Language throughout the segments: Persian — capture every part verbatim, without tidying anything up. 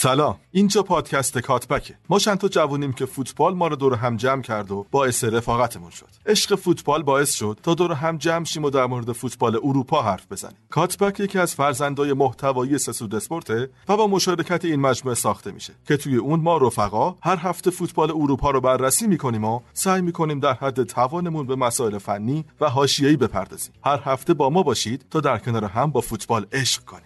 سلام، اینجا پادکست کاتبکه. ما چند تا جوونیم که فوتبال ما رو دور هم جمع کرد و باعث رفاقتمون شد. عشق فوتبال باعث شد تا دور هم جمع شیم و در مورد فوتبال اروپا حرف بزنیم. کاتبک یکی از فرزندای محتوایی سسود اسپورته و با مشارکت این مجموعه ساخته میشه که توی اون ما رفقا هر هفته فوتبال اروپا رو بررسی میکنیم و سعی میکنیم در حد توانمون به مسائل فنی و حاشیه‌ای بپردازیم. هر هفته با ما باشید تا در کنار هم با فوتبال عشق کنیم.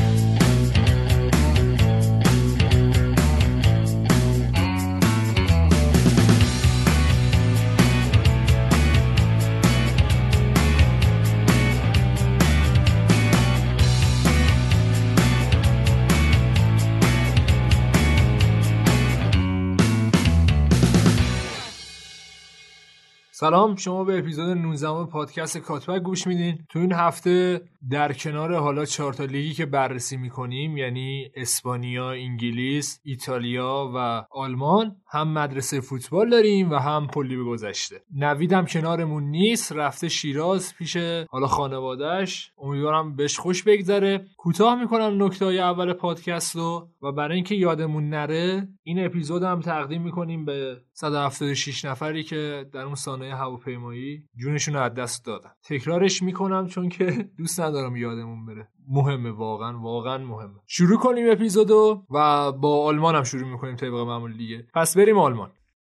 سلام، شما به اپیزود نوزدهم پادکست کاتبک گوش میدین. تو این هفته در کنار حالا چهار تا لیگی که بررسی میکنیم، یعنی اسپانیا، انگلیس، ایتالیا و آلمان، هم مدرسه فوتبال داریم و هم پلی به گذشته. نوید هم کنارمون نیست، رفته شیراز پیش حالا خانواده‌اش. امیدوارم بهش خوش بگذره. کوتاه میکنم نکته‌های اول پادکست رو و برای اینکه یادمون نره این اپیزود هم تقدیم میکنیم به صد و هفتاد و شش نفری که در اون سانحه هواپیمایی جونشون رو از دست دادن. تکرارش میکنم چون که دوست ندارم یادمون بره. مهمه، واقعا واقعا مهمه. شروع کنیم اپیزودو و با آلمان هم شروع میکنیم طبق معمول دیگه. پس بریم آلمان.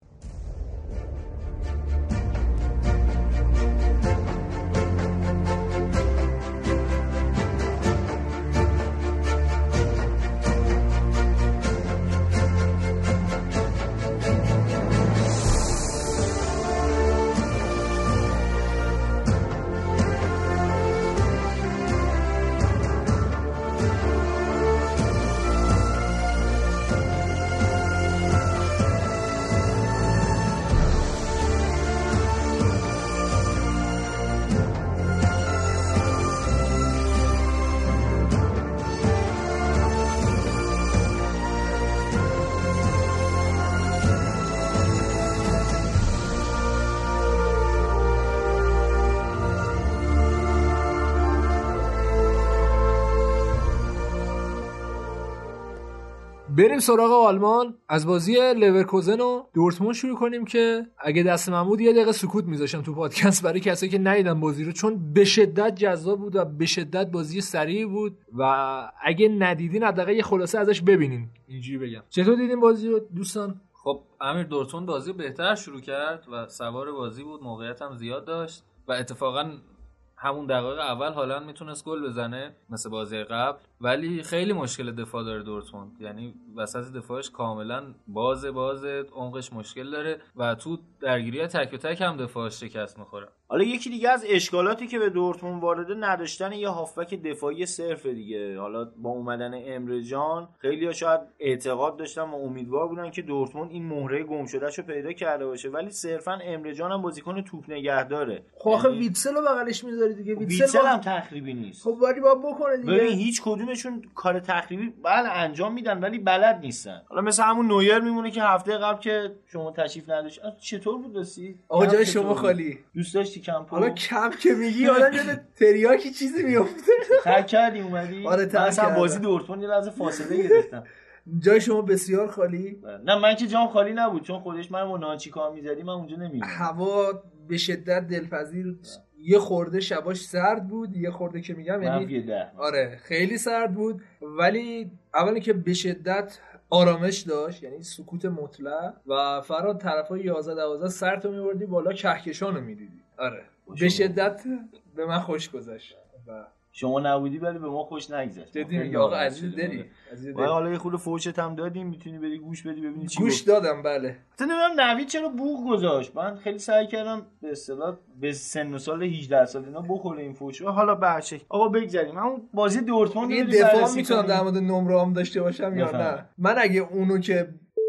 بریم سراغ آلمان. از بازی لورکوزن و دورتموند شروع کنیم که اگه دست من بود یه دقیقه سکوت میذاشتم تو پادکست برای کسایی که ندیدن بازی رو، چون به شدت جذاب بود و به شدت بازی سریع بود و اگه ندیدین حداقل یه خلاصه ازش ببینین. اینجوری بگم. چطور دیدین بازی رو دوستان؟ خب امیر، دورتموند بازی بهتر شروع کرد و سوار بازی بود، موقعیت هم زیاد داشت و اتفاقا همون دقایق اول هالند میتونست گل بزنه مثل بازی قبل، ولی خیلی مشکل دفاع داره دورتموند. یعنی وسط دفاعش کاملا بازه بازه عمقش مشکل داره و تو درگیری تک به تک هم دفاعش شکست میخوره. حالا یکی دیگه از اشکالاتی که به دورتموند وارده نداشتن یه هافبک دفاعی صرف دیگه. حالا با اومدن امره جان خیلی‌ها شاید اعتقاد داشتن و امیدوار بودن که دورتموند این مهره گم شدهشو پیدا کرده باشه، ولی صرفا امره جان هم بازیکن توپ نگهداره. خب آخه ویتسل رو بغلش میذاری دیگه. ویتسل, ویتسل هم تخریبی نیست. خب ولی باید بکنه دیگه. ببین هیچ کدومشون کار تخریبی بله انجام میدن ولی بلد نیستن. حالا مثلا همون نویر میمونه که هفته قبل که شما تشریف نداشت. چطور بود راستی؟ آقا جای شما خالی. دوست داشتی کمپو؟ حالا کم که میگی حالا یاد تریاکی چیزی میافته. خرج کردی اومدی؟ آره مثلا بازی دورتموند یه لحظه فاصله گرفتم. جای شما بسیار خالی. نه من که جام خالی نبود، چون خودش من و نانچی کار می‌زدیم من اونجا نمی‌موندم. هوا به شدت دلپذیر، یه خورده شباش سرد بود، یه خورده که میگم یعنی آره خیلی سرد بود، ولی اولی که به شدت آرامش داشت، یعنی سکوت مطلق و فراد طرفای یازده دوازده سرتو میوردی بالا، کهکشانو میدیدی. آره به شدت به من خوش گذشت و شما نبودی ولی به ما خوش نگذشت. دیدین آقا عزیز دلی عزیز دلی. حالا یه خورده فوشت هم دادیم، میتونی بری گوش بدی ببینی چی گوش دادم. بله اصلا نمیدونم نوید چرا بوق گذاشت. من خیلی سعی کردم به اصطلاح به سن و سال هجده سال اینا بخوره این فوش. حالا بچه آقا بگذریم همون بازی دورتموند. این دفاع میتونم در مورد نمره‌ام داشته باشم یا نه؟ من اگه اونو که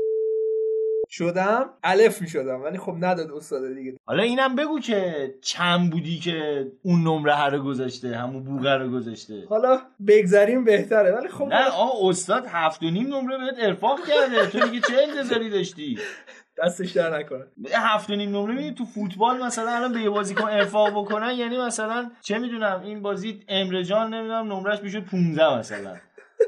شدم الف میشدم، ولی خب نداد استاد دیگه. حالا اینم بگو که چند بودی که اون نمره هر رو گذاشته، همون بوغه رو گذاشته. حالا بگذریم بهتره، ولی خب نه آقا استاد هفت و نیم نمره بهت ارفاق کرده، تو دیگه چه انتظاری داشتی؟ دستش در نکنه. هفت و نیم نمره میدی تو فوتبال مثلا الان به یه بازیکن ارفاق بکنن، یعنی مثلا چه میدونم این بازی امره جان نمیدونم نمرش میشد پانزده مثلا.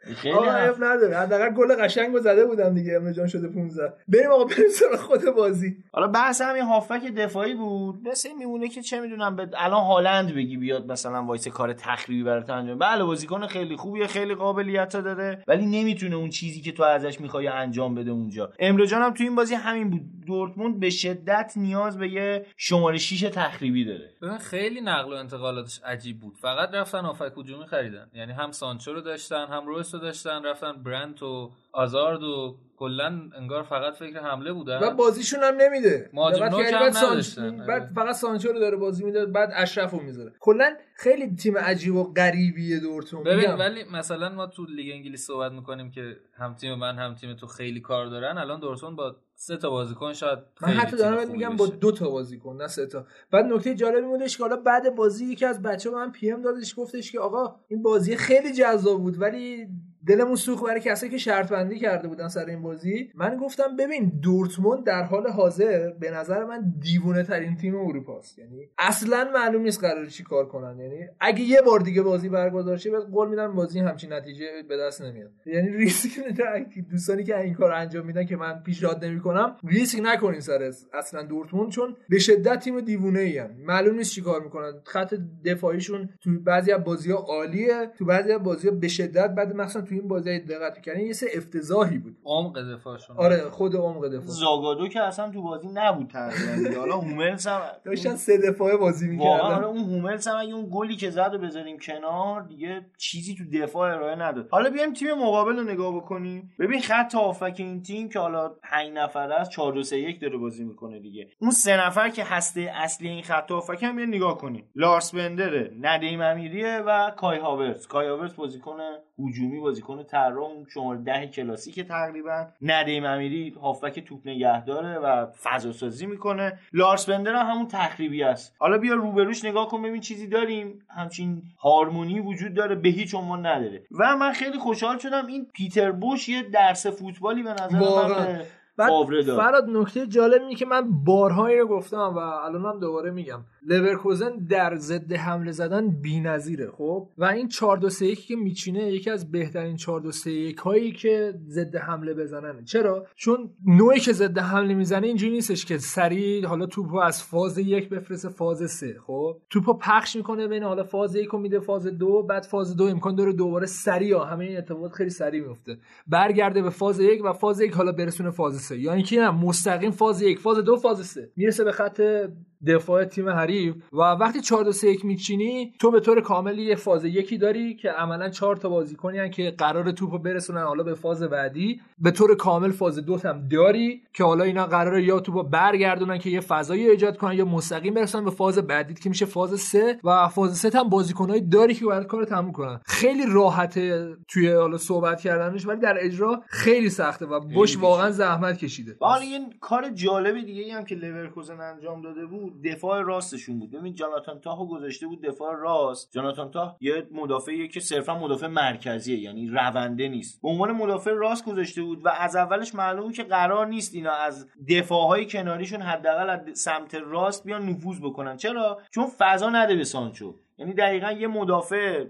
آقا عیب نداره، حداقل گل قشنگو زده بودم دیگه. امره جان شده پانزده. بریم آقا بریم سراغ خود بازی. حالا بحث همین هافبک دفاعی بود. مثلا میمونه که چه میدونم به الان هالند بگی بیاد مثلا وایس کار تخریبی برات انجام. بله بازیکن خیلی خوبیه، خیلی قابلیت داره، ولی نمیتونه اون چیزی که تو ازش میخوای انجام بده اونجا. امره جان هم تو این بازی همین بود. دورتموند به شدت نیاز به یه شماره شش تخریبی داره. ببین خیلی نقل و انتقالاتش عجیب بود. فقط رفتن هافک هجومی خریدن، یعنی هم سانچو رو داشتن هم رویس رو داشتن، رفتن برنت و آزارد و کلا انگار فقط فکر حمله بودن و بازیشون هم نمیده. مهاجم نوک هم نداشتن. بعد فقط سانچو رو داره بازی میده، بعد اشرفو میذاره. کلا خیلی تیم عجیب و غریبیه دورتموند. ببین ولی مثلا ما تو لیگ انگلیس صحبت میکنیم که هم تیم من هم تیم تو خیلی کار دارن. الان دورتموند با سه تا بازیکن شاید من حتی دارم میگم با دو تا بازیکن نه سه تا. بعد نکته جالبی بودش که حالا بعد بازی یکی از بچه‌ها من پی ام دادش، گفتش که آقا این بازی خیلی جذاب بود ولی دلمون سوخت برای کسایی که شرط بندی کرده بودن سر این بازی. من گفتم ببین دورتموند در حال حاضر به نظر من دیوونه ترین تیم اروپا است. یعنی اصلا معلوم نیست قراره چی کار کنن. یعنی اگه یه بار دیگه بازی برگزار شه قول میدم بازی همچین نتیجه به دست نمیاد. یعنی ریسک نداره. دوستانی که این کارو انجام میدن که من پیشنهاد نمیکنم ریسک نکنین سر اصلا دورتموند، چون به شدت تیم دیوونه ای معلوم نیست چی کار میکنن. خط دفاعیشون تو بعضی از بازی‌ها عالیه، تو بعضی از بازی‌ها به شدت بعد مثلا تو این بازی دقت می‌کنین یه سه افتضاحی بود عمق دفاعشون. آره خود عمق دفاع. زاگادو که اصلا تو بازی نبود تقریبا. حالا هوملز هم داشتن سه دفاعه بازی می‌کردن. واقعا اون هوملز هم اگه اون گلی که زد رو بذاریم کنار دیگه چیزی تو دفاع ارائه نداد. حالا بیایم تیم مقابل رو نگاه بکنیم. ببین خط هافک این تیم که حالا پنج نفره است چهار دو سه یک داره بازی میکنه دیگه. اون سه نفر که هسته اصلی این خط هافک هم بیا نگاه کنیم. لارس بندره، ندیم امیریه و کای هاورتز. کای هاورتز بازیکن هجومی، بازیکن طراح، اون شماره ده کلاسیک تقریبا. ندیم امیری هافبک توپ نگهداره و فضا سازی میکنه. لارس بندر هم همون تخریبی است. حالا بیا روبروش نگاه کن ببین چیزی داریم، همچین هارمونی وجود داره به هیچ عنوان نداره. و من خیلی خوشحال شدم این پیتر بوش یه درس فوتبالی به نظر من بعد فراد نکته جالب اینه که من بارها اینو گفتم و الانم دوباره میگم، لورکوزن در ضد حمله زدن بی‌نظیره. خب و این چهار دو سه یک که میچینه یکی از بهترین چهار دو سه یک هایی که ضد حمله بزنن. چرا؟ چون نوعی که ضد حمله میزنه اینجوری نیستش که سریع حالا توپو از فاز یک بفرسته فاز سه. خب توپو پخش میکنه بین حالا فاز یک رو میده فاز دو، بعد فاز دو امکان داره دوباره سریع، همه این اتفاقات خیلی سریع میفته، برگرده به فاز یک و فاز یک حالا برسونه فاز سه. یا اینکه نه مستقیم فاز یک فاز دو فاز سه میرسه به خط دفاع تیم حریف. و وقتی چهار دو سه یک میچینی تو به طور کامل یه فاز یکی داری که عملا چهار تا بازیکنی ان که قرار توپو برسونن حالا به فاز بعدی، به طور کامل فاز دو هم داری که حالا اینا قراره یا توپو برگردونن که یه فضایی ایجاد کنن یا مستقیم برسونن به فاز بعدی که میشه فاز سه. و فاز سه هم بازیکنایی داری که باید کارو تموم کنن. خیلی راحته توی حالا صحبت کردنش ولی در اجرا خیلی سخته و بوش واقعا زحمت کشیده. حالا یه کار جالب دیگه ای هم که لورکوزن انجام داده بود دفاع راستشون بود. ببین جاناتان تاهو گذاشته بود دفاع راست. جاناتان تاه یه مدافعیه که صرفا مدافع مرکزیه، یعنی رونده نیست. به عنوان مدافع راست گذاشته بود و از اولش معلومه که قرار نیست اینا از دفاعهای کناریشون حداقل از سمت راست بیان نفوذ بکنن. چرا؟ چون فضا نده به سانچو. یعنی دقیقاً یه مدافع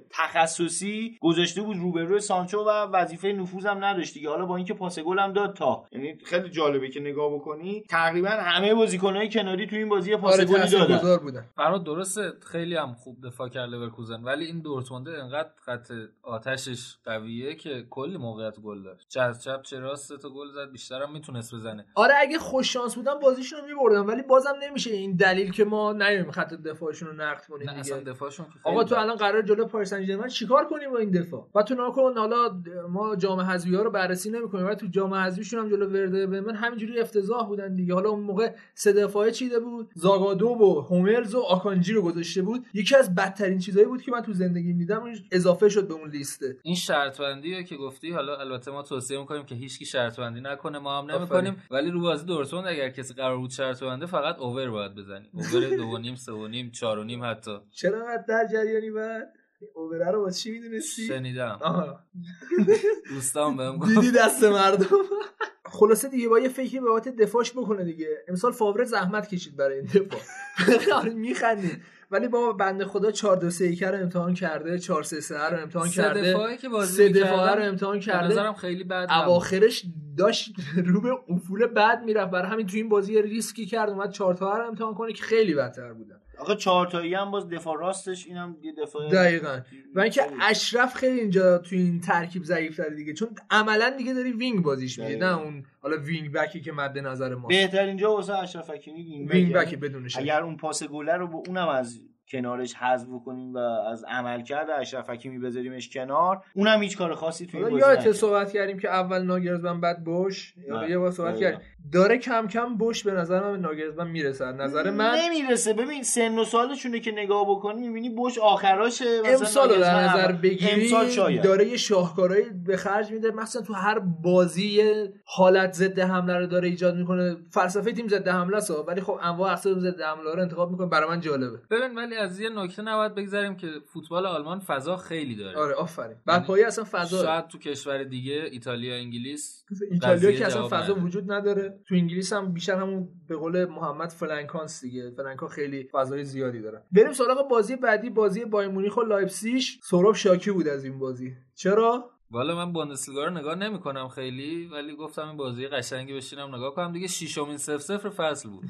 تخصصی گذاشته بود روبروی سانچو و وظیفه نفوذ هم نداشت دیگه. حالا با اینکه پاس گل هم داد تا، یعنی خیلی جالبه که نگاه بکنی تقریبا همه بازیکن‌های کناری تو این بازی پاس گل دادن. فراد درسته خیلی هم خوب دفاع کرد لورکوزن، ولی این دورتموند انقدر خط آتشش قویه که کلی موقعیت گل داشت. چپ چپ چه راست تا گل زد، بیشتر هم میتونست بزنه. آره اگه خوش شانس بودن بازیشون رو می‌بردن، ولی بازم نمیشه این دلیل که ما نیایم خط دفاعشون رو نقد کنیم دیگه. اصلا دفاعشون آقا تو الان قرار جلو پاریس سن ژرمن چیکار کنیم با این دفاع؟ و تو ناکن حالا ما جام حذفی‌ها رو بررسی نمی‌کنیم ولی تو جام حذفیشون هم جلو ورده برمن همینجوری افتضاح بودن دیگه. حالا اون موقع سه دفاعه چیده بود، زاگادو و هوملز و آکانجی رو گذاشته بود. یکی از بدترین چیزایی بود که من تو زندگیم دیدم، اضافه شد به اون لیسته. این شرط بندیه که گفتی، حالا البته ما توصیه می‌کنیم که هیچ کی شرط بندی نکنه، ما هم نمی‌کنیم، ولی رو بازی دورتموند اگر کسی قرار بود شرط بنده فقط اوور باید بزنی. اوور دو و نیم، سه و نیم، چهار و نیم حتی. چرا در جریانی بعد اوورا رو واسه چی میدونستی؟ شنیدم. دوستان بهم گفت دیدی دست مردم. خلاصه دیگه با یه فکری به بابت دفاعش بکنه دیگه. امسال فاوره زحمت کشید برای این دفاع. میخندید ولی بابا بنده خدا چهار دو سه یک رو امتحان کرده، چهار سه سه رو امتحان کرده، سه دفاعی که بازی سه دفاعه رو امتحان کرده. به نظرم خیلی بد نبود. اواخرش داشت رو به افول بد میرفت، برای همین تو این بازی ریسکی کرد اومد چهار تا رو امتحان کنه که خیلی بدتر بودن. آخه چهار تایی هم باز دفاع راستش اینم یه دفاع دقیقاً. و اینکه اشرف خیلی اینجا تو این ترکیب ضعیف‌تره دیگه، چون عملاً دیگه داری وینگ بازیش میدی، نه اون حالا وینگ بکی که مد نظر ما. بهتر اینجا واسه اشرف حکیمی وینگ, وینگ بکی بدون شک. اگر اون پاس گل رو با اونم از کنارش حذف بکنیم و از عملکرد اشرف حکیمی بذاریمش کنار، اونم هیچ کار خاصی توی این بازی نکرد. یادت صحبت کردیم که اول ناگرزمن بعد بوش، یا یه بار صحبت کردیم داره کم کم بوش به نظر من ناگرزمن میرسه. نظر من نمیرسه. ببین سن و سالشونه که نگاه بکنی میبینی بوش آخراشه، مثلا امسال رو در نظر بگیری امسال داره یه شاهکارایی به خرج میده، مثلا تو هر بازی حالت ضد حمله رو داره ایجاد میکنه. فلسفه تیم ضد حمله است ولی خب انواع اقسام ضد حمله رو انتخاب میکنه، برای من جالبه. ببین ولی از یه نکته نباید بگذاریم که فوتبال آلمان فضا خیلی داره. آره آفرین. بعد پای اصلا فضا شاید تو کشور دیگه ایتالیا انگلیس ایتالیا که اصلا فضا وجود نداره، تو انگلیس هم بیشتر همون به قول محمد فلنکانس دیگه، فلنکا خیلی فضای زیادی داره. بریم سراغ بازی بعدی، بازی بایر مونیخ و لایپزیگ. سهراب شاکی بود از این بازی. چرا؟ والا من بوندسلیگا رو نگاه نمی‌کنم خیلی، ولی گفتم این بازی قشنگی بشینم نگاه کنم دیگه. ششمین صفر صفر فصل بود.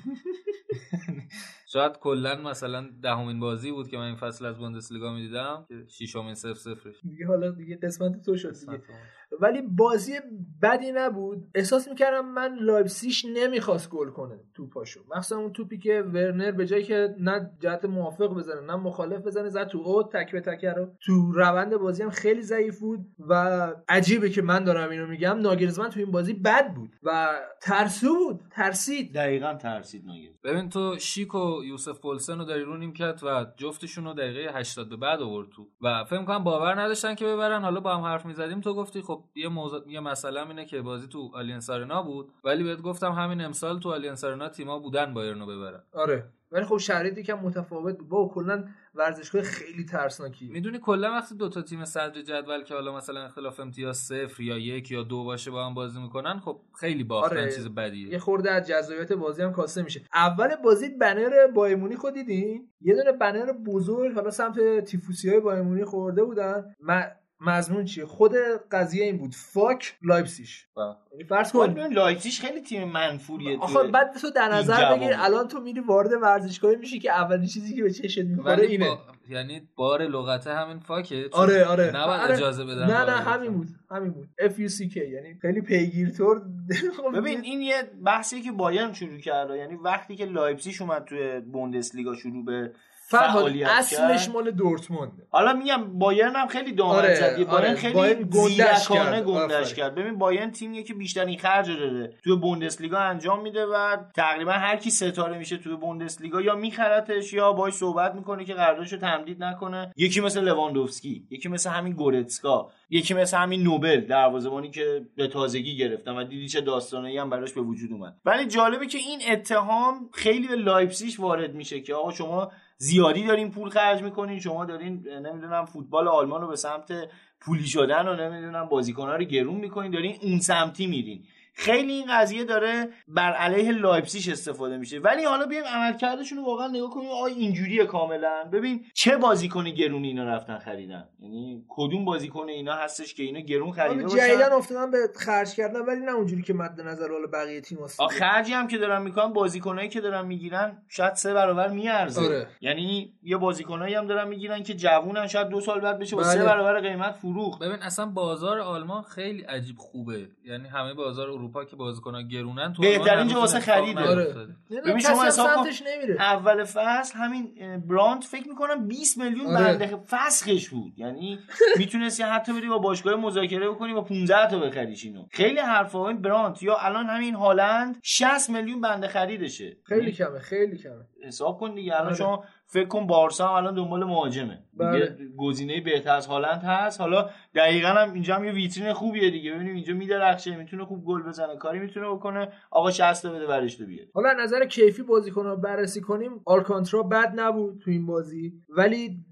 شاید کلا مثلا دهمین بازی بود که من این فصل از بوندسلیگا می‌دیدم که ششمین صفر صفر دیگه. حالا دیگه قسمت تو شد دیگه. ولی بازی بدی نبود. احساس می‌کردم من لایپزیگ نمی‌خواست گل کنه توپاشو، مثلا اون توپی که ورنر به جایی که نه جهت موافق بزنه نه مخالف بزنه زد تو اوت، تک به تک رو. تو روند بازی هم خیلی ضعیف بود و عجیبه که من دارم اینو میگم. ناگرزمن تو این بازی بد بود و ترسو بود، ترسید. دقیقاً ترسید ناگرزمن. ببین تو شیک و یوسف پولسن رو داری رو نیمکت و جفتشون رو دقیقه هشتاد به بعد آورد تو و فکر کنم باور نداشتن که ببرن. حالا با هم حرف می‌زدیم تو گفتی خب یه موضوع یه مسئله اینه که بازی تو آلینس آرنا بود، ولی بهت گفتم همین امسال تو آلینس آرنا تیم‌ها بودن بایرنو ببرن. آره ولی خب شرایطی که متفاوت بود. با کلا ورزشگاه خیلی ترسناکی. میدونی کلا وقتی دو تا تیم صدر جدول که حالا مثلا اختلاف امتیاز صفر یا یک یا دو باشه با هم بازی میکنن، خب خیلی باختن. آره، چیز بدیه. یه خورده از جذابیت بازی هم کاسته میشه. اول بازی بنر بایر مونیخ رو دیدین؟ یه دونه بنر بزرگ حالا سمت تیفوسیای بایر مونیخ خورده بودن. من مضمون چیه؟ خود قضیه این بود فاک لایپزیگ. یعنی فرض کن لایپزیگ خیلی تیم منفوریه. آخه بعد تو در نظر بگیر الان تو میری وارد ورزشگاهی میشی که اولین چیزی که به چشت میخوره اینه با... یعنی بار لغته همین فاکه. آره آره نباید آره. اجازه بدن. نه نه همین بود همین بود اف یو سی کی، یعنی خیلی پیگیرتور. ببین این یه بحثی که بایرن شروع کرده، یعنی وقتی که لایپزیگ اومد توی بوندسلیگا شروع به فعالیت اصلش مال دورتمونده. حالا میگم بایرن هم خیلی دامن زدی. بایرن آره. خیلی زیرکانه گندش کرد. ببین بایرن تیمیه که بیشترین خرج داره توی بوندسلیگا انجام میده و تقریبا هر کی ستاره میشه توی بوندسلیگا یا میخرتش یا باهاش صحبت میکنه که قراردادشو تمدید نکنه. یکی مثل لواندوفسکی، یکی مثل همین گورتسکا، یکی مثل همین نوبل دروازه‌بانی که به تازگی گرفتن و دیدی چه داستانایی هم براش به وجود اومد. ولی جالبه که این اتهام خیلی به لایپزیگ وارد میشه که آقا شما زیادی دارین پول خرج میکنین، شما دارین نمیدونم فوتبال آلمان رو به سمت پولی شدن و نمیدونم بازیکن‌ها رو گرون میکنین، دارین اون سمتی میرین. خیلی این قضیه داره بر علیه لایپزیگ استفاده میشه. ولی حالا بیایم عملکردشون رو واقعا نگاه کنیم. آ اینجوریه کاملا. ببین چه بازیکن گرونی اینا رفتن خریدن، یعنی کدوم بازیکن اینا هستش که اینا گرون خریده باشن. جدیدن افتادن به خرج کردن ولی نه اونجوری که مد نظر حال بقیه تیم‌ها است. خرجی هم که دارن میکنن بازیکنایی که دارن میگیرن شاید سه برابر میارزه. آره. یعنی یه بازیکنایی هم دارن میگیرن که جوونن، شاید دو سال بعد بشه با سه برابر قیمت فروخت. ببین اصلا بازار آلمان خیلی عجیب خوبه، یعنی همه بازار اروپا که بازیکن‌ها گرونن تو بهترین جا واسه خریده. آره. ببین شما حساب کن اول فصل همین براند فکر میکنم بیست میلیون آره. بنده فسخش بود، یعنی میتونستی حتی بری با باشگاه مذاکره بکنی با پانزده تا بخریش اینو. خیلی حرفا. این براند یا الان همین هالند شصت میلیون بنده خریدشه. خیلی کمه خیلی کمه. حساب کن دیگه. الان آره. شما فکر کن بارسا هم الان دنبال مهاجمه. دیگه گزینه بهتر از هالند هست. حالا دقیقاً هم اینجا هم یه ویترین خوبیه دیگه. ببینیم اینجا میدرخشه، میتونه خوب گل بزنه، کاری میتونه بکنه. آقا شصت بده ورش تو بیاد. حالا نظر کیفی بازیکن‌ها بررسی کنیم. آلکانترا بد نبود تو این بازی، ولی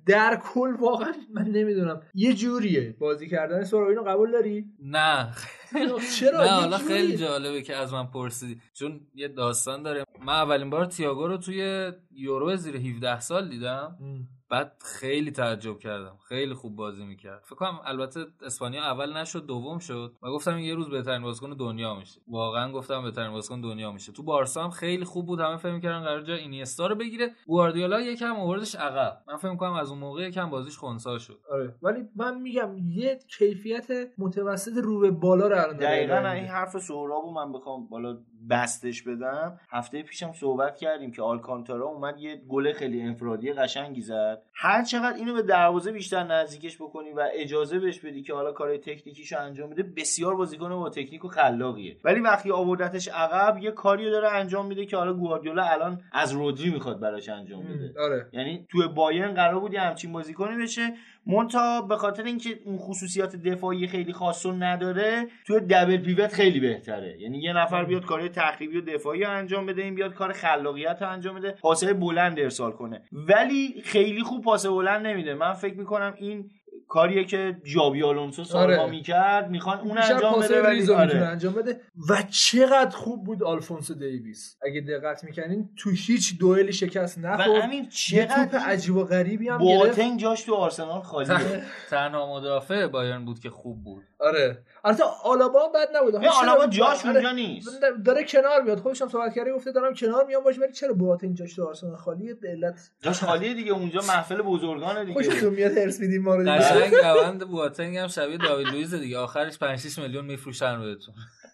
در کل واقعا من نمیدونم یه جوریه بازی کردن سورا. اینو قبول داری؟ نه چرا؟ نه حالا خیلی جالبه که از من پرسیدی، چون یه داستان داره. من اولین بار تییاگو رو توی یورو زیر هفده سال دیدم ام. بعد خیلی تعجب کردم، خیلی خوب بازی میکرد. فکر کنم البته اسپانیا اول نشد دوم شد و گفتم یه روز بهترین بازیکن دنیا میشه. واقعا گفتم بهترین بازیکن دنیا میشه. تو بارسا هم خیلی خوب بود، همه فکر میکردن قرار جای اینیستا رو بگیره. گواردیولا یکم آوردش عقب. من فکر میکنم از اون موقع یکم بازیش خنثی شد. آره ولی من میگم یه کیفیت متوسط رو به بالا رو الان داره. دقیقاً این حرف سهرابو من بخوام بالا بستش بدم، هفته پیشم صحبت کردیم که آلکانتارا اومد یه گل خیلی انفرادی قشنگی زد. هر چقدر اینو به دروازه بیشتر نزدیکش بکنی و اجازه بهش بدی که حالا کار تکنیکیشو انجام بده، بسیار بازیکن با تکنیک و خلاقیه. ولی وقتی آوردتش عقب یه کاریو داره انجام میده که حالا گواردیولا الان از رودری میخواد براش انجام بده. آره. یعنی توی بایرن قرار بود همچین بازیکنی بشه، مونتا به خاطر اینکه اون خصوصیات دفاعی خیلی خاصو نداره توی دبل پیوت خیلی بهتره. یعنی یه نفر بیاد کارهای تخریبی و دفاعی رو انجام بده، این بیاد کار خلاقیت رو انجام بده، پاسهای بلند ارسال کنه. ولی خیلی خوب پاس بلند نمیده. من فکر میکنم این کاریه که جابی آلونسو سالها آره. میکرد، میخوان اون انجام بده ولی آره. انجام بده. و چقدر خوب بود آلفونسو دیویس، اگه دقت میکنین تو هیچ دوئلی شکست نخورد و همین چقدر توپ عجیب و غریبی هم گرفت. بواتنگ جاش تو آرسنال خالیه. تنها مدافع بایرن بود که خوب بود. آره البته آلابا بد نبود. نه آلابا جاش اونجا نیست، داره کنار میاد. خودش هم صحبت کرده گفته دارم کنار میام باش، ولی چرا بواتنگ جاش تو آرسنال خالیه؟ علت جاش خالیه دیگه، اونجا محفل بزرگانه دیگه. خوشتون میاد هرس میدیم ما رو. قشنگ روند بواتنگ هم شبیه داوید لوئیز دیگه، آخرش پنج شش میلیون میفروشن بهتون.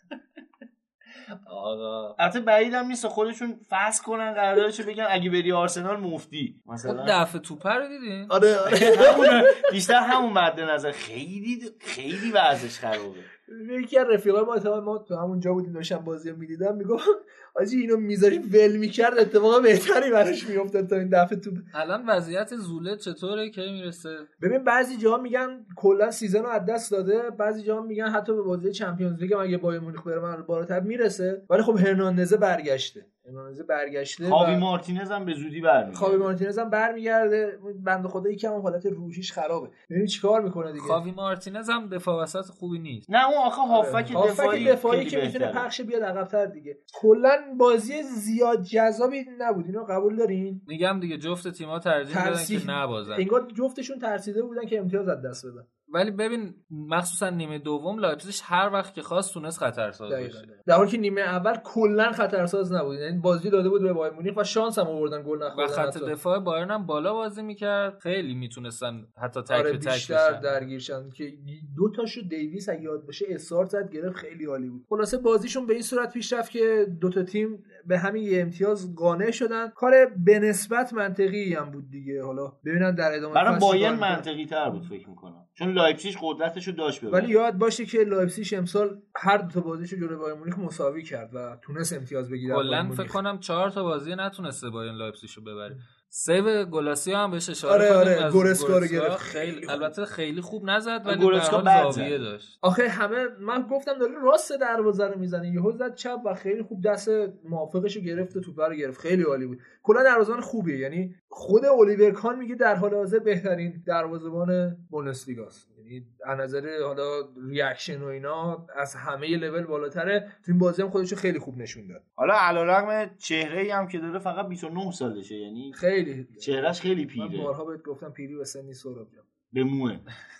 آقا البته بعیدم نیست خودشون فسخ کنن قراردادشو، بگن اگه بری آرسنال مفتی مثلا. دفعه توپ رو دیدین؟ آره آره همون بیشتر همون مد نظر. خیلی خیلی وضعش خرابه. یکی از رفیقای ما اتفاقا ما تو همونجا بودیم داشتم بازی رو می‌دیدم، میگفت آجی اینو میذاری ول میکرد اتفاقا بهتری براش میافتاد تا این دفعه تو. الان وضعیت زوله چطوره که میرسه؟ ببین بعضی جاها میگن کلا سیزن رو از دست داده، بعضی جاها میگن حتی به بازی چمپیونز لیگ اگه بایر مونیخ بره من بالاتر میرسه. ولی خب هرناندز برگشته هرناندز برگشته خاوی مارتینز هم به زودی برمیگرده. خاوی مارتینز هم برمیگرده. بنده خدا یکم حالت روحیش خرابه. ببین چیکار میکنه دیگه. خاوی مارتینز هم دفاع وسط خوبی نیست. نه اون آخه هافک دفاعی دفاعی که میتونه پخش بیاد عقب‌تر دیگه. کلا بازی زیاد جذابی نبود. اینو قبول دارین؟ میگم دیگه جفت تیم‌ها ترجیح دادن که نبازن. انگار جفتشون ترسیده بودن که امتیاز از دست بدن. ولی ببین مخصوصا نیمه دوم لایپزیگ هر وقت که خواست تونست خطرساز بشه، در حالی که نیمه اول کلا خطرساز نبود. یعنی بازی داده بود به بایر مونیخ و شانس هم آوردن گل نخوردن. و خط دفاع بایرن هم بالا بازی میکرد، خیلی میتونستن حتی تک آره به تک بیشتر بشن. درگیرشن که دو تاشو دیویس اگه یاد باشه استارت زد گرفت، خیلی عالی بود. خلاصه بازیشون به این صورت پیش رفت که دو تا تیم به همین یه امتیاز قانع شدن. کار به نسبت منطقی هم بود دیگه. حالا ببینن در ادامه برای بایرن منطقی تر بود فکر میکنم، چون لایپزیگ قدرتشو داشت ببره. ولی یاد باشه که لایپزیگ امسال هر دو تا بازیشو جلوی بایر مونیخ مساوی کرد و تونست امتیاز بگیره. کلا فکر کنم چهار تا بازی نتونسته بایرن لایپزیگو ببره. سیو گلاسیا هم بهش اشاره آره کنیم. آره گورسکا رو گرفت. خیلی البته خیلی خوب نزد ولی گورسکا به حال زاویه داشت. آخه همه من گفتم داره راست دروازه رو میزنه، یهو زد چپ و خیلی خوب دست موافقشو گرفت و توپ رو گرفت. خیلی عالی بود. کلا دروازه‌بان خوبیه. یعنی خود الیور کان میگه در حال حاضر بهترین دروازه‌بان بوندسلیگاست. یعنی از نظر حالا ریاکشن و اینا از همه لول بالاتره. تو این بازی هم خودشو خیلی خوب نشون داد. حالا علیرغم چهره‌ای هم که داره فقط بیست و نه سالشه، یعنی خیلی چهرهش خیلی پیره. من بارها بهت گفتم پیری به سنی سهراب جان. به موه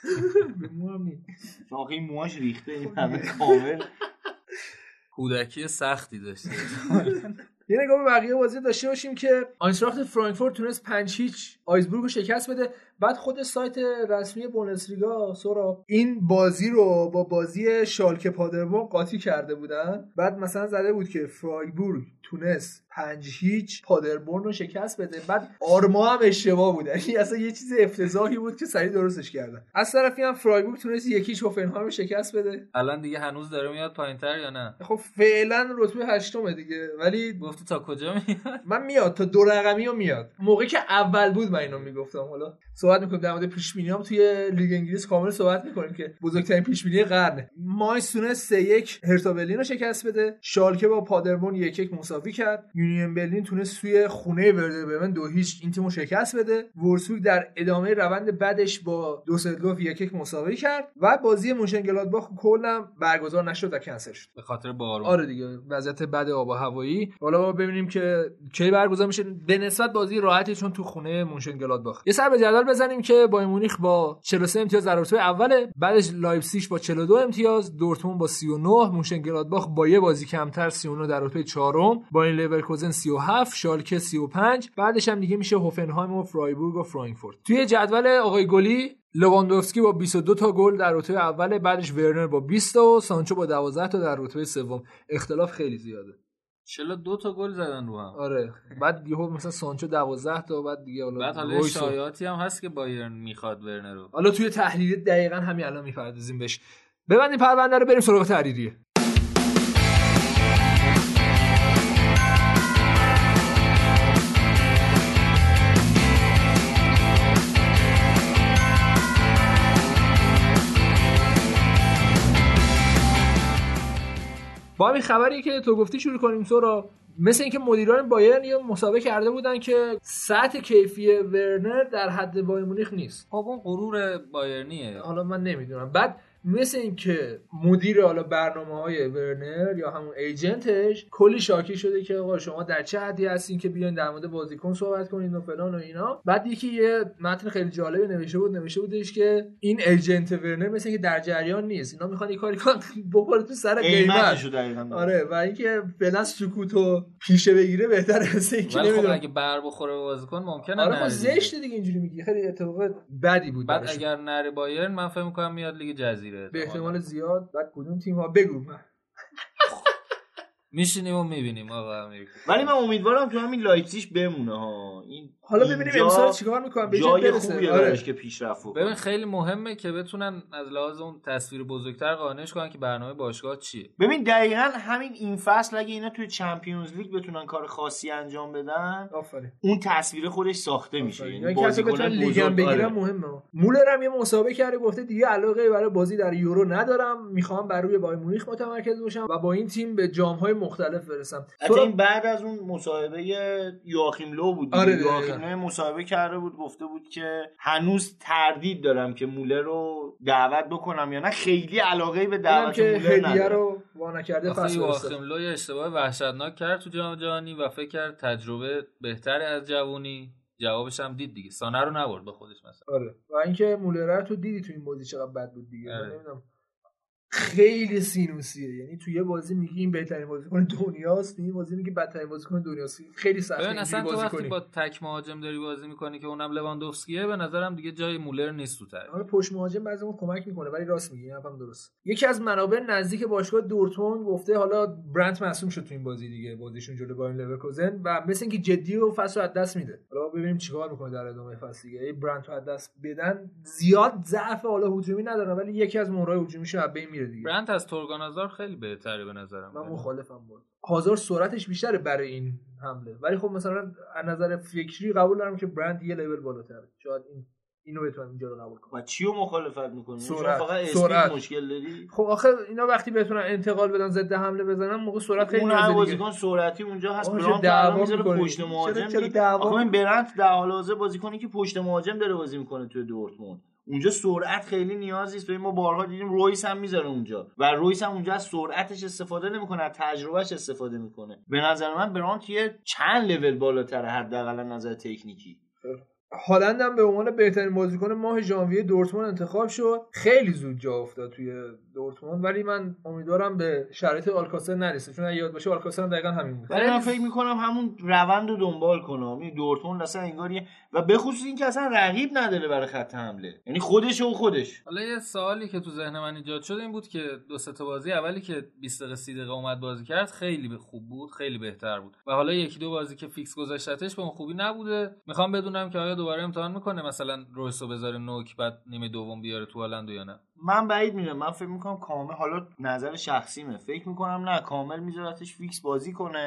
به موه هم نیست. آخه این موهاش ریخته این همه کامل. کودکی سختی داشته. یه نگاه به بقیه بازی داشته باشیم که آینتراخت فرانکفورت تونست پنج هیچ آیزبورگ رو شکست بده. بعد خود سایت رسمی بوندسلیگا سورا این بازی رو با بازی شالکه پادربورن قاطی کرده بودن. بعد مثلا زده بود که فرایبورگ تونست پنج هیچ پادربورن رو شکست بده. بعد آرما هم اشتباه بود. یعنی اصلا یه چیز افتضاحی بود که سریع درستش کردن. از طرفی هم فرایبورگ تونست یک هیچ هوفنهایم رو شکست بده. الان دیگه هنوز داره میاد پایین‌تر یا نه؟ خب فعلا رتبه هشتمه دیگه. ولی گفتی تا کجا میاد؟ من میاد تا دو رقمی رو میاد. موقعی که اول بود من اینو میگفتم. حالا صحبت میکنیم در مورد پیش‌بینیام توی لیگ انگلیس کامل صحبت میکنیم که بزرگترین پیش‌بینی قرنه. ماینز تونست سه یک هرتا برلین رو شکست بده، شالکه با پادربورن یک یک مساوی کرد، یونیون برلین تونست توی خونه وردر برمن دو هیچ این تیمو شکست بده، وولفسبورگ در ادامه روند بعدش با دوسلدورف یک یک مساوی کرد و بازی مونشنگلادباخ کلا برگزار نشد و کنسل شد به خاطر بارون. آره دیگه وضعیت بد آب و هوایی. حالا ما ببینیم که کی برگزار میشه. به نسبت بازی راحتی چون تو خونه مونشنگلادباخ. یه سر به جدول بزنیم که بایر مونیخ با چهل و سه امتیاز در رتبه اوله، بعدش لایپزیگ با چهل و دو امتیاز، دورتموند با سی و نه، مونشنگلادباخ با یه بازی کمتر سی و نه در رتبه چهارم، بایر لورکوزن سی و هفت، شالکه سی و پنج، بعدش هم دیگه میشه هوفنهایم و فرایبورگ و فرانکفورت. توی جدول آقای گلی لواندوفسکی با بیست و دو تا گل در رتبه اول، بعدش ورنر با بیست تا و سانچو با دوازده تا در رتبه سوم. اختلاف خیلی زیاده. چهل و دو تا گل زدن رو هم. آره بعد یهو مثلا سانچو دوازده تا بعد دیگه حالا بعد حالا شایعاتی هم هست که بایرن میخواد ورنر رو. حالا توی تحلیل دقیقاً همین الان میپردازیم بهش. ببندیم پرونده رو بریم سراغ تحریریه. با همین خبری که تو گفتی شروع کنیم. تو را مثل اینکه مدیران بایرن یه مسابقه کرده بودن که سطح کیفی ورنر در حد بایر مونیخ نیست. خب اون غرور بایرنیه. حالا من نمیدونم. بعد مثل اینکه مدیر حالا برنامه‌های ورنر یا همون ایجنتش کلی شاکی شده که آقا شما در چه حدی هستین که بیاین در مورد بازیکن صحبت کنین و فلان و اینا. بعد یکی یه متن خیلی جالبی نوشته بود نوشته بودش که این ایجنت ورنر مثل اینکه در جریان نیست، اینا میخوان یه کاری کنن بخوره تو سر قیمت. آره و اینکه فعلا سکوتو پیشه بگیره بهتره. مثل اینکه نمیدونم خب اگه بر بخوره به بازیکن ممکنه. آره خب زشته دیگه اینجوری میگی. خیلی اتفاق بدی بود. بعد اگر نره بایرن من فکر می‌کنم میاد لیگ جزیره به احتمال زیاد. بعد کدوم تیم ها بگو من میشینیم و میبینیم آقا امریکا. ولی من امیدوارم تو همین لایپزیگ بمونه ها. این حالا ببینیم امسال چیکار میکنن به جای خوبیه براش که پیشرفت. ببین خیلی مهمه که بتونن از لحاظ اون تصویر بزرگتر قانعش کنن که برنامه باشگاه چیه. ببین دقیقاً همین این فصل اگه اینا توی چمپیونز لیگ بتونن کار خاصی انجام بدن آفرین اون تصویر خودش ساخته میشه. یعنی بازیکن لیگ هم بگیرن مهمه. مولر هم یه مسابقه کرده گفته دیگه علاقه برای بازی در یورو ندارم، میخوام بر روی بایر مونیخ متمرکز باشم و با این تیم به جام‌های مختلف برسم. تو این بعد از اون مصاحبه یواخیم لو بود. آره یواخیم لو مصاحبه کرده بود گفته بود که هنوز تردید دارم که مولر رو دعوت بکنم یا نه. خیلی علاقه به دعوت مولر نداره. هدیه رو وا نکرده فصل یواخیم لو یه اشتباه وحشتناک کرد تو جام جهانی و فکر کرد تجربه بهتری از جوونی. جوابش هم دید دیگه. سانه رو نبرد به خودش مثلا. آره و اینکه مولر رو تو دیدی تو این بازی چقدر بد بود دیگه. من نمیدونم خیلی سینوسیه. یعنی تو یه بازی میگی این بهترین بازیکن دنیاست، این بازی میگی بدترین بازیکن دنیاست. خیلی سخته این اصلا تو وقتی با تک مهاجم داری بازی میکنی که اونم لواندوفسکیه به نظرم دیگه جای مولر نیست تو تر. آره پشت مهاجم بعضی موقع کمک میکنه ولی راست میگی حرفم درست. یکی از منابع نزدیک باشگاه دورتموند گفته حالا برانت معصوم شد تو این بازی دیگه، بازیشون جلوی بایر لورکوزن و مثل اینکه جدی و فصل از دست میده. حالا ببینیم چیکار میکنه در ادامه فصل دیگه. این برانت از دست بدن زیاد ضعف حالا هجومی نداره ولی یکی از مهرهای هجومیش از بین میره دیگه. برانت از تورگانازار خیلی بهتره به نظرم. من مخالفم بود. هازار سرعتش بیشتره برای این حمله ولی خب مثلا از نظر فکری قبول دارم که برند یه لول بالاتره. شاید این اینو بتونم اینجا رو قبول کنم. و چیو مخالفت میکنی؟ سرعت. فقط اسپید مشکل داری؟ خب آخه اینا وقتی بتونن انتقال بدن ضد حمله بزنن موقع سرعت خیلی نیازه دیگه. اون بازیکن سرعتی اونجا هست برانت الان میذاره پشت مهاجم. آخه این برانت در حال حاضر بازیکنی که پشت مهاجم داره بازی میکنه توی دورتموند. اونجا سرعت خیلی نیازی نیست. ما بارها دیدیم رویس هم میذاره اونجا و رویس هم اونجا از سرعتش استفاده نمیکنه، از تجربهش استفاده میکنه. به نظر من برانت یه چند لول بالاتره حداقل از نظر تکنیکی. هالند هم به عنوان بهترین بازیکن ماه ژانویه دورتموند انتخاب شد. خیلی زود جا افتاد توی دورتموند ولی من امیدوارم به شرایط آلکاسر نرسه چون اگه یاد باشه آلکاسر هم دقیقاً همین بود. ولی من فکر می‌کنم همون روند رو دنبال کنه. این دورتموند اصلا انگاریه و به خصوص اینکه اصلا رقیب نداره برای خط حمله. یعنی خودش و خودش. حالا یه سوالی که تو ذهن من ایجاد شد این بود که دو سه تا بازی اولی که بیست دقیقه سی دقیقه اومد بازی کرد خیلی خوب بود، خیلی بهتر بود. و حالا یکی دو بازی که فیکس گذاشتش به اون خوبی نبوده. می‌خوام بدونم که آیا دوباره امتحان می‌کنه مثلا رویسو بذاره نوک بعد نیمه دوم بیاره تو هالند یا نه. من بعید میدونم. من فکر می‌کنم کامل، حالا نظر شخصیمه، فکر می‌کنم نه کامل میذارتش فیکس بازی کنه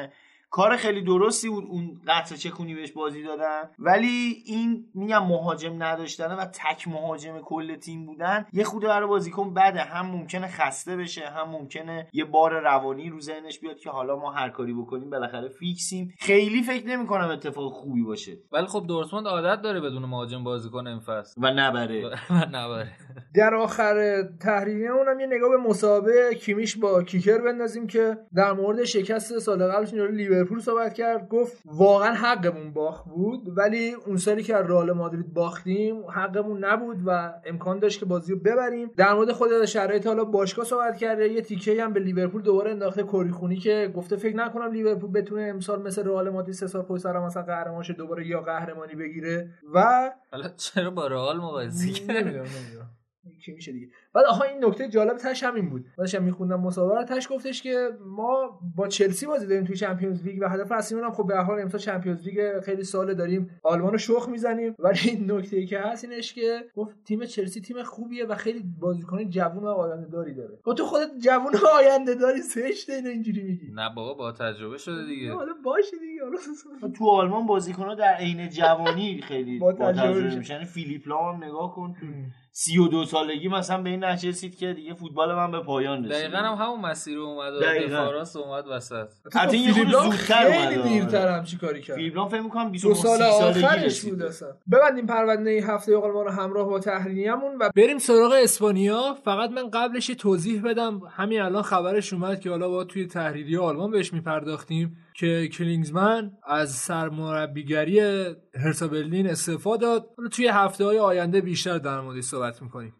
کار خیلی درستی بود اون قطره چکونی بهش بازی دادن، ولی این میگم مهاجم نداشتن و تک مهاجم کل تیم بودن یه خود برای بازیکن بده، هم ممکنه خسته بشه، هم ممکنه یه بار روانی رو ذهنش بیاد که حالا ما هر کاری بکنیم بالاخره فیکسیم. خیلی فکر نمی‌کنم اتفاق خوبی باشه. ولی خب دورتموند عادت داره بدون مهاجم بازی کنه این فصل و نبره و نبره. در آخر تحلیلیه اونم یه نگاه به مسابقه کیمیش با کیکر بندازیم که در مورد شکست سال قبلش جلوی لیورپول صحبت کرد. گفت واقعا حقمون باخت بود، ولی اون سالی که رئال مادرید باختیم حقمون نبود و امکان داشت که بازی رو ببریم. در مورد خود شرایط حالا باشگاه صحبت کرده، یه تیکه هم به لیورپول دوباره انداخته کوریخونی که گفته فکر نکنم لیورپول بتونه امسال مثل رئال مادرید سه سال پشت سر مثلا قهرمان شه دوباره یا قهرمانی بگیره. و حالا چرا با رئال مقایسه کردی؟ نمیدونم نمیدونم کی میشه دیگه. بعد آها این نکته جالب تاش همین بود. من داشتم میخوندم مسابقه رو، تاش گفتش که ما با چلسی بازی داریم توی چمپیونز لیگ و هدف اصلیمون هم خب به هر حال امسال چمپیونز لیگ خیلی سال داریم آلمان رو شخ میزنیم. ولی این نکته که هست اینش که گفت تیم چلسی تیم خوبیه و خیلی بازیکن جوون و آینده‌داری داره. خب تو خودت جوون و آینده‌داری زشته اینو اینجوری میگی. نه بابا با تجربه شده دیگه. حالا باشه دیگه. حالا تو آلمان بازیکن‌ها در عین جوانی خیلی با با تجربه تجربه میشن. فیلیپ لام نگاه کن تو سی و دو سالگی مثلا به این نتیجه رسید که دیگه فوتبال من به پایان رسید. دقیقاً هم همون مسیر رو اومد و دفاراس اومد وسط. حتی یه خود زودتر اومد. خیلی دیرتر هم چیکاری کرد. فیلیپ لام فکر می‌کنم بیست و دو سال آخرش رسید. بود اصلا. ببندیم پرونده هفته آلمان رو همراه با تحلیلیمون و بریم سراغ اسپانیا. فقط من قبلش توضیح بدم، همین الان خبرش اومد که حالا با توی تحلیلیه آلمان بهش میپرداختیم که کلینگزمن از سرمربیگری هرتا برلین استعفا داد. حالا توی هفته‌های آینده بیشتر در موردش صحبت می‌کنیم.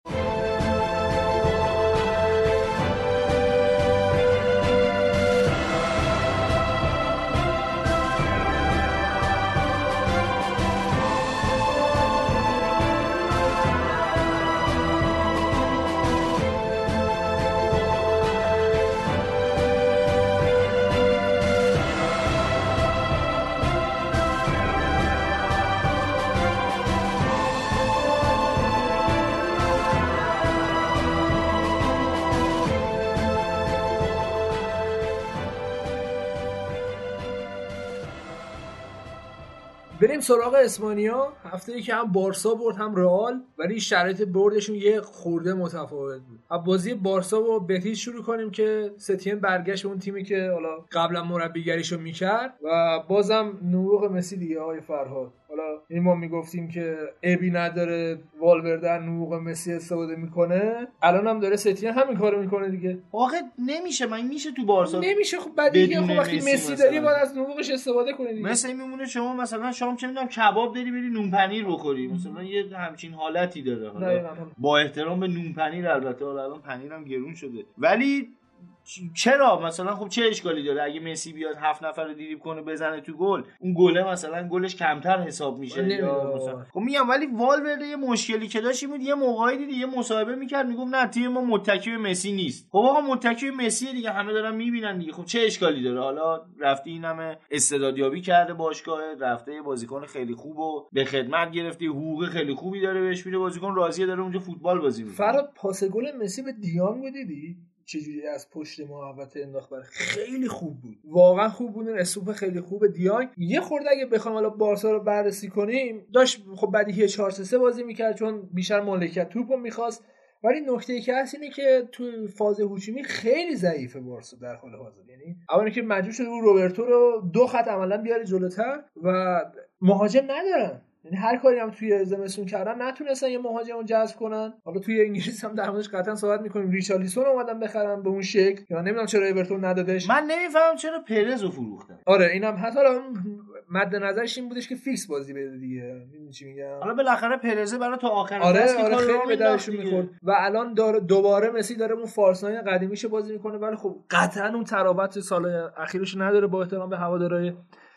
بریم سراغ اسپانیا. هفته‌ای که هم بارسا برد هم رئال، ولی شرایط بردشون یه خورده متفاوت بود. از بازی بارسا و بتیس شروع کنیم که ستین برگشت به اون تیمی که حالا قبلا مربیگریشو میکرد و بازم نبوغ مسی دیگه آقای فرهاد. حالا این ما میگفتیم که ابی نداره، والورده نبوغ مسی استفاده میکنه، الان هم داره ستین همین کارو میکنه دیگه. واقعا نمیشه، من میشه تو بارسا نمیشه. خب بعد دیگه خب وقتی مسی داری باید از نبوغش استفاده کنی دیگه. مثلا میمونه شما مثلا شام چه میدونم کباب بری بری نون پنیر بخوری، مثلا یه همچین حالتی داره. حالا با احترام به نون پنیر البته، حالا الان پنیرم گرون شده، ولی چرا مثلا خب چه اشکالی داره اگه مسی بیاد هفت نفر رو دریبل کنه بزنه تو گل، اون گله مثلا گلش کمتر حساب میشه یا مثلا خب میگم. ولی والورده یه مشکلی که داشت بود یه موقعی دیدی یه مصاحبه میکرد میگفت نه تیم ما متکی به مسی نیست. خب آقا متکی به مسی دیگه، همه دارن میبینن دیگه، خب چه اشکالی داره؟ حالا رفتی این همه استعدادیابی کرده باشگاه، رفته یه بازیکن خیلی خوبو به خدمت گرفتی، حقوق خیلی خوبی داره بهش میده، بازیکن راضیه داره اونجا فوتبال بازی میکنه. فراد پاس گل مسی به دیانگ دیدی چجوری از پشت محوطه انداخت؟ بر خیلی خوب بود، واقعا خوب بود. استوپ خیلی خوب دیانگ. یه خورده اگه بخوام حالا بارسا رو بررسی کنیم، داشت خب بدیهی چهار سه سه بازی میکرد چون بیشتر مالکیت توپو میخواست، ولی نکته ای که هست اینه که تو فاز هجومی خیلی ضعیفه بارسا در حال حاضر. یعنی اولی که مجبور شده رو روبرتو رو دو خط عملا بیاره جلوتر و مهاجم ندارن. یعنی هر کاری هم توی زمستون کردن نتونستن یه مهاجم رو جذب کنن. حالا توی انگلیس هم در موردش قطعا صحبت می‌کنیم. ریچارلیسون اومدن بخرن به اون شکل که من نمیدونم چرا اورتون ندادش. من نمیفهمم چرا پرز رو فروختن. آره اینم حتی مد نظرش این بودش که فیکس بازی بده دیگه. می‌دونی چی میگم؟ حالا بالاخره پرز برای تا آخر آره فصل آره خیلی به درشون دیگه. می‌خورد و الان داره دوباره مسی داره اون فالس ناین قدیمیشو بازی می‌کنه، ولی خب قطعا اون تراوت سال اخیرش نداره با احترام به هوادارهای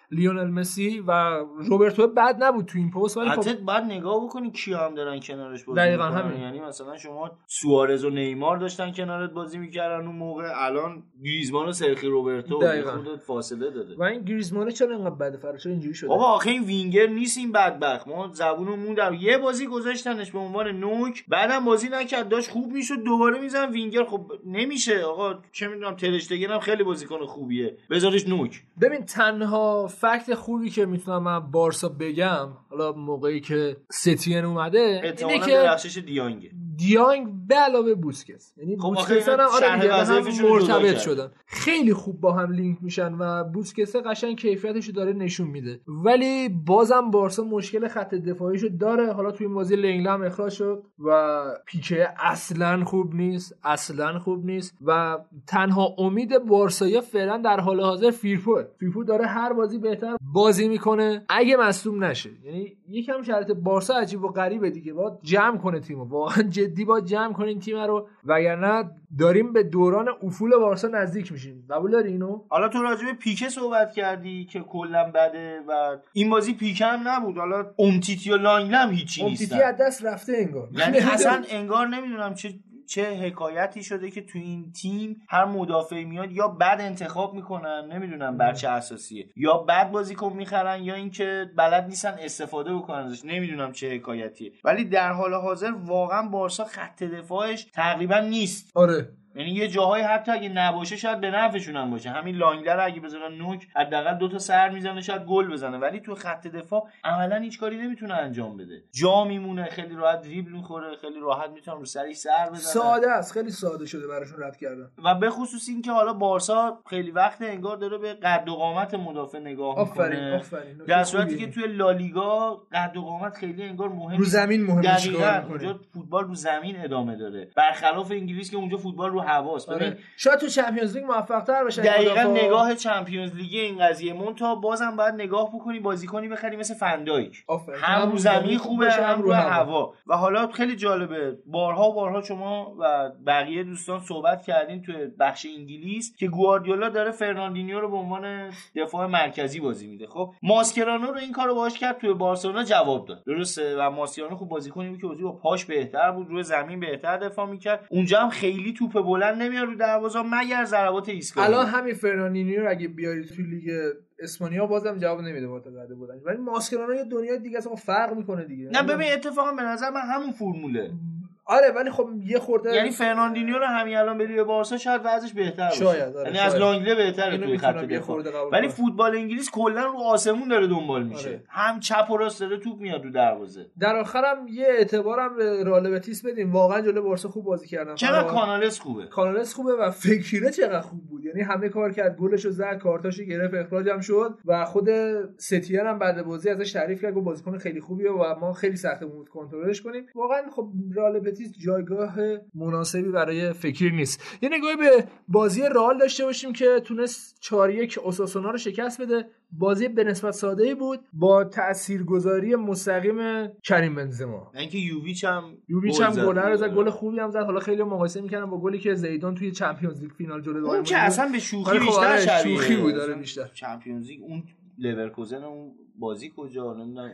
لیونل مسی و روبرتو بد نبود تو این پست، ولی حتی خب بعد نگاه بکنی کیا هم دارن کنارش بازی دقیقاً میکنن. همین. یعنی مثلا شما سوارز و نیمار داشتن کنارت بازی میکردن اون موقع، الان گریزمان و سرخی روبرتو خودت فاصله داده. و این گریزمان چرا اینقدر بده فرق چرا اینجوری شده؟ بابا آخه این وینگر نیست این بدبخت، ما زبونو موندم. یه بازی گذاشتنش به عنوان نوک، بعدم بازی نکرد، داشت خوب میشد دوباره میزن وینگر. خب نمیشه آقا، چه میدونم ترشتگن هم خیلی بازیکن خوبیه، بذارش نوک. ببین تنها فکت خوبی که میتونم من بارسا بگم حالا موقعی که ستین اومده اینه که درخشش دیانگه دیانگ به علاوه بوسکتس، یعنی خب بوسکتس هم آره دیگه هم مرتبط شدن، خیلی خوب با هم لینک میشن و بوسکتس قشنگ کیفیتشو داره نشون میده. ولی بازم بارسا مشکل خط دفاعیشو داره. حالا توی این بازی لینگلا هم اخراج شد و پیکه اصلا خوب نیست، اصلا خوب نیست و تنها امید بارسایی فعلا در حال حاضر فیرپو. فیرپو داره هر بازی بهتر بازی میکنه اگه مصدوم نشه. یعنی یکم شرط بارسا عجیب و غریبه دیگه، باید جمع کنه تیمو، واقعا جدی باید جمع کنین تیم رو، وگرنه داریم به دوران افول بارسا نزدیک میشیم. قبول داری اینو؟ حالا تو راجع به پیکه صحبت کردی که کلا بده و این بازی پیکه هم نبود. حالا امتیتی و لانگلا هم هیچی نیستن. امتیتی از دست رفته انگار، یعنی اصلا انگار نمیدونم چه چه حکایتی شده که تو این تیم هر مدافعی میاد یا بد انتخاب میکنن، نمیدونم بر چه اساسیه، یا بد بازیکن میخرن یا اینکه بلد نیستن استفاده بکنن ازش، نمیدونم چه حکایتیه. ولی در حال حاضر واقعا بارسا خط دفاعش تقریبا نیست. آره یعنی یه جاهای حتی اگه نباشه شاید به نفعشون هم باشه. همین لانگلر اگه بذارن نوک حداقل دو تا سر میزنه شاید گل بزنه، ولی تو خط دفاع عملا هیچ کاری نمیتونه انجام بده. جا میمونه، خیلی راحت دریبل میخوره، خیلی راحت میتونن رو سرش سر بزنن. ساده است، خیلی ساده شده براشون رد کردن. و به خصوص این که حالا بارسا خیلی وقت انگار داره به قد و قامت مدافع نگاه آفرین میکنه، آفرین. در صورتی که توی لالیگا قد و قامت خیلی انگار مهم رو زمین مهمه. چیکار میکنه؟ اونجا فوتبال رو زمین ادامه داره، برخلاف انگلیس که اونجا فوتبال رو هواست. آره. شاید تو چمپیونز لیگ موفق تر بشن. دقیقاً نگاه چمپیونز لیگ این قضیه. منتها بازم باید نگاه بکنی بازیکنی بخری مثل فندایک، هم رو زمین خوبه هم رو هوا. و حالا خیلی جالبه، بارها و بارها شما و بقیه دوستان صحبت کردین تو بخش انگلیس که گواردیولا داره فرناندینیو رو به عنوان دفاع مرکزی بازی میده. خب ماسکرانو رو این کارو باهاش کرد توی بارسلونا، جواب داد، درسته؟ و ماسکرانو خوب بازیکنی بود که بازی با پاش بهتر بود، روی زمین بهتر دفاع میکرد. اونجا هم خیلی توپ بلند نمیاد رو دروازه مگر ضربات ایستگاهی. الان همین فرناندینیو رو اگه بیاری تو لیگ اسپانیا بازم جواب نمیده با تقاضا بودن، ولی ماسکرانو یه دنیای دیگه اصلا فرق میکنه دیگه. نه ببین اتفاقا به نظر من همون فرموله. آره ولی خب یه خورده یعنی فرناندینیو رو همین الان بدی به بارسا شاید وضعش بهتر باشه، شاید آره یعنی از لانگله بهتره توی خط دفاع. ولی فوتبال انگلیس کلا رو آسمون داره دنبال میشه. آره. هم چپ و راست داره توپ میاد رو دروازه. در آخرم یه اعتبارم به رئال بتیس بدیم، واقعا جلوی بارسا خوب بازی کردن. چقدر کانالس خوبه، کانالس خوبه و فکریه چقدر خوب بود، یعنی همه کار کرد، گلشو زد، کارتاشو گرفت، اخراجم شد و خود ستیان هم بعد بازی ازش تعریف کرد، گفت بازیکن خیلی خوبیه و ما خیلی سخته بود کنترلش کنیم. واقعا خب رئال بتیس جایگاه مناسبی برای فکر نیست. یه نگاهی به بازی رئال داشته باشیم که تونست چهار یک اوساسونا رو شکست بده. بازی به نسبت ساده‌ای بود با تاثیرگذاری مستقیم کریم بنزما. اینکه یوویچ هم یوویچ هم گل رو زد، گل خوبی هم زد. حالا خیلی مقایسه می‌کنن با گلی که زیدان توی چمپیونز لیگ فینال جلوی بایرن، اون که اصلا به شوخی بیشتر شبیه شوخی بود. داره بیشتر چمپیونز لیگ اون لورکوزن اون بازی کجا نمیدونم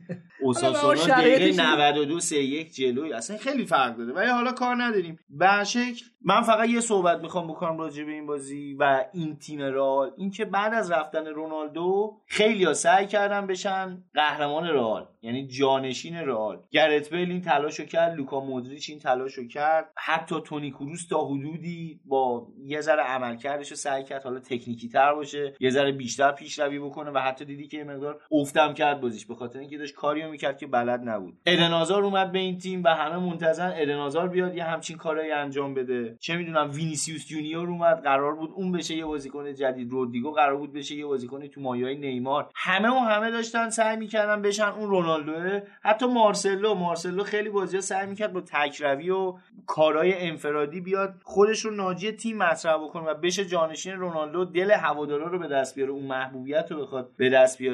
اوساسونا دقیقه نود و دو سه یک جلوی، اصلا خیلی فرق داره. ولی حالا کار نداریم. به شکل من فقط یه صحبت میخوام بکنم راجع به این بازی و این تیم رئال، این که بعد از رفتن رونالدو خیلی‌ها سعی کردن بشن قهرمان رئال، یعنی جانشین رئال. گرت بیل این تلاشو کرد، لوکا مودریچ این تلاشو کرد، حتی تونی کروس تا حدودی با یه ذره عملکردشو سعی کرد حالا تکنیکی تر باشه، یه ذره بیشتر پیشروی بکنه و حتی دیدی که یه مقدار افتم کرد بازیش به خاطر اینکه داشت کاریو میکرد که بلد نبود. ایدن آزار اومد به این تیم و همه منتظرن ایدن آزار بیاد یه همچین کارایی انجام بده. چه میدونم وینیسیوس جونیور اومد، قرار بود اون بشه یه بازیکن جدید، رودریگو قرار بود بشه یه بازیکن تو مایه‌های نیمار. همه و همه داشتن سعی میکردن بشن اون رونالدو. حتی مارسلو مارسلو خیلی بازی‌ها سعی میکرد با تکروی و کارهای انفرادی بیاد خودش رو ناجی تیم مطرح بکنه و بشه جانشین رونالدو، دل هوادارا رو به دست بیاره، اون محبوبیت رو بخواد به دست بیاره.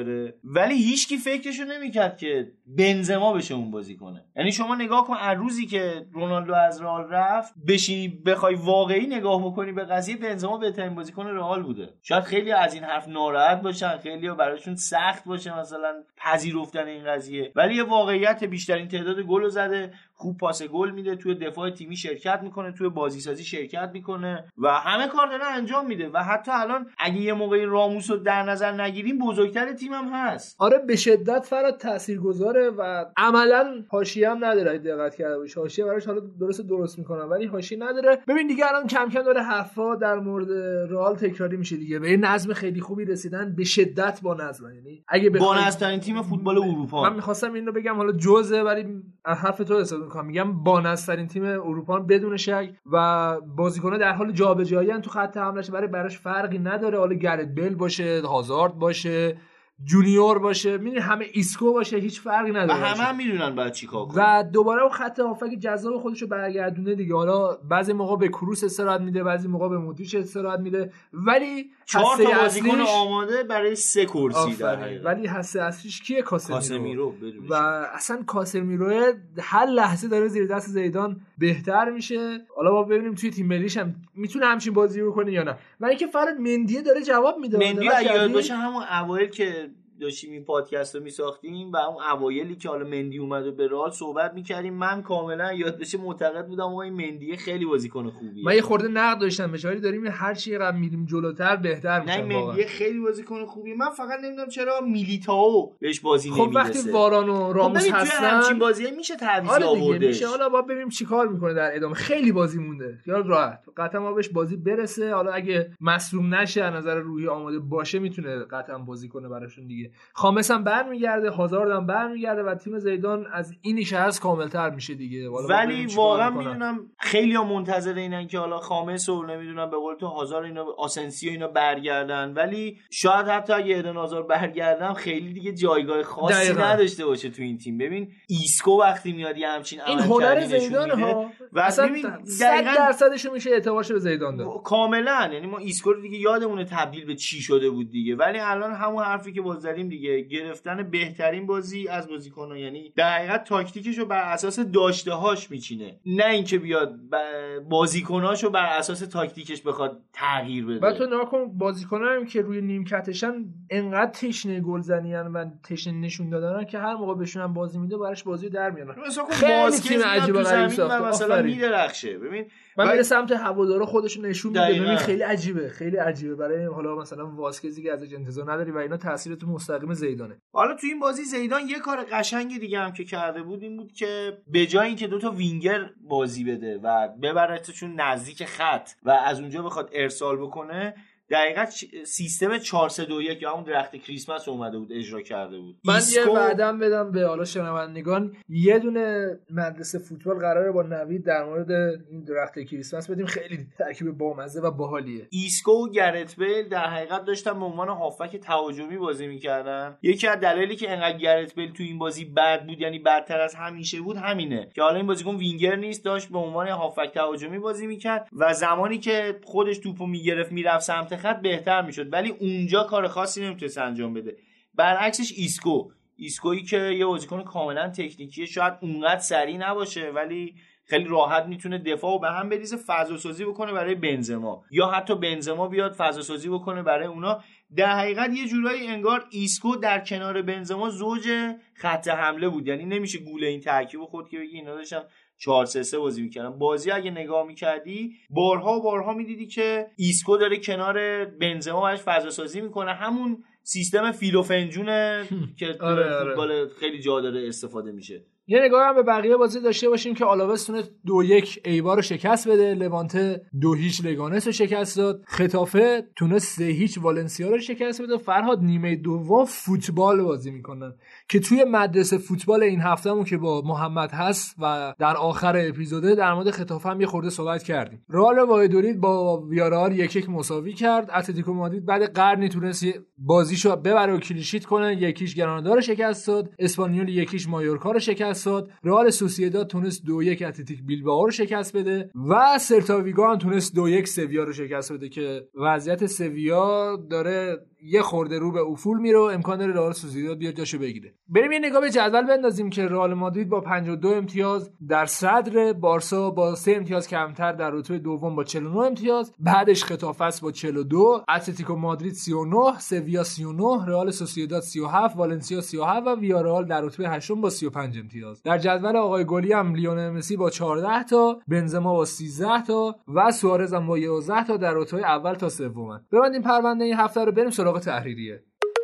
ولی هیچکی فکرشو نمیکرد که بنزما بشه اون بازی کنه. یعنی شما نگاه کن از روزی که رونالدو از رئال رفت بشینی بخوای واقعی نگاه بکنی به قضیه، بنزما بهترین بازیکن رئال بوده. شاید خیلی از این حرف ناراحت باشن، خیلی براشون سخت باشه مثلا پذیرفتن این قضیه، ولی یه واقعیت بیشترین تعداد گل زده، خوب پاس گل میده، توی دفاع تیمی شرکت میکنه، توی بازی سازی شرکت میکنه و همه کار داره انجام میده و حتی الان اگه یه موقعی راموسو در نظر نگیریم بزرگتر تیم هم هست. آره به شدت فراد تاثیرگذاره و عملا حاشیه هم نداره. دقت کرده باشی حاشیه براش حالا درست درست میکنن ولی حاشیه نداره. ببین دیگه الان کم کم داره حرفا در مورد رئال تکراری میشه دیگه. به نظم خیلی خوبی رسیدن، به شدت با نظم، یعنی اگه با نظم‌ترین تیم فوتبال اروپا. من می‌خواستم اینو بگم، حالا جزء ولی حرف تو حساب می‌کنم، میگم با نظم‌ترین تیم اروپا بدون شک و بازیکن‌ها در حال جابجایی ان تو خط حملهش، برای براش فرقی نداره حالا گرت بیل باشه، هازارد باشه، جونیور باشه، میدونی همه ایسکو باشه، هیچ فرقی نداره. همه هم میدونن بعد چیکار کنن و دوباره اون خط هافک جذاب خودشو برگردونه دیگه. حالا بعضی موقع به کروس استراحت میده، بعضی موقع به مودریچ استراحت میده، ولی چهار تا بازیکن آماده برای سه کرسی در حقیقت. ولی حس اصلیش کیه؟ کاسمیرو. کاسمیرو و اصلا کاسمیرو هر لحظه داره زیر دست زیدان بهتر میشه. حالا با ببینیم توی تیم ملیش هم میتونه همچین بازی رو کنه یا نه. و اینکه فرض مندی داره جواب میده. مندی یاد باشه همون اوایل که داشتیم این پادکست رو میساختیم و اون اوایلی که حالا مندی اومد و به رئال صحبت میکردیم، من کاملا یاد بشه معتقد بودم آقا این مندی خیلی بازیکن خوبیه. من یه خورده نقد داشتم بهش، ولی داریم هر چی قبل میریم جلوتر بهتر میشه. نه مندی خیلی بازیکن خوبیه. من فقط نمیدونم چرا میلیتائو بهش بازی نمیرسه. خب وقتی واران و راموس خب هستن همچین بازیه میشه تعویض آره آوردش. میشه. حالا با ببینیم چیکار میکنه در ادامه. خیلی بازی مونده، خیال راحت قطعا ما بهش بازی برسه. حالا اگه مصدوم نشه از نظر روحی آماده باشه میتونه قطعا بازی کنه براشون دیگه. خامس هم برمیگرده، هازارد هم برمیگرده و تیم زیدان از اینیش هست کاملتر میشه دیگه. ولی واقعا میدونم خیلی‌ها منتظر اینن که حالا خامس و نمیدونم به قول تو هازارد اینا، آسنسیو اینا برگردن، ولی شاید حتی اگه ایدن هازارد برگردن خیلی دیگه جایگاه خاصی دقیقا نداشته باشه تو این تیم. ببین ایسکو وقتی میاد یه همچین این هنر زیدان ها و اصلا صد درصدش میشه اعتبارش به زیدان داد کاملا. یعنی ما ایسکو رو دیگه یادمونه تبدیل به چی شده بود دیگه، ولی الان همون حرفی که باز زدیم دیگه، گرفتن بهترین بازی از بازیکن‌ها، یعنی در حقیقت تاکتیکشو بر اساس داشته‌هاش میچینه، نه اینکه بیاد بازیکناشو بر اساس تاکتیکش بخواد تغییر بده. و تو نگاه کن بازیکن‌ها هم که روی نیمکتشن انقدر تشنه گلزنیان و تشنه نشون دادن که هر موقع بهشون هم بازی میده براش بازی در میارن. خیلی تیم عجیب غریب ساخته مثلا میدرخشه. ببین من میره سمت هوادارا خودشون نشون میده. ببین خیلی عجیبه، خیلی عجیبه برای حالا مثلا واسکزی که ازش انتظار نداری و اینا تاثیر تو مستقیم زیدانه. حالا تو این بازی زیدان یه کار قشنگ دیگه هم که کرده بود این بود که به جای اینکه دو تا وینگر بازی بده و ببرتشون نزدیک خط و از اونجا بخواد ارسال بکنه، دقیقاً سیستم چهار سه دو یک یا همون درخت کریسمس اومده بود اجرا کرده بود. من یه وعده‌ام بدم به حالا شنوندگان، یه دونه مدرسه فوتبال قراره با نوید در مورد این درخت کریسمس بدیم. خیلی ترکیب بامزه و باحالیه. ایسکو و گرت بیل در حقیقت داشتن به عنوان هافبک تهاجمی بازی میکردن. یکی از دلایلی که انقدر گرت بیل تو این بازی بد بود، یعنی بدتر از همیشه بود، همینه که حالا این بازیکن وینگر نیست، داشت به عنوان هافبک تهاجمی بازی میکرد و زمانی که خودش توپو میگرفت میرفت سمت خط بهتر میشد، ولی اونجا کار خاصی نمیتونست انجام بده. برعکسش ایسکو ایسکویی که یه بازیکن کاملا تکنیکیه، شاید اونقدر سریع نباشه ولی خیلی راحت میتونه دفاعو به هم بریزه، فضا سازی بکنه برای بنزما یا حتی بنزما بیاد فضا سازی بکنه برای اونا. در حقیقت یه جورایی انگار ایسکو در کنار بنزما زوج خط حمله بود، یعنی نمیشه گوله این ترکیب خود که بگی اینا داشتن چهار سه سه بازی میکردن. بازی اگه نگاه میکردی بارها بارها میدیدی که ایسکو داره کنار بنزما براش فضا سازی میکنه، همون سیستم فیلوفنجونه که فوتبال خیلی جا داره استفاده میشه. یه نگاه هم به بقیه بازی داشته باشیم که آلاوس تونه دو یک ایبار رو شکست بده، لوانته دو هیچ لگانس رو شکست داد، خطافه تونه سه هیچ والنسیا رو شکست بده. فرهاد نیمه دوم فوتبال بازی میکنن که توی مدرسه فوتبال این هفتهمون که با محمد هست و در آخر اپیزوده در مورد خطافه هم یه خورده صحبت کردیم. رئال وایدولید با ویارال یک یک مساوی کرد. اتلتیکو مادرید بعد قرنی تونست بازیشو ببره و کلینشیت کنه، یکیش گرانادا رو شکست داد، اسپانیول یکیش مایورکا رو شکست داد، رئال سوسییداد تونست دو یک اتلتیک بیلبائو رو شکست بده و سلتا ویگو هم تونست دو یک سویا رو شکست بده که وضعیت سویا داره یه خورده رو به افول میره و امکان داره رئال سوسییداد بیاد جاشو بگیره. بریم یه نگاه به جدول بندازیم که رئال مادرید با پنجاه و دو امتیاز در صدر، بارسا با سه امتیاز کمتر در رتبه دوم با چهل و نه امتیاز، بعدش خطافه است با چهل و دو، اتلتیکو مادرید سی و نه، سویا سی و نه، رئال سوسییداد سی و هفت، والنسیا سی و هفت و ویارئال در رتبه هشتم با سی و پنج امتیاز. در جدول آقای گلی هم لیونل مسی با چهارده تا، بنزما با سیزده تا و سوارز هم با یازده تا در رتبه اول تا سومن. ببندیم پرونده این هفته رو، بریم سراغ تحریریه.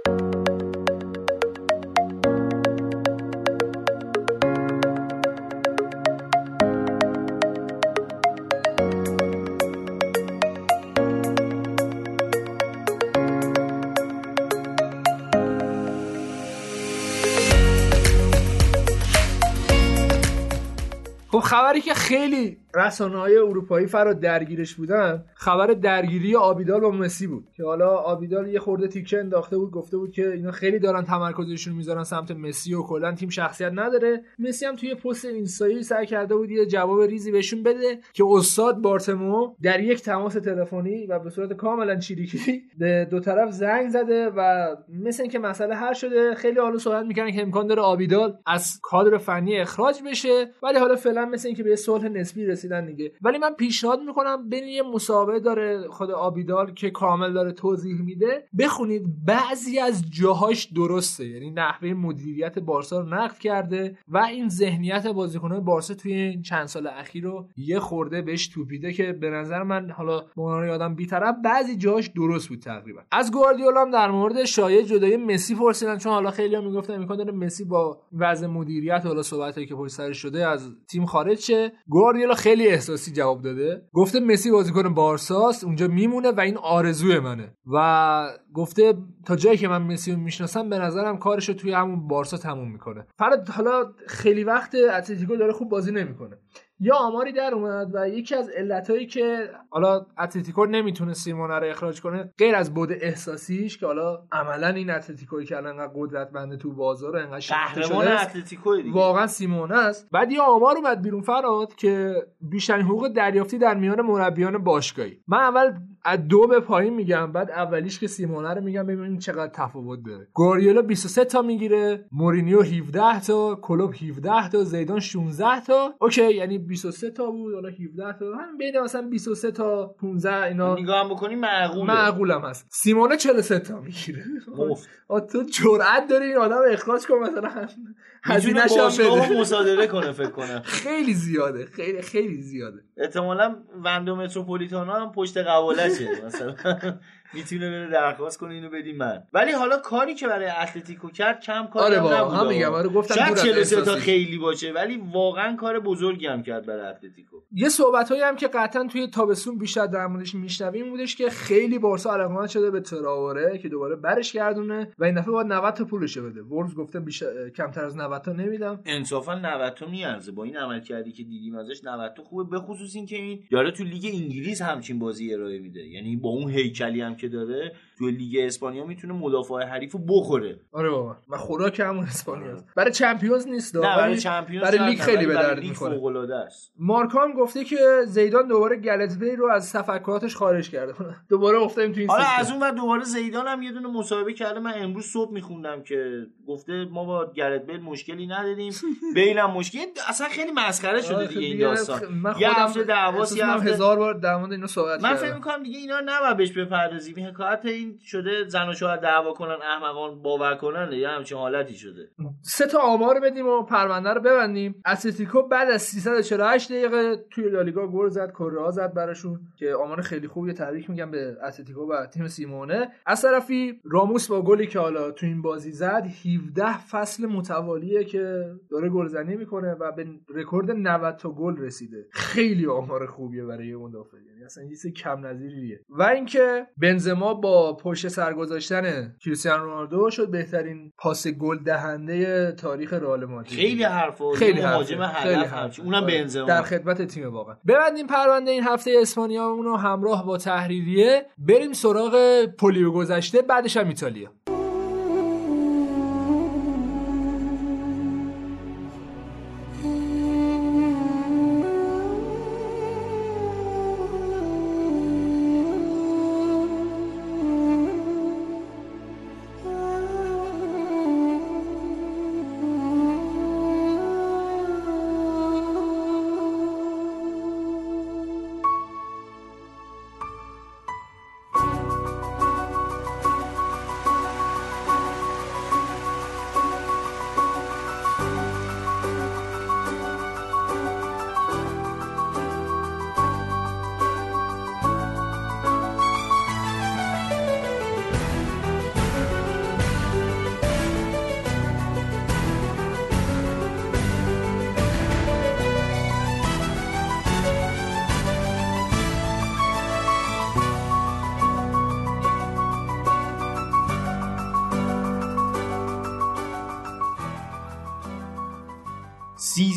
خب خبری که خیلی رسانه‌های اروپایی فرا درگیرش بودن، خبر درگیری آبیدال با مسی بود که حالا آبیدال یه خورده تیکه انداخته بود، گفته بود که اینا خیلی دارن تمرکزشون میذارن سمت مسی و کلا تیم شخصیت نداره. مسی هم توی پست اینستایی سعی کرده بود یه جواب ریزی بهشون بده که استاد بارتومئو در یک تماس تلفنی و به صورت کاملا چیریکی به دو طرف زنگ زده و مثل اینکه مسئله حل شده. خیلی حالا صحبت میکنن که امکان داره آبیدال از کادر فنی اخراج بشه، ولی حالا فعلا مثل اینکه به صلح نسبی رسیدن دیگه. ولی من پیشنهاد میکنم ببین یه مسابقه داره خود آبیدال که کامل داره توضیح میده، بخونید. بعضی از جاهاش درسته، یعنی نحوه مدیریت بارسا رو نقد کرده و این ذهنیت بازیکن‌های بارسا توی این چند سال اخیر رو یه خورده بهش توپیده که به نظر من حالا به عنوان آدم بی‌طرف بعضی جاهاش درست بود تقریبا. از گواردیولا هم در مورد شایعه جدایی مسی پرسیدن، چون حالا خیلی‌ها میگفتن امکان داره مسی با وضع مدیریت حالا صحبتایی که پشت سرش شده از تیم خارج شه. گواردیولا خیلی احساسی جواب داده، گفته مسی بازیکن بارساست، اونجا میمونه و این آرزوی منه و گفته تا جایی که من مسی رو میشناسم به نظرم کارشو توی همون بارسا تموم میکنه. فرد حالا خیلی وقت اتلتیکو داره خوب بازی نمیکنه. یا آماری در اومد و یکی از علتایی که حالا اتلتیکو نمیتونه سیمونه رو اخراج کنه غیر از بود احساسیش که حالا عملا این اتلتیکویی که الان انقدر قدرتمند تو بازار انقدر شناخته شده اتلتیکوی دیگه واقعا سیمونه است. بعد یه آمار اومد بیرون فراد که بیشترین حقوق دریافتی در میان مربیان باشگاهی. من اول از دو به پایین میگم، بعد اولیش که سیمونه رو میگم ببینیم چقدر تفاوت داره. گواردیولا بیست و سه تا میگیره، مورینیو هفده تا، کلوب هفده تا، زیدان شانزده تا. اوکی، یعنی بیست و سه تا بود، حالا هفده تا، همین بین مثلا بیست و سه تا پانزده اینا نگاه هم بکنی معقوله. معقولم هست. سیمونه چهل و سه تا میگیره. تو جرأت داری این آدم اخراج کنی مثلا هزینه شامل مصادره کنه فکر کنم. خیلی زیاده، خیلی خیلی زیاده. احتمالاً وندو متروپولیتانا هم پشت قوالشه مثلا میتونه بره درخواست کنه اینو بدیم من. ولی حالا کاری که برای اتلتیکو کرد کم کاری آره نبود. هم میگم آره گفتم شاید چهل و سه تا خیلی باشه ولی واقعا کار بزرگی هم کرد برای اتلتیکو. یه صحبتایی هم که قطعا توی تابستون بیشتر در موردش میشنویم بودش که خیلی بارسا علاقمند شده به تراوره که دوباره برش گردونه و این دفعه باید نود تا پولش بده. ورز گفته بیشتر کمتر از نود تا نمیدم. انصافا نود تا میارزه با این عملکردی که دیدیم ازش. نود تا خوبه، به خصوص این که این داره تو لیگ انگلیس همچین بازی ارائه میده، یعنی با اون هیکلی هم که داره تو لیگ اسپانیا میتونه مدافع حریفو بخوره. آره بابا من خدا که همون اسپانیاست. برای چمپیونز نیست، برای چمپیونز برای لیگ خیلی به درد میخوره. فوق العاده است. مارکان گفته که زیدان دوباره گلت بیل رو از تفکراتش خارج کرده. دوباره افتادیم تو این حالا از اون ور دوباره زیدان هم یه دونه مصاحبه کرده. من امروز صبح میخوندم که گفته ما با گلت بیل مشکلی نداریم، بیل هم مشکل. اصلا خیلی مسخره شده دیگه این داستان. یه هفته دعواس یه هفته هزار بار در مورد اینو صحبت کردم. من فکر می‌کنم دیگه اینا نباید بهش بپردازیم. حکایت این شده زن و شوهر دعوا کنن، احمقان باور کنن، یا همچین حالتی شده. سه تا آمار بدیم و پرونده رو ببندیم. اتلتیکو بعد از سیصد و چهل و هشت دقیقه توی لالیگا گل زد، کره زد براشون که آمار خیلی خوبیه. تبریک میگم به اتلتیکو و تیم سیمونه. از طرفی راموس با گلی که حالا تو این بازی زد هفده فصل متوالیه که داره گلزنی میکنه و به رکورد نود تا گل رسیده. خیلی آمار خوبیه برای مدافع، یعنی اصلا چیز کم نظیریه. و اینکه بنزما با پشت سر گذاشتن کریستیانو رونالدو شد بهترین پاس گل دهنده تاریخ رئال مادرید. خیلی حرفا، خیلی مهاجم هدف، اونم بنزما در خدمت تیم واقعا. ببندیم پرونده این هفته اسپانیامون رو همراه با تحریریه، بریم سراغ پولیو گذشته، بعدش هم ایتالیا.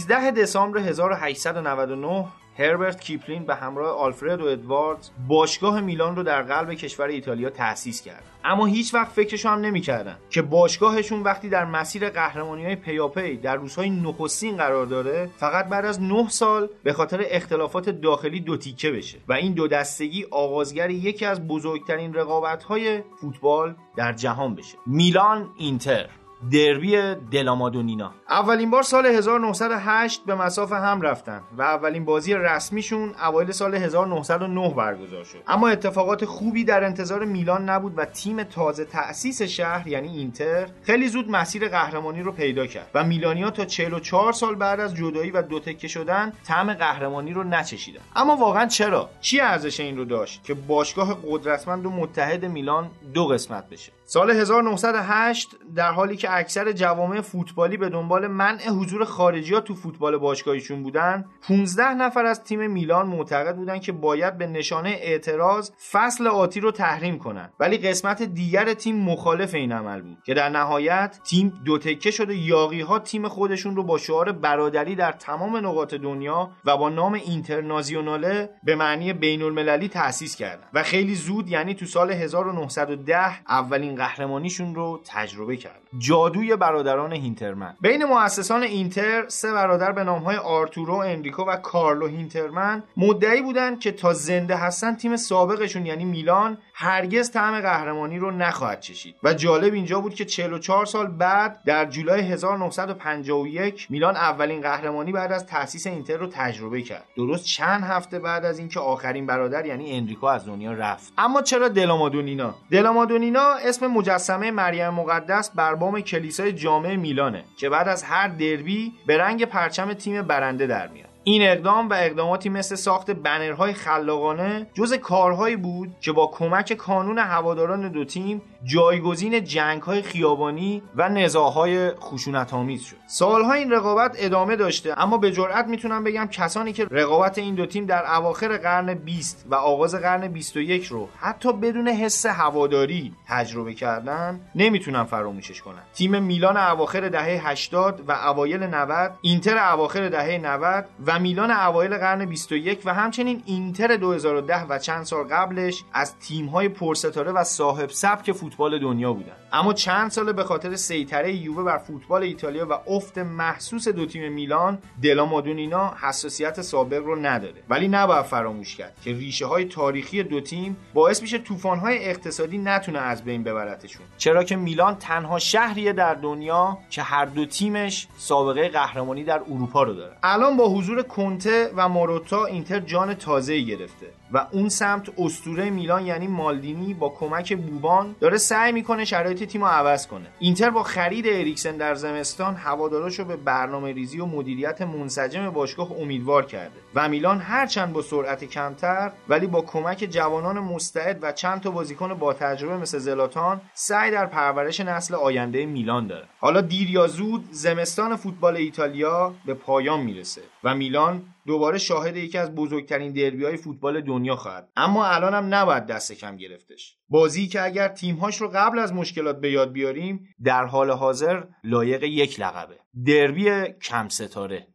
سیزده دسامبر هزار و هشتصد و نود و نه هربرت کیپلین به همراه آلفردو ادواردز باشگاه میلان رو در قلب کشور ایتالیا تأسیس کرد. اما هیچ وقت فکرشو هم نمی‌کردن که باشگاهشون وقتی در مسیر قهرمانی‌های پیاپی در روزهای نخستین قرار داره فقط بعد از نه سال به خاطر اختلافات داخلی دو تیکه بشه و این دو دستگی آغازگر یکی از بزرگترین رقابت‌های فوتبال در جهان بشه. میلان اینتر، دربی دلامادونینا. اولین بار سال هزار و نهصد و هشت به مسافه هم رفتن و اولین بازی رسمیشون اوایل سال هزار و نهصد و نه برگزار شد. اما اتفاقات خوبی در انتظار میلان نبود و تیم تازه تأسیس شهر یعنی اینتر خیلی زود مسیر قهرمانی رو پیدا کرد و میلانیا تا چهل و چهار سال بعد از جدایی و دو تکه شدن طعم قهرمانی رو نچشیدن. اما واقعا چرا؟ چی ارزش این رو داشت که باشگاه قدرتمند و متحد میلان دو قسمت بشه؟ سال هزار و نهصد و هشت در حالی که اکثر جوامع فوتبالی به دنبال منع حضور خارجی‌ها تو فوتبال باشگاهیشون بودن، پانزده نفر از تیم میلان معتقد بودن که باید به نشانه اعتراض فصل آتی رو تحریم کنن، ولی قسمت دیگر تیم مخالف این عمل بود که در نهایت تیم دو تکه شد و یاغی‌ها تیم خودشون رو با شعار برادری در تمام نقاط دنیا و با نام اینترنازیوناله به معنی بین‌المللی تأسیس کردن و خیلی زود یعنی تو سال هزار و نهصد و ده اولین قهرمانیشون رو تجربه کردن. جادوی برادران هینترمن. بین مؤسسان اینتر سه برادر به نام‌های آرتورو، انریکو و کارلو هینترمن مدعی بودند که تا زنده هستن تیم سابقشون یعنی میلان هرگز طعم قهرمانی رو نخواهد چشید. و جالب اینجا بود که چهل و چهار سال بعد در جولای هزار و نهصد و پنجاه و یک میلان اولین قهرمانی بعد از تأسیس اینتر رو تجربه کرد. درست چند هفته بعد از اینکه آخرین برادر یعنی انریکو از دنیا رفت. اما چرا دلامادونینا؟ دلامادونینا اسم مجسمه مریم مقدس بر بام کلیسای جامع میلانه که بعد از هر دربی به رنگ پرچم تیم برنده در میاد. این اقدام و اقداماتی مثل ساخت بنرهای خلاقانه جز کارهایی بود که با کمک کانون هواداران دو تیم جایگزین جنگ‌های خیابانی و نزاع‌های خشونت‌آمیز شد. سالها این رقابت ادامه داشته، اما به جرئت میتونم بگم کسانی که رقابت این دو تیم در اواخر قرن بیست و آغاز قرن بیست و یک رو حتی بدون حس هواداری تجربه کردن نمیتونن فراموشش کنن. تیم میلان اواخر دهه هشتاد و اوایل نود، اینتر اواخر دهه نود و میلان اوایل قرن بیست و یک و همچنین اینتر دو هزار و ده و چند سال قبلش از تیم‌های پرستاره و صاحب سبک فوتبال دنیا بودن. اما چند سال به خاطر سیطره یووه بر فوتبال ایتالیا و افت محسوس دو تیم میلان، دلامادونینا حساسیت سابق رو نداره. ولی نباید فراموش کرد که ریشه‌های تاریخی دو تیم باعث میشه طوفان‌های اقتصادی نتونه از بین ببرتشون. چرا که میلان تنها شهریه در دنیا که هر دو تیمش سابقه قهرمانی در اروپا رو داره. الان با حضور کنته و ماروتا اینتر جان تازه‌ای گرفته و اون سمت اسطوره میلان یعنی مالدینی با کمک بوبان داره سعی میکنه شرایط تیمو عوض کنه. اینتر با خرید اریکسن در زمستان هواداراشو به برنامه‌ریزی و مدیریت منسجم باشگاه امیدوار کرده و میلان هرچند با سرعت کمتر ولی با کمک جوانان مستعد و چند تا بازیکن با تجربه مثل زلاتان سعی در پرورش نسل آینده میلان داره. حالا دیر یا زود زمستان فوتبال ایتالیا به پایان میرسه و میلان دوباره شاهد یکی از بزرگترین دربی‌های فوتبال دنیا خواهد. اما الان هم نباید دست کم گرفتش. بازی که اگر تیم‌هاش رو قبل از مشکلات به یاد بیاریم در حال حاضر لایق یک لقبه. دربی کم ستاره.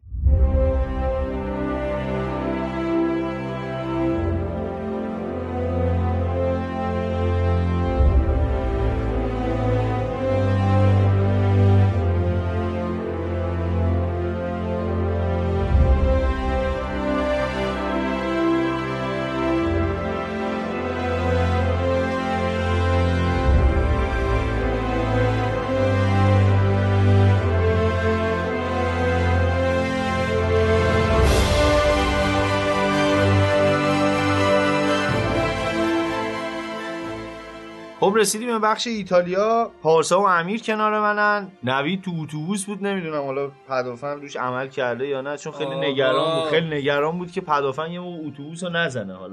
خب رسیدیم به بخش ایتالیا. پارسا و امیر کنار منن. نوید تو اتوبوس بود، نمیدونم حالا پدافند روش عمل کرده یا نه، چون خیلی نگران بود خیلی نگران بود که پدافند یه موقع اتوبوسو نزنه. حالا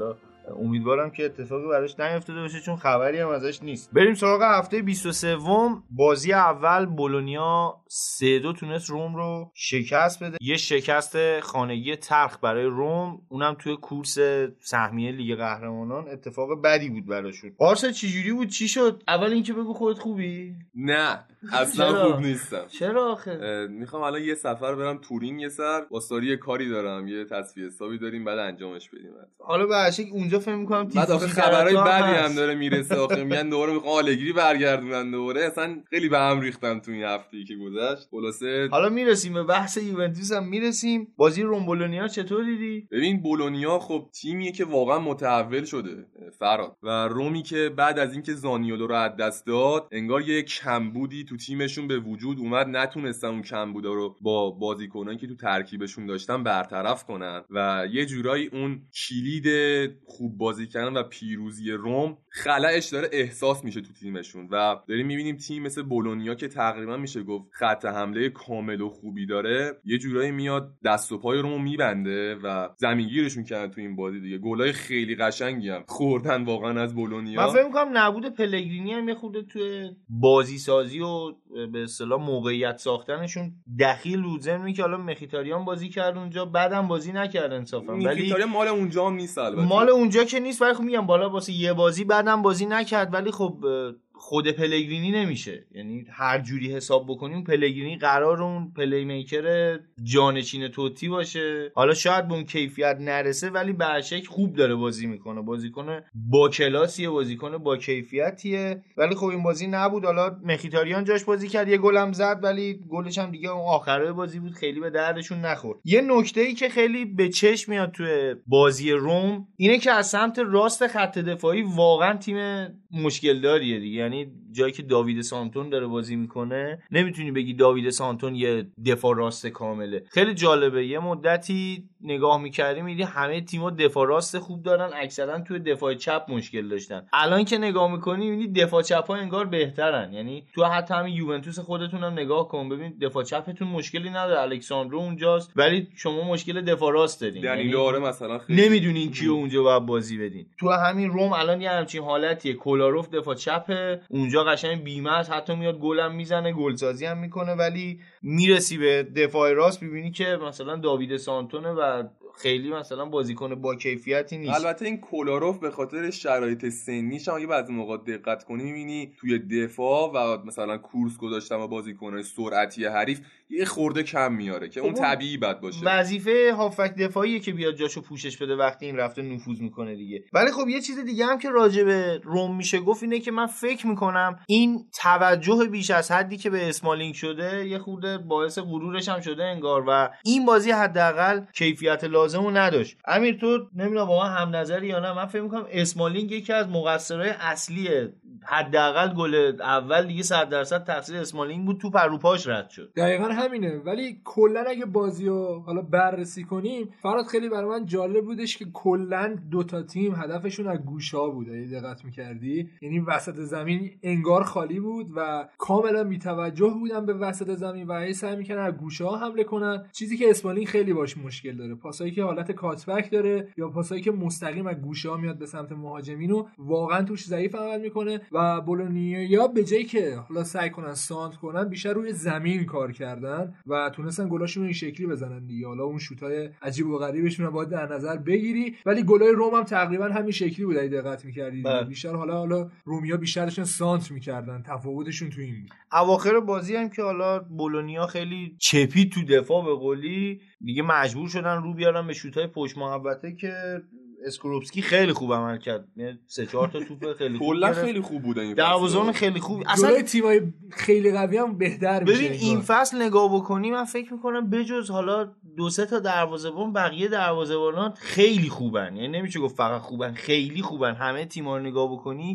امیدوارم که اتفاقی براش نیفتاده باشه چون خبری هم ازش نیست. بریم سراغ هفته بیست و سه. بازی اول بولونیا سه دو تونست روم رو شکست بده. یه شکست خانگی تلخ برای روم، اونم توی کورس سهمیه لیگ قهرمانان. اتفاق بدی بود براشون. آرسا چجوری بود؟ چی شد؟ اول اینکه بگو خودت خوبی؟ نه اصلا خوب نیستم. چرا آخه؟ میخوام الان یه سفر برم تورین، یه سر واسطاری یه کاری دارم، یه تصفیه حسابی داریم بعد انجامش بدیم. حالا به هشک اونجا فهم می‌کنم بعد آخه خبرای بدی هم داره میرسه. آخه میگن دوباره میخوام آلگری برگردونن دوباره. اصلا خیلی به هم ریختم تو این هفته‌ای که گذشت. خلاصه حالا میرسیم به بحث یوونتوس هم میرسیم. بازی روم بولونیا چطور دیدی؟ ببین بولونیا خب تیمیه که واقعا متحول شده فراد، و رومی که بعد از اینکه زانیولو رو از دست داد انگار یه کمبودی تو تیمشون به وجود اومد، نتونستن اون کمبودا رو با بازیکنانی که تو ترکیبشون داشتن برطرف کنن و یه جورایی اون کلید خوب بازی کردن و پیروزی روم خلأش داره احساس میشه تو تیمشون و داریم میبینیم تیم مثل بولونیا که تقریبا میشه گفت خط حمله کامل و خوبی داره یه جورایی میاد دست و پای رومو میبنده و زمینگیرشون کردن تو این بازی دیگه. گلای خیلی قشنگی هم خوردن واقعا از بولونیا. من فکر می‌کنم نبود پلگرینی هم یه خورده توی بازی سازی و به اصطلاح موقعیت ساختنشون دخیل بود. ضمن که حالا مخیتاریان بازی کرد اونجا، بعدم بازی نکرد انصافا، ولی مخیتاریان مال اونجا هم نیست البته. مال اونجا که نیست، ولی خب میگم بالا واسه یه بازی بعدم بازی نکرد. ولی خب خود پلگرینی نمیشه، یعنی هر جوری حساب بکنیم پلگرینی قرار اون پلی میکر جانشین توتی باشه. حالا شاید به اون کیفیت نرسه ولی به هر شکل خوب داره بازی میکنه، بازیکن با کلاسیه، بازیکن با کیفیتیه. ولی خب این بازی نبود. حالا مخیتاریان جاش بازی کرد، یه گل هم زد، ولی گلش هم دیگه اون آخره بازی بود، خیلی به دردشون نخورد. یه نکته‌ای که خیلی به چشم میاد توی بازی روم اینه که از سمت راست خط دفاعی واقعا تیم مشکل داریه دیگه. یعنی جایی که داوید سانتون داره بازی میکنه نمیتونی بگی داوید سانتون یه دفاع راست کامله. خیلی جالبه، یه مدتی نگاه میکردی میدی همه تیم‌ها دفاع راست خوب دارن، اکثرا توی دفاع چپ مشکل داشتن. الان که نگاه میکنی میبینی دفاع چپ‌ها انگار بهترن. یعنی تو حتی همین یوونتوس خودتون هم نگاه کن ببین دفاع چپتون مشکلی نداره، الکساندرو اونجاست، ولی شما مشکل دفاع راست دارین. یعنی داره مثلا خیلی نمیدونین کیو اونجا باید بازی بدین. تو همین روم الان یه همچین حالتیه، کولاروف دفاع چپه اونجا قشنگ بیمه است، حتی میاد گلم میزنه، گلسازی هم میکنه، ولی میرسی به دفاع راست میبینی که مثلا داوید سانتونه و خیلی مثلا بازیکن با کیفیتی نیست. البته این کولاروف به خاطر شرایط سنیش هم اگه بعضی موقع دقت کنی میبینی توی دفاع و مثلا کورس گذاشتن و بازیکن‌های سرعتی حریف یه خورده کم میاره که اون طبیعی بد باشه. وظیفه هافک دفاعیه که بیاد جاشو پوشش بده وقتی این رفته نفوذ میکنه دیگه. ولی خب یه چیز دیگه هم که راجع به روم میشه گفت اینه که من فکر میکنم این توجه بیش از حدی که به اسمالینگ شده یه خورده باعث غرورش هم شده انگار و این بازی حداقل کیفیت لازمو نداشت. امیر تو نمیدونم با من هم نظری یا نه، من فکر میکنم اسمالینگ یکی از مقصرهای اصلیه. حداقل گل اول دیگه صد درصد تقصیر اسمالینگ بود، تو پر رو پاش رد شد. دقیقاً همینه. ولی کلا اگه بازیو حالا بررسی کنیم فراد خیلی برای من جالب بودش که کلا دو تا تیم هدفشون از گوشه‌ها بود. اگه دقت می‌کردی یعنی وسط زمین انگار خالی بود و کاملا بی‌توجه بودن به وسط زمین و هی سعی می‌کردن از گوشه‌ها حمله کنن، چیزی که اسمالینگ خیلی باش مشکل داره. پاسایی که حالت کاتبک داره یا پاسایی که مستقیم از گوشه‌ها میاد به سمت مهاجمینو واقعا توش ضعیف عمل می‌کنه و بولونیا به جایی که حالا سعی کنن سانت کنن بیشتر روی زمین کار کردن و تونستن گلاشون این شکلی بزنن دیگه. حالا اون شوتای عجیب و غریبشون رو باید در نظر بگیری، ولی گلای روم هم تقریبا همین شکلی بود اگه دقت می‌کردی. بیشتر حالا حالا رومیا بیشتر داشتن سانت می‌کردن، تفاوتشون تو این بود. اواخر بازی هم که حالا بولونیا خیلی چپی تو دفاع به قولی دیگه مجبور شدن رو بیارن به شوتای پشت محوطه که اسکروپسکی خیلی خوب عمل کرد. سه چهار تا توپ خیلی خوب کلا خیلی خوب بود این دروازه‌بان خیلی خوب. اصلا تیمای خیلی قوی هم بهتر میشه. ببین این فصل نگاه بکنی من فکر میکنم بجز حالا دو سه تا دروازه‌بان بقیه دروازه‌بانان خیلی خوبن. یعنی نمیشه گفت فقط خوبن، خیلی خوبن. همه تیم‌ها رو نگاه بکنی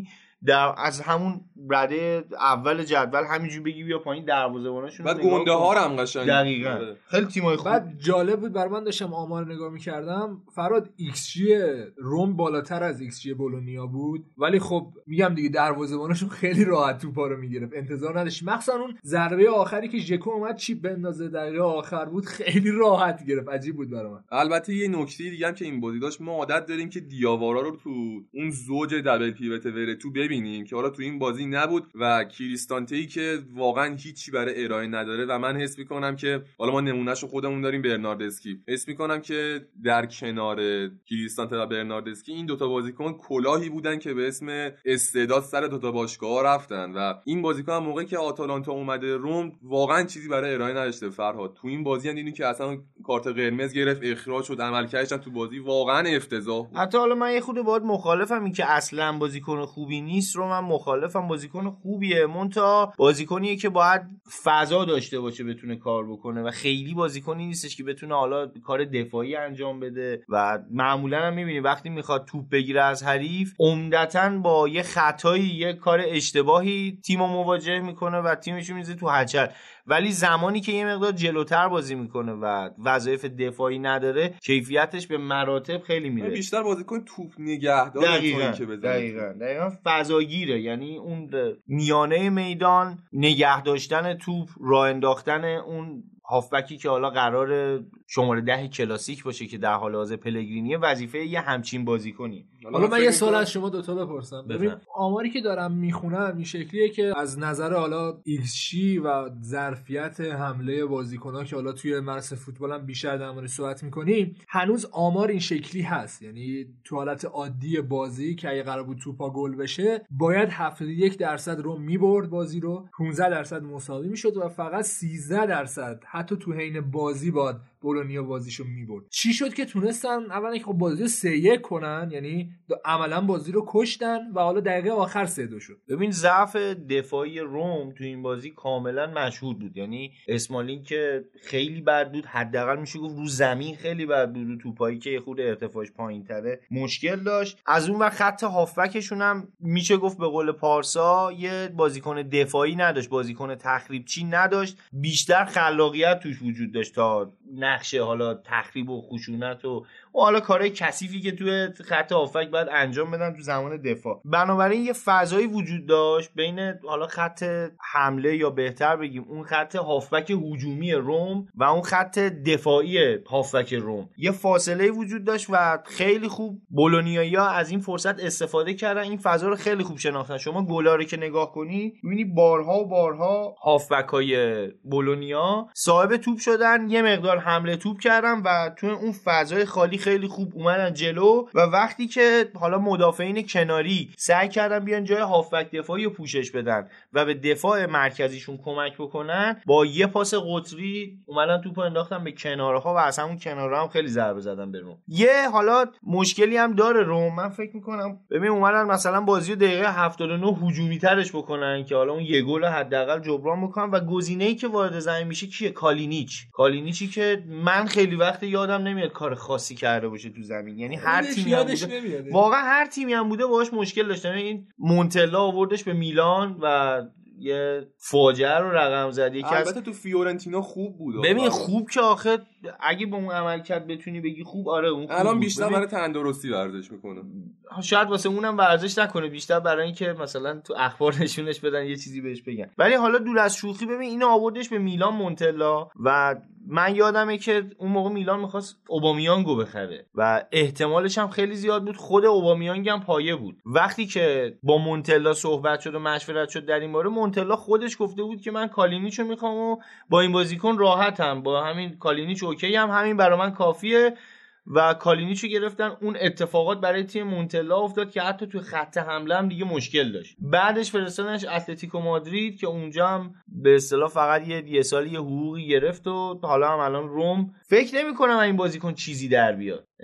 در از همون رده اول جدول همینجوری بگی بیا پایین دروازه‌باناشون بعد گنده ها هم قشنگ دقیقاً خیلی تیمای خوب. بعد جالب بود برای من، داشتم آمار نگاه می‌کردم، فراد ایکس جی روم بالاتر از ایکس جی بولونیا بود، ولی خب میگم دیگه دروازه‌باناشون خیلی راحت توپا رو میگرفت، انتظار نداشت. مخصوصا اون ضربه آخری که ژکو اومد چیپ بندازه دقیقه آخر بود، خیلی راحت گرفت، عجیب بود برای من. البته یه نکته دیگه هم که این بازی داشت، ما عادت داریم که دیاوارا رو تو اون زوج دبل پیوت ورتو ببینیم که حالا تو این بازی نبود و کریستانته‌ای که واقعا هیچی برای ارائه نداره و من حس می‌کنم که حالا ما نمونهشو خودمون داریم برناردسکی، حس می‌کنم که در کنار کریستانته و برناردسکی این دوتا بازیکن کلاهی بودن که به اسم استعداد سر دوتا باشگاه رفتن و این بازیکن هم موقعی که آتالانتا اومده روم واقعا چیزی برای ارائه نداشته. فرهاد تو این بازی هم دیدین که اصلا کارت قرمز گرفت، اخراج شد، عملکردش تو بازی واقعا افتضاح بود. حتی حالا من یه خود باید مخالفم، این که اصلا بازیکن خوبی نیست رو من مخالفم، بازیکن خوبیه، مونتا بازیکنیه که باید فضا داشته باشه بتونه کار بکنه و خیلی بازیکنی نیستش که بتونه حالا کار دفاعی انجام بده و معمولا هم میبینی وقتی میخواد توپ بگیره از حریف عمدتاً با یه خطایی یه کار اشتباهی تیمو مواجه میکنه و تیمش رو میذاره تو هچل، ولی زمانی که یه مقدار جلوتر بازی میکنه و وظایف دفاعی نداره کیفیتش به مراتب خیلی میره. بیشتر بازیکن توپ نگهدار دقیقاً که بزنه. دقیقاً دقیقاً فضاگیره، یعنی اون میانه میدان نگه داشتن توپ، راه انداختن اون هافبکی که حالا قرار شماره ده کلاسیک باشه که در حال حاضر پلگرینیه، وظیفه یه همچین بازیکنی. حالا من یه سوال از شما دوتا بپرسم. ببین آماری که دارم میخونم این شکلیه که از نظر حالا ایکس جی و ظرفیت حمله بازیکن‌ها که حالا توی مرز فوتبال هم بیشتر در موردش صحبت می‌کنیم، هنوز آمار این شکلی هست، یعنی تو حالت عادی بازی که اگه قرار بود توپا گل بشه باید هفتاد و یک درصد رو میبرد بازی رو، پانزده درصد مساوی میشد و فقط سیزده درصد حتی تو حین بازی باد بولونیا بازیشو میبرد. چی شد که تونستن اولا که خب بازی رو سه یک کنن، یعنی عملا بازی رو کشتن و حالا دقیقه آخر سه دو شد. ببین ضعف دفاعی روم تو این بازی کاملا مشهود بود، یعنی اسمالین که خیلی بد بود، حداقل میشه گفت رو زمین خیلی بد بود، رو توپایی که یه خود ارتفاعش پایین‌تره مشکل داشت. از اون وقت خط هافبکشون هم میشه گفت به قول پارسا یه بازیکن دفاعی نداشت، بازیکن تخریبچی نداشت، بیشتر خلاقیت توش وجود داشت تا نقشه حالا تخریب و خشونت و و حالا کارهای کثیفی که توی خط هافبک باید انجام بدن تو زمان دفاع. بنابراین یه فضایی وجود داشت بین حالا خط حمله یا بهتر بگیم اون خط هافبک هجومی روم و اون خط دفاعی هافبک روم، یه فاصله وجود داشت و خیلی خوب بولونیایی‌ها از این فرصت استفاده کردن، این فضا رو خیلی خوب شناختن. شما گلا رو که نگاه کنی می‌بینی بارها و بارها هافبک‌های بولونیا صاحب توپ شدن، یه مقدار حمله توپ کردن و تو اون فضای خالی خیلی خوب اومدن جلو و وقتی که حالا مدافعین کناری سعی کردن بیان جای هافبک دفاعی رو پوشش بدن و به دفاع مرکزیشون کمک بکنن، با یه پاس قطری اومدن توپو انداختن به کنارها و از همون کنارها هم خیلی ضربه زدن به روم. یه حالا مشکلی هم داره روم، من فکر میکنم ببین اومدن مثلا بازی رو دقیقه هفتاد و نه هجومی ترش بکنن که حالا اون یه گل حداقل جبران بکنن و گزینه‌ای که وارد زمین میشه کیه؟ کالینیچ. کالینیچی که من خیلی وقت یادم نمیاد کار خاصی کرده باشه تو زمین، یعنی هر تیمی هم بوده واقعا هر تیمی هم بوده باهاش مشکل داشتن. این مونتلا آوردش به میلان و یه فاجعه رو رقم زد. یکی البته تو فیورنتینا خوب بود. ببین خوب که آخه اگه با اون عملکرد بتونی بگی خوب، آره اون خوب الان بود. بیشتر برای تندرستی ورزش میکنه، شاید واسه اونم ورزش نکنه، بیشتر برای اینکه مثلا تو اخبار نشونش بدن یه چیزی بهش بگن. ولی حالا دور از شوخی ببین اینو آوردش به میلان مونتلا و من یادمه که اون موقع میلان میخواست اوبامیانگو بخره و احتمالش هم خیلی زیاد بود خود اوبامیانگ هم پایه بود. وقتی که با مونتلا صحبت شد و مشورت شد در این باره، مونتلا خودش گفته بود که من کالینیچو میخوام و با این بازیکن راحتم، با همین کالینیچ اوکی هم، همین برای من کافیه و کالینیچو گرفتن. اون اتفاقات برای تیم مونتلا افتاد که حتی توی خط حمله هم دیگه مشکل داشت. بعدش فرستادنش اتلتیکو مادرید که اونجا هم به اصطلاح فقط یه یه سالی یه حقوقی گرفت و حالا هم الان روم. فکر نمی‌کنم این بازیکن چیزی در بیاد، یعنی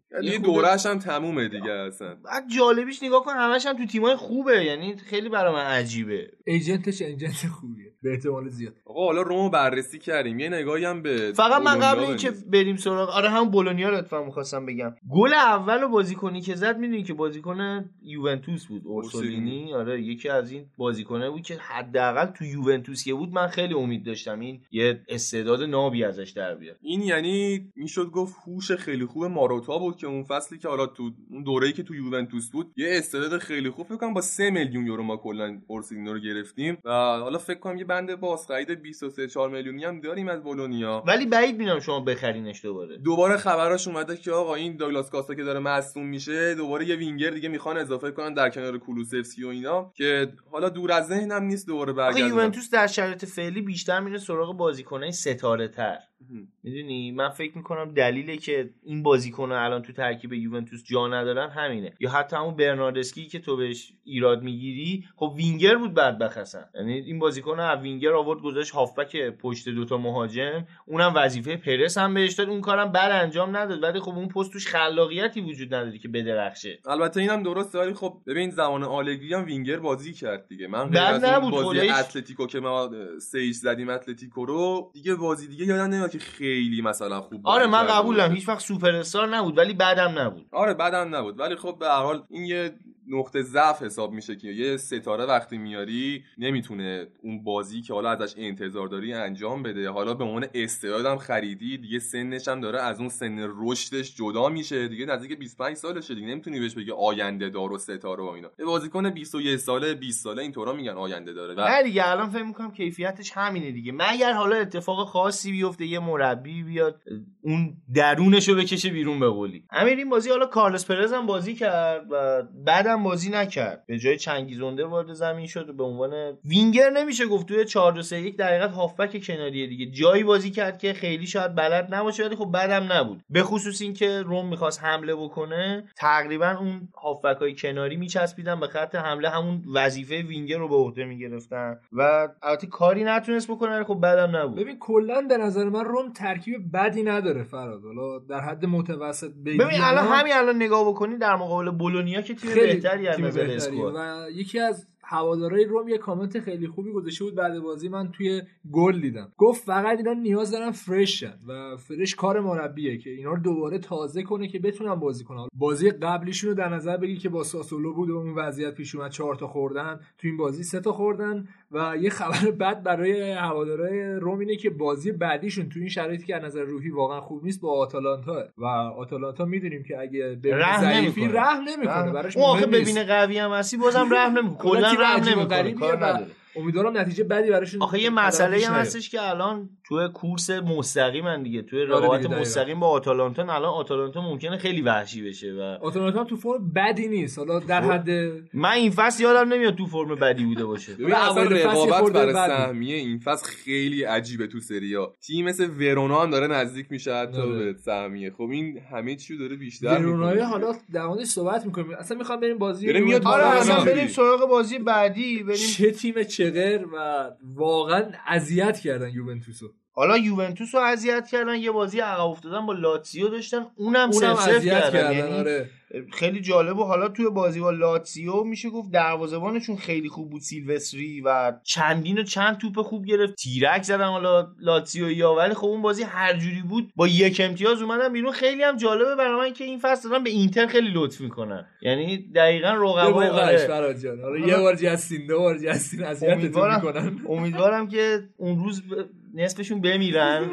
یه دوره‌اش هم تمومه دیگه اصلا. بعد جالبیش نگاه کن همش هم تو تیمای خوبه، یعنی خیلی برای من عجیبه. ایجنتش ایجنت خوبیه به احتمال زیاد. آقا حالا رومو بررسی کردیم، یه نگاهی هم به فقط من قبل اینکه بریم سراغ آره همون بولونیا رو اتفاقا می‌خواستم بگم. گل اول بازیکنی که زد میدونی که بازیکن یوونتوس بود، اورسولینی. آره یکی از این بازیکن‌ها بود که حداقل تو یوونتوس که بود من خیلی امید داشتم این یه استعداد نابی ازش در بیاد. این یعنی میشد گفت هوش خیلی خوب ماروتا بود که اون فصلی که حالا تو اون دوره‌ای که تو یوونتوس بود یه استعداد خیلی خوب، فکر کنم با سه میلیون یورو ما کلا اورسولینی رو گرفتیم و حالا فکر کنم یه بند بازخرید بیست و سه چهار میلیونی هم داریم از بولونیا، ولی بعید می‌بینم شما بخرینش دوباره. دوباره خبراش اومده که آقا این داگلاس کاستا که داره مصدوم میشه دوباره یه وینگر دیگه میخوان اضافه کنن در کنار کولوسفسکی و اینا که حالا دور از ذهنم نیست دوباره برگردن. یوونتوس در شرایط فعلی بیشتر میره سراغ بازیکنای ستاره تر. میدونی من فکر میکنم دلیلی که این بازیکن‌ها الان تو ترکیب یوونتوس جا ندارن همینه. یا حتی همون برناردسکی که تو بهش ایراد میگیری خب وینگر بود بدبخت هستن، یعنی این بازیکن از وینگر آورد گذاشت هافبک پشت دوتا مهاجم، اونم وظیفه پرس هم بهش داد، اون کارم بعد انجام نداد، ولی خب اون پست توش خلاقیتی وجود نداره که بدرخشه. البته اینم درسته ولی خب ببین زمان آلگری هم وینگر بازی کرد دیگه. من غیر از اون بازی اتلتیکو که ما سه زدیم اتلتیکو رو دیگه بازی دیگه یادم نمیاد که خیلی مثلا خوب. آره من قبولم هیچ وقت سوپر استار نبود ولی بعدم نبود. آره بعدم نبود ولی خب به هر حال این یه نقطه ضعف حساب میشه که یه ستاره وقتی میاری نمیتونه اون بازی که حالا ازش انتظار داری انجام بده. حالا به عنوان استعدادم خریدی دیگه، سنش هم داره از اون سن رشدش جدا میشه دیگه، نزدیک بیست و پنج سالشه دیگه، نمیتونی بهش بگی آینده دار و ستاره و اینا. یه بازیکن بیست و یک ساله بیست ساله اینطورا میگن آینده داره. نه دیگه الان فکر میکنم کیفیتش همینه دیگه، مگر حالا اتفاق خاصی بیفته یه مربی بیاد اون درونشو بکشه بیرون. به قولی امیر این بازی حالا کارلوس پرز هم بازی کرد و بعدم بازی نکرد، به جای چنگیزونده وارد زمین شد و به عنوان وینگر نمیشه گفت توی چهار دو سه یک دقیقاً هافبک کناری دیگه جایی بازی کرد که خیلی شاید بلد نباشه ولی خب بعدم نبود، به خصوص این که روم میخواست حمله بکنه تقریبا اون هافبکای کناری میچسبیدن به خط حمله، همون وظیفه وینگر رو به عهده میگرفتن و البته کاری نتونست بکنه ولی خب بعدم نبود. ببین کلا به نظر من روم ترکیب بدی نداره فراد، حالا در حد متوسط ببین. ببین الان همین الان نگاه بکنی در مقابل بولونیا که تیم بهتری از نظر اسکواد و یکی از هوادارهای روم یه کامنت خیلی خوبی گذاشته بود بعد بازی، من توی گل دیدم، گفت فقط اینا نیاز دارن فرش شن و فرش کار مربیه که اینا رو دوباره تازه کنه که بتونن بازی کنن. بازی قبلیشون رو در نظر بگی که با ساسولو بود و اون وضعیت پیش اومد، چهار تا خوردن، تو این بازی سه تا خوردن و یه خبر بد برای هوادارهای روم اینه که بازی بعدیشون تو این شرایطی که از نظر روحی واقعا خوب نیست با آتالانتا و آتالانتا میدونیم که اگه به ضعیفی رحم نمیکنه براش، اون آخه ببینه قوی هم هستی بازم رحم نمیکنه، کلا رحم نمیکنه. امیدوارم نتیجه بدی براشون. آخه یه مسئله هم هستش که الان توی کورس مستقیمن دیگه، توی رقابت مستقیم با آتالانتا الان آتالانتا ممکنه خیلی وحشی بشه و آتالانتا تو فرم بدی نیست، حالا در حد من این فصل یادم نمیاد تو فرم بدی بوده باشه. ببین اصلا رقابت برای سهمیه این فصل خیلی عجیبه تو سری آ. تیم مثل ورونا هم داره نزدیک میشه حتی به سهمیه. خب این همه چیو داره بیشتر میکنه. ورونا حالا در موردش صحبت میکنیم، اصلا میخوام بریم بازی رو. آره اصلا بریم سراغ بازی بعدی. بریم چه تیم چقدر و واقعا اذیت کردن یوونتوسو. حالا یوونتوس رو اذیت کردن، یه بازی عقب افتادن با لاتزیو داشتن اونم سف سف کردن, کردن. یعنی آره. خیلی جالبه. حالا توی بازی با لاتزیو میشه گفت دروازه‌بانشون خیلی خوب بود سیلوستری و چندین و چند توپ خوب گرفت، تیرک زدن حالا لاتزیو یا، ولی خب اون بازی هر جوری بود با یک امتیاز اومدن بیرون. خیلی هم جالبه برای من که این فصل دارن به اینتر خیلی لطف میکنن، یعنی دقیقاً رقبای آره جان. آره یه بار جاستین دو بار جاستین اذیتتون میکنن. امیدوارم که اون روز نصفشون بمیرن.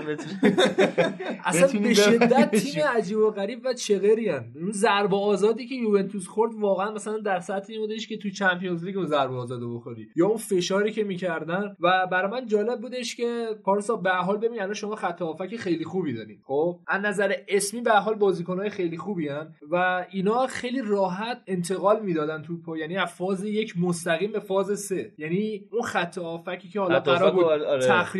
اصلا به شدت تیم عجیب و غریب و چغریان. اون ضربه آزادی که یوونتوس خورد واقعا مثلا در سطح این بودش که تو چمپیونز لیگ اون ضربه آزادو بخوری، یا اون فشاری که میکردن. و برای من جالب بودش که پارسا به حال ببین الان شما خط هافک خیلی خوبی دارین، خب از نظر اسمی به حال بازیکن‌های خیلی خوبی ان و اینا خیلی راحت انتقال میدادن توپو، یعنی از فاز یک مستقیم به فاز سه، یعنی اون خط هافکی که حالا قرار بود آره. تخریب کنن رو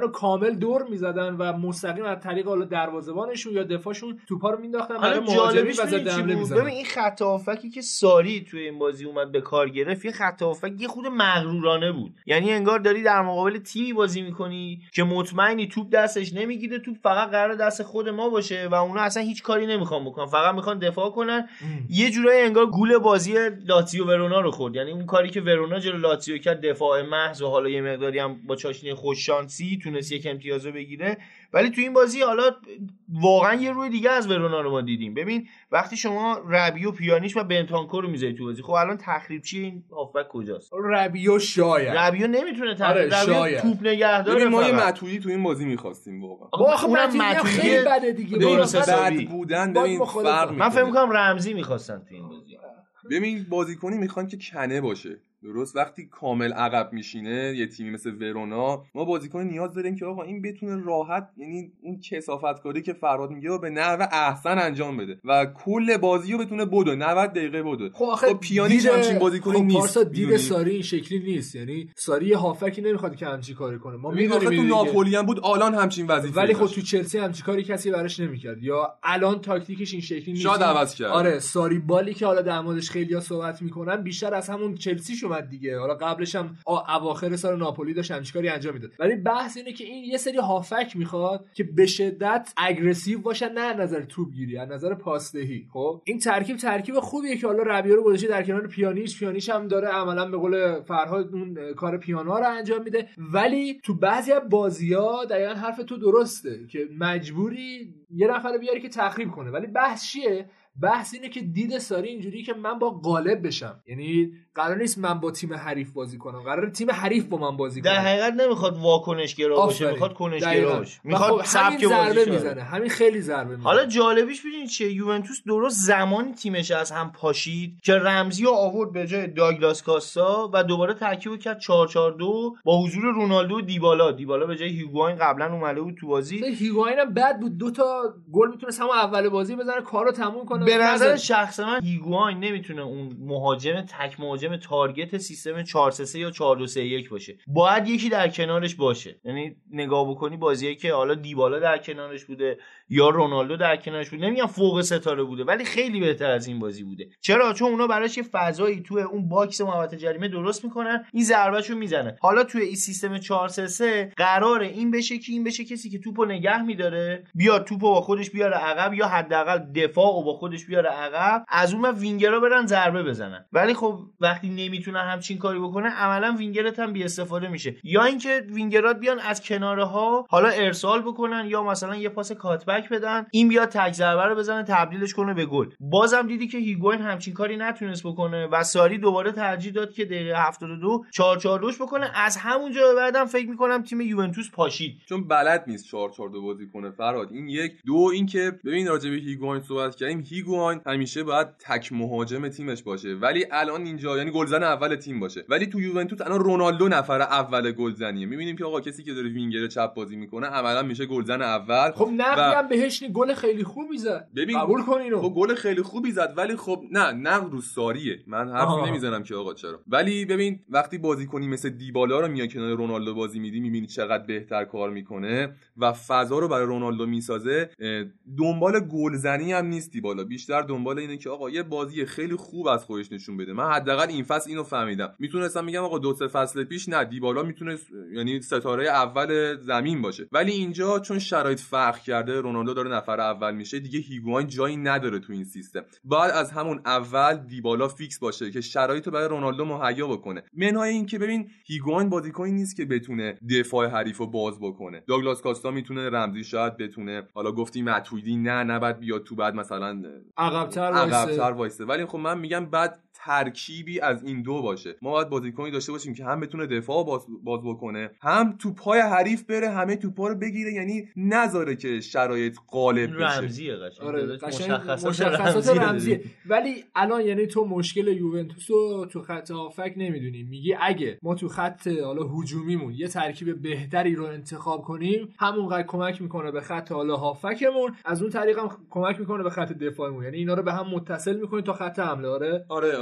کامل دور میزدن و مستقیم از طریق حالا دروازه‌بانشون یا دفاعشون توپا رو مینداختن برای مهاجمی و ضد حمله می‌زدن. ببین این خط هافکی که ساری توی این بازی اومد به کار گرفت، یه خط هافک یه خود مغرورانه بود. یعنی انگار داری در مقابل تیمی بازی می‌کنی که مطمئنی توپ دستش نمیگیره، توپ فقط قرار دست خود ما باشه و اونا اصلا هیچ کاری نمیخوان بکنن، فقط میخوان دفاع کنن. ام. یه جورایی انگار گول بازی لاتزیو ورونا رو خورد. یعنی اون کاری که ورونا جلو لاتزیو کرد، دفاع محض و حالا یه مقداری هم با چاشنی خوش شانسی تونست یک امتیازو بگیره، ولی تو این بازی حالا واقعا یه روی دیگه از ورونا رو ما دیدیم. ببین وقتی شما ربیو، پیانیش و بنتانکور رو میذاری تو بازی، خب الان تخریبچی این هافبک کجاست؟ ربیو شاید ربیو نمیتونه تخریب، ربیو توپ نگهداره. ما یه متویی تو این بازی می‌خواستیم واقعا. آخه اونم متویی خیلی بده دیگه، درست حسابی بودن. ببین فرق من فکر می‌کنم رمزی می‌خواستن تو این بازی. ببین بازیکنی میخوان که کنه باشه، درست. وقتی کامل عقب میشینه یه تیمی مثل ورونا، ما بازیکن نیاز داریم که آقا این بتونه راحت، یعنی اون کثافت کاری که فراد میگه به نحو احسن انجام بده و کل بازی رو بتونه بدو نود دقیقه بدو. خب آخه پیانیش همچین بازیکنی خب نیست. پارسا دید ساری این شکلی نیست، یعنی ساری یه هافکی نمیخواد که همچین کاری کنه. ما میدونیم تو ناپولی هم بود الان همچین وظیفه، ولی خب تو چلسی همچین کاری کسی براش نمیکرد، یا الان تاکتیکش این شکلی نیست. شاید عوض کرد. آره ساری بالی که حالا در موردش خیلی‌ها صحبت میکنن بیشتر از همون چلسیش اومد دیگه. حالا قبلش هم اواخر سال ناپولی داشت همچین کاری انجام میداد، ولی بحث اینه که این یه سری هافک میخواد که به شدت اگریسیو باشن، نه از نظر توپ گیری، از نظر پاسدهی. خب این ترکیب ترکیب خوبیه که حالا ربیو رو گذاشته در کنار پیانیش، پیانیش هم داره عملا به قول فرهاد اون کار پیانو رو انجام میده. ولی تو بعضی از بازی‌ها دقیقاً حرف تو درسته که مجبوری یه نفر بیاری که تخریب کنه، ولی بحث چیه؟ بحث اینه که دید ساری اینجوری که من با غالب بشم، یعنی قرار نیست من با تیم حریف بازی کنم، قرار تیم حریف با من بازی کنه. در حقیقت نمیخواد واکنش گرا باشه، میخواد کنش گرا باشه، میخواد سبک بازی میزنه، همین خیلی ضربه میزنه. حالا جالبیش ببینید چیه، یوونتوس درست زمانی تیمش از هم پاشید که رمزی رو آورد به جای داگلاس کاستا و دوباره ترکیب کرد چهار چهار دو با حضور رونالدو و دیبالا. دیبالا به جای هیگواین قبلا اومده بود تو بازی. هیگواین هم بد بود، دو تا گل میتونست همون اول بازی بزنه کارو تموم کنه. به نظر شخص من هیگواین نمیتونه اون مهاجم تک مهاجم تارگت سیستم چهار سه سه یا چهار دو سه یک باشه، باید یکی در کنارش باشه. یعنی نگاه بکنی بازیایی که حالا دیبالا در کنارش بوده یا رونالدو در کنارش بوده، نمیگم فوق ستاره بوده ولی خیلی بهتر از این بازی بوده. چرا؟ چون اونا براش یه فضایی تو اون باکس محوطه جریمه درست میکنن، این ضربهشو میزنه. حالا توی این سیستم چهار سه سه قراره این بشه که این بشه کسی که توپو نگه میداره، بیاد توپو با خودش بیاره عقب یا حداقل دفاعو با خودش بیاره عقب، از اون وینگرها برن ضربه بزنن. ولی خب وقتی نمیتونن همچین کاری بکنه، عملا وینگرت هم بی استفاده میشه، یا اینکه وینگرات بیان از کنارها حالا ارسال بکنن یا مثلا یه پاس کاتبک بدن، این بیاد تک ضربه رو بزنه تبدیلش کنه به گل. بازم دیدی که هیگواین همچین کاری نتونست بکنه و ساری دوباره ترجیح داد که دقیقه هفتاد و دو چهار چهار دو بکنه. از همونجا به بعدم فکر میکنم تیم یوونتوس پاشید، چون بلد نیست چهار چهار دو بازی کنه. فراد این یک دو این که ببین راجع به هیگواین صحبت کردیم، هیگواین همیشه باید تک مهاجم تیمش باشه، ولی الان اینجا یعنی گلزن اول تیم باشه، ولی تو یوونتوس الان رونالدو نفر اول گلزنیه. میبینیم که آقا کسی که داره وینگر چپ بازی میکنه عملا میشه گلزن اول. خب نقدم و... بهش نی گل خیلی خوبی زد، قبول کن اینو. خب گل خیلی خوبی زد ولی خب نه نه رو ساریه، من حرفی نمیزنم که آقا چرا، ولی ببین وقتی بازیکنی مثل دیبالا رو میاد کنار رونالدو بازی میدی، میبینی چقدر بهتر کار میکنه و فضا رو برای رونالدو میسازه. دنبال گلزنی هم نیست دیبالا، بیشتر دنبال اینه که آقا یه بازی خیلی خوب از خودش نشون بده. من حداقل این فصل اینو فهمیدم. میتونستم میگم آقا دو سه فصل پیش نه دیبالا میتونست یعنی ستاره اول زمین باشه، ولی اینجا چون شرایط فرق کرده، رونالدو داره نفر اول میشه دیگه، هیگواین جایی نداره تو این سیستم. باید از همون اول دیبالا فیکس باشه که شرایطو برای رونالدو مهیا بکنه. منهای این که ببین هیگواین بازیکنی نیست که بتونه دفاع حریفو باز بکنه. داگلاس کاستا میتونه، رمزی شاید بتونه، حالا گفتی متویدی نه نه بعد بیاد تو، بعد مثلا عقب‌تر عقب‌تر وایسه، ولی خب من میگم بعد ترکیبی از این دو باشه. ما باید بازیکنی داشته باشیم که هم بتونه دفاع باز, باز بکنه، هم تو پای حریف بره همه توپا رو بگیره، یعنی نذاره که شرایط غالب بشه. رمزیه قشنگ. آره مشخصات, مشخصات رمزیه. ولی الان یعنی تو مشکل یوونتوس رو تو خط هافک نمیدونی، میگی اگه ما تو خط حالا هجومیمون یه ترکیب بهتری رو انتخاب کنیم، همونقدر کمک میکنه به خط حالا هافکمون، از اون طریق هم کمک میکنه به خط دفاعمون، یعنی اینا رو به هم متصل میکنه تا خط حمله. آره آره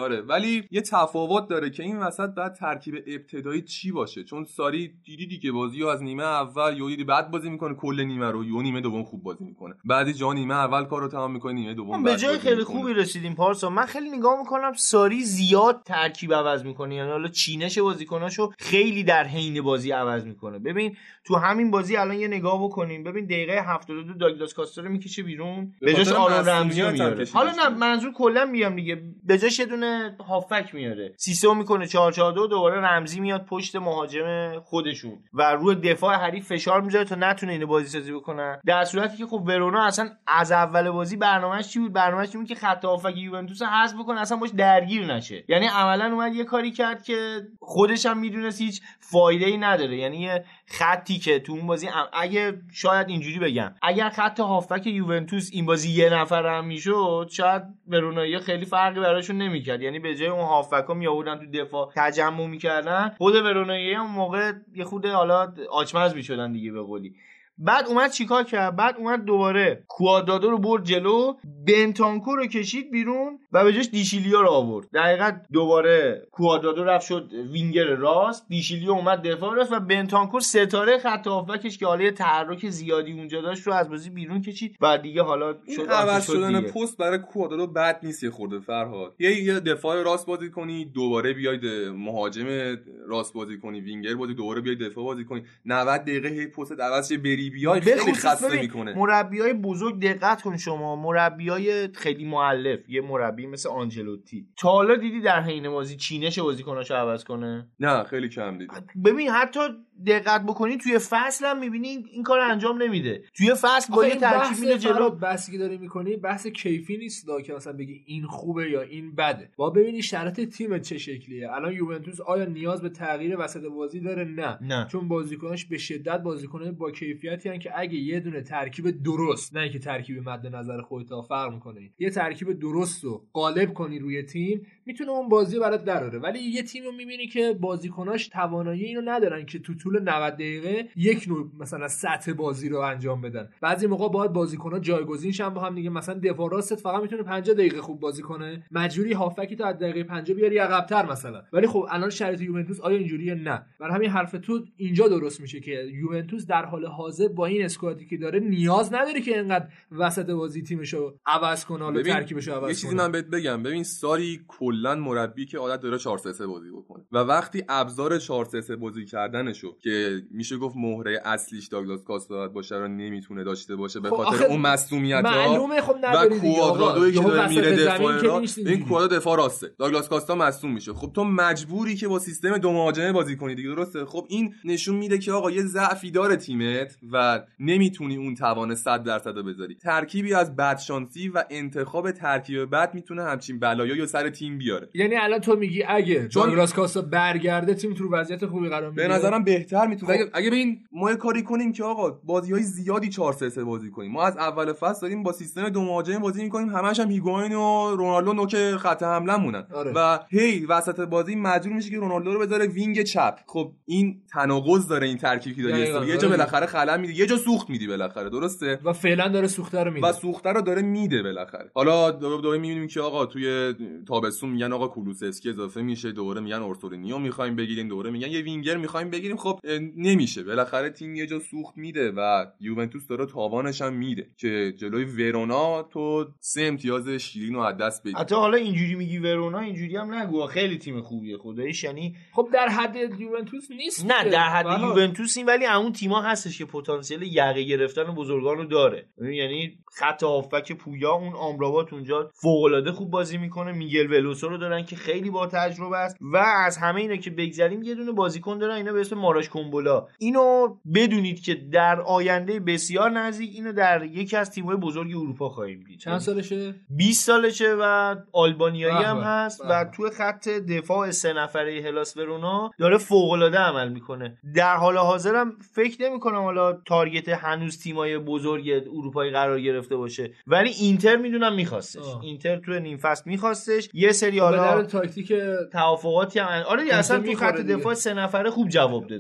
آره ولی یه تفاوت داره که این وسط بعد ترکیب ابتدایی چی باشه، چون ساری دیدی دیگه بازیو از نیمه اول یو دیدی بعد بازی میکنه کل نیمه رو، یو نیمه دوم خوب بازی میکنه، بعضی جا نیمه اول کارو تمام میکنه، نیمه دوم به جای خیلی خوبی رسیدیم پارسا. من خیلی نگاه میکنم ساری زیاد ترکیب عوض میکنه، یعنی حالا چینش بازیکناشو خیلی در حین بازی عوض میکنه. ببین تو همین بازی الان یه نگاه بکنیم، ببین دقیقه هفتاد و دو داگلاس کاستر رو میکشه بیرون، به جاش آرون رمزی رو میاره. حالا نه منظور کلا میگم دیگه، به جاش یه دونه هافک میاره، سیسو میکنه چهار چهار دو، دوباره رمزی میاد پشت مهاجم خودشون و روی دفاع حریف فشار میذاره تا نتونه اینو بازی سازی بکنه، در صورتی که خب ورونا اصلا از اول بازی برنامه‌اش چی بود؟ برنامه‌اش این بود که خط هافک یوونتوس رو حذف بکنه، اصلا باش درگیر نشه. یعنی عملاً اومد یه کاری کرد که خودش هم میدونست هیچ فایده‌ای نداره. یعنی یه خطی که تو اون بازی اگه شاید اینجوری بگم، اگر خط هافک یوونتوس این بازی یه نفر هم میشد، شاید ورونایی خیلی فرقی براشون نمیکرد. یعنی به جای اون هافکا می آوردن تو دفاع تجمع میکردن، خود ورونایی اون موقع یه خود حالا آچمز میشدن دیگه به قولی. بعد اومد چیکار کرد؟ بعد اومد دوباره کوادرادو رو برد جلو، بنتانکو رو کشید بیرون و به جاش دیشیلیو رو آورد. دقیقاً دوباره کوادرادو رفت شد وینگر راست، دیشیلیو اومد دفاع راست و بنتانکو ستاره خط هافبکش که حالا تحرک زیادی اونجا داشت رو از بازی بیرون کشید و دیگه حالا شد عوض شدن پست برای کوادرادو بد نیست. یه خورده فرهاد یه یه دفاع راست بازی کنی، دوباره بیاید مهاجم راست بازی کنی، وینگر بازی دوباره بیاید دفاع بازی کنی، نود دقیقه هی پست عوض شه بری بیای خیلی خسته میکنه. مربیای بزرگ دقت کن شما، مربیای خیلی مؤلف، یه مربی مثل آنجلوتی تا حالا دیدی در حین بازی چینش بازیکناشو عوض کنه؟ نه خیلی کم دیدی. ببین حتی دقت بکنی توی فصل هم میبینی این کارو انجام نمیده. توی فصل با یه ترکیب میره جلو. بحثی که داری میکنی بحث کیفی نیست که مثلا بگی این خوبه یا این بده، با ببینی شرایط تیم چه شکلیه. الان یوونتوس آیا نیاز به تغییر وسط بازی داره؟ نه, نه. چون بازیکناش به شدت بازیکنای با کیفیتی ان که اگه یه دونه ترکیب درست، نه اینکه ترکیب مد نظر خودت فرق میکنه، یه ترکیب درست رو غالب کنی روی تیم، میتونه اون بازی برات دراره. ولی یه تیم رو میبینی که بازیکناش توانایی اینو ندارن که تو طول نود دقیقه یک نوع مثلا سطح بازی رو انجام بدن. بعضی موقع باید بازیکن‌ها جایگزین شن با هم دیگه، مثلا دفاع راستت فقط میتونه پنجاه دقیقه خوب بازی کنه، مجبوری هافکی تو از دقیقه پنجاه بیاری عقب‌تر مثلا. ولی خب الان شرایط یوونتوس آیا اینجوریه؟ نه. برای همین حرف تو اینجا درست میشه که یوونتوس در حال حاضر با این اسکوادی که داره نیاز نداره که اینقدر وسط بازی تیمشو عوض کنه، حالا ترکیبشو عوض کنه. یه چیزی من بهت بگم، ببین ساری کلا مربی که عادت داره چهار سه سه بازی بکنه و وقتی ابزار چهار سه سه بازی کردنشو که میشه گفت مهره اصلیش داگلاس کاستا باشه رو نمیتونه داشته باشه به خاطر اون مصونیت‌ها. معلومه خب و کوادرادویی که داره میره دفاع را، این کوادرادو دفاع راسته، داگلاس کاستا مصون میشه. خب تو مجبوری که با سیستم دو مهاجمه بازی کنی دیگه، درسته؟ خب این نشون میده که آقا یه ضعفی داره تیمت و نمیتونی اون توان صد درصد رو بذاری. ترکیبی از بدشانسی و انتخاب ترکیب بد میتونه همچین بلایایی سر تیم بیاره. یعنی الان تو میگی اگه داگلاس کاستا برگرده تیم تو وضعیت خوبی قرار میگیره؟ به نظرم بهتر میتونه. اگه اگه ببین ما یه کاری کنیم که آقا بازی‌های زیادی چهار سه سه بازی کنیم. ما از اول فصل داریم با سیستم دو مهاجم بازی می‌کنیم، همش هم هیگواین و رونالدو نوک خط حمله مونن. آره. و هی وسط بازی مجبور میشه که رونالدو رو بذاره وینگ چپ. خب این تناقض داره این ترکیبی که داری. یه جا بالاخره خلل میدی، یه جا سوخت میدی بالاخره، درسته؟ و فعلا داره سوخته رو میده. و سوخته رو داره میده بالاخره. حالا دوباره میبینیم که آقا توی تابستون میگن آقا کولوسسکی اضافه میشه، دوباره میگن اورتورینیو می‌خوایم بگیریم، دوباره میگن یه وینگر می‌خوایم بگیریم. خب نمیشه، بالاخره تیم یه جا سوخت میده و یوونتوس داره تاوانش هم میده که جلوی ورونا تو سه امتیاز شیرین رو از دست بدی. حتی حالا اینجوری میگی ورونا، اینجوری هم نگو، خیلی تیم خوبیه خداییش. یعنی خب در حد یوونتوس نیست، نه در حد بلا. یوونتوس این، ولی اون تیم‌ها هستش که پتانسیل یقه گرفتن بزرگان رو داره. یعنی خط هافبک پویا اون آمرابات اونجا فوق‌العاده خوب بازی میکنه، میگل ولوسو رو دارن که خیلی با تجربه است و از همه اینا که بگذریم یه دونه بازیکن دارن اینا به اسم ماراش کومبولا. اینو بدونید که در آینده بسیار نزدیک اینو در یکی از تیم‌های بزرگ اروپا خواهیم دید. چند سالشه؟ بیست سالشه و آلبانیایی هم هست و تو خط دفاع سه نفره هلاس ورونا داره فوق‌العاده عمل میکنه. در حال حاضرم فکر نمی‌کنم حالا تارگت هنوز تیم‌های بزرگ اروپایی قرار گرفته باشه، ولی اینتر میدونم می‌خواستش. اینتر تو نیم فصل می‌خواستش. یه سری حالا تاکتیک توافقاتی هم آره اصلا تو خط دفاع سه نفره خوب جواب داده.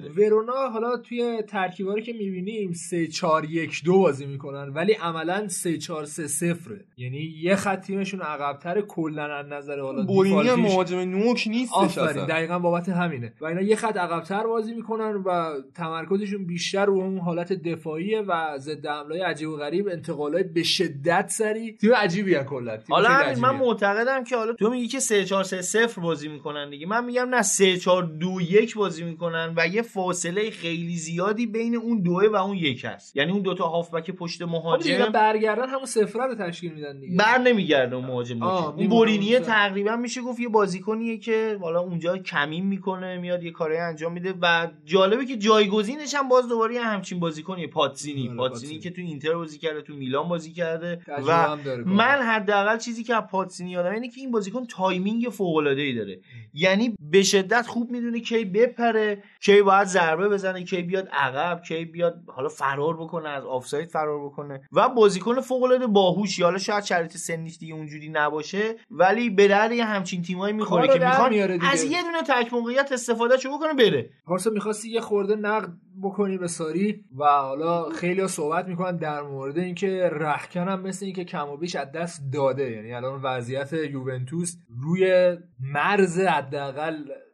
ورونا حالا توی ترکیباری که میبینیم سه چهار یک دو بازی میکنن ولی عملا سه چهار سه صفر، یعنی یه خط تیمشون عقب‌تر کلا از نظر حالا بورینی مهاجم نوک نیستش اصلا. دقیقاً بابت همینه و اینا یه خط عقب‌تر بازی میکنن و تمرکزشون بیشتر رو اون حالت دفاعیه و ضد حمله‌های عجیب و غریب، انتقالات به شدت سریع. تیم عجیبیه کلا. حالا همین من معتقدم که حالا تو میگی که سه چهار سه صفر بازی میکنن دیگه، من میگم نه سه چهار دو یک بازی میکنن و یه فاصله خیلی زیادی بین اون دوه و اون یک هست، یعنی اون دوتا هافبک پشت مهاجم برگردن همون صفر رو تشکیل میدن دیگه، بر نمیگرده اون مهاجم. اون بورینیه تقریبا میشه گفت یه بازیکنیه که حالا اونجا کمین میکنه، میاد یه کاری انجام میده و جالبه که جایگزینش هم باز دوباره همچین بازیکنیه، پاتزینی پاتزینی که تو اینتر بازی کرده، تو میلان بازی کرده و من حداقل چیزی که از پاتزینی یادم اینه که این بازیکن تایمینگ فوق العاده ای داره، یعنی به شدت خوب میدونه کی بپره، کی باید ضربه بزنه، کی بیاد عقب، کی بیاد حالا فرار بکنه، از آفساید فرار بکنه و بازیکن فوق العاده باهوشی. حالا شاید شرایط سنیش دیگه اونجوری نباشه ولی به درد یه همچین تیمایی میخوره که میخوان از یه دونه تک موقعیت استفاده چه بکنه بره. پارسا می‌خواستی یه خورده نقد بکنی به ساری و حالا خیلی‌ها صحبت میکنن در مورد اینکه رختکن هم مثل اینکه کم و بیش از دست داده، یعنی الان وضعیت یوونتوس روی مرز حداقل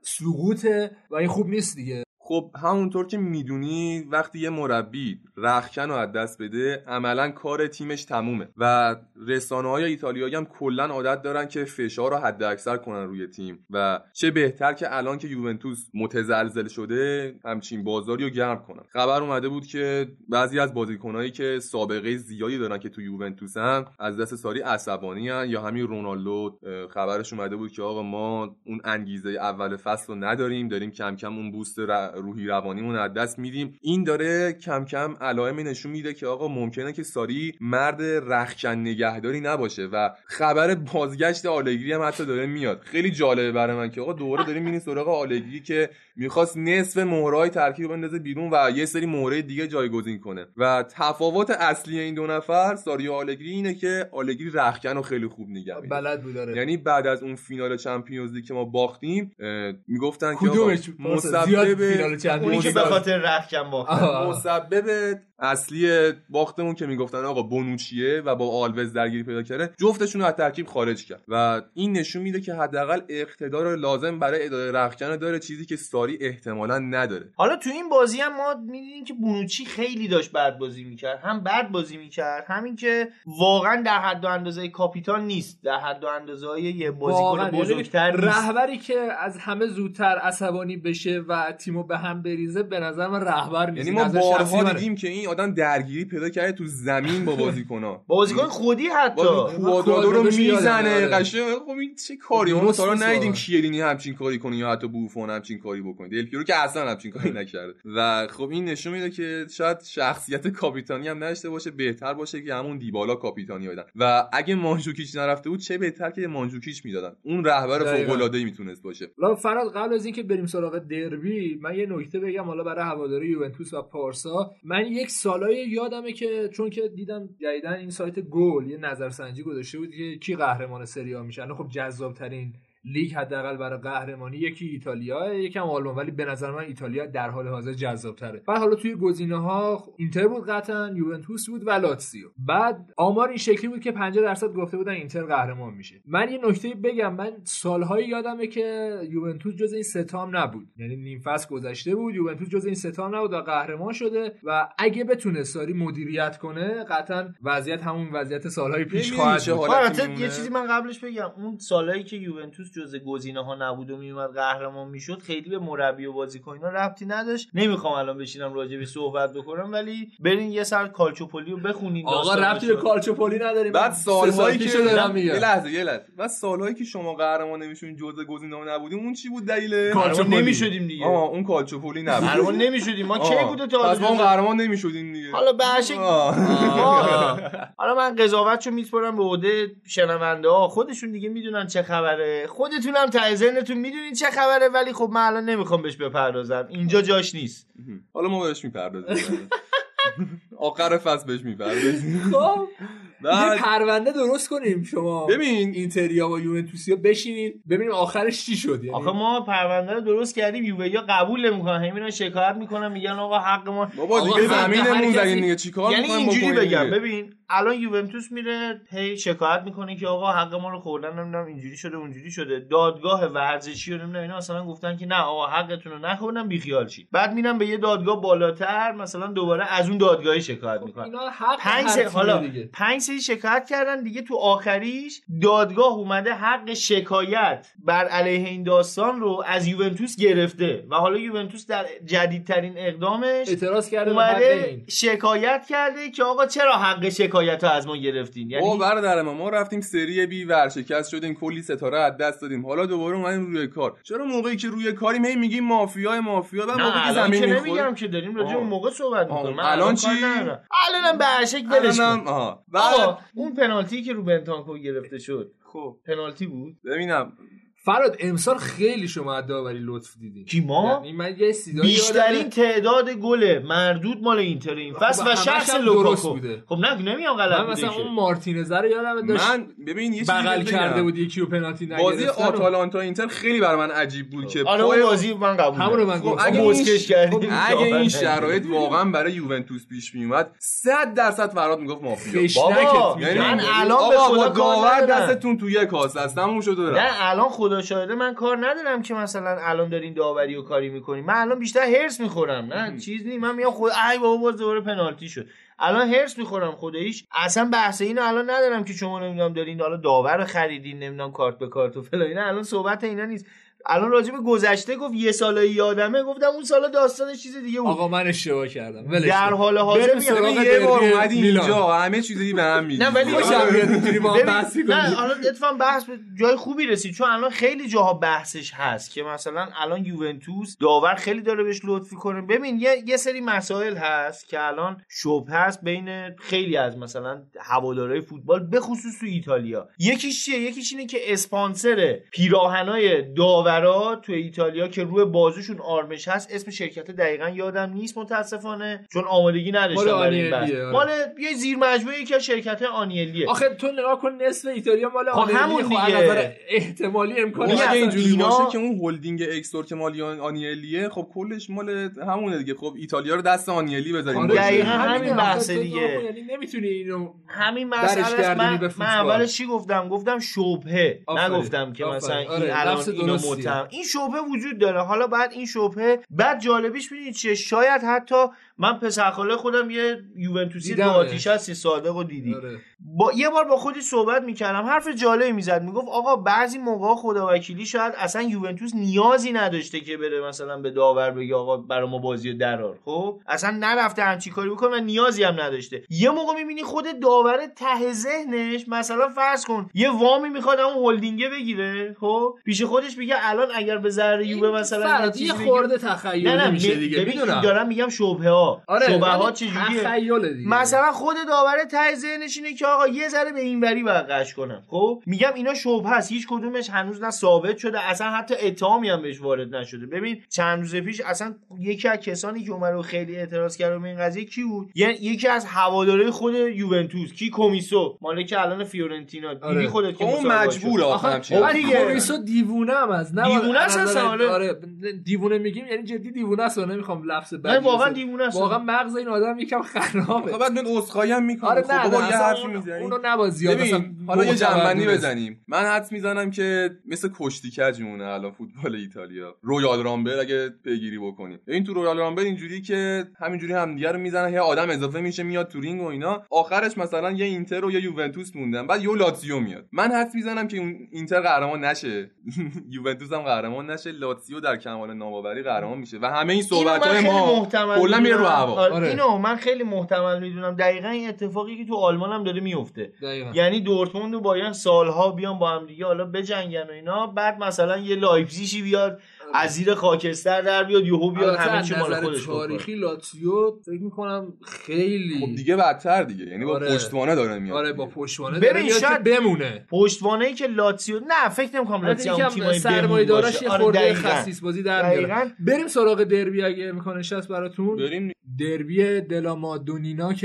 سقوطه و این خوب نیست دیگه. خب همونطور که میدونی وقتی یه مربی رختکن رو از دست بده عملا کار تیمش تمومه و رسانه‌های ایتالیایی هم کلا عادت دارن که فشار رو حد اکثر کنن روی تیم و چه بهتر که الان که یوونتوس متزلزل شده همچین بازاری رو گرم کنن. خبر اومده بود که بعضی از بازیکنایی که سابقه زیادی دارن که تو یوونتوسن از دست ساری عصبانی ان، یا همین رونالدو خبرش اومده بود که آقا ما اون انگیزه اول فصل رو نداریم، داریم کم کم اون بوست روحی روانیمون از دست میدیم. این داره کم کم علائم نشون میده که آقا ممکنه که ساری مرد رختکن نگهداری نباشه و خبر بازگشت آلگری هم حتی داره میاد. خیلی جالبه برای من که آقا دوباره داریم میبینیم سراغ آلگری که میخواست نصف مهرهای ترکیب بندازه بیرون و یه سری مهره دیگه جایگزین کنه و تفاوت اصلی این دو نفر ساری و آلگری اینه که آلگری رختکن رو خیلی خوب نگه می‌داره، بلد بود داره. یعنی بعد از اون فینال چمپیونز لیگ که ما باختیم میگفتن که آقا مسبب اونی که به خاطر رختکن باخت مسبب اصلی باختمون که میگفتن آقا بونوچیه و با آلوز درگیری پیدا کرده، جفتشون رو از ترکیب خارج کرد و این نشون میده که حداقل اقتدار لازم برای اداره رختکن داره، چیزی که ساری احتمالاً نداره. حالا تو این بازی هم ما می‌دیدیم که بونوچی خیلی داشت بد بازی میکرد، هم بد بازی میکرد، همین که واقعا در حد و اندازه کاپیتان نیست، در حد و اندازه یه بازیکن بزرگتر نیست. رهبری که از همه زودتر عصبانی بشه و تیمو به هم بریزه به نظر من رهبر نیست. یعنی ما بارها دیدیم که این آدم درگیری پیدا کرده تو زمین با بازیکن‌ها، بازیکن خودی حتی کوادرادو رو میزنه قشنگ. خب این چه کاری؟ ما تا الان ندیدیم کیلینی همچین کاری کنه یا حتی بوفون همچین کاری بکنه، دل پیرو که اصلا همچین کاری نکرده و خب این نشون میده که شاید شخصیت کاپیتانی هم نداشته باشه، بهتر باشه که همون دیبالا کاپیتانی بدن و اگه مانجوکیچ نرفته بود چه بهتر که مانجوکیچ میدادن، اون رهبر فوق‌العاده‌ای میتونست باشه. حالا فراد قبل از اینکه بریم سراغ دربی من یه نکته بگم حالا برای هواداری یوونتوس و پارسا. من یک سالای یادمه که چون که دیدم جدیدن این سایت گل یه نظرسنجی گذاشته بود که کی قهرمان سری آ میشه. خب جذاب ترین لیگ حداقل برای قهرمانی یکی ایتالیا یکم آلمان، ولی به نظر من ایتالیا در حال حاضر جذاب‌تره. بعد حالا توی گزینه‌ها اینتر بود قطعاً، یوونتوس بود و لاتزیو. بعد آمار این شکلی بود که پنجاه درصد گفته بودن اینتر قهرمان میشه. من یه نکته بگم، من سال‌های یادمه که یوونتوس جز این سه تام نبود، یعنی نیم فصل گذشته بود یوونتوس جز این سه تام نبود و قهرمان شده و اگه بتونه ساری مدیریت کنه قطعاً وضعیت همون وضعیت سال‌های پیش خواهد بود. البته یه چیزی من قبلش بگم، اون سالایی که یوونتوس جزء گزینه‌ها نبود و میومد قهرمان میشد خیلی به مربی و بازیکن‌ها ربطی نداشت. نمیخوام الان بشینم راجع به صحبت بکنم، ولی برین یه سر کالچوپولی رو بخونین. آقا ربطی به کالچوپولی نداریم. بعد سال‌هایی که دارم میگم یه لحظه یه لحظه بعد سال‌هایی که شما قهرمان نمیشون جزء گزینه‌ها نبودیم اون چی بود دلیل؟ قهرمان نمیشدیم دیگه. آها اون کالچوپولی نبود. قهرمان نمیشدیم. ما کی بود تا از ما قهرمان نمیشدیم دیگه. حالا به هر حالا من قضاوتشو میسپارم به عهده شنونده‌ها، خودشون دیگه میدونن چه خبره، خودتونم ته ذهنتون میدونین چه خبره، ولی خب من الان نمیخوام بهش بپردازم، اینجا جاش نیست. حالا ما بهش میپردازیم آخر فصل بهش میپردازیم. خب یه پرونده درست کنیم شما ببین اینتریا و یوونتوسیا بشینین ببینیم آخرش چی شد. یعنی آخه ما پرونده رو درست کردیم، یوویا قبول نمیکنن، همینا شکایت میکنن میگن آقا حق ما. بابا دیگه زمینمون زدین دیگه چیکار یعنی می‌خوایم اینجوری بکنیم بگم دیگه؟ ببین الان یوونتوس میره هی شکایت میکنه که آقا حق ما رو خوردن، نمیدونم اینجوری شده اونجوری شده، دادگاه ورزشی و نمیدونم اینا مثلا گفتن که نه آقا حقتون رو نخوردن بی خیال شید، بعد میرن به یه دادگاه بالاتر مثلا دوباره از اون دادگاهی شکایت میکنن. اینا حق پنج سه حالا پنج سه شکایت کردن دیگه، تو آخریش دادگاه اومده حق شکایت بر علیه این داستان رو از یوونتوس گرفته و حالا یوونتوس در جدیدترین اقدامش اعتراض کرده، اومده شکایت کرده که آقا چرا حق شکایت رو از ما گرفتین. یعنی او برادر ما ما رفتیم سری بی ورشکست شدیم، کلی ستاره از دست دادیم، حالا دوباره اومدیم روی کار. چرا موقعی که روی کاریم هی میگیم مافیای مافیا، بعد موقعی که زمین میخوره نمیگم که داریم راجع اون موقع صحبت می‌کنیم. الان چی؟ الانم برشک ولش کن. آها بعد اون پنالتی که رو بنتانکو گرفته شد خب پنالتی بود. ببینم فراد امسال خیلی شما داوری لطف دیدین. کی ما؟ یعنی من یه صدایی بیشترین تعداد گل مردود مال اینتر این فصل و شخص لوکاکو. خب نه نمیام غلط من مثلا اون مارتینز رو یادم داشت من ببین یه چیزی بغل کرده بود یکی رو پنالتی نگرفت. بازی آتالانتا اینتر خیلی برای من عجیب بود که آره اون بازی من قبول همون رو من گفتم. اگه موسکش کردیم اگه این شرایط واقعا برای یوونتوس پیش می اومد صد درصد فراد میگفت مافیا. بابا من الان به خدا داور دستتون تو یک کاسه است تموم شد. نه الان خدا شاهده من کار ندارم که مثلا الان دارین داوری و کاری میکنیم، من الان بیشتر هرس میخورم. نه چیز نی، من میام خود ای بابا باز دوباره پنالتی شد، الان هرس میخورم خودش. اصلا بحث اینو الان ندارم که شما نمیدونم دارین حالا داور رو خریدین نمیدونم کارت به کارت و فلان، اینا الان صحبت اینا نیست. الان راجع به گذشته گفت یه ساله یادمه، گفتم اون سالا داستانش چیز دیگه بود. آقا من اشتباه کردم ولش در حال حاضر میگم یه بار اومدی اینجا همه چیزی به هم میگی. نه ولی خوشم میاد اینجوری با هم بحث کنیم. نه حالا اتفاقا بحث به جای خوبی رسید، چون الان خیلی جاها بحثش هست که مثلا الان یوونتوس داور خیلی داره بهش لطفی کنه. ببین یه یه سری مسائل هست که الان شبهه هست بین خیلی از مثلا هوادارهای فوتبال به خصوص تو ایتالیا. یکیش چیه؟ یکیش اینه که اسپانسر پیراهنای داورا تو ایتالیا که روی بازوشون آرمش هست، اسم شرکت دقیقاً یادم نیست متاسفانه چون آمادگی نداشتم برای این بحث. مال یه زیر مجموعه یکی از شرکت آنیلیه. آخه تو نگاه کن نصف ایتالیا مال آنیلیه. همون دیگه نظر احتمالی امکان اگه اینجوری اینا... باشه که اون هلدینگ اکستور که مال آنیلیه، خب کلش مال همونه دیگه. خب ایتالیا رو دست آنیلی بذاریم. دقیقاً همین بحث دیگه. یعنی نمیتونی اینو همین مسئله. من من اولش چی گفتم؟ گفتم شبهه، نگفتم که مثلا این الان اینو متهم. این شبهه وجود داره. حالا بعد این شبهه بعد جالبیش میدونید چیه؟ شاید حتی من پسرخاله خودم یه یوونتوسی دو آتیش هستی صادق و دیدی آره. با یه بار با خودی صحبت میکردم، حرف جالبی میزد، میگفت آقا بعضی موقع خداوکیلی شاید اصلا یوونتوس نیازی نداشته که بره مثلا به داور بگه آقا برای ما بازی درار، خب اصلا نرفته همچی کاری بکنه و نیازی هم نداشته. یه موقع میبینی خود داور ته ذهنش مثلا فرض کن یه وامی میخواد اون هلدینگه بگیره، خب پیش خودش میگه الان اگر به ضرر یووه مثلا یه خورده تخیل میشه دیگه. میدونم دارم میگم شبهه ها آره شبهه ها چجوریه. مثلا خود داور ته ذهنش اینه که آقا یه ذره به این وری باید قش کنم. خب میگم اینا شبهه است، هیچ کدومش هنوز نه ثابت شده، اصلا حتی اتهامی هم بهش وارد نشده. ببین چند روز پیش اصلا یکی از کسانی که اومد و خیلی اعتراض کرد به این قضیه کی بود؟ یعنی یکی از هوادارهای خود یوونتوس، کی کومیسو، مالک الان فیورنتینا. دیدی آره. خودت که اون مجبوره آخه کومیسو دیوونه هم از نه دیوونه است. آره دیوونه میگیم یعنی جدی دیوونه است، نمیخوام لفظ بد. نه واقعا دیوونه است. واقعا مغز این آدم یکم خرابه. بعد میاد عذرخواهی هم میکنه. آره نه بابا یه حرفی میزنی اونو نباز زیاد مثلا. حالا یه جنبندی بزنیم. من حدس میزنم که مثل کشتی کج میمونه الان فوتبال ایتالیا. رویال رامبل اگه پیگیری بکنیم، ببین تو رویال رامبل اینجوری که همینجوری همدیگه رو میزنن، یه آدم اضافه میشه میاد تو رینگ و اینا، آخرش مثلا یه اینتر و یه یوونتوس موندن، بعد یه لاتزیو میاد. من حدس میزنم که اون اینتر قهرمان نشه، یوونتوس هم قهرمان نشه، لاتزیو در کمال ناباوری قهرمان میشه و همه این صحبت‌های ما کلا میره رو هوا. آره. اینو من خیلی محتمل میدونم. دقیقاً این اتفاقی که تو آلمان هم داره میفته. یعنی دورتموند و بایرن سالها بیان با هم دیگه حالا بجنگن و اینا، بعد مثلا یه لایپزیگی بیاد از زیر خاکستر در بیاد یهو بیاد همه چی مال خودش کنه. تاریخی لاتزیو فکر می‌کنم خیلی خب دیگه بدتر دیگه، یعنی با آره. پشتوانه داره میاد. آره با پشتوانه داره میاد که بمونه. پشتوانه‌ای که لاتزیو نه فکر نمی‌کنم لاتزیو اون تیمای سرمایه‌دارش یه خورده خصیص بازی در میاره. بریم سراغ دربی اگه امکانش هست براتون. بریم دربی دلامادونینا که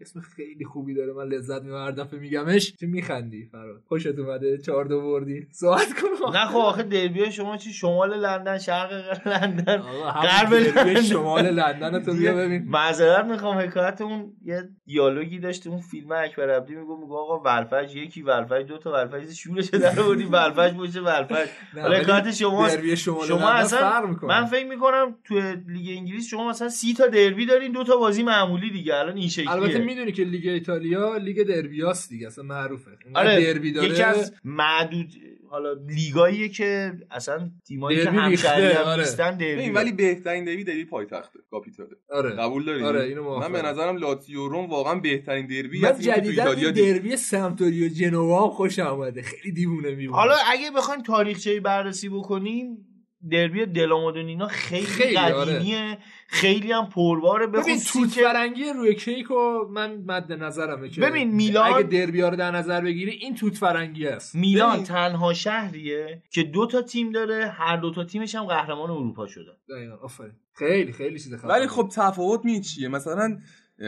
اسم خیلی خوبی داره، من لذت میبرم هر دفعه میگمش. چه میخندی فراد؟ خوشت اومده چهار دو بردی؟ صحبت کن. نه خب آخه دربی شما چی شمال لندن، شرق لندن، غرب لندن، شمال لندن تو بیا ببین. معذرت میخوام، حکایت اون یه دیالوگی داشت اون فیلم اکبر عبدی، میگه میگه آقا ولفج یکی ولفج دو تا ولفج شورش در آوردی ولفج باشه ولفج. حالا حکایت شما شما اصلا من فکر میکنم تو لیگ انگلیس شما مثلا سی تا دربی دارین، دو تا بازی معمولی دیگه. الان این شکلیه. البته میدونی که لیگ ایتالیا لیگ دربیاست دیگه، اصلا معروفه. آره دربی داره، یکی از معدود حالا لیگاییه که اصلا تیمایی که همشهری هم نیستن دربی، ولی بهترین دربی دربی پایتخته کاپیتاله. آره قبول داری؟ آره اینو من به نظرم لاتزیو روم واقعا بهترین دربی از این تو ایتالیا. دربی سمپدوریا و جنوا هم خوشم اومده، خیلی دیوونه میمونه. حالا اگه بخوایم تاریخچه‌ای بررسی بکنیم، دربی دلامادونینا خیلی, خیلی قدیمیه، آره. خیلی هم پرباره. ببین توت فرنگی روی کیکو من مد نظرمه که ببین میلان اگه دربی‌ها رو در نظر بگیری این توت فرنگی است. میلان ببین. تنها شهریه که دو تا تیم داره، هر دو تا تیمش هم قهرمان اروپا شدن. دقیقاً آفرین. خیلی خیلی چیز خفنه. ولی خب تفاوت می چیه؟ مثلا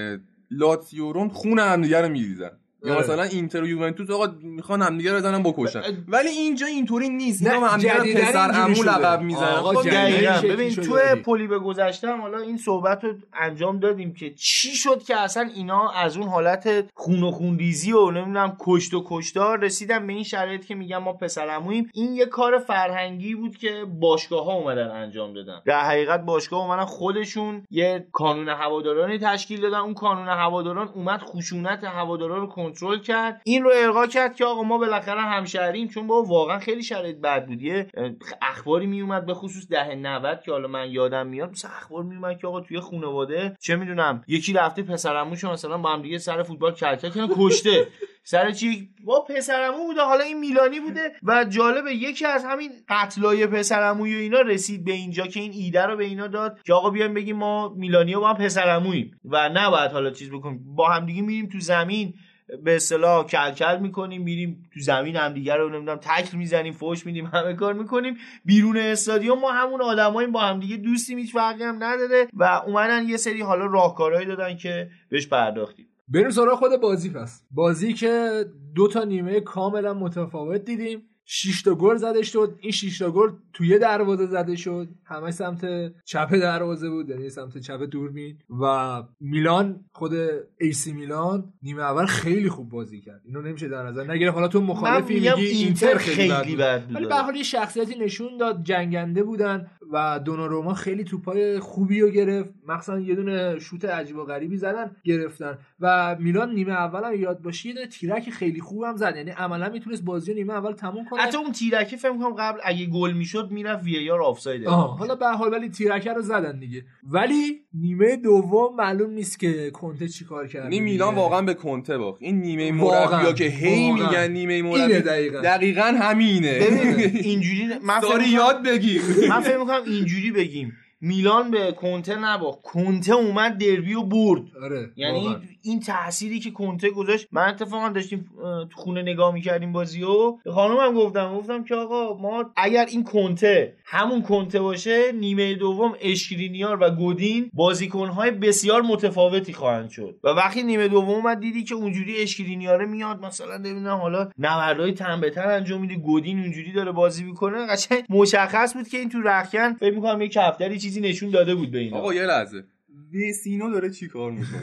لاتزیو روم خون هم دیگه رو میریزن، یا مثلا اینتر و یوونتوس آقا میخوان همدیگه رو بزنن بکشن، ولی اینجا اینطوری نیست. اینا همدیگه رو پسر عمو لقب میزنن. خب دقیقاً ببین تو پلی به گذشته هم حالا این صحبت رو انجام دادیم که چی شد که اصلا اینا از اون حالت خون و خونریزی و نمیدونم کشت و کشتار رسیدن به این شرایط که میگم ما پسر عمویم. این یه کار فرهنگی بود که باشگاه‌ها اومدن انجام دادن. در حقیقت باشگاه‌ها اومدن خودشون یه کانون هوادارانی تشکیل دادن، اون کانون هواداران اومد خشونت هوادارا رو کنترل کرد، این رو الغا کرد که آقا ما بالاخره همشهریم. چون با واقعا خیلی شرایط بد بود. یه اخباری می اومد به خصوص دهه نود که حالا من یادم میاد، مثلا اخبار می اومد که آقا توی خانواده چه میدونم یکی رفته پسرعموشو مثلا با هم دیگه سر فوتبال کلکل کردن کشته. سر چی؟ با پسرعمو بوده، حالا این میلانی بوده. و جالبه یکی از همین قتلای پسرعموی و اینا رسید به اینجا که این ایده رو به اینا داد که آقا بیایم بگیم ما میلانی‌ها با هم پسرعموییم و نباید حالا چیز بکنیم، با هم دیگه میریم تو زمین به اصطلاح کلکل میکنیم، میریم تو زمین هم دیگه رو نمیدونم تکل میزنیم، فوش میدیم، همه کار میکنیم. بیرون استادیوم ما همون آدماییم، با هم دیگه دوستیم، هیچ فرقی هم نداره. و اومدن یه سری حالا راهکارهایی دادن که بهش پرداختیم. بریم سراغ خود بازی. پس بازی که دو تا نیمه کاملا متفاوت دیدیم، شش تا گل زده شد. این شش تا گل توی دروازه زده شد، همه سمت چپ دروازه بود، یعنی سمت چپ دوربین. و میلان، خود ایسی میلان نیمه اول خیلی خوب بازی کرد، اینو نمیشه در نظر نگرفت. حالا تو مخالفی میگی اینتر خیلی, خیلی بد بود، ولی به هر حال یه شخصیتی نشون داد، جنگنده بودن و دوناروما خیلی توپای خوبی رو گرفت، مثلا یه دونه شوت عجیب و غریبی زدن گرفتن. و میلان نیمه اول هم یاد باشه یه دونه تیرک خیلی خوبم زد، یعنی عملا میتونست بازی رو نیمه اول تموم کنه. حتی اون تیرکی فکر می‌کنم قبل اگه گل میشد میرفت وی آر آفساید. حالا به هر حال ولی تیرکه رو زدن دیگه. ولی نیمه دوم معلوم نیست که کنته چیکار کرد. این میلان واقعا به کنته باخت. این نیمه مربی‌ها که هی میگن نیمه مربی، دقیقاً دقیقاً همینه. اینجوری من فکر یاد بگیر. من فکر می‌کنم اینجوری بگیم میلان به کنته نباخت، کنته اومد دربی و برد. آره یعنی واقعا. این تأثیری که کنته گذاشت. من اتفاقا داشتیم تو خونه نگاه می‌کردیم بازیو، خانومم گفتم گفتم که آقا ما اگر این کنته همون کنته باشه، نیمه دوم اشکرینیار و گودین بازیکن‌های بسیار متفاوتی خواهند شد. و وقتی نیمه دوم اومد دیدی که اونجوری اشکرینیار میاد مثلا نمیدونم حالا نبردهای تنبه‌تر انجام میده، گودین اونجوری داره بازی میکنه، قشنگ مشخص بود که این تو رختکن فکر می‌کنم یک کفتری چیزی نشون داده بود به اینا. آقا یه لحظه، ویسینو داره چی کار میکنه؟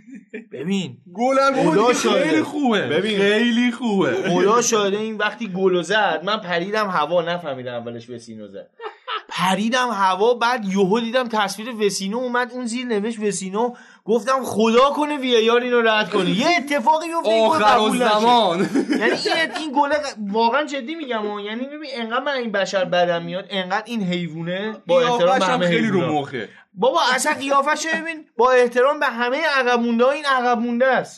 ببین گلم خدا خیلی خوبه، ببین خیلی خوبه، خدا شاهده. این وقتی گل زد من پریدم هوا، نفهمیدم اولش وسینو زد، پریدم هوا، بعد یهو دیدم تصویر وسینو اومد اون زیر نوشت وسینو، گفتم خدا کنه وی ای آر اینو رد کنه، یه اتفاقی بیفته آخر الزمان. یعنی این این گل واقعا جدی میگم، یعنی ببین انقدر من این بشر بدم میاد، انقدر این حیوانه، با احترام به همه خیلی رو مخه بابا، اصلا قیافش ببین، با احترام به همه عقب مونده ها این عقب مونده است.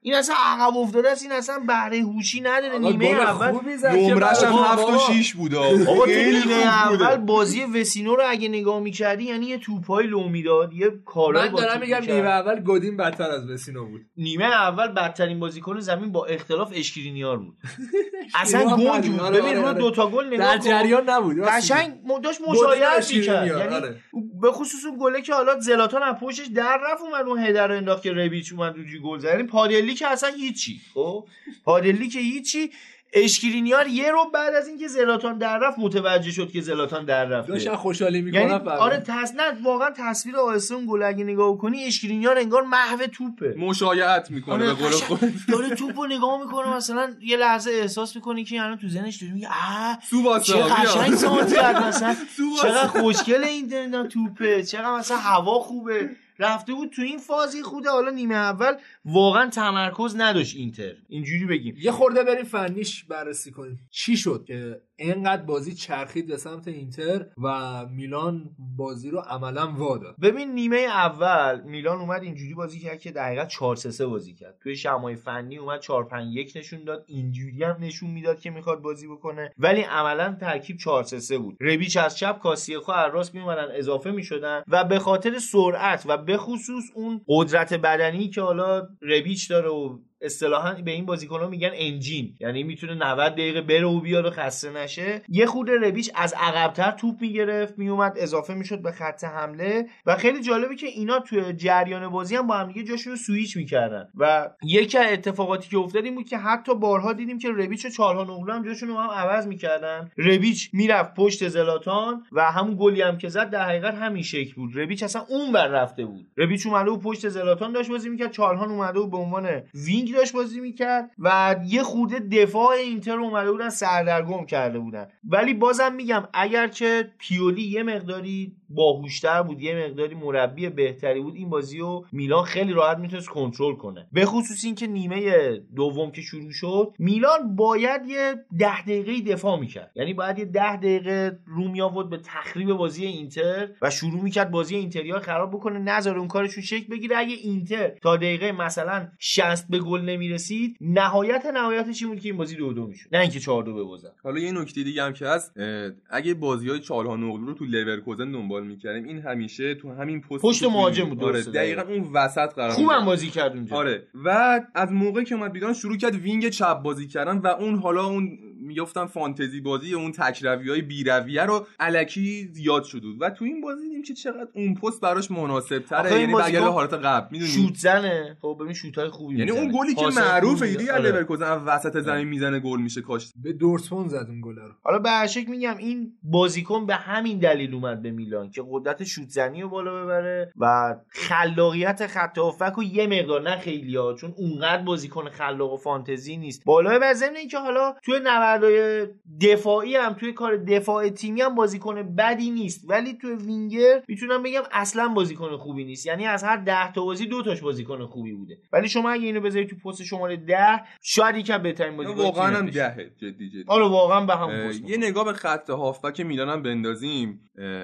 این اصلا عقب افتاده است، این اصلا بهره هوشی نداره. نیمه اول نمرش هم هفت و شش بود. آقا نیمه اول بازی وسینو رو اگه نگاه می‌کردی یعنی یه توپای لو میداد، یه کارای من دارم میگم نیمه اول گودین بدتر از وسینو بود. نیمه اول بدترین بازیکن زمین با اختلاف اشکرینیار بود. اصلا گنگ بود. ببین رو دو تا گل نگاه در جریان نبود، قشنگ داشت مشاهده می‌کرد. یعنی به خصوص اون گله که حالا زلاتان از پشتش در رفت اومد اون هدر رو انداخت که ربیچ اومد اونجوری گل زد. یعنی پادلی که اصلا هیچی. خب پادلی که هیچی. اشکرینیار یه رو بعد از اینکه زلاتان در رفت متوجه شد که زلاتان در رفته. داشت خوشحالی میکنه. یعنی آره تصنیف واقعا تصویر آهسته اون گل اگه نگاه کنی اشکرینیار انگار محو توپه. مشایعت میکنه آره به قول خود. داره توپو نگاه میکنه مثلا یه لحظه احساس میکنی که الان تو ذهنش داره میگه آ سوباسا چه قشنگ سانت کرد مثلا. چقدر خوشگل این توپه، چقدر مثلا هوا خوبه. رفته بود تو این فازی خوده. حالا نیمه اول واقعا تمرکز نداشت اینتر، اینجوری بگیم. یه خورده بریم فنیش بررسی کنیم چی شد که اینقدر بازی چرخید به سمت اینتر و میلان بازی رو عملا واداد. ببین نیمه اول میلان اومد اینجوری بازی کرد که دقیقاً چهار سه سه بازی کرد. توی شمای فنی اومد چهار پنج یک نشون داد، اینجوری هم نشون میداد که میخواد بازی بکنه، ولی عملا ترکیب چهار سه سه بود. ربیچ از چپ، کاسیخو از راست میومدن اضافه میشدن و به خاطر سرعت و به خصوص اون قدرت بدنی که حالا ربیچ داره و اصطلاحاً به این بازیکن‌ها میگن انجین، یعنی میتونه نود دقیقه بره و بیاد و خسته نشه. یه خود ربیچ از عقب‌تر توپ میگرفت، میومد اضافه میشد به خط حمله و خیلی جالبه که اینا توی جریان بازی هم با هم دیگه جاشون رو سوئیچ میکردن و یکی از اتفاقاتی که افتاد این بود که حتی بارها دیدیم که ربیچ و چالهانوغلو هم جاشون رو هم عوض میکردن. ربیچ میرفت پشت زلاتان و همون گلی هم که زد در حقیقت همین شکل بود. ربیچ اصلا اون بر رفته بود، ربیچ اومده و پشت زلاتان داشت بازی میکرد، چالهان اومده و به عنوان وینگ داشت بازی میکرد و یه خورده دفاع اینتر اومده بودن سردرگم کرده بودن. ولی بازم میگم اگر که پیولی یه مقداری باهوشتر بود، یه مقداری مربی بهتری بود، این بازی رو میلان خیلی راحت میتونست کنترل کنه. به خصوص اینکه نیمه دوم که شروع شد میلان باید یه ده دقیقه دفاع میکرد، یعنی باید یه ده دقیقه رو می آورد به تخریب بازی اینتر و شروع میکرد بازی اینتریا خراب بکنه، نذاره اون کارشون شکل بگیره. اگه اینتر تا دقیقه مثلا شصت به گل نمیرسید، نهایت نهایتش این بود که این بازی دو دو میشد، نه اینکه چهار دو ببازن. حالا یه نکته دیگه هم که هست، اگه بازی‌های چالهانوغلو رو تو لورکوزن دنبال می‌کردیم، این همیشه تو همین پست پشت مهاجم بود. آره دقیقاً اون وسط قرار خوبم خوبم بازی کرد اونجا. آره و از موقعی که اومد بیرون شروع کرد وینگ چپ بازی کردن و اون حالا اون میگفتن فانتزی بازی، اون تکروی‌های بی‌رویه رو الکی زیاد شد و تو این بازی دیدیم که چقدر اون پست براش مناسب‌تره، یعنی برگرد حالت قبل، میدونی شوت زنه. خب ببین شوت‌های خوبی یعنی میزنه. اون گلی که معروفه دیگه آره. لورکوزن وسط زمین میزنه گل میشه، کاش به دورتموند زد اون گل رو. حالا به هر شکل میگم این بازیکن به همین دلیل اومد به میلان که قدرت شوت زنی رو بالا ببره و خلاقیت خط هافبک رو یه مقدار، نه خیلی‌ها، چون اونقدر بازیکن خلاق و فانتزی نیست، بالا ببره. ضمن اینکه حالا توی نبردهای دفاعی هم توی کار دفاع تیمی هم بازیکن بدی نیست، ولی توی وینگر میتونم بگم اصلا بازیکن خوبی نیست. یعنی از هر ده تا بازی دو تاش بازیکن خوبی بوده، ولی شما اگه اینو بذاری تو پست شماره ده شاید یکم بهترین بازیکن واقعا هم دهه جدی جدی. آره واقعا به هم پست. یه نگاه به خط هافبک میلان هم بندازیم.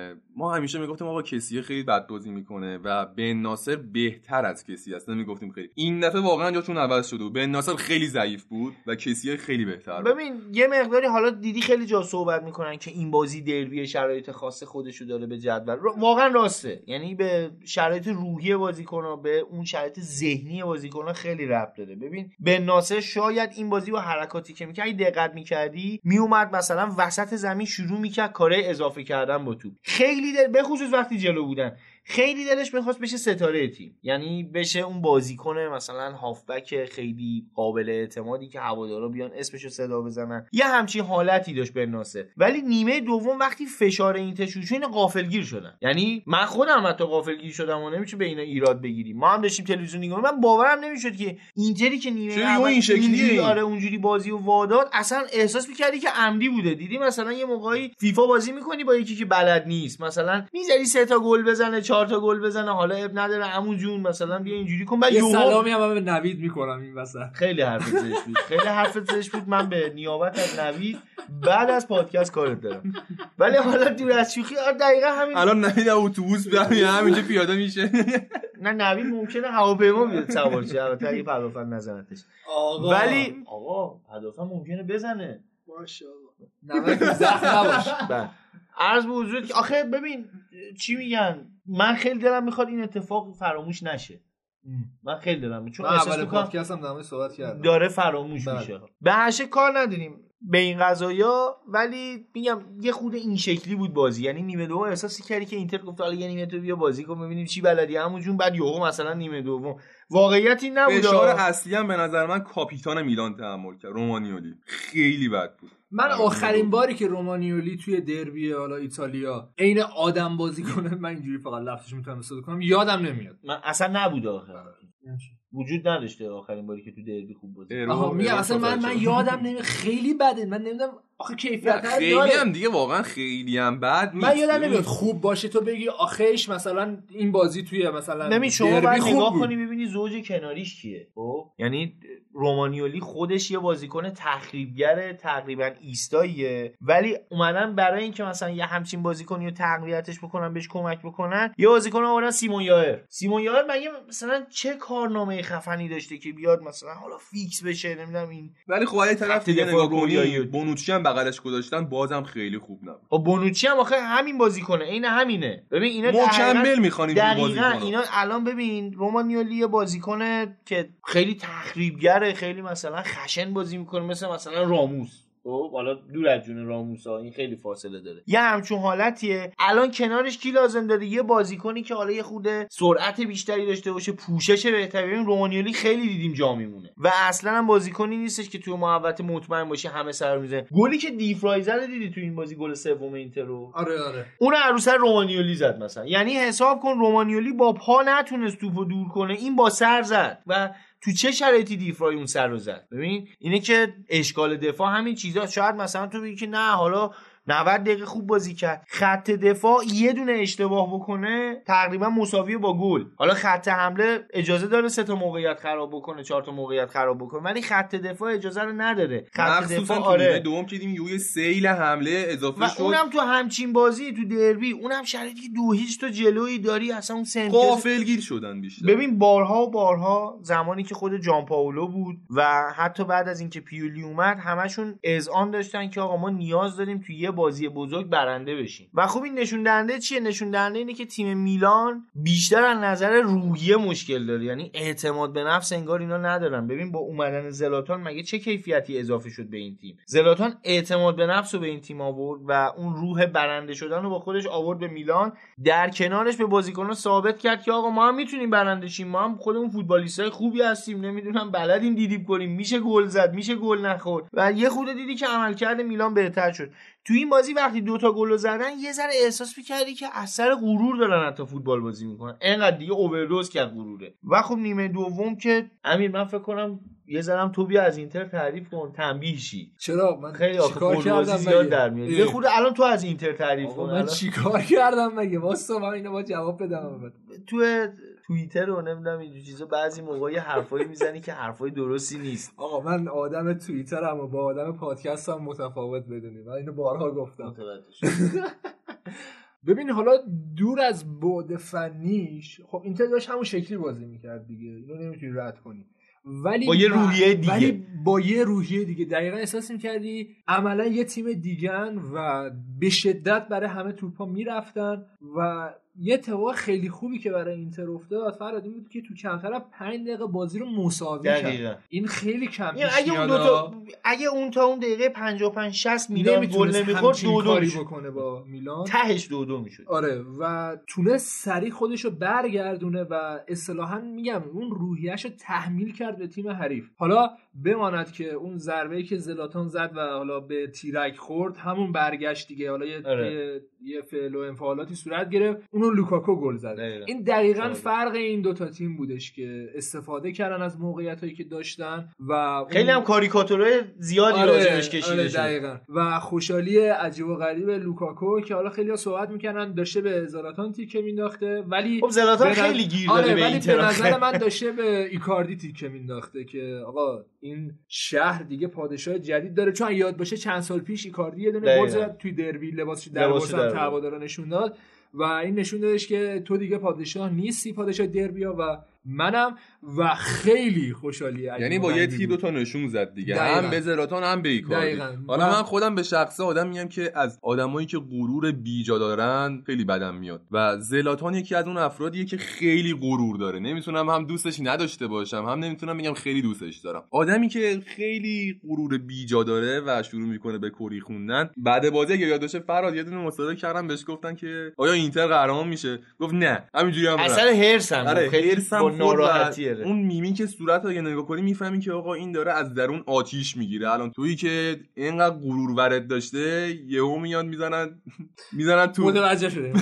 ما همیشه میگفتیم آقا کسی خیلی بد بازی میکنه و بن ناصر بهتر از کسی است، نمیگفتیم خیلی. این دفعه واقعا جاشون عوض شده. بن ناصر خیلی ضعیف بود و کسی خیلی بهتر. ببین یه مقداری حالا دیدی خیلی جا صحبت میکنن که این بازی دربی شرایط خاص خودشو داره به جدول، واقعا راسته. یعنی به شرایط روحی بازیکن‌ها، به اون شرایط ذهنی بازیکن‌ها خیلی ربط داره. ببین بن ناصر شاید این بازی با حرکاتی که می‌کرد دقت می‌کردی میومد مثلا وسط زمین شروع می‌کرد کارهای اضافه کردن با توپ، خیلی دل به خصوص وقتی جلو بودن خیلی دلش می‌خواست بشه ستاره تیم، یعنی بشه اون بازیکن مثلا هافبک خیلی قابل اعتمادی که هوادارا بیان اسمشو صدا بزنن. یه همچین حالتی داشت بن ناصر. ولی نیمه دوم وقتی فشار اینتر شد چون غافلگیر شدن، یعنی من خودم حتی غافلگیر شدم و نمیشه به اینا ایراد بگیریم. ما هم داشتیم تلویزیون نگاه، من باورم نمیشد که اینتری که نیمه اول این شکلی آره اونجوری بازی و واداد، اصلا احساس می‌کردی که عمدی بوده. دیدی مثلا یه موقعی فیفا بازی می‌کنی با یکی که بلد نیست، مثلا میذاری سه تا گل بزنه چهار تا گل بزنه، حالا اب نداره عمو جون مثلا بیا اینجوری کن. بعد یه سلامی هم به نوید میکنم این وسط. خیلی حرف زش بود، خیلی حرف زش بود. من به نیابت از نوید بعد از پادکست کارت دارم. ولی حالا دور از شوخی دقیقاً همین. الان نوید اتوبوس برای همینجا پیاده میشه. نه نوید ممکنه هواپیما بیاد سوار شه البته اگه پدافند نزنتش آقا ولی آقا پدافند ممکنه بزنه ماشاءالله نوید زخم نباش. بله عرض به حضورت که آخه ببین چی میگن من خیلی دلم میخواد این اتفاق فراموش نشه. من خیلی دلم چون احساس اول میکنم پادکست هم دارم صحبت کردم داره فراموش بله. میشه. به هشه کار نداریم به این قضایا ولی میگم یه خود این شکلی بود بازی، یعنی نیمه دوم احساسی کردی که اینتر گفت حالا یه نیمه تو بیا بازی کن ببینیم چی بلدی همونجون، بعد یهو مثلا نیمه دوم واقعیتی نبود. فشار اصلی هم به نظر من کاپیتان میلان تحمل کرد، رومانیولی خیلی بد بود. من آخرین باری که رومانیولی توی دربی حالا ایتالیا عین آدم بازی کنه، من اینجوری فقط لفظش میتونم استفاده کنم، یادم نمیاد. من اصلا نبود آخر وجود نداشته آخرین باری که تو دربی خوب بازی. آها میگم اصلا من من یادم نمیاد، خیلی بده، من نمیدونم آخه کیفیت خیلی داره. هم دیگه واقعا خیلی هم بد من یادم نمیاد خوب باشه تو بگی آخهش مثلا این بازی توی مثلا نمی شما باید نگاه کنی ببینی زوج کناریش کیه. خب یعنی رومانیولی خودش یه بازیکن تخریبگر تقریبا ایستاییه، ولی اومدن برای اینکه مثلا یه همچین بازیکنی رو تقویتش بکنن بهش کمک بکنن یه بازیکن آوردن سیمون یائر. سیمون یائر مگه مثلا چه کارنامه خفنی داشته که بیاد مثلا حالا فیکس بشه نمیدونم این، ولی خب یه طرف دیگه نگاه کنی بونوچی هم بغلش گذاشتن بازم خیلی خوب نبود. خب بونوچی هم آخه همین بازیکنه عین همینه. ببین اینا مکمل میخوانیم دقیقاً اینا الان ببین رومانیولی بازیکنه که خیلی تخریبگره، خیلی مثلا خشن بازی میکنه مثل مثلا راموس. خب حالا دور از جون راموسا این خیلی فاصله داره، یه همچون حالتیه. الان کنارش کی لازم داره؟ یه بازیکنی که حالا یه خود سرعت بیشتری داشته باشه، پوشش بهتری. ببین رومانیولی خیلی دیدیم جا میمونه و اصلا هم بازیکنی نیستش که تو محوطه مطمئن باشه همه سر میزنه. گلی که دیفرایزر رو دیدی تو این بازی، گل سوم اینتر رو آره آره اون عروسه رومانیولی زد مثلا. یعنی حساب کن رومانیولی با پا نتونست توپو دور کنه، این با سر زد و تو چه شرایطی دیفرای اون سر رو زد. ببین اینه که اشکال دفاع همین چیزا. شاید مثلا تو بگی که نه حالا نود دقیقه خوب بازی کرد، خط دفاع یه دونه اشتباه بکنه تقریبا مساویه با گل. حالا خط حمله اجازه داره سه تا موقعیت خراب بکنه، چهار تا موقعیت خراب بکنه، ولی خط دفاع اجازه رو نداره. خط دفاع آره دوم که دیدیم یه سیل حمله اضافه شد و اونم تو همچین بازی تو دربی، اونم شرایطی که دو هیچ تو جلویی داری اصلا اون سنت غافلگیر شدن بیشتر. ببین بارها و بارها زمانی که خود جان پائولو بود و حتی بعد از اینکه پیولی اومد همشون اذعان داشتن که آقا ما نیاز داریم تو یه بازی بزرگ برنده بشیم. و خب این نشون دهنده چیه؟ نشون دهنده اینه که تیم میلان بیشتر از نظر روحیه مشکل داره، یعنی اعتماد به نفس انگار اینا ندارن. ببین با اومدن زلاتان مگه چه کیفیتی اضافه شد به این تیم؟ زلاتان اعتماد به نفس رو به این تیم آورد و اون روح برنده شدن رو با خودش آورد به میلان، در کنارش به بازیکن‌ها ثابت کرد که آقا ما هم میتونیم برنده شیم، ما هم خودمون فوتبالیستای خوبی هستیم، نمیدونم بلدیم دیدیم کنیم، میشه گل زد، میشه گل نخورد. و یه خورده دیدی که عملکرد میلان بهتر شد. تو این بازی وقتی دوتا گل زدن یه ذره احساس می‌کردی که اثر غرور دارن حتی فوتبال بازی میکنن، اینقدر دیگه اووردوز کرد غروره. و خب نیمه دوم که امیر من فکر کنم یه ذرم تو بیا از اینتر تعریف کن تنبیه شی. چرا من خیلی چیکار کردم زیاد در میاد. یه خورده الان تو از اینتر تعریف کن. من چیکار کردم مگه؟ واسه من اینو با جواب بدم. تو توییتر رو نمیدونم این چیزا بعضی موقع حرفایی میزنی که حرفای درستی نیست. آقا من آدم توییترم و با آدم پادکستم متفاوت بدونی، من اینو بارها گفتم. ببین حالا دور از بعد فنیش خب اینتر داشت همون شکلی بازی میکرد دیگه، اینو نمیتونی رد کنی، ولی با یه روحیه دیگه ولی با یه روحیه دیگه دقیقاً احساس می‌کردی عملاً یه تیم دیگن و به شدت برای همه توپا میرفتن. و یه اتفاق خیلی خوبی که برای اینتر افتاد فراد این بود که تو کمتر از پنج دقیقه بازی رو مساوی کرد. این خیلی کم پیش اگه اون دو تا اگه اون تا اون دقیقه پنجاه و پنج شصت میلان گل نمی‌خورد دو دو بکنه با میلان، تهش دو دو میشد. آره و تونست سریع خودشو برگردونه و اصطلاحاً میگم اون روحیه‌شو تحمیل کرد به تیم حریف. حالا بماند که اون ضربه‌ای که زلاتان زد و حالا به تیرک خورد همون برگشت دیگه، حالا یه آره. یه فعل و انفعالاتی صورت گرفت، اونو لوکاکو گل زد. دقیقا. این دقیقاً آره. فرق این دوتا تیم بودش که استفاده کردن از موقعیتایی که داشتن و اون... خیلی هم کاریکاتورهای زیادی آره. راجعش کشیده آره شد. دقیقاً. و خوشحالی عجیب و غریب لوکاکو که حالا خیلی‌ها صحبت می‌کردن داشته به زلاتان تیکه مینداخته، ولی خب زلاتان نظر... خیلی گیر داده آره به این طرف. به نظر من داشته به ایکاردی تیکه مینداخته که آقا این شهر دیگه پادشاه جدید داره، چون یاد باشه چند سال پیش ایکاردی یه دونه گل زد توی دربی، لباسش در واسه هوادارا نشون داد و این نشون دادش که تو دیگه پادشاه نیستی، پادشاه دربیا و منم و خیلی خوشحالیه. یعنی با یه تیر دو تا نشون زد دیگه، هم به زلاتان هم به ایکاردی. حالا من خودم به شخصه آدم میگم که از آدمایی که غرور بیجا دارن خیلی بدم میاد و زلاتان یکی از اون افرادیه که خیلی غرور داره. نمیتونم هم دوستش نداشته باشم، هم نمیتونم بگم خیلی دوستش دارم. آدمی که خیلی غرور بیجا داره و شروع میکنه به کری خوندن. بعد بازی اگه یادشه فراد یه دونه مصاحبه کردم بهش گفتن که آیا اینتر قهرمان میشه؟ گفت نه، همینجوری هم اصلا هرسم خیلی ناراحتیه. اون میمی که صورت اگه نگاه کنی میفهمی که آقا این داره از درون آتیش میگیره. الان تویی که اینقدر غرور ورد داشته یهو میاد میزنن میزنن تو متوجه شده.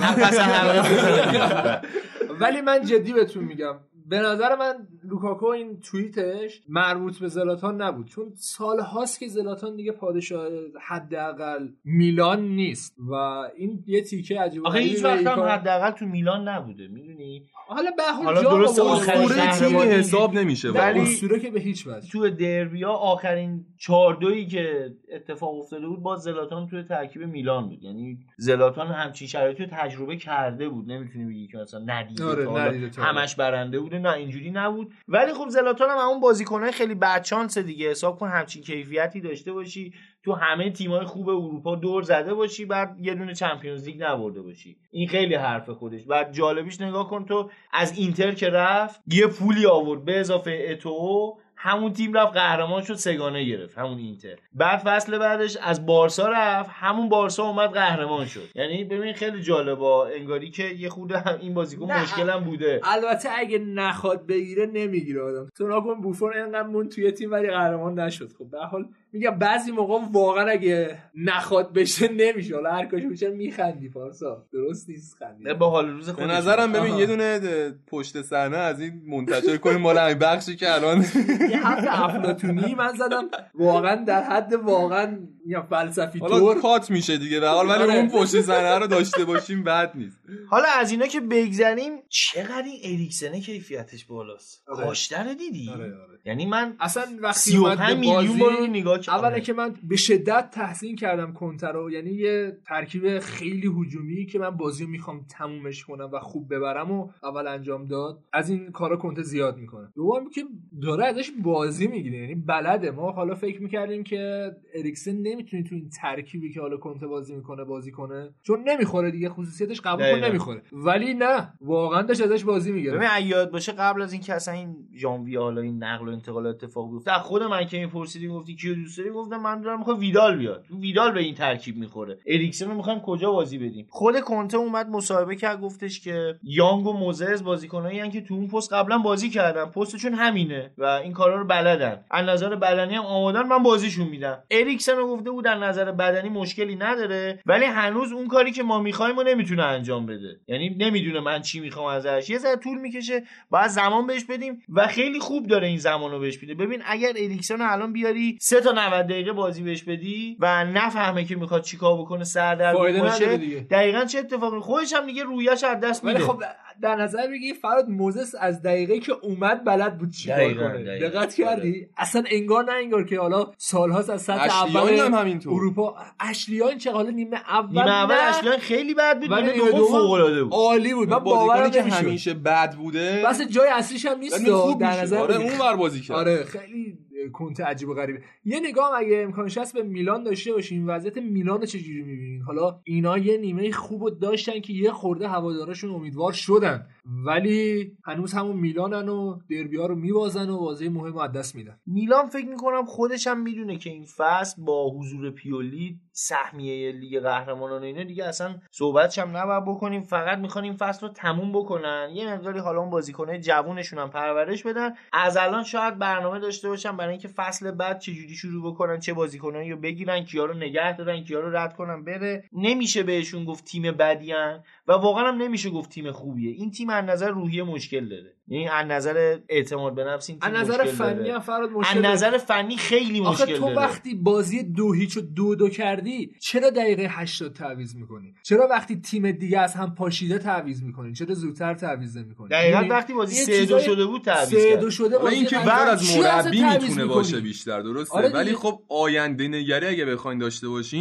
ولی من جدی بهتون میگم به نظر من لوکاکو این توییتش مربوط به زلاتان نبود، چون سال هاست که زلاتان دیگه پادشاه حداقل میلان نیست و این یه تیکه عجیبه. آخه هیچ وقت هم حداقل تو میلان نبوده، میدونی؟ حالا به حال جا درست آخرین تیمی حساب نمیشه، ولی اسطوره که به هیچ وجه. تو دربیا آخرین چهار دویی که اتفاق افتاده بود با زلاتان توی ترکیب میلان بود، یعنی زلاتان همچین شرایطی رو تجربه کرده بود، نمیتونی بگی که مثلا ندیده. آره ندیده همش برنده بود، نه اینجوری نبود. ولی خب زلاتان هم اون بازیکنای خیلی بچانس دیگه، حساب کن همچین کیفیتی داشته باشی تو همه تیم‌های خوب اروپا دور زده باشی بعد یه دونه چمپیونز لیگ نبرده باشی، این خیلی حرف خودش. بعد جالبیش نگاه کن تو از اینتر که رفت یه پولی آورد به اضافه اتو، همون تیم رفت قهرمان شد، سگانه گرفت همون اینتر. بعد فصل بعدش از بارسا رفت، همون بارسا اومد قهرمان شد. یعنی ببین خیلی جالبه، انگاری که یه خورده هم این بازیکن مشکلم بوده. البته اگه نخواد بگیره نمیگیره آدم. تو ناگهان بوفون اینقدر مون توی تیم ولی قهرمان نشد. خب به هر حال میگم بعضی موقع واقعا اگه نخواد بشه نمیشه. حالا هر کاری بشه میخندی پارسا، درست نیست خندی. نه به حال روز خودش. به نظرم ببین یه دونه پشت صحنه از این منتشر کنیم مال همین بخشی که الان یه حد افلاطونی من زدم واقعا در حد واقعا میگم فلسفی طور. حالا کات میشه دیگه به حال، ولی اون پشت صحنه رو داشته باشیم بد نیست. حالا از اینا که بگذریم چقدر این اریکسن کیفیتش بالاست. خوشتره دیدی؟ آره آره. یعنی من اصلا وقتی اومد میلیون بار رو نگاه کردم. اولا که من به شدت تحسین کردم کنته رو، یعنی یه ترکیب خیلی هجومی که من بازی رو میخوام تمومش کنم و خوب ببرم و اول انجام داد. از این کارا کنته زیاد میکنه. دوم که داره ازش بازی میگیره، یعنی بلده. ما حالا فکر میکردیم که اریکسن نمیتونه تو این ترکیبی که حالا کنته بازی میکنه بازی کنه، چون نمیخوره دیگه، خصوصیتش قبول کن نمیخوره، ولی نه واقعا داشت ازش بازی میگیره. ببین یاد باشه قبل از اینکه اصلا این ژانویه حالا این نقل و انتقال اتفاق بیفته، خود من که میپرسیدی گفتی کیو دوست داری، گفتم من دارم میخوام ویدال بیاد. ویدال به این ترکیب میخوره. اریکسن رو میخوایم کجا بازی بدیم؟ خود کنته اومد مصاحبه کرد گفتش که یانگ و موزز بازیکنایی ان که تو اون پست قبلا بازی کردن، پستشون همینه و این کارا رو بلدن، از نظر بدنی هم آمادن، من بازیشون میدم. اریکسن رو گفته بود از نظر بدنی مشکلی نداره ولی هنوز اون کاری که ما میخوایم رو نمیتونه انجام بده، یعنی نمیدونه من چی میخوام ازش، یه ذره طول میکشه، باید زمان بهش بدیم و خیلی خوب داره این زمانو بهش بده. ببین اگر اریکسن رو الان بیاری سه تا نود دقیقه بازی بهش بدی و نفهمه که میخواد چیکار بکنه، سردرگم باشه، دقیقاً چه اتفاقی خودش هم دیگه رویش از دست میده. ولی خب در نظر بگی فراد موزس از دقیقه که اومد بلد بود چیکار کنه. دقت کردی؟ اصلا انگار نه انگار که حالا سالهاست از سطح اول هم همینطور. اروپا اشلیان چه حالا نیمه اول نیمه اول اشلیان خیلی بد بود، نیمه دوم فوق العاده بود، عالی بود. من باورم که همیشه بد بوده واسه جای اصلیش هم نیست در نظر. آره اونور بازی کرد. آره خیلی کنته عجیب و غریبه. یه نگاه هم اگه امکانش هست به میلان داشته باشین، وضعیت میلان رو چجوری می‌بینین؟ حالا اینا یه نیمه خوبو داشتن که یه خورده هوادارشون امیدوار شدن ولی هنوز همون میلانن و دربی‌ها رو می‌بازن و بازی مهم از دست میدن. میلان فکر می‌کنم خودش هم میدونه که این فصل با حضور پیولی سهمیه لیگ قهرمانان اینا دیگه اصلا صحبتش هم نباید بکنیم، فقط می‌خوان این فصل رو تموم بکنن، یه مقداری حالا اون بازیکن‌های جوونشون هم پرورش بدن، از الان شاید برنامه داشته باشن برای اینکه فصل بعد چه جوری شروع بکنن، چه بازیکنایی رو بگیرن، کیا رو نگه دارن، کیا رو رد کنن بره. نمیشه بهشون گفت تیم بدیان و واقعا هم نمیشه گفت تیم خوبیه. این تیم از نظر روحیه مشکل داره، یعنی از نظر اعتماد به نفس این تیم از نظر فنی هم فراد مشکل از نظر فنی خیلی مشکل داره. آخه تو وقتی بازی دو هیچ و دو دو کردی چرا دقیقه هشتاد تعویض میکنی؟ چرا وقتی تیم دیگه از هم پاشیده تعویض میکنی؟ چرا زودتر تعویض نمیکنی؟ دقیقاً وقتی بازی سه دو شده بود تعویض کرد. سه دو شده بازی این که بعد از مربی میتونه باشه بیشتر، درسته؟ آره ولی خب آینده نگری اگه بخواید داشته باشین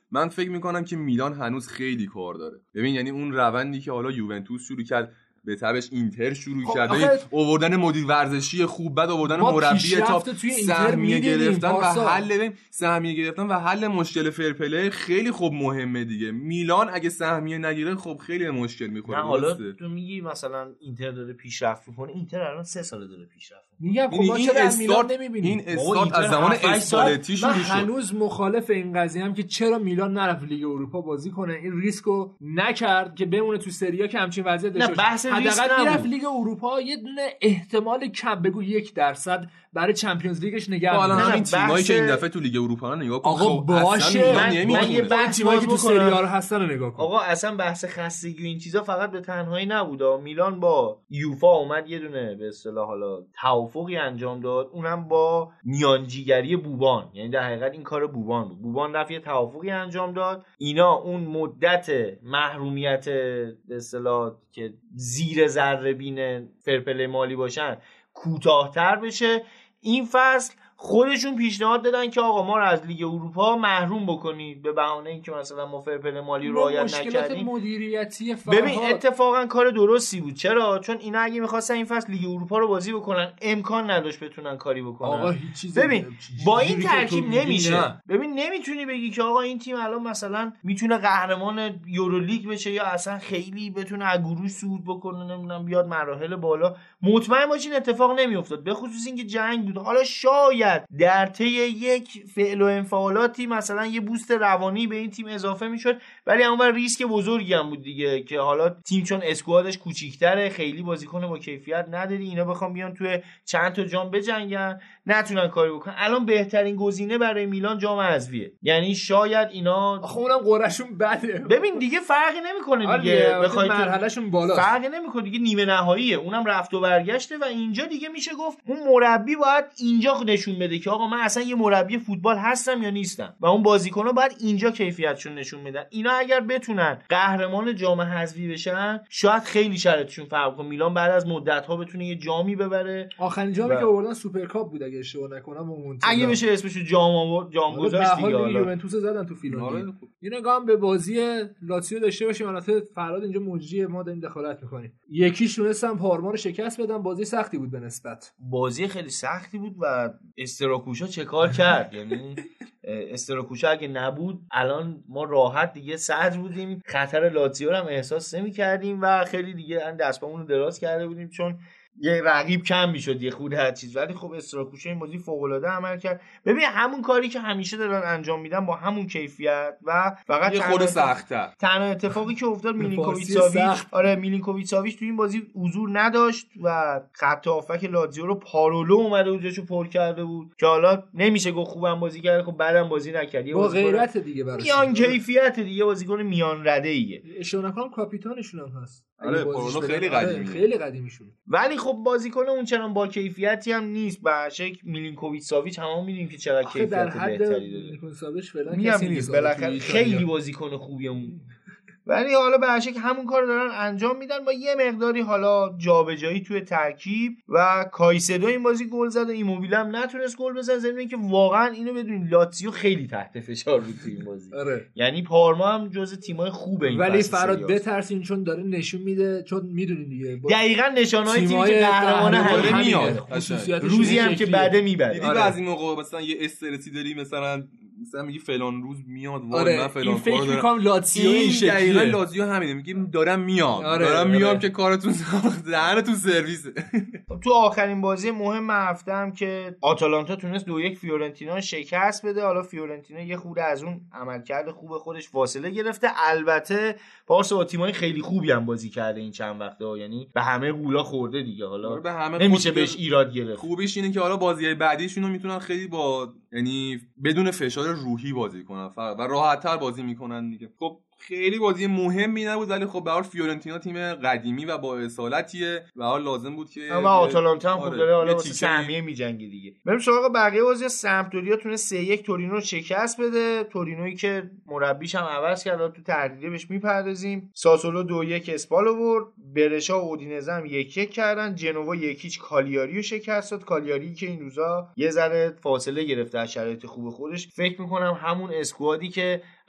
من فکر میکنم که میلان هنوز خیلی کار داره. ببین یعنی اون روندی که حالا یوونتوس شروع کرد به تبعش اینتر شروع خب کرد، آوردن مدیر ورزشی خوب، بعد آوردن مربی تا سهمیه گرفتن و حل سهمیه گرفتن و حل مشکل فرپله خیلی خوب مهمه دیگه. میلان اگه سهمیه نگیره خب خیلی مشکل میخوره. نه حالا تو میگی مثلا اینتر داره پیشرفت میکنه، اینتر الان سه ساله داره پیشرفت میگم خب ما چرا از میلان نمیبینیم؟ این استارت از زمان اسپالتی شروع شد. من هنوز مخالف این قضیه ام که چرا میلان نرفت لیگ اروپا بازی کنه، این ریسکو نکرد که بمونه تو سری آ که همچین وضعیت داشته باشه. حداقل میرفت لیگ اروپا یه دونه احتمال کم بگو یک درصد برای چمپیونز لیگش نگه داشت. حالا همین تیمایی که این دفعه تو لیگ اروپا رو نگاه کن. آقا باشه من, من یه بحث تیمایی که تو سری آ هستن رو نگاه کن. آقا اصلا بحث خستگی و این چیزا فقط به تنهایی نبوده. میلان با یوفا اومد یه دونه به اصطلاح حالا توافقی انجام داد، اونم با میانجیگری بوبان، یعنی در حقیقت این کار بوبان بود. بوبان رفت یه توافقی انجام داد، اینا اون مدت محرومیت به اصطلاح که زیر ذره بین فرپل مالی باشن کوتاه‌تر بشه. این فصل خودشون پیشنهاد دادن که آقا ما رو از لیگ اروپا محروم بکنید به بهانه اینکه مثلا ما فرپل مالی رعایت نکردیم. مشکلات مدیریتی فرهاد ببین اتفاقا کار درستی بود. چرا؟ چون اینا اگه می‌خواستن این فصل لیگ اروپا رو بازی بکنن امکان نداشت بتونن کاری بکنن. آقا هیچ چیزی ببین با این ترکیب نمیشه. ببین نمیتونی بگی که آقا این تیم الان مثلا میتونه قهرمان یورولیگ بشه یا اصلا خیلی بتونه از گروه صعود بکنه، نمیدونم بیاد مراحل بالا. مطمئن باشین اتفاق نمیافتاد، به خصوص اینکه جنگ بود. حالا شاید در طی یک فعل و انفعالاتی مثلا یه بوست روانی به این تیم اضافه میشد، ولی اونور ریسک بزرگی هم بود دیگه که حالا تیم چون اسکوادش کوچیک‌تره، خیلی بازیکن با کیفیت نداری، اینا بخوام بیان توی چند تا جام بجنگن نتونن کاری بکنن. الان بهترین گزینه برای میلان جام حذفیه، یعنی شاید اینا آخه اونم قرعهشون بده. ببین دیگه فرقی نمیکنه دیگه، بخوای مرحلهشون بالاست فرقی نمیکنه دیگه، نیمه نهاییه، اونم رفت و برگشته و اینجا دیگه میشه گفت اون مربی باید اینجا نشون بده که آقا من اصلا یه مربی فوتبال هستم یا نیستم، و اون بازیکن‌ها باید اینجا کیفیتشون نشون میدن. اینا اگر بتونن قهرمان جام حذفی بشن شاید خیلی شرایطشون فرق کنه. میلان بعد از مدت‌ها بتونه یه جامی ببره. آخرین جامی و... که آوردن سوپرکاپ بود اگه اشتباه نکنم، اون اگه بشه اسمشو جام آورد جام گذاشت دیگه. حالا یوونتوس زدن تو فینال. یه نگاه هم به بازی لاتزیو داشته باشیم. البته فراد اینجا مجری، ما داریم دخالت می‌کنیم. یکیش تونستن پارما رو شکست بدن، بازی سختی بود به نسبت. بازی خیلی سختی بود و استراکوشا چه کار کرد. یعنی استراکوشا اگه نبود الان ما راحت دیگه صدر بودیم، خطر لاتزیو رو هم احساس نمی‌کردیم و خیلی دیگه دستمون رو دراز کرده بودیم چون یه رقیب کم میشد یه خورده هر چیز. ولی خب استراکوشا این بازی فوق العاده عمل کرد. ببین همون کاری که همیشه دارن انجام میدن با همون کیفیت و فقط یه خورده سخت‌تر. تنها اتفاقی که افتاد میلینکوویچ ساویچ، آره میلینکوویچ ساویچ تو این بازی حضور نداشت و خط هافک لاتزیو رو پارولو اومده بود جاشو پر کرده بود که حالا نمیشه گفت خوبم بازی کرد، خب بعدم بازی نکرد. با غیرت دیگه براش میان کیفیت دیگه، بازیکن میان رده ایه. اشاره نکنم کاپیتانشون هم هست. آره پارولو خیلی قدیمی، خیلی قدیمیشون. ولی خب بازیکن اون چنان با کیفیتی هم نیست. به شکل میلینکوویچ ساویچ همون میدونیم که چقدر کیفیت بهتری داره. میلینکوویچ ساویچ فعلا کسی نیست، بالاخره خیلی بازیکن خوبیه اون. ولی حالا به هر شکل همون کارو دارن انجام میدن با یه مقداری حالا جابجایی توی ترکیب. و کایسدو این بازی گل زد و ایموبیل هم نتونست گل بزنه. ضمن که واقعا اینو بدونین لاتزیو خیلی تحت فشار بود تو این بازی. آره. یعنی پارما هم جز تیمای خوبه این ولی فراد بترسین چون داره نشون میده، چون میدونین دیگه دقیقاً نشانه‌های تیمی که قهرمان همه میاد. روزی هم که بعده میبره. دیدی بعضی موقع مثلا یه استرسی داری، مثلا مثلا میگی فلان روز میاد، وای من فلان کارو دارم. فکر می‌کنم لاتزیو این شکلیه. دقیقاً لاتزیو همینه، میگیم دارم میام. آره، دارم آره. میام که کارتون دهنتون سرویسه. تو آخرین بازی مهم هفته هم که آتالانتا تونست دو یک فیورنتینا شکست بده. حالا فیورنتینا یه خورده از اون عملکرد خوب خودش فاصله گرفته. البته پارسا با تیمای خیلی خوبی هم بازی کرده این چند وقته، یعنی به همه قولا خورده دیگه. حالا به همه نمیشه بهش ایراد گرفت. خوبیش اینه که حالا بازی‌های بعدیشون رو میتونن خیلی با یعنی بدون فشار روحی بازی کنن و راحت‌تر بازی میکنن دیگه. خب خیلی بازی مهمی نبود، ولی خب به هر فیورنتینا تیم قدیمی و با اصالتیه و حال لازم بود که و آتالانتا هم خوب داره حالا واسه سهمیه میجنگه دیگه. بریم سراغ بقیه بازی. سمپدوریا تونست سه یک تورینو رو شکست بده. تورینویی که مربیش هم عوض کرد، تو تحلیل بهش میپردازیم. ساسولو دو یک اسپال آورد. برشا و اودینزه هم یک یک کردن. جنوا یک هیچ کالیاری رو شکست داد. کالیاری که این روزا یه ذره فاصله گرفته از شرایط خوب خودش. فکر میکنم همون اسکوادی که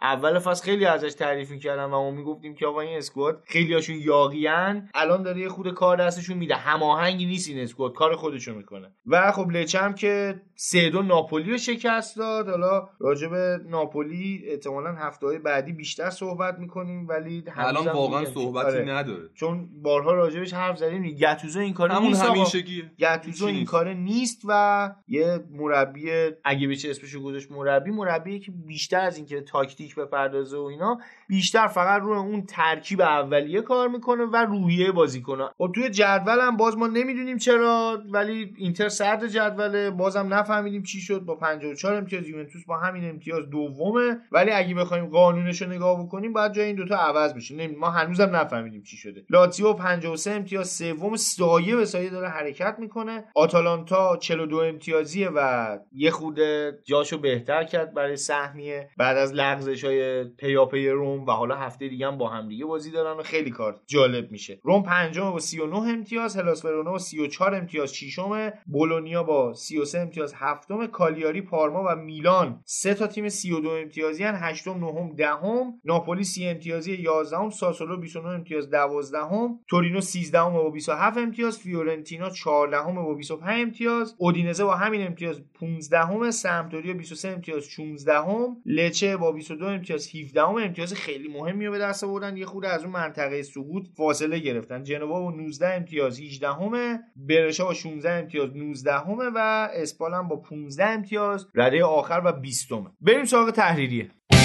اول فصل خیلی ازش تعریف می‌کردن و ما میگفتیم که آقا این اسکواد خیلیاشون یاغیان، الان داره یه خود کار دستشون میده، هماهنگی نیست این اسکواد، کار خودشو میکنه. و خب لچه هم که سه دو ناپولی رو شکست داد. حالا راجع به ناپولی احتمالاً هفته‌های بعدی بیشتر صحبت میکنیم، ولی الان واقعا صحبتی آره. نداره، چون بارها راجعش حرف زدیم. گتوزو این کار همون نیست، همیشگیه. گتوزو این کار نیست و یه مربی اگه بشه اسمشو گذاشت مربی، مربیه که بیشتر از اینکه تاکتیک بپردازه و اینا، بیشتر فقط روی اون ترکیب اولیه کار میکنه و روحیه بازیکن‌ها. خب توی جدول هم باز ما نمیدونیم چرا، ولی اینتر صدر جدوله، بازم نفهمیدیم چی شد، با پنجاه و چهار امتیاز، یوونتوس با همین امتیاز دومه. ولی اگه بخوایم قانونش رو نگاه بکنیم باید جای این دوتا عوض بشه. ما هنوزم نفهمیدیم چی شده. لاتزیو پنجاه و سه امتیاز سوم، سایه به سایه داره حرکت میکنه. آتالانتا چهل و دو امتیازیه و یه خود جاشو بهتر کرد برای سهمیه بعد از لغزش‌های پیاپی روم و حالا هفته دیگه هم با هم دیگه بازی دارن و خیلی کار جالب میشه. روم پنجم با سی و نه امتیاز، هلاس ورونا با سی و چهار امتیاز ششم، بولونیا با سی و سه امتیاز هفتم، کالیاری، پارما و میلان سه تا تیم سی و دو امتیازی ان، هشتم، نهم، دهم، ناپولی سی امتیازی یازدهم، ساسولو بیست و نه امتیاز دوازدهم، تورینو سیزدهم با بیست و هفت امتیاز، فیورنتینا چهاردهم با بیست و پنج امتیاز، اودینزه با همین امتیاز پانزدهم، سمپدوریا بیست و سه امتیاز شانزدهم، لچه با بیست و دو امتیاز هفدهم. امتیاز خیلی مهمی رو به دست آوردن، یه خورده از اون منطقه سقوط فاصله گرفتن. جنوا با نوزده امتیاز هجدهم، برشا با شانزده امتیاز نوزدهم و اسپال هم با پانزده امتیاز رده آخر و بیستم. بریم سراغ تحریریه.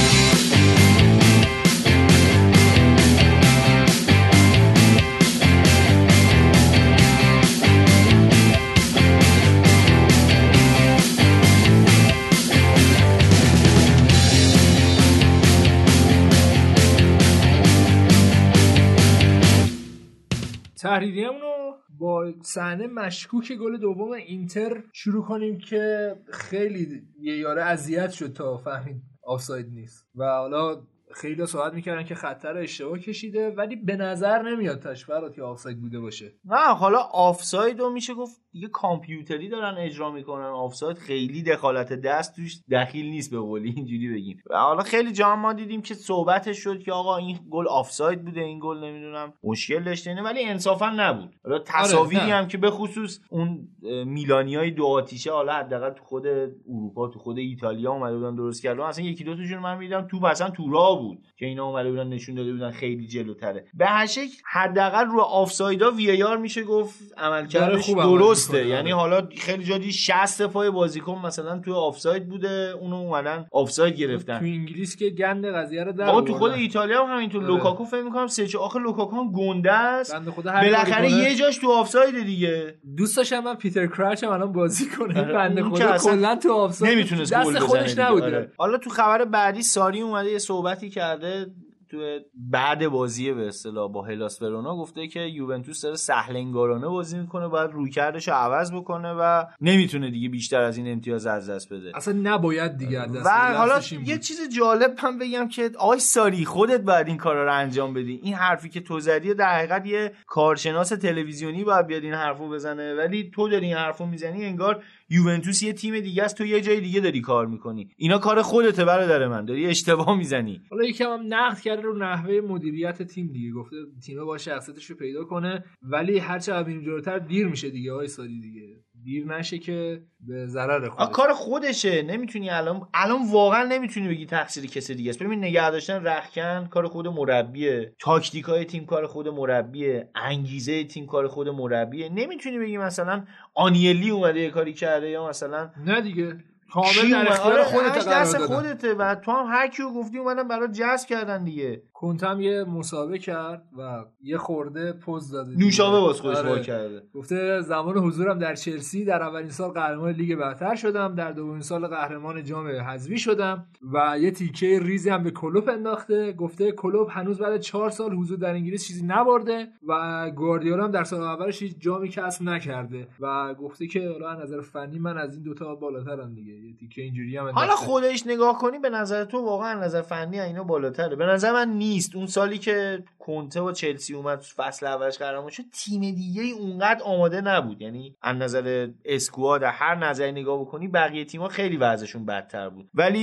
تحریریمون رو با صحنه مشکوک گل دوم اینتر شروع کنیم که خیلی یه یاره اذیت شد تا فهمید آفساید نیست و حالا خیلی صحبت میکردن که خطر اشتباه کشیده، ولی به نظر نمیاد تشفرات که آفساید بوده باشه. نه حالا آفساید رو میشه گفت دیگه کامپیوتری دارن اجرا میکنن، آفساید خیلی دخالت دست توش دخیل نیست به قولی اینجوری بگیم. و حالا خیلی جا ما دیدیم که صحبتش شد که آقا این گل آفساید بوده، این گل نمیدونم مشکل داشته نه، ولی انصافا نبود. حالا تصاویری آره هم که به خصوص اون میلانیای دو آتیشه حالا حداقل تو خود اروپا تو خود ایتالیا اومده بودن درست کردن، اصلا یکی دو تاشون من میدیدم تو اصلا تو راه بود که اینا اومده بودن نشون داده بودن خیلی جلوتره. به هر شکل حداقل رو آفسایدا وی ای آر میشه گفت عملکردش درسته، یعنی حالا خیلی جادی شصت پای بازیکن مثلا تو آفساید بوده اونو اومدن آفساید گرفتن. تو انگلیس که گند قضیه رو در آقا تو خود ایتالیا هم همینطور لوکاکو فکر می‌کنم سه چه آخه لوکاکو هم گنده است بالاخره یه جاش تو آفساید دیگه. دوست داشتم من پیتر کراچ هم الان بازی کنه، بنده خدا کلا تو آفساید نمیتونست گل خودش نبوده. حالا تو خبر بعدی ساری اومده یه صحبتی کرده تو بعد بازی به اصطلاح با هلاس ورونا، گفته که یوونتوس داره سهلنگارانه بازی میکنه، باید رویکردش رو عوض بکنه و نمیتونه دیگه بیشتر از این امتیاز از دست بده، اصلا نباید دیگه از دست بده. و حالا یه چیز جالب هم بگم که آی ساری خودت باید این کارا رو انجام بدی. این حرفی که تو زدی در حقیقت یه کارشناس تلویزیونی باید بیاد این حرفو بزنه، ولی تو داری این حرفو میزنی انگار یوونتوس یه تیم دیگه است، تو یه جای دیگه داری کار میکنی. اینا کار خودته برادر من، داری اشتباه میزنی. حالا یکم هم نقد کرده رو نحوه مدیریت تیم دیگه، گفته تیم با شخصیتش رو پیدا کنه، ولی هر چقدر بریم جلوتر دیر میشه دیگه آقای ساری دیگه، دیر نشه که به ضرر خودش. کار خودشه، نمیتونی الان الان واقعا نمیتونی بگی تقصیر کسی دیگه است. ببین نگه داشتن رختکن کار خود مربیه، تاکتیکای تیم کار خود مربیه، انگیزه تیم کار خود مربیه. نمیتونی بگی مثلا آنیلی اومده یه کاری کرده یا مثلا نه دیگه کامل در اختیار خودت قرار دادن، خودته و تو هم هر کیو گفتی اومدن برات جذب کردن دیگه. کنتم یه مسابقه کرد و یه خورده پوز داده، نوشابه واسه خودش وا کرده، گفته زمان حضورم در چلسی در اولین سال قهرمان لیگ برتر شدم، در دومین سال قهرمان جام حذفی شدم و یه تیکه ریزی هم به کلوپ انداخته. گفته کلوپ هنوز بعد چهار سال حضور در انگلیس چیزی نبرده و گواردیولا هم در سال اولش هیچ جامی کسب نکرده و گفته که حالا از نظر فنی من از این دوتا بالاترم دیگه. یه تیکه اینجوری هم انداخته. حالا خودش نگاه کنی به نظر تو واقعا از نظر فنی اینا بالاتره؟ به نظر من نیست. اون سالی که کنته و چلسی اومد فصل اولش قهرمان شد تیم دیگه ای اونقدر آماده نبود، یعنی از نظر اسکواد هر نظری نگاه بکنی بقیه تیم‌ها خیلی وضعشون بدتر بود. ولی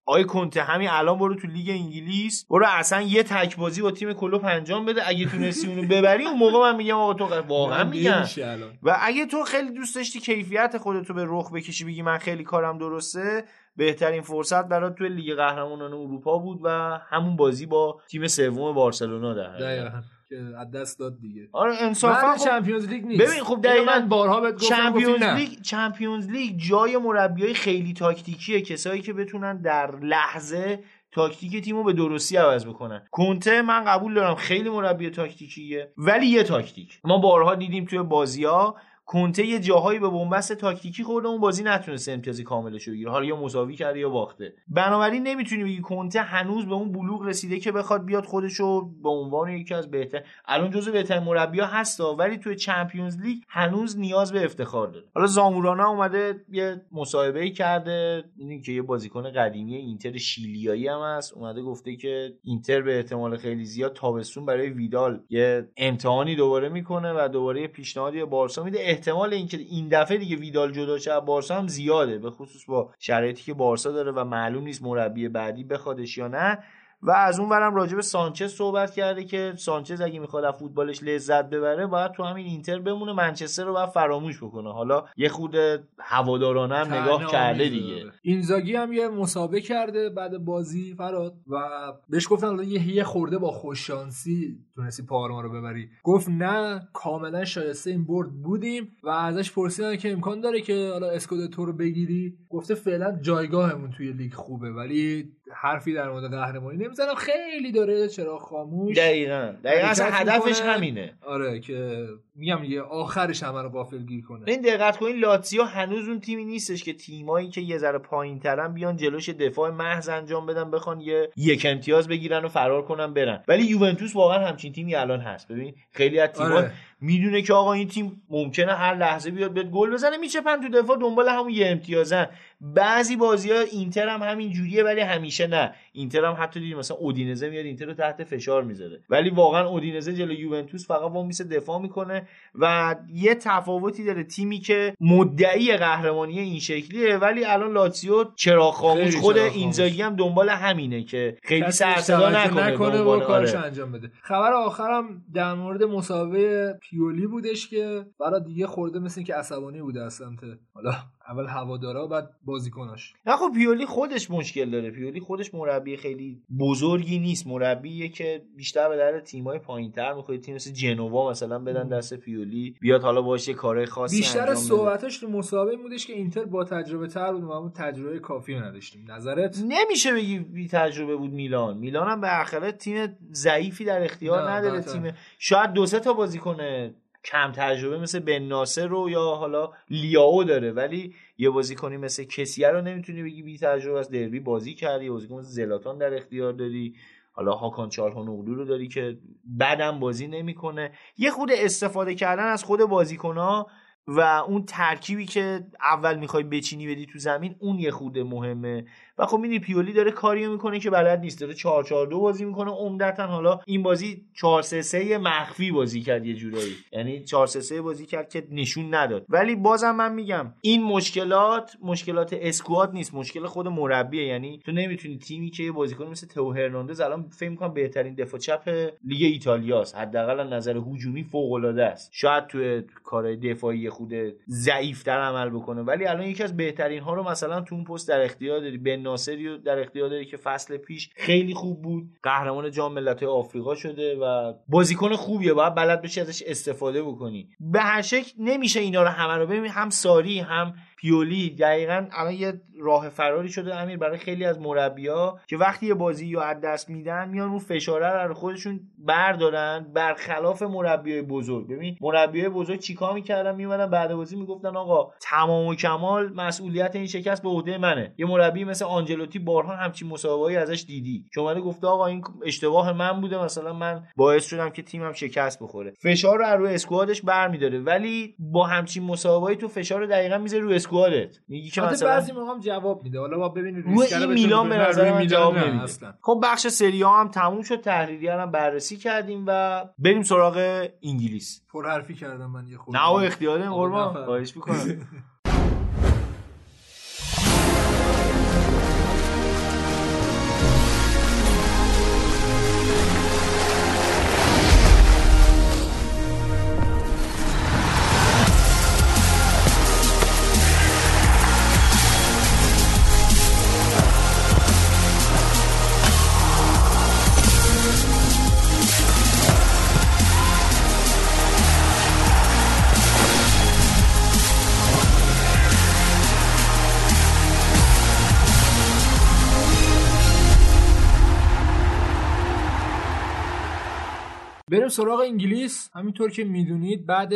آقای کنته همین الان برو تو لیگ انگلیس، برو اصلا یه تک بازی با تیم کلوب انجام بده، اگه تونستی اونو ببری اون موقع من میگم آقا تو واقعا میگم. و اگه تو خیلی دوست داشتی کیفیت خودتو به رخ بکشی بگی من خیلی کارم درسته، بهترین فرصت برات توی لیگ قهرمانان اروپا بود و همون بازی با تیم سوم بارسلونا در دقیقاً که از دست داد دیگه. آره انصافا خب چمپیونز لیگ نیست. ببین خب دقیقاً من بارها بهت گفتم چمپیونز لیگ چمپیونز لیگ جای مربیای خیلی تاکتیکیه، کسایی که بتونن در لحظه تاکتیک تیمو به درستی عوض بکنن. کنته من قبول دارم خیلی مربی تاکتیکیه، ولی یه تاکتیک ما بارها دیدیم توی بازی‌ها کنته یه جاهایی به بنبست تاکتیکی خورده، اون بازی نتونسته امتیاز کاملش رو بگیره، حالا یا مساوی کرده یا باخته. بنابراین نمیتونی بگی کنته هنوز به اون بلوغ رسیده که بخواد بیاد خودشو به عنوان یکی از بهتر، الان جزو بهترین مربی‌ها هستا، ولی توی چمپیونز لیگ هنوز نیاز به افتخار داره. حالا زامورانا اومده یه مصاحبه‌ای کرده، می‌دونی که یه بازیکن قدیمی اینتر شیلیایی هم هست، اومده گفته که اینتر به احتمال خیلی زیاد تابستون برای ویدال یه امتحانی دوباره میکنه و دوباره پیشنهادی بارسا میده. احتمال اینکه این دفعه دیگه ویدال جدا شه بارسا هم زیاده، به خصوص با شرایطی که بارسا داره و معلوم نیست مربی بعدی بخوادش یا نه. و از اون ورم راجع به سانچز صحبت کرده که سانچز اگه میخواد از فوتبالش لذت ببره باید تو همین اینتر بمونه، منچستر رو باید فراموش بکنه. حالا یه خود هوادارانه هم نگاه کرده دیگه. اینزاگی هم یه مسابقه کرده بعد بازی فراد و بهش گفتن حالا یه خورده با خوششانسی تونستی پارما رو ببری، گفت نه کاملا شایسته این برد بودیم و ازش پرسیدن که امکان داره که حالا اسکودتو رو بگیری، گفته فعلا جایگاهمون توی لیگ خوبه ولی حرفی در مورد قهرمانی نمیزنم، خیلی داره چرا خاموش. دقیقاً دقیقاً اصلا هدفش همینه. آره که میگم یه آخرش همه رو غافلگیر کنه. این دقت کنین لاتزیو هنوز اون تیمی نیستش که تیمایی که یه ذره پایین‌ترن بیان جلوش دفاع محض انجام بدن بخوان یه یک امتیاز بگیرن و فرار کنن برن، ولی یوونتوس واقعا همچین تیمی الان هست. ببین خیلی از تیم‌ها آره. میدونه که آقا این تیم ممکنه هر لحظه بیاد بهت گل بزنه، میچپن تو دفاع دنبال همون یه امتیازن. بعضی بازی‌ها اینتر هم همین جوریه ولی همیشه نه. اینتر هم حتی دیدیم مثلا اودینزه میاد اینتر رو تحت فشار میذاره، ولی واقعا اودینزه جلوی یوونتوس فقط وام میسه دفاع میکنه و یه تفاوتی داره. تیمی که مدعی قهرمانی این شکلیه ولی الان لاتزیو چرا خاموش، خود اینزاگی هم دنبال همینه که خیلی سر صدا نکنه, نکنه و کارش انجام بده. خبر آخرم در مورد مسابقه پیولی بودش که برای دیگه خورده مثل که عصبانی بوده از سمت حالا اول هوادارا بعد بازیکناش. نه خب پیولی خودش مشکل داره، پیولی خودش مربی خیلی بزرگی نیست، مربیه که بیشتر به درد تیم‌های پایین‌تر می‌خواد، تیم مثل جنوا مثلا بدن دست پیولی بیاد حالا باشه کارهای خاصی انجام بده. بیشتر صحبتاش تو مسابقه بودش که اینتر با تجربه تر بود و ما تجربه کافی نداشتیم. نظرت؟ نمیشه بگی بی تجربه بود. میلان میلان هم به آخره تیم ضعیفی در اختیار نداره، تیم شاید دو سه تا بازیکن کم تجربه مثل بن ناصر رو یا حالا لیاو داره، ولی یه بازیکنی مثل کسیه رو نمیتونی بگی بی تجربه است. دربی بازی کردی، بازیکن مثل زلاتان در اختیار داری، حالا هاکان چالهانوغلو رو داری که بعدم بازی نمیکنه. یه خود استفاده کردن از خود بازیکن‌ها و اون ترکیبی که اول میخوای بچینی بدی تو زمین اون یه خود مهمه. و خب میدونی پیولی داره کاریو میکنه که بلد نیست، داره چهار چهار دو بازی میکنه عمدتاً. حالا این بازی چهار سه سه مخفی بازی کرد یه جورایی، یعنی چهار سه سه بازی کرد که نشون نداد. ولی بازم من میگم این مشکلات مشکلات اسکواد نیست، مشکل خود مربیه. یعنی تو نمیتونی تیمی که یه بازیکن مثل تو هرناندز الان فکر میکنم بهترین دفاع چپ لیگ ایتالیاست، حداقل از نظر هجومی فوق العاده است، شاید تو کارهای دفاعی خود ضعیف‌تر عمل بکنه، ولی الان یکی از بهترین ها رو مثلا تو اون پست در اختیار داری. بن ناصری در اختیار داری که فصل پیش خیلی خوب بود، قهرمان جام ملت‌های آفریقا شده و بازیکن خوبیه، باید بلد بشی ازش استفاده بکنی. به هر شکل نمیشه اینا رو همه رو ببین، هم ساری هم پیولی دقیقاً الان یه راه فراری شده امیر برای خیلی از مربی‌ها که وقتی یه بازی رو از دست میدن میان اون فشاره رو خودشون بردارن، برخلاف مربیای بزرگ. ببین مربیای بزرگ چیکار میکردن؟ میومدن بعد بازی میگفتن آقا تمام و کمال مسئولیت این شکست به عهده منه. یه مربی مثل آنجلوتی بارها همچین مسابقه‌ای ازش دیدی که اومده گفته آقا این اشتباه من بوده، مثلا من باعث شدم که تیمم شکست بخوره. فشار رو روی اسکوادش برمی‌داره، ولی با همچین مسابقه‌ای تو فشار رو دقیقاً میذاری روی اسکوادت. میگی که مثلا بعضی موقع هم جواب میده. حالا با ببینید ریسک میلان به نظر من جواب نمیده اصلا. خب بخش سری آ هم تموم شد، تحلیلی هم بررسی کردیم و بریم سراغ انگلیس. پر حرفی کردم من یه خورده. نه و اختیارم قربان، خواهش می‌کنم. بریم سراغ انگلیس. همینطور که میدونید بعد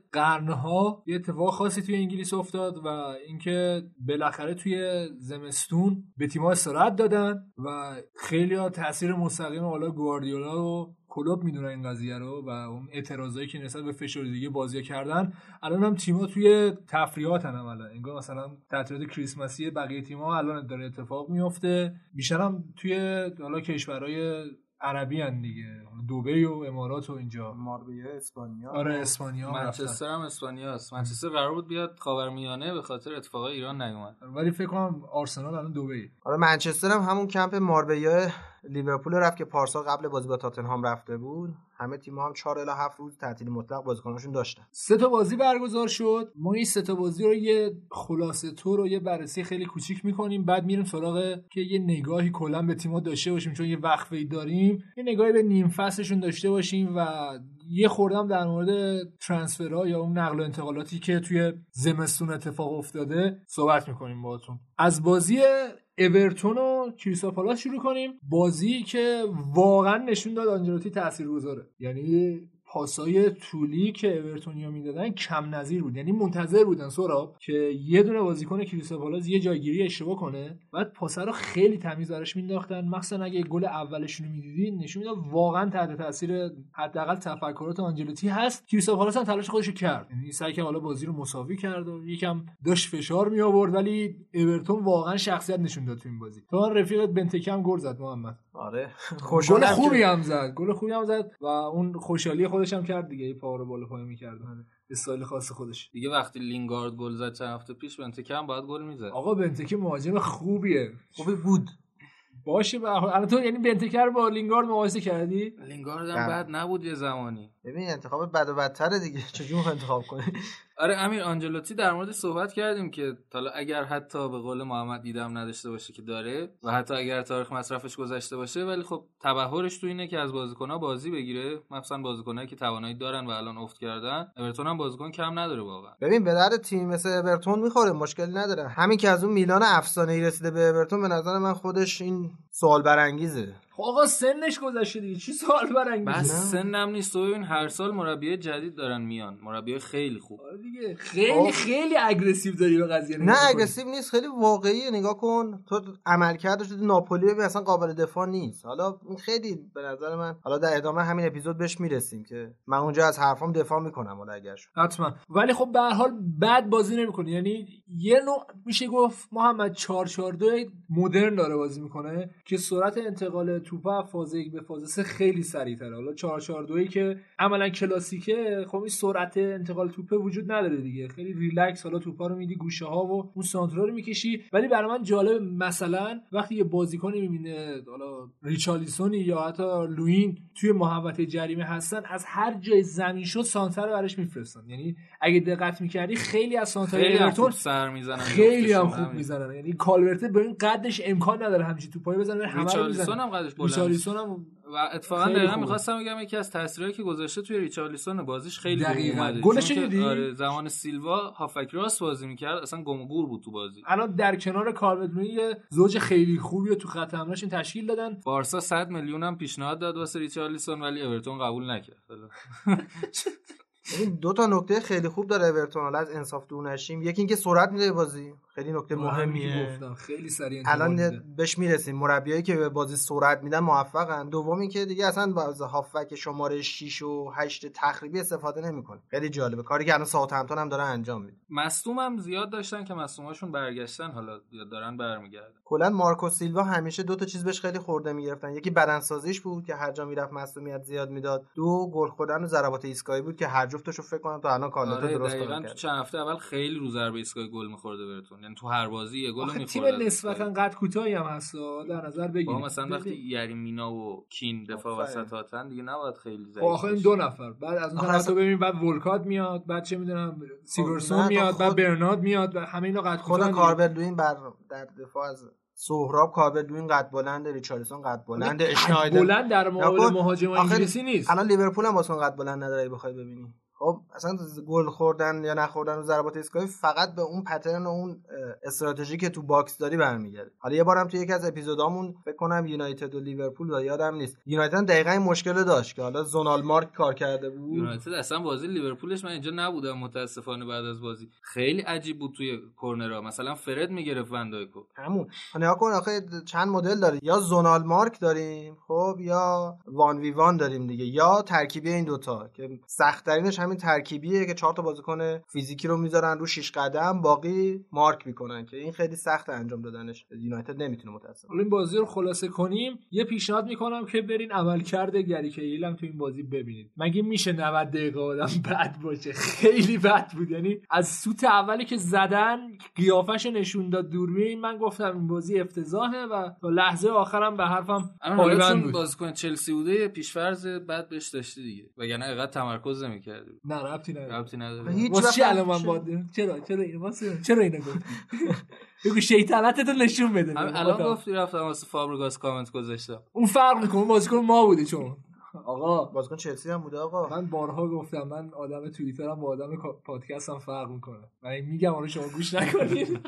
قرنها یه اتفاق خاصی توی انگلیس افتاد و اینکه بالاخره توی زمستون به تیم‌ها استراحت دادن و خیلی‌ها تاثیر مستقیم حالا گواردیولا و کلوب میدونن این قضیه رو و اون اعتراضایی که نسبت به فشار دیگه بازی‌ها کردن. الان هم تیم‌ها توی تفریحاتن عملا، انگار مثلا تعطیلات کریسمسی بقیه تیم‌ها الان داره اتفاق میفته. بیشتر هم توی حالا کشورهای عربی ان دیگه، دبی و امارات و اینجا، ماربیا اسپانیا. آره اسپانیا، منچستر هم اسپانیاست. منچستر قرار بود بیاد خاورمیانه به خاطر اتفاقای ایران نیومد، ولی فکر کنم آرسنال الان دبی. آره منچستر هم همون کمپ ماربیا لیورپول رفت که پارسال قبل بازی با تاتنهام رفته بود. همه تیم‌ها هم چهار الی هفت روز تعطیل مطلق بازیکناشون داشتن. سه تا بازی برگزار شد. ما این سه تا بازی رو یه خلاصه طور و یه بررسی خیلی کوچیک می‌کنیم، بعد میریم سراغ که یه نگاهی کلا به تیم‌ها داشته باشیم چون یه وقفه‌ای داریم، یه نگاهی به نیم فصلشون داشته باشیم و یه خوردم در مورد ترانسفرها یا اون نقل و انتقالاتی که توی زمستون اتفاق افتاده صحبت می‌کنیم باهاتون. از بازی اورتون و کریستال پالاس شروع کنیم. بازی که واقعا نشون داد آنجلوتی تاثیرگذاره، یعنی پاسای طولی که اورتونیا میدادن کم نظیر بود، یعنی منتظر بودن سوراب که یه دونه بازیکن کریستال پالاس یه جایگیری اشتباه کنه، بعد پاسا رو خیلی تمیز براش مینداختن. مثلا اگه گل اولشون رو میدیدین نشون میداد واقعا تحت تاثیر حداقل تفکرات آنجلوتی هست. کریستال پالاس هم تلاش خودش کرد، یعنی سعی کرد حالا بازی رو مساوی کرد و یکم داشت فشار می آورد، ولی اورتون واقعا شخصیت نشون داد تو این بازی. تو رفیقت بنتکه هم گل زد محمد. آره گل خوبی هم زد، گل خوبی هم زد و اون خوشحالی خودش هم کرد دیگه، پا رو بالا پایین می‌کرد استایل خاص خودش دیگه. وقتی لینگارد گل زد چند هفته پیش، بنتکه هم باید گل میزد. آقا بنتکه مهاجم خوبیه، خوبی بود باشه. الان تو یعنی بنتکه رو با لینگارد مقایسه کردی؟ لینگارد هم بد نبود یه زمانی. ببین انتخاب بد و بدتره دیگه، چجوری می‌خوای انتخاب کنی؟ آره امیر، آنجلوتی در مورد صحبت کردیم که حالا اگر حتی به قول محمد دیدم نداشته باشه که داره و حتی اگر تاریخ مصرفش گذشته باشه، ولی خب تبحرش تو اینه که از بازیکن‌ها بازی بگیره، مثلا بازیکنایی که توانایی دارن و الان افت کردن. اورتون هم بازیکن کم نداره واقعا. ببین به درد تیم مثل اورتون میخوره، مشکلی نداره. همین که از اون میلان افسانه‌ای رسیده به اورتون، به نظر من خودش این سوال برانگیزه. آقا سنش گذشته دیگه، چی سوال برانگیزه؟ بس سنم نیست. ببین هر سال مربی جدید دارن میان، مربی خیلی خوب. آره دیگه خیلی خیلی اگریسیو داری به قضیه. نه اگریسیو نیست، خیلی واقعیه. نگاه کن تو عملکردش تو ناپولی ببین اصلا قابل دفاع نیست. حالا این خیلی به نظر من، حالا در ادامه همین اپیزود بهش میرسیم که من اونجا از حرفام دفاع میکنم حالا اگر شد حتما، ولی خب به هر حال بد بازی نمیکنه. یعنی یه نوع میشه گفت محمد چهار چهار دو مدرن داره بازی میکنه که سرعت انتقال توپ از فاز یک به فاز سه خیلی سریع‌تره. حالا چهار چهار دو که عملا کلاسیکه، خب این سرعت انتقال توپ وجود نداره دیگه، خیلی ریلکس حالا توپا رو میدی گوشه ها و اون سانترا رو میکشی. ولی برای من جالب مثلا وقتی یه بازیکنی میبینه حالا ریچارلیسونی یا حتی لوین توی محوطه جریمه هستن، از هر جای زمین شد سانتر رو براش میفرستن. یعنی اگه دقت میکردی خیلی از سانترهای اورتون سر میزنن، خیلی هم خوب میزنن. یعنی کالورت به این قدش امکان نداره همچین توپایی بزنه، همه رو میزنه. هم قدش بلند، ریچارلیسون هم و اتفاقا دقیقاً می‌خواستم بگم یکی از تاثیرایی که گذاشته توی ریچارلیسون بازیش خیلی خوب اومده. گلش دیدی؟ آره زمان سیلوا هافک راست بازی می‌کرد، اصلا گم و گور بود تو بازی. الان در کنار کالورت یه زوج خیلی خوبی رو تو خط حملهشون تشکیل دادن. بارسا صد میلیون هم پیشنهاد داد واسه ریچارلیسون ولی اورتون قبول نکرد. این دو تا نکته خیلی خوب داره اورتون، حالا از انصاف دور نشیم. یکی اینکه سرعت میده بازی، خیلی نکته مهمیه. گفتم خیلی سریع الان بهش میرسیم. مربیایی که به بازی سرعت میدن موفقن. دوم اینکه دیگه اصلا باز هافک شماره شش و هشت تخریبی استفاده نمیکنه. خیلی جالبه کاری که الان ساوثهمپتون هم داره انجام میده. مصدوم هم زیاد داشتن که مصدوماشون برگشتن، حالا دارن برمیگردن. کلا مارکو سیلوا همیشه دو تا چیز بهش خیلی خورده میگرفتن. یکی بدنسازیش بود که هر جا میرفت مصدومیت زیاد میداد. دو گل خوردن و ضربات ایستگاهی بود که هر جفتشو فکر کنم تا الان کارلوتو آره درست دقیقاً کرد. تو چند هفته اول خیلی رو ضربه ایستگاهی گل می‌خورده براتون، یعنی تو هر بازی یه گل می‌خورد. تیم نسبتاً قد کوتاهی هم هست در نظر بگیرید. مثلا وقتی یریمینا و کین دفاع وسطاتن دیگه نباید خیلی ضعیف. خب آخه این دو نفر بعد از اون طرف تو ببین، بعد ولکات میاد، بعد چه میدونم سیگورسون میاد، بعد برنارد میاد و همه اینا قد کوتاه. خود کاربلوین بر در دفاع از سهراب کاربلوین قد بلند، ریچارلیسون قد بلند، اشنایدر بلند در مقابل مهاجم انگلیسی نیست. الان لیورپول هم واسه قد بلند نداره بخوای ببینی. خب اصلا گل خوردن یا نخوردن رو ضربات ایستگاهی فقط به اون پترن و اون استراتژی که تو باکس داری برمیگرده. حالا یه بارم تو یکی از اپیزودامون فکر کنم یونایتد و لیورپول و یادم نیست، یونایتد دقیقاً این مشکل داشت که حالا زونال مارک کار کرده بود. یونایتد اصلا بازی لیورپولش من اینجا نبودم متاسفانه بعد از بازی خیلی عجیب بود توی کورنرها، مثلا فرد میگرفت وندایکو. همون نگاه کن آخه چند مدل داره، یا زونال مارک داریم خب یا وان وی وان داریم دیگه، یا ترکیبی این دوتا که سخت ترینش همین ترکیبیه که چهار تا بازیکن فیزیکی رو میذارن رو شش قدم باقی مارک میکنن که این خیلی سخت انجام دادنش، یونایتد نمیتونه متاسفانه. حالا این بازی رو خلاصه کنیم، یه پیشنهاد میکنم که برین عملکرد گری کیل هم تو این بازی ببینید. مگه میشه نود دقیقه آدم بد باشه؟ خیلی بد بود، یعنی از سوت اولی که زدن قیافش نشون داد دوربین، من گفتم این بازی افتضاحه و تا لحظه آخرم به حرفم پایبند بود. بازیکن چلسی بوده پیشفرض بد بهش داشتی دیگه، وگرنه اینقدر تمرکز نمی‌کردی. نه ربطی نداره، ربطی نداره. هیچ وقت الان من باد چرا چرا این واسه چرا اینو گفت؟ بگو شیطنتتو نشون بده. الان گفتی رفتم واسه فابرگاس کامنت گذاشتم. اون فرق میکنه، بازیکن ما بوده چون آقا بازیکن چلسی هم بوده. آقا من بارها گفتم من آدم توییترم با آدم پادکستم فرق میکنه، من میگم اون شما گوش نکنید.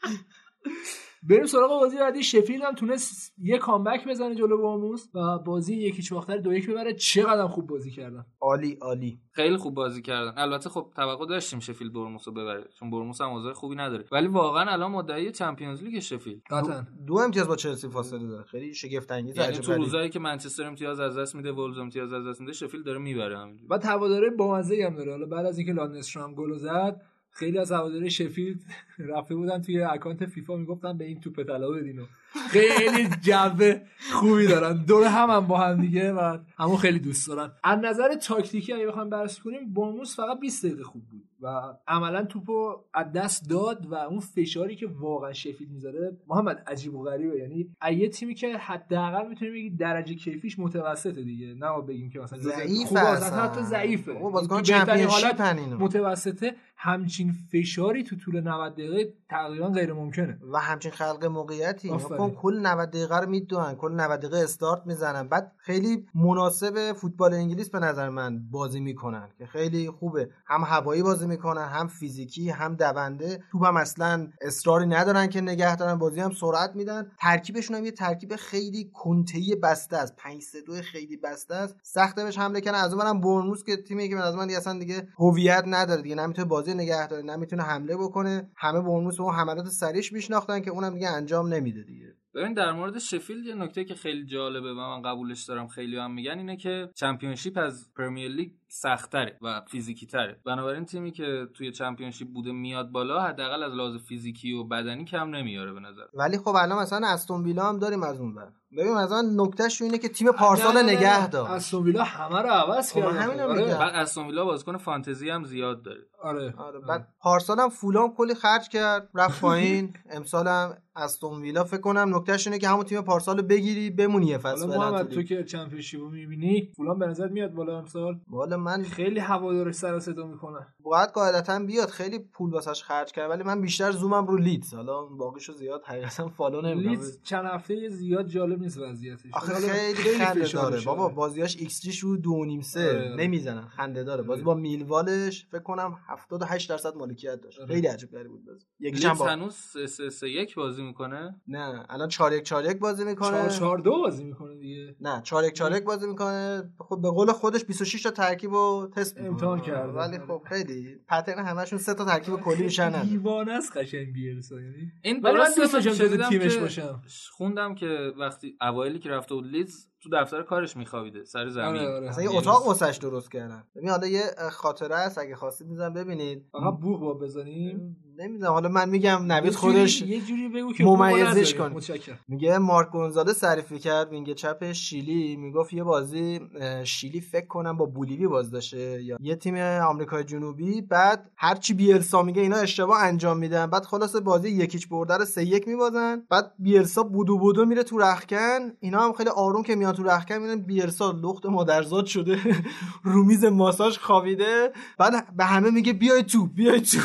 بریم سراغ بازی بعدی. شفیلد هم تونست یه کامبک بزنه جلو بورنموث و بازی یکی چاختر دو یک ببره. چقدر خوب بازی کردن، عالی عالی، خیلی خوب بازی کردن. البته خب توقع داشتیم شفیلد بورنموث رو ببره چون بورنموث هم اوضاع خوبی نداره، ولی واقعا الان مدعی چمپیونز لیگ شفیلد. قطعا دو امتیاز با چلسی فاصله داره، خیلی شگفت انگیزه. یعنی تو روزایی که منچستر امتیاز از دست میده، وولز امتیاز از دست میده، شفیلد داره میبره همینجوری. بعد هواداره بامزه هم داره. حالا بعد از اینکه لاندسترام گل زد، خیلی از هواداره شفیلد رفته بودن توی اکانت فیفا میگفتن به این توپ طلا بدینو. خیلی جوه خوبی دارن، دور هم هم با هم دیگه و همون خیلی دوست دارن. از نظر تاکتیکی اگه بخوایم بررسی کنیم، بورنموث فقط بیست دقیقه خوب بود و عملا توپو از دست داد و اون فشاری که واقعا شفیلد میذاره محمد عجیب و غریبه. یعنی یه تیمی که حداقل میتونیم بگیم درجه کیفیش متوسطه دیگه، نه بگیم که مثلا ضعیفه، اصلا حتی ضعیفه، بازیکن چمپیونشیپ متوسطه. همچین فشاری تو طول نود دقیقه تقریبا غیر ممکنه و همچین خلق موقعیتی کن کل نود دقیقه رو میدونن، کل نود دقیقه استارت میزنن، بعد خیلی مناسب فوتبال انگلیس به نظر من بازی میکنن که خیلی خوبه، هم هوایی بازی میکنن، هم فیزیکی، هم دونده. توپ هم اصلا اصراری ندارن که نگه دارن، بازی هم سرعت میدن. ترکیبشون هم یه ترکیب خیلی کنته‌ای بسته است، پنج سه دو خیلی بسته است، سخته بهش حمله کنه. از اونم بورنموث که تیمی که به نظر من اصلا دیگه هویت نداره دیگه، نمیتونه بازی نگه داره، نمیتونه حمله بکنه. همه بورنموث اون حملات سریعش میشناختن که اونم دیگه انجام نمیده دیگه. ببین در مورد شفیلد یه نکته که خیلی جالبه و من قبولش دارم، خیلی هم میگن اینه که چمپیونشیپ از پرمیر لیگ سخت‌تره و فیزیکی تره، بنابراین تیمی که توی چمپیونشیپ بوده میاد بالا حداقل از لحاظ فیزیکی و بدنی کم نمیاره به نظر. ولی خب الان مثلا استون ویلا هم داریم از اون ور. ببین مثلا نکتهش اینه که تیم پارسال نگه داشت. استون ویلا همه رو عوض کرد. همین رو میگم. بعد استون ویلا بازیکن فانتزی هم زیاد داره. آره. آره. بعد پارسال هم فولام کلی خرج کرد، رفت پایین. امسال هم استون ویلا فکر کنم نکتهش اینه که همون تیم پارسالو بگیری بمونی یه فصل. حالا تو که چمپیونشیپ رو می‌بینی، فولام به نظر میاد بالا امسال؟ والا من خیلی هوادارش سر و صدا میکنه. باید قاعدتا بیاد، خیلی پول واسش خرج کرد، ولی من بیشتر زومم رو لیدز. حالا باقیشو زیاد حقیقتا فالو نمی‌کنم. لیدز چند هفته زیاد جالب نیست وضعیتش. آخه خیلی, خیلی خنده داره بابا، بازیاش ایکس جی شو دو و نیم سه نمیزنن، خنده داره. بازی با میلوالش فکر کنم هفتاد و هشت درصد مالکیت داشت. خیلی عجیب غریب بود بازی. یکی چند هنوز سه سه یک بازی میکنه؟ نه الان چهار یک چهار یک بازی میکنه. چهار چهار دو بازی میکنه دیگه. نه چهار یک چهار یک بازی میکنه. خب به قول خودش بیست و شش تا ترکیبو تست امتحان کرده، ولی خب خیلی پترن همشون سه تا ترکیب کلی میشن. دیوانه است قشنگ بیلسا. یعنی این ولی من دوست داشتم تیمش باشم. خوندم که وقتی اوایلی که رفته بود لیدز تو دفتر کارش میخوابیده سر زمین. آره آره. مثلا یه اتاق واسش درست کردن. ببین حالا یه خاطره است اگه خواستید میذارم ببینید. فقط بوق با بزنیم. نمیدونم حالا من میگم نوید خودش یه جوری بگو که ممیزش کن. میگه مارک گونزالز تعریف کرد وینگ چپ شیلی، میگفت یه بازی شیلی فکر کنم با بولیوی باز داشته یا یه تیم آمریکای جنوبی، بعد هر چی بیلسا میگه اینا اشتباه انجام میدن، بعد خلاص بازی یکیچ برده رو سه یک میبازن، بعد بیلسا بودو بودو میره تو رختکن، اینا هم خیلی آروم که میان تو رختکن میبینن بیلسا لخت مادرزاد شده رو میز ماساژ خوابیده، بعد به همه میگه بیای تو بیای تو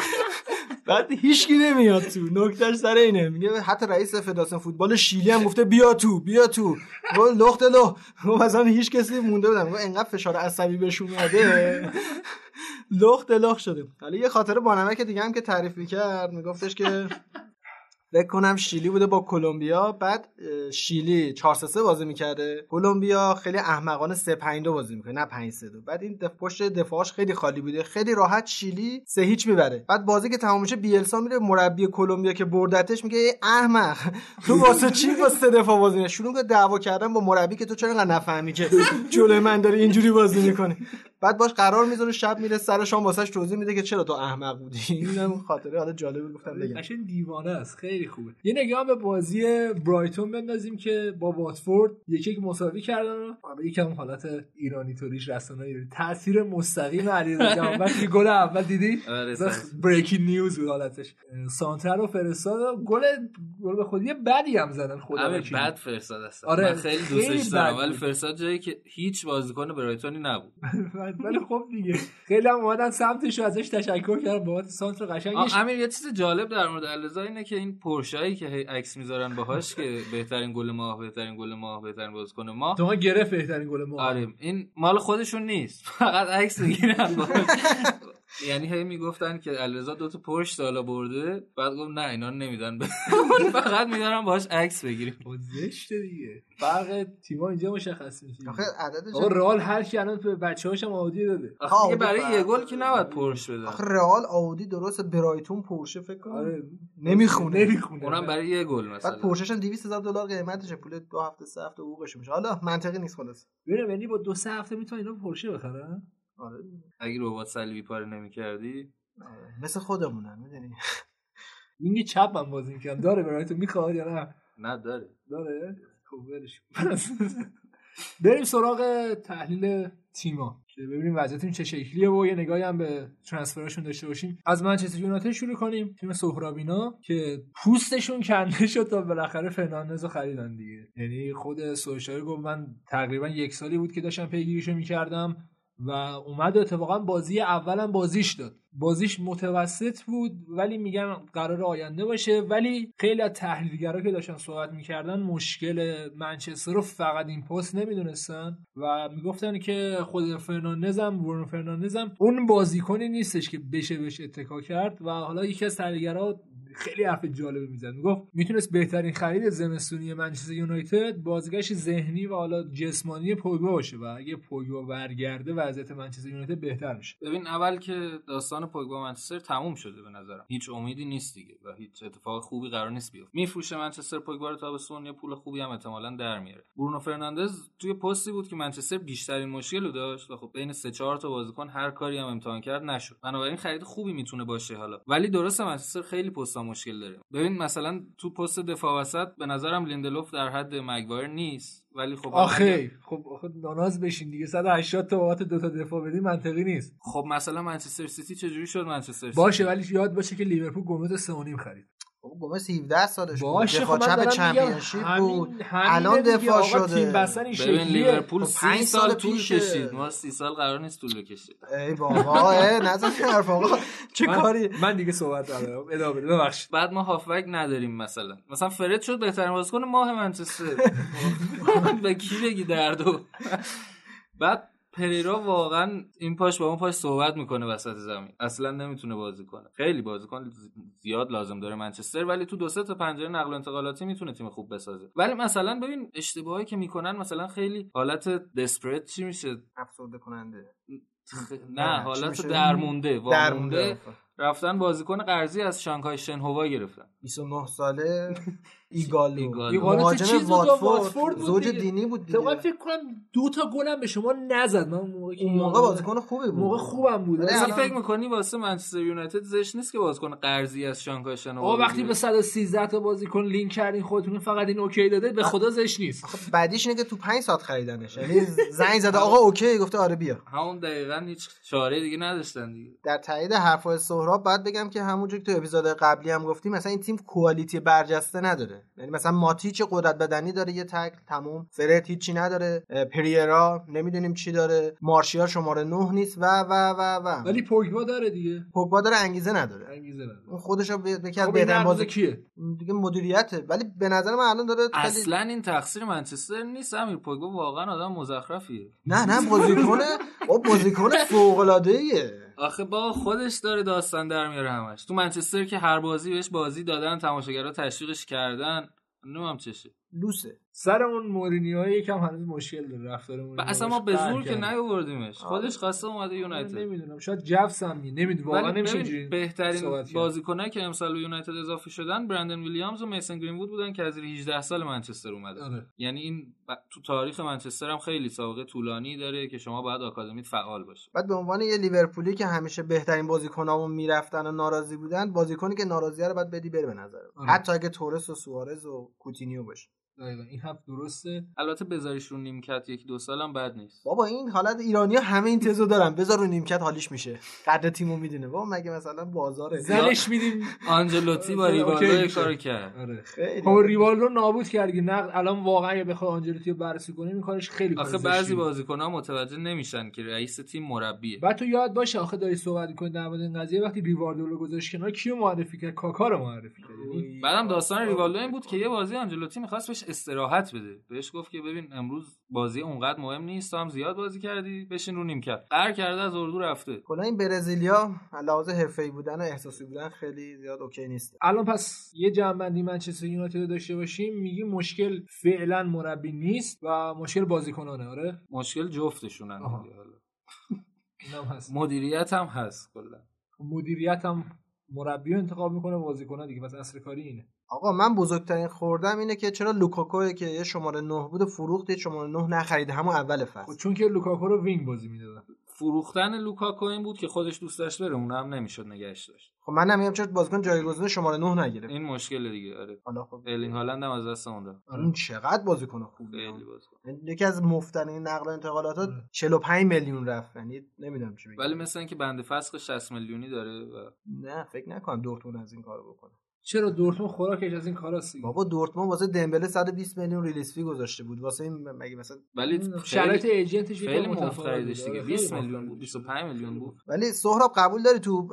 بعد هیچکی نمیاد تو. نکتهش سر اینه، میگه حتی رئیس فدراسیون فوتبال شیلی هم گفته بیا تو بیا تو. گفت لخت لخت مثلا هیچ کسی مونده بودن، میگه انقدر فشار عصبی بهش اومده لخت لخت شدیم. حالا یه خاطره بانمک دیگه هم که تعریف می‌کرد، میگفتش که فکر کنم شیلی بوده با کلمبیا، بعد شیلی چهار سه سه بازی میکرده، کلمبیا خیلی احمقانه سه پنج دو بازی میکنه، نه پنج سه دو. بعد این دف پشت دفاعش خیلی خالی بوده، خیلی راحت شیلی سه هیچ میبره. بعد بازی که تمام میشه بیلسا میره مربی کلمبیا که بردتش میگه ای احمق تو واسه چی با سه دفاع بازی می‌کنی؟ شروع کرد دعوا کردن با مربی که تو چرا انقدر نفهمی که جلوی من داری اینجوری بازی میکنی. بعد باش قرار میذاره، شب میره سر شام واسش توضیح میده که چرا تو احمق بودی. اینم خاطره حالا جالبه گفتم بگم. قشنگ دیوانه است، خیلی خوبه. یه نگاه به بازی برایتون بندازیم که با واتفورد یک یک مساوی کردن. حالا یکم حالت ایرانی توریش رسانه‌ای تاثیر مستقیم علیرضا جوانبخش گل اول دیدی؟ بریکینگ نیوز بود حالتش. سانتر رو فرستاد، گل گل به خودی بدی هم زدن خدا وکیل. بعد فرستاد است. آره من خیلی دوستش دارم ولی فرستاد جایی که هیچ بازیکن برایتونی نبود. ولی خب دیگه خیلی هم اومدن سمتش و ازش تشکر کردن بابت سانتر قشنگش. امیر یه چیز جالب در مورد علیرضا اینه که این پورشایی که عکس میذارن باهاش که بهترین گل ماه بهترین گل ماه بهترین بازیکن ماه تو گرفت بهترین گل ماه. آره این مال خودشون نیست، فقط عکس میگیرن باهاش. یعنی هی میگفتن که علیرضا دو تا پورش سالا برده، بعد گفت نه اینا رو نمیدن فقط میذارن باهاش عکس بگیریم. زشته دیگه. فرق تیم‌ها اینجا مشخص میشه. آخه عددش آقا رئال هر کی الان به بچه‌هاش هم آودی داده. آخه دیگه برای یه گل که نباید پورش بده. آخه رئال آودی درست، برایتون پورشه فکر کنم آره نمیخونه نمیخونه اونم برای یه گل مثلا. بعد پورشش هم دویست هزار دلار قیمتشه، پول دو هفته سه هفته حقوقش میشه. حالا منطقی نیست خلاص. ببین یعنی با دو سه هفته میتونن اینو پورشه بخرن. آره اگه ربات صلیبی پاره نمی‌کردی مثل خودمونن میدونی. این یه چپ من بازی می‌کردم داره برایتون میخواد یا نه؟ نه داره. داره؟ خب ولش. بریم سراغ تحلیل تیم‌ها که ببینیم وضعیتون چه شکلیه و یه نگاهی هم به ترانسفراشون داشته باشیم. از منچستر یونایتد شروع کنیم. تیم سهرابینا که پوستشون کنده شد تا بالاخره فرناندز رو خریدن دیگه. یعنی خود سولشایر گفت من تقریبا یک سالی بود که داشتم پیگیریشو می‌کردم و اومد و اتفاقا بازی اولم بازیش داد. بازیش متوسط بود ولی میگن قرار آینده باشه، ولی خیلی از تحلیلگرا که داشتن صحبت میکردن مشکل منچستر رو فقط این پست نمیدونستن و میگفتن که خود فرناندز هم برونو فرناندز هم اون بازیکنی نیستش که بشه بهش اتکا کرد. و حالا یکی از تحلیلگرا خیلی حرف جالبی میزد، میگفت میتونست بهترین خرید زمستونی منچستر یونایتد بازگشت ذهنی و حالا جسمانی پوگبا باشه و اگه پوگبا برگرده وضعیت منچستر یونایتد بهتر میشه. ببین اول که داستان پوگبا منچستر تموم شده به نظرم، هیچ امیدی نیست دیگه و هیچ اتفاق خوبی قرار نیست بیفته. میفروشه منچستر پوگبا رو تابستون، یه پول خوبی هم احتمالاً در میاره. برونو فرناندز توی پستی بود که منچستر بیشترین مشکل رو داشت و خب بین سه چهار تا بازیکن هر کاری هم امتحان کرد نشد. بنابراین خرید خوبی میتونه باشه حالا، ولی درسته منچستر خیلی پستا مشکل داره. ببین مثلا تو پست دفاع وسط به نظرم لیندلوف در حد مگوایر نیست، ولی خب آخه خب آخه ناناز بشین دیگه، صد و هشتاد تا بابت دو تا دفاع بدی منطقی نیست. خب مثلا منچستر سیتی چجوری شد منچستر سیتی؟ باشه ولی یاد باشه که لیورپول گومز سه و نیم خرید. گومز هفده سالش بود، باشه دفاع خب چپ چمپیونشیپ بود، الان دفاع شده. تیم بستن این ببین لیورپول پنج سال طول پیشه. کشید، ما سی سال قرار نیست طول بکشه. ای بابا نزن حرف آقا چه کاری. من دیگه صحبت ندارم، ادامه بده ببخشید. بعد ما هافبک نداریم، مثلا مثلا فرد شد بهترین بازیکن ماه منچستر. به کی بگی دردو. بعد پریرا واقعا این پاش با اون پاش صحبت میکنه وسط زمین، اصلا نمیتونه بازی کنه. خیلی بازیکن زیاد لازم داره منچستر، ولی تو دو سه تا پنجره نقل و انتقالاتی میتونه تیم خوب بسازه. ولی مثلا ببین اشتباهی که میکنن، مثلا خیلی حالت دسپریت چی میشه، افسرده کننده خ... نه حالت درمونده وامونده رفتن بازیکن قرضی از شانگهای شنهوا گرفتن، بیست و نه ساله ایگالو, ایگالو. مهاجم واتفورد، زوج دینی بود دیگه. تو فکر کنم دو تا گلم به شما نزد. من اون موقع اون موقع بازیکن خوبی بود، موقع خوبم بود. اصلا فکر می‌کنی واسه منچستر یونایتد زشت نیست که بازیکن قرضی از شانگهای شنهوا؟ آقا وقتی به صد و سیزده تا بازیکن لینک کردین خودتون فقط این اوکی داده، به خدا زشت نیست. خب بعدیش اینه که تو پنج ساعت خریدنش، یعنی زنگ زده آقا اوکی، گفته آره بیا. همون دقیقاً هیچ چاره دیگه نداشتن دیگه. در تایید حرفای سهراب بعد بگم که همونجوری که تو اپیزود قبلی هم گفتیم، مثلا این تیم کوالیتی برجسته نداره. یعنی مثلا ماتیچ قدرت بدنی داره یه تکل تموم، فرد هیچی نداره، پریرا نمیدونیم چی داره، مارشیال شماره نه نیست و و و و ولی پوگبا داره دیگه. پوگبا داره انگیزه نداره. انگیزه نداره. اون خودشو یکی از بهترین بازی کیه؟ دیگه مدیریته. ولی به نظر من الان داره اصلا این تقصیر منچستر نیست. امیر پوگبا واقعا آدم مزخرفیه. نه نه بازیکن او بازیکن فوق العاده ایه. آخه با خودش داره داستان در میاره همش. تو منچستر که هر بازی بهش بازی دادن، تماشاگرها تشویقش کردن، نمیدونم چشه. لوسه. سر اون مورینیو یکم هنوز مشکل داره رفتار مورینیو. اصلا ما به زور که نیاوردیمش. خودش خواسته اومده یونایتد. نمیدونم شاید جفس هم نمیدونم واقعا نمیشه اینجوری. بهترین بازیکنایی که امسال به یونایتد اضافه شدن برندن ویلیامز و میسن گرین‌وود بودن که از زیر هجده سال منچستر اومده. آره. یعنی این ب... تو تاریخ منچستر هم خیلی سابقه طولانی داره که شما باید آکادمیت فعال باشه. بعد به عنوان یه لیورپولی که همیشه بهترین بازیکنامون میرفتن و ناراضی بودن، بازیکنی که ناراضیه رو بعد بدی بره به نظر. آره. حتی اگه تورس و سوارز و کوتینیو باشه. دقیقاً این حرف درسته. البته بذاریش رو نیمکت یک دو سالم بد نیست. بابا این حالت ایرانی‌ها همه این تزو دارن، بذار رو نیمکت حالیش میشه. قدر تیمو میدونه. بابا مگه مثلا بازاره زنش میدیم آنجلوتی با ریوالدو کار کرد. آره خیلی. خب ریوالدو نابود کرد که نقد الان واقعا اگه بخواد آنجلوتی رو بررسی کنه این کارش خیلی کار. آخه بعضی بازیکن‌ها متوجه نمیشن که رئیس تیم مربیه. بعد تو یاد باشه آخه داری صحبت می‌کنی در مورد این قضیه، وقتی ریوالدو رو گذاشت کنار کیو معرفی کرد؟ کاکا رو معرفی کرد. یعنی بعدم داستان ریوالدو این بود که یه بازی آنجلوتی می‌خواست بهش استراحت بده. بهش گفت که ببین امروز بازی اونقدر مهم نیست، تو هم زیاد بازی کردی، بشین رو نیمکت. قهر کرده از اردو رفته. کلا این برزیلیا علاوه حرفه‌ای بودن و احساسی بودن خیلی زیاد اوکی نیست. الان پس یه جمع‌بندی منچستر یونایتد داشته باشیم، میگی مشکل فعلا مربی نیست و مشکل بازیکنانه. آره مشکل جفتشونن دیگه. حالا اینم هست. مدیریت هم هست. کلا مدیریت هم مربی رو انتخاب میکنه، بازیکن‌ها دیگه. پس اصل کاری اینه. آقا من بزرگترین خوردم اینه که چرا لوکاکو که یه شماره نه بود فروخت، یه شماره نه نخرید همون اول فصل. چون که لوکاکو رو وینگ بازی میدادن. فروختن لوکاکو این بود که خودش دوست داشت بره، اونم نمیشد نگهش داشت. خب من نمیگم چرا بازیکن جایگزین شماره نه نگرفت. این مشکل دیگه. آره حالا خب ایلینگ هالند هم از دست اون رفت. اون چقدر بازیکن خوبه. خیلی بازیکن. یکی از مفترین نقل و انتقالات چهل و پنج میلیون رفت. یعنی نمیدونم چی بگم. ولی مثلا اینکه بنده فسخ شصت میلیونی داره و نه فکر نکنم دورتموند از این کارو بکنه. چرا دورتموند خوراکش از این کاراست؟ بابا دورتموند واسه دمبله صد و بیست میلیون ریلیز فی گذاشته بود واسه این مگه مثلا. ولی شرایط ایجنتش خیلی متفاوت خریدش دیگه. بیست میلیون بود، بیست و پنج میلیون بود. ولی سهراب قبول داری تو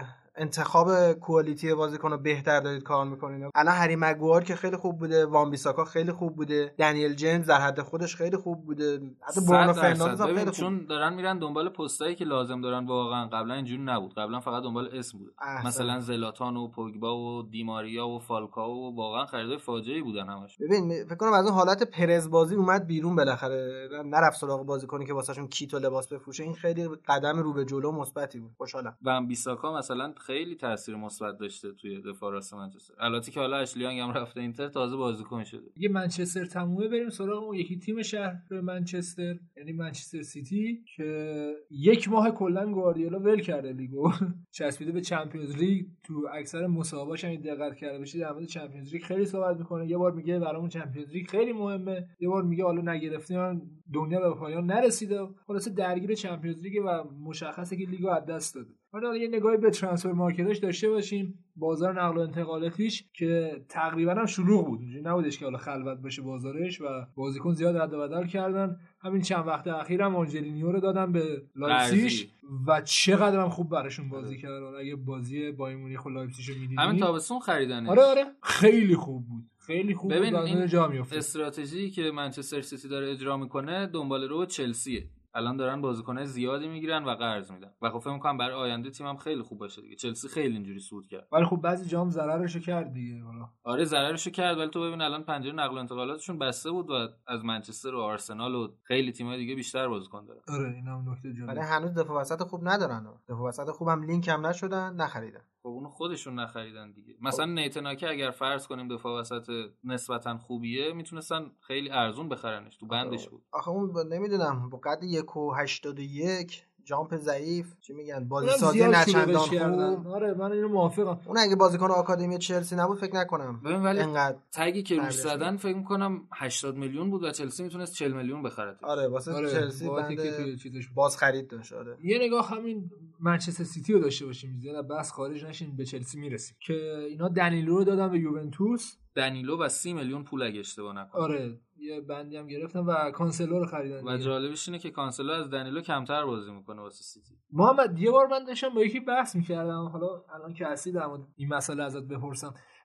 انتخاب کوالیتی بازیکن رو بهتر دارید کار میکنید؟ الان هری مگوار که خیلی خوب بوده، وان بیساکا خیلی خوب بوده، دنیل جیمز در حد خودش خیلی خوب بوده، حتی برونو فرناندز هم خیلی خوب. چون دارن میرن دنبال پستایی که لازم دارن واقعا. قبلا اینجوری نبود. قبلا فقط دنبال اسم بود. مثلا زلاتان و پوگبا و دیماریا و فالکاو واقعا خریدای فاجعه‌ای بودن همش. ببین فکر کنم از اون حالت پرز بازی اومد بیرون بالاخره، نرفت سراغ بازیکنی که واسهشون کیت و لباس بفروشه. این خیلی قدم رو به جلو مثبتی بود. خوشحالم. وان بیساکا مثلا خیلی تاثیر مثبت داشته توی دفاع راست منچستر. البته که حالا اشلیانگ هم رفته اینتر، تازه بازیکن شده. یه منچستر تمومه بریم سراغ اون یکی تیم شهر منچستر، یعنی منچستر سیتی که یک ماه کلا گواردیولا ول کرده لیگو، چسبیده به چمپیونز لیگ. تو اکثر مصاحبه‌اش هم دقت کرده بشید در مورد چمپیونز لیگ خیلی صحبت میکنه. یه بار میگه برامون چمپیونز لیگ خیلی مهمه، یه بار میگه حالا نگرفتیم دنیا به پایان نرسیده. خلاص درگیر چمپیونز لیگ و مشخصه که لیگو از دست داده. حالا یه نگاهی به ترانسفر مارکتش داشته باشیم، بازار نقل و انتقالاتیش که تقریبا هم شلوغ بود، اینجوری نبودش که حالا خلوت بشه بازارش و بازیکن زیاد رد و بدل کردن. همین چند وقت اخیرم آنجلینیو رو دادن به لایپزیگ و چقدر هم خوب براشون بازی کرد. اگه بازی بایر مونیخ و لایپزیگ رو می‌دیدین همین تابستون خریدنش. آره آره خیلی خوب بود. خیلی خوب بود. این جا می‌افتاد. استراتژی که منچستر سیتی داره اجرا میکنه دنبال رو چلسیه. الان دارن بازیکن‌های زیادی میگیرن و قرض میدن و خب فکر می‌کنم برای آینده تیمم خیلی خوب باشه دیگه. چلسی خیلی اینجوری سود کرد. ولی خب بعضی جام ضررشو کرد دیگه. حالا آره ضررشو کرد، ولی تو ببین الان پنجره نقل و انتقالاتشون بسته بود و از منچستر و آرسنال و خیلی تیم‌های دیگه بیشتر بازیکن داره. آره اینم نکته جالبه. ولی هنوز دفاع وسط خوب ندارن. دفاع وسط خوبم لینک هم نشدن، نخریدن. خب اونو خودشون نخریدن دیگه. مثلا نیتناکه اگر فرض کنیم دفاع وسط نسبتا خوبیه، میتونستن خیلی ارزون بخرنش، تو بندش بود. آخه اون نمیدونم با قد یک و هشتاد و یک جامپ ضعیف چی میگن بازی سازی نچندان خوب. آره من اینو موافقم. اون اگه بازیکن آکادمی چلسی نبود فکر نکنم. ببین ولی انقدر تگی که روش زدن فکر میکنم هشتاد میلیون بود و چلسی میتونست چهل میلیون بخره. آره واسه آره چلسی بنده باز خرید داشت. آره یه نگاه همین منچستر سیتی رو داشته باشیم، زیاد بس خارج نشین، به چلسی میرسیم که اینا دنیلو رو دادن به یوونتوس. دنیلو و سی میلیون پول اگه اشتباه نکنم. آره یه بندی هم گرفتن و کانسلو رو خریدن. و جالبش اینه که کانسلو از دنیلو کمتر بازی میکنه واسه سیتی. محمد یه بار من داشتم با یکی بحث میکردم، حالا الان که هستی در مورد این مسئله ازت بپرسم.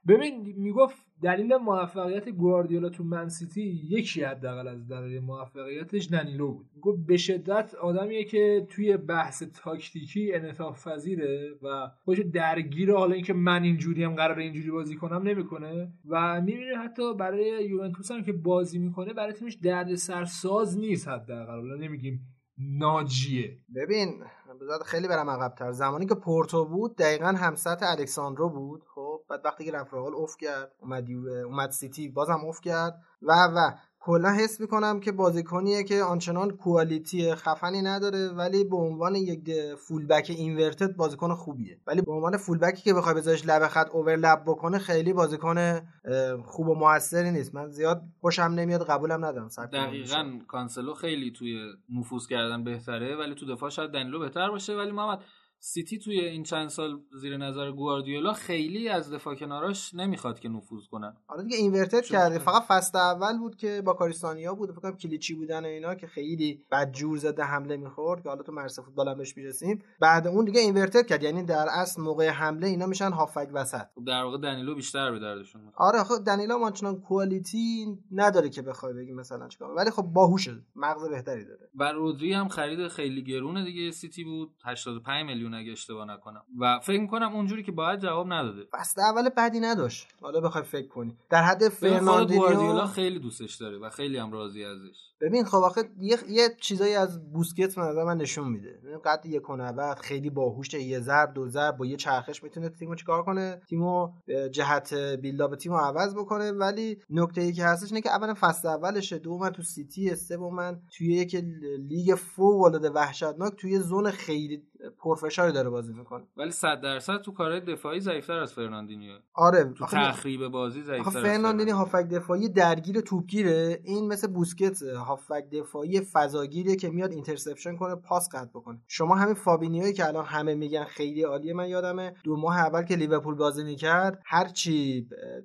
ببین میگفت دلیل موفقیت گواردیولا تو منسیتی یکی حداقل از دلایل موفقیتش دنیلو بود. میگفت به شدت آدمیه که توی بحث تاکتیکی انعطاف پذیره و خودش درگیر حالا اینکه من اینجوری هم قراره اینجوری بازی کنم نمیکنه و میبینه حتی برای یوونتوس هم که بازی میکنه برای تیمش دردسر ساز نیست، حداقل حالا نمیگیم ناجیه. ببین بذات خیلی برم عقب‌تر، زمانی که پورتو بود دقیقاً همسط الکساندرو بود. خب بعد وقتی که رفت رئال افت کرد، اومد اومد سیتی بازم افت کرد و و کلا حس میکنم که بازیکنیه که آنچنان کوالیتی خفنی نداره ولی به عنوان یک فول بک اینورتد بازیکن خوبیه، ولی به عنوان فول بکی که بخوای بذارش لب خط اورلپ بکنه خیلی بازیکن خوب و موثری نیست. من زیاد خوشم نمیاد، قبولم ندارم. دقیقاً کانسلو خیلی توی نفوذ کردن بهتره ولی تو دفاع شاید دنیلو بهتر باشه. ولی محمد سیتی توی این چند سال زیر نظر گواردیولا خیلی از دفاع کناراش نمیخواد که نفوذ کنن. آره دیگه اینورتد کرده. فقط فصل اول بود که با کاریستانیا بود، فکر کنم کلیچی بودن اینا که خیلی بدجور زده حمله میخورد که حالا تو مرسه فوتبال هم بهش میرسیم. بعد اون دیگه اینورتد کرد، یعنی در اصل موقع حمله اینا میشن هافک وسط. در واقع دنیلو بیشتر به دردشون میخوره. آره خب دنیلو مانچنان کوالیتی نداره که بخوای بگی مثلا چیکار، ولی خب باهوشه، مغز بهتری داره. و رودری هم خرید خیلی گرونه دیگه سیتی بود، هشتاد و پنج میلیون اگه اشتباه نکنم و فکر می‌کنم اونجوری که باید جواب نداده. فصل اول بدی نداشت. حالا بخوای فکر کنی در حد فرناندینیو گواردیولا خیلی دوستش داره و خیلی هم راضی ازش. ببین خب آخه یه یه چیزایی از بوسکت به نظر من نشون میده. قد یک و نود خیلی باهوشه، یه ضرب دو ضرب با یه چرخش میتونه تیمو چیکار کنه، تیمو جهت بیلداپ تیمو عوض بکنه. ولی نکته‌ای که هستش اینه که اولا فصل اولشه، دوم تو سیتی، سوم توی یک لیگ فوق‌العاده وحشتناک توی زون خیلی پرفشاری داره بازی میکنه. ولی صد درصد تو کارهای دفاعی ضعیف‌تر از فرناندینیو. آره تو تخریب بازی ضعیف‌تر از فرناندینیو. هافک دفاعی درگیر توپگیره، این مثل بوسکت هافک دفاعی فضاگیریه که میاد اینترسپشن کنه، پاس قطع بکنه. شما همین فابینیویی که الان همه میگن خیلی عالیه، من یادمه دو ماه اول که لیورپول بازی میکرد هر چی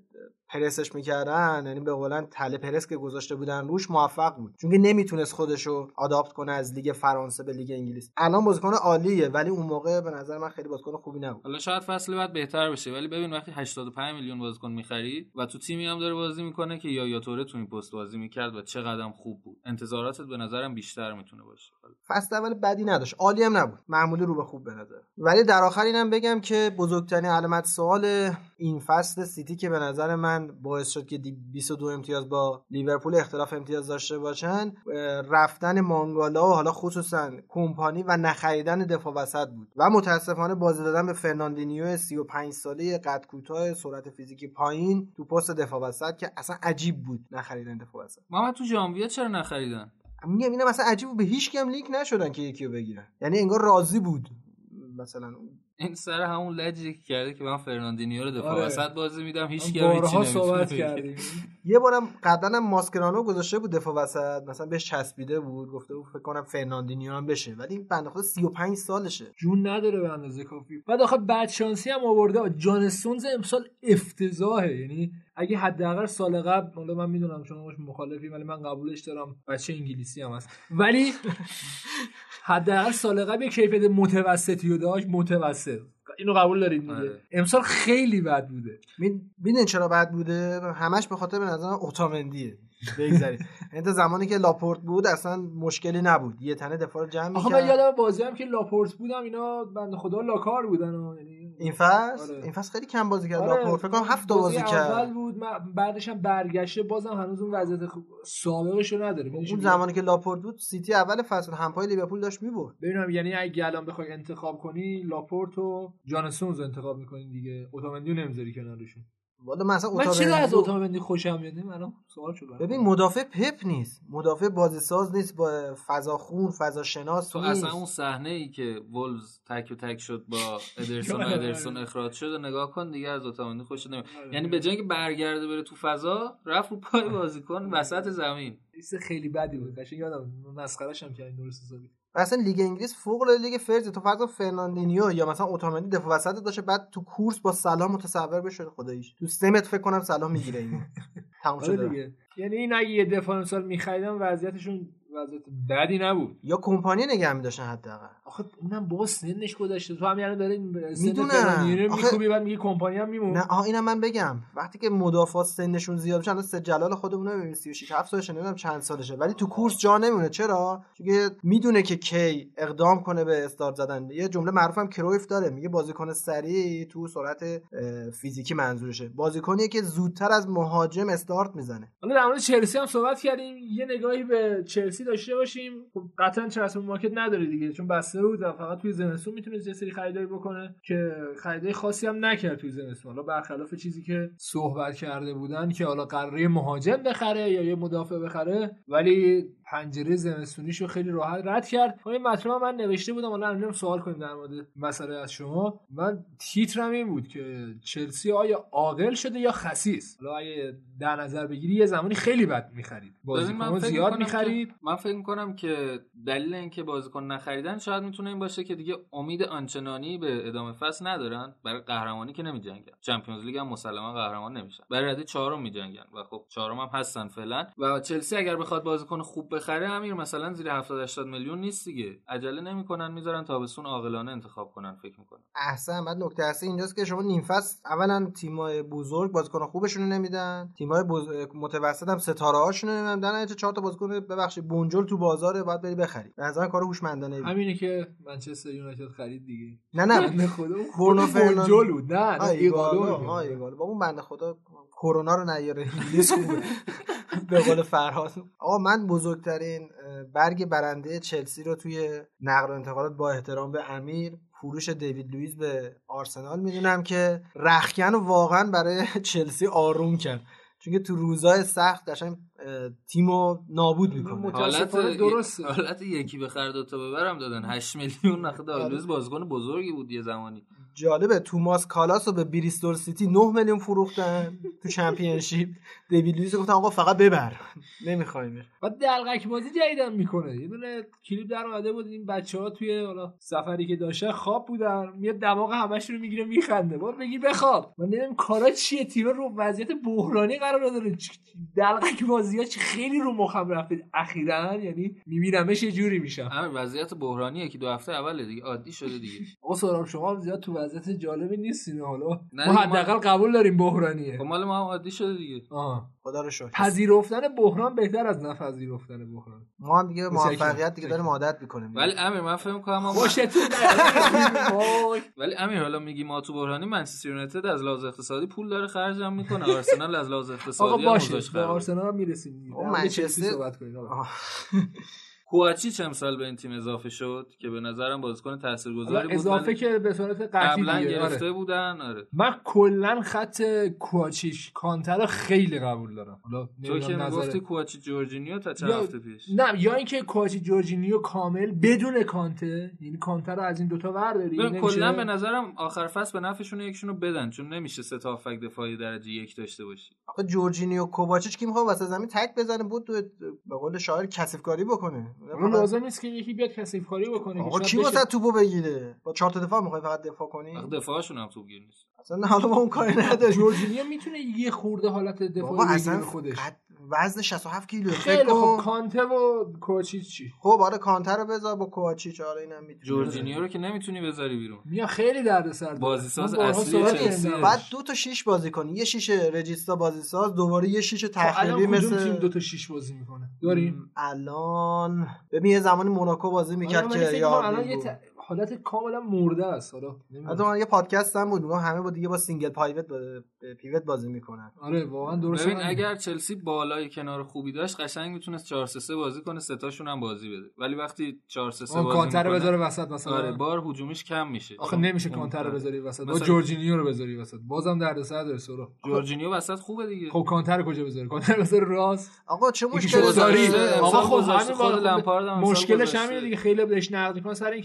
پرسش میکردن، یعنی به قولن تله پرس که گذاشته بودن روش موفق بود، چون که نمیتونست خودشو آداپت کنه از لیگ فرانسه به لیگ انگلیس. الان بازیکن عالیه ولی اون موقع به نظر من خیلی بازیکن خوبی نبود. حالا شاید فصل بعد بهتر بشه، ولی ببین وقتی هشتاد و پنج میلیون بازیکن می‌خری و تو تیمی هم داره بازی میکنه که یا یا توره تو این پست بازی میکرد و چقدرم خوب بود، انتظاراتت به نظرم بیشتر میتونه باشه. فصل اول بدی نداشت، عالی هم نبود، معمولی رو به خوب به نظر. ولی در آخر اینم بگم که بزرگترین علامت سوال این فصل سیتی که به نظر من باعث شد که بیست و دو امتیاز با لیورپول اختلاف امتیاز داشته باشن، رفتن مانگالا و حالا خصوصا کمپانی و نخریدن دفاع وسط بود و متاسفانه بازی دادن به فرناندینیو سی و پنج ساله قد کوتاه سرعت فیزیکی پایین تو پست دفاع وسط که اصلا عجیب بود نخریدن دفاع وسط. محمد تو ژانویه چرا نخریدن؟ میگم اینا مثلا عجیب بود، به هیچ کی هم لیک نشدن که یکیو بگیرن، یعنی انگار راضی بود. مثلا این سر همون لجی که کرده که من فرناندینیو رو دفاع وسط آره. بازی میدم، هیچ کی بارها صحبت کردیم. یه بارم قبلا ماسکرانو گذاشته بود دفاع وسط، مثلا بهش چسبیده بود، گفته بود فکر کنم فرناندینیو هم بشه، ولی این بنده خدا سی و پنج سالشه، جون نداره به اندازه کافی. بعد آخه بد شانسی هم آورده. جان استونز امسال افتضاحه، یعنی اگه حداقل سال قبل، حالا من میدونم شما مخالفی ولی من قبولش دارم، بچه انگلیسی هم هست، ولی حداقل سال قبل یه کیفیت متوسطی رو داشت، متوسط، اینو قبول دارید دیگه. امسال خیلی بد بوده. ببین چرا بد بوده؟ همش به خاطر به نظر اوتامندیه. بگذارید یعنی تا زمانی که لاپورت بود اصلا مشکلی نبود، یه تنه دفاع رو جمع می‌کرد. آخه من یادم بازی هم که لاپورت بودم اینا بنده خدا لاکار بودن، یعنی این فصل آره. این فصل خیلی کم بازی کرد. آره. لاپورت فکر کنم هفت تا بازی کرد. اول بود، بعدش هم برگشته، بازم هنوز اون وضعیت سابقش رو نداره. اون زمانی که لاپورت بود سیتی اول فصل همپای لیورپول داشت می‌برد. ببینم یعنی اگه الان بخوای انتخاب کنی لاپورت و جان استونز انتخاب می‌کنی دیگه، اوتامندی رو نمیذاری کنارشون. والا مثلا من چرا از اوتامندی خوشم میاد؟ من سوال شد. ببین مدافع پپ نیست، مدافع بازیساز نیست، با فضا خون فضا شناس تو نیست. اصلا اون صحنه ای که وولز تک و تک شد با ادرسون و ادرسون اخراج شد و نگاه کن دیگه، از اوتامندی خوشت نمیاد. یعنی به جای اینکه برگرده بره تو فضا، رفت رو پای بازیکن وسط زمین. این خیلی بدی بود. قشنگ یادم مسخرهش هم کردن درست حسابی. اصلا لیگ انگلیس فوق العاده لیگ فرض. تو فرض فرناندینیو یا مثلا اوتامندی دفاع وسط داشته، بعد تو کورس با سلام متصور بشه خداییش تو سمت فکر کنم سلام میگیره اینو. تموم شده دیگه. یعنی این اگه یه دفاع امسال می‌خریدن وضعیتشون وضعیت بدی نبود. یا کمپانی نگه می‌داشتن حداقل. آخه اونم با سنش گذشته، تو هم یعنی داره میدونم میخوبی بعد میگه کمپانی هم میمونه. نه آ اینم من بگم وقتی که مدافعات سنشون زیاد بشه، الان سه جلال خودمون رو ببین سی و شش هفت سالشه، نمیدونم چند سالشه، ولی تو کورس جا نمیمونه. چرا؟ چون میدونه که کی اقدام کنه به استارت زدن. یه جمله معروفم کرویف داره، میگه بازیکن سریع تو سرعت فیزیکی منظورشه، بازیکنی که زودتر از مهاجم استارت میزنه. حالا در مورد چلسی هم صحبت کردیم، یه نگاهی به چلسی داشته باشیم. خب قطعا ترانسفر مارکت نداره دیگه، چون بسته بود و فقط توی زمستون میتونه یه سری خریداری بکنه که خریدای خاصی هم نکرد توی زمستون. حالا برخلاف چیزی که صحبت کرده بودن که حالا قراره مهاجم بخره یا یه مدافع بخره، ولی پنجره زمستونیشو خیلی راحت رد کرد. این مطلب من نوشته بودم، حالا الان سوال کنیم در مورد مسئله از شما. من تیترم این بود که چلسی آیا عاقل شده یا خسیس. حالا اگه در نظر بگیری یه زمانی خیلی بد می‌خرید، بازیکن زیاد می‌خرید. من فکر می‌کنم که دلیل اینکه بازیکن نخریدن شاید میتونه این باشه که دیگه امید آنچنانی به ادامه فصل ندارن. برای قهرمانی که نمی‌جنگن، چمپیونز لیگ هم مسلما قهرمان نمیشن، برای رده چهارم می‌جنگن و خب چهارم هم هستن فعلا. و چلسی اگر بخواد بازیکن خوب بخره امیر مثلا زیر هفتاد هشتاد میلیون نیست دیگه، عجله نمی‌کنن، میذارن تابستون عاقلانه انتخاب کنن. فکر می‌کنم احسن. بعد نکته اصلی اینجاست که شما نیم فصل اولا تیم‌های بزرگ بازیکن خوبشون رو نمیدن، تیم‌های بز... متوسط هم ستاره‌هاشون رو نمیدن، در نتیجه چهار تا بازیکن ببخشید بنجل تو بازاره باید بری بخری. به نظر کار هوشمندانه بود. همینه که منچستر یونایتد خرید دیگه. نه نه بنده خدا برونو بنجل بود. نه نه ایگالو ها ایگالو با اون بنده خدا کرونا رو نیاره انگلیس خوبه. به قول فرهاد. آقا من بزرگترین برگ برنده چلسی رو توی نقل و انتقالات با احترام به امیر فروش دیوید لوئیس به آرسنال میدونم که رختکن واقعا برای چلسی آروم کرد، چون که تو روزای سخت قشنگ تیمو نابود میکنه. حالت درست حالت یکی بخره دو تا ببرم دادن هشت میلیون نخ داویلوز بازیکن بزرگی بود یه زمانی. جالبه توماس کالاسو به بریستول سیتی نه میلیون فروختن تو چمپیونشیپ، دیوید لوئیس گفتن آقا فقط ببر نمیخوایم. بعد دلقک بازی جدیدم میکنه. یه دونه کلیپ در اومده بود این بچه‌ها توی حالا سفری که داشتن خواب بودن، میاد دماغ همشون رو میگیره میخنده. بعد بگی بخواب من نمیدونم کارا چیه، تیم رو وضعیت بحرانی قرار داره. دلقک بازی‌ها چه خیلی رو مخم رفته اخیراً، یعنی میبینمش یه جوری میشم. همین وضعیت بحرانیه که دو هفته اول دیگه عادی شده دیگه. آقا سلام شما زیاد تو وضعیت جالبی نیستین، حالا ما حداقل قبول داریم بحرانیه. خب مال ما هم عادی شده دیگه. آها خدا رو شکر. پذیرفتن بحران بهتر از نپذیرفتن بحران. ما هم دیگه موفقیت دیگه داریم عادت میکنیم. ولی امیر من فکر می‌کنم ما خوشتون ولی امیر حالا میگی ما تو بحرانی، منچستر یونایتد از لحاظ اقتصادی پول داره خرج هم میکنه، آرسنال از لحاظ اقتصادی هم باشه به آرسنال میرسیم. منچستر صحبت کنیم. کوواچیچ امسال به این تیم اضافه شد که به نظرم بازیکن تاثیرگذاری بود. اضافه که به صورت قطعی قبلا گرفته آره. بودن آره. من کلا خط کوواچیچ کانتر رو خیلی قبول دارم. حالا تو که میگفتی کوواچیچ جورجینیو تا چند هفته پیش. نه یا اینکه کوواچیچ جورجینیو کامل بدون کانته، یعنی کانتر رو از این دوتا برداری. کلا به نظرم آخر فصل به نفعشون یکشونو بدن، چون نمیشه سه تا هافک دفاعی درجه یک داشته باشی. آخه جورجینیو کوواچیچ کی میخواد وسط زمین تک بزنه بود تو به قول شاعر کثیف‌کاری بکنه. اون لازم نیست که یکی بیاد کثیف کاری بکنه. آقا کی واسه توپو بگیره؟ با چهار تا دفاع میخوای فقط دفاع کنی؟ آخه دفاعشون هم توپگیر نیست. اصلا حالا ما اون کاری نداریم. جورجینیو میتونه یه خورده حالت دفاعی بگیره خودش. وزن شصت و هفت کیلو. خیلی خوب. کانته و کوواچیچ چی؟ خب آره کانته رو بذار با کوواچیچ، آره اینم میتونه. جورجینیو رو که نمیتونی بذاری بیرون. میا خیلی دردسر داره. بازیساز اصلی چلسی. بعد دو تا شش بازی کنی، یه شیش رجیستا بازیساز، دوباره یه شیش تخریبی مثل تیم دو تا شش بازی میکنه. داریم الان ببین یه زمانی موناکو بازی میکرد که یا الان یه ت... حالت کاملا مرده است. حالا نمیدونم یه پادکست هم بود میگم همه با دیگه با سینگل پایوت با پیوت بازی میکنن. آره واقعا درسته. ببین اگر چلسی بالای کنار خوبی داشت قشنگ میتونست چهار سه سه بازی کنه، سه تاشون هم بازی بده، ولی وقتی چهار سه سه بازی میکنه کانتر بذاره وسط مثلا آره بار هجومیش کم میشه. آخه نمیشه کانتر رو بذاری وسط، با جورجینیو رو بذاری وسط بازم دردسر داره. سورا جورجینیو وسط خوبه دیگه. خب کانتر کجا بذاری؟ کانتر بذاره راست. آقا چه مشکلی داری؟ آقا خب همین مشکلش همینه دیگه، خیلی بهش نقد میکنن سر اینکه راست بازی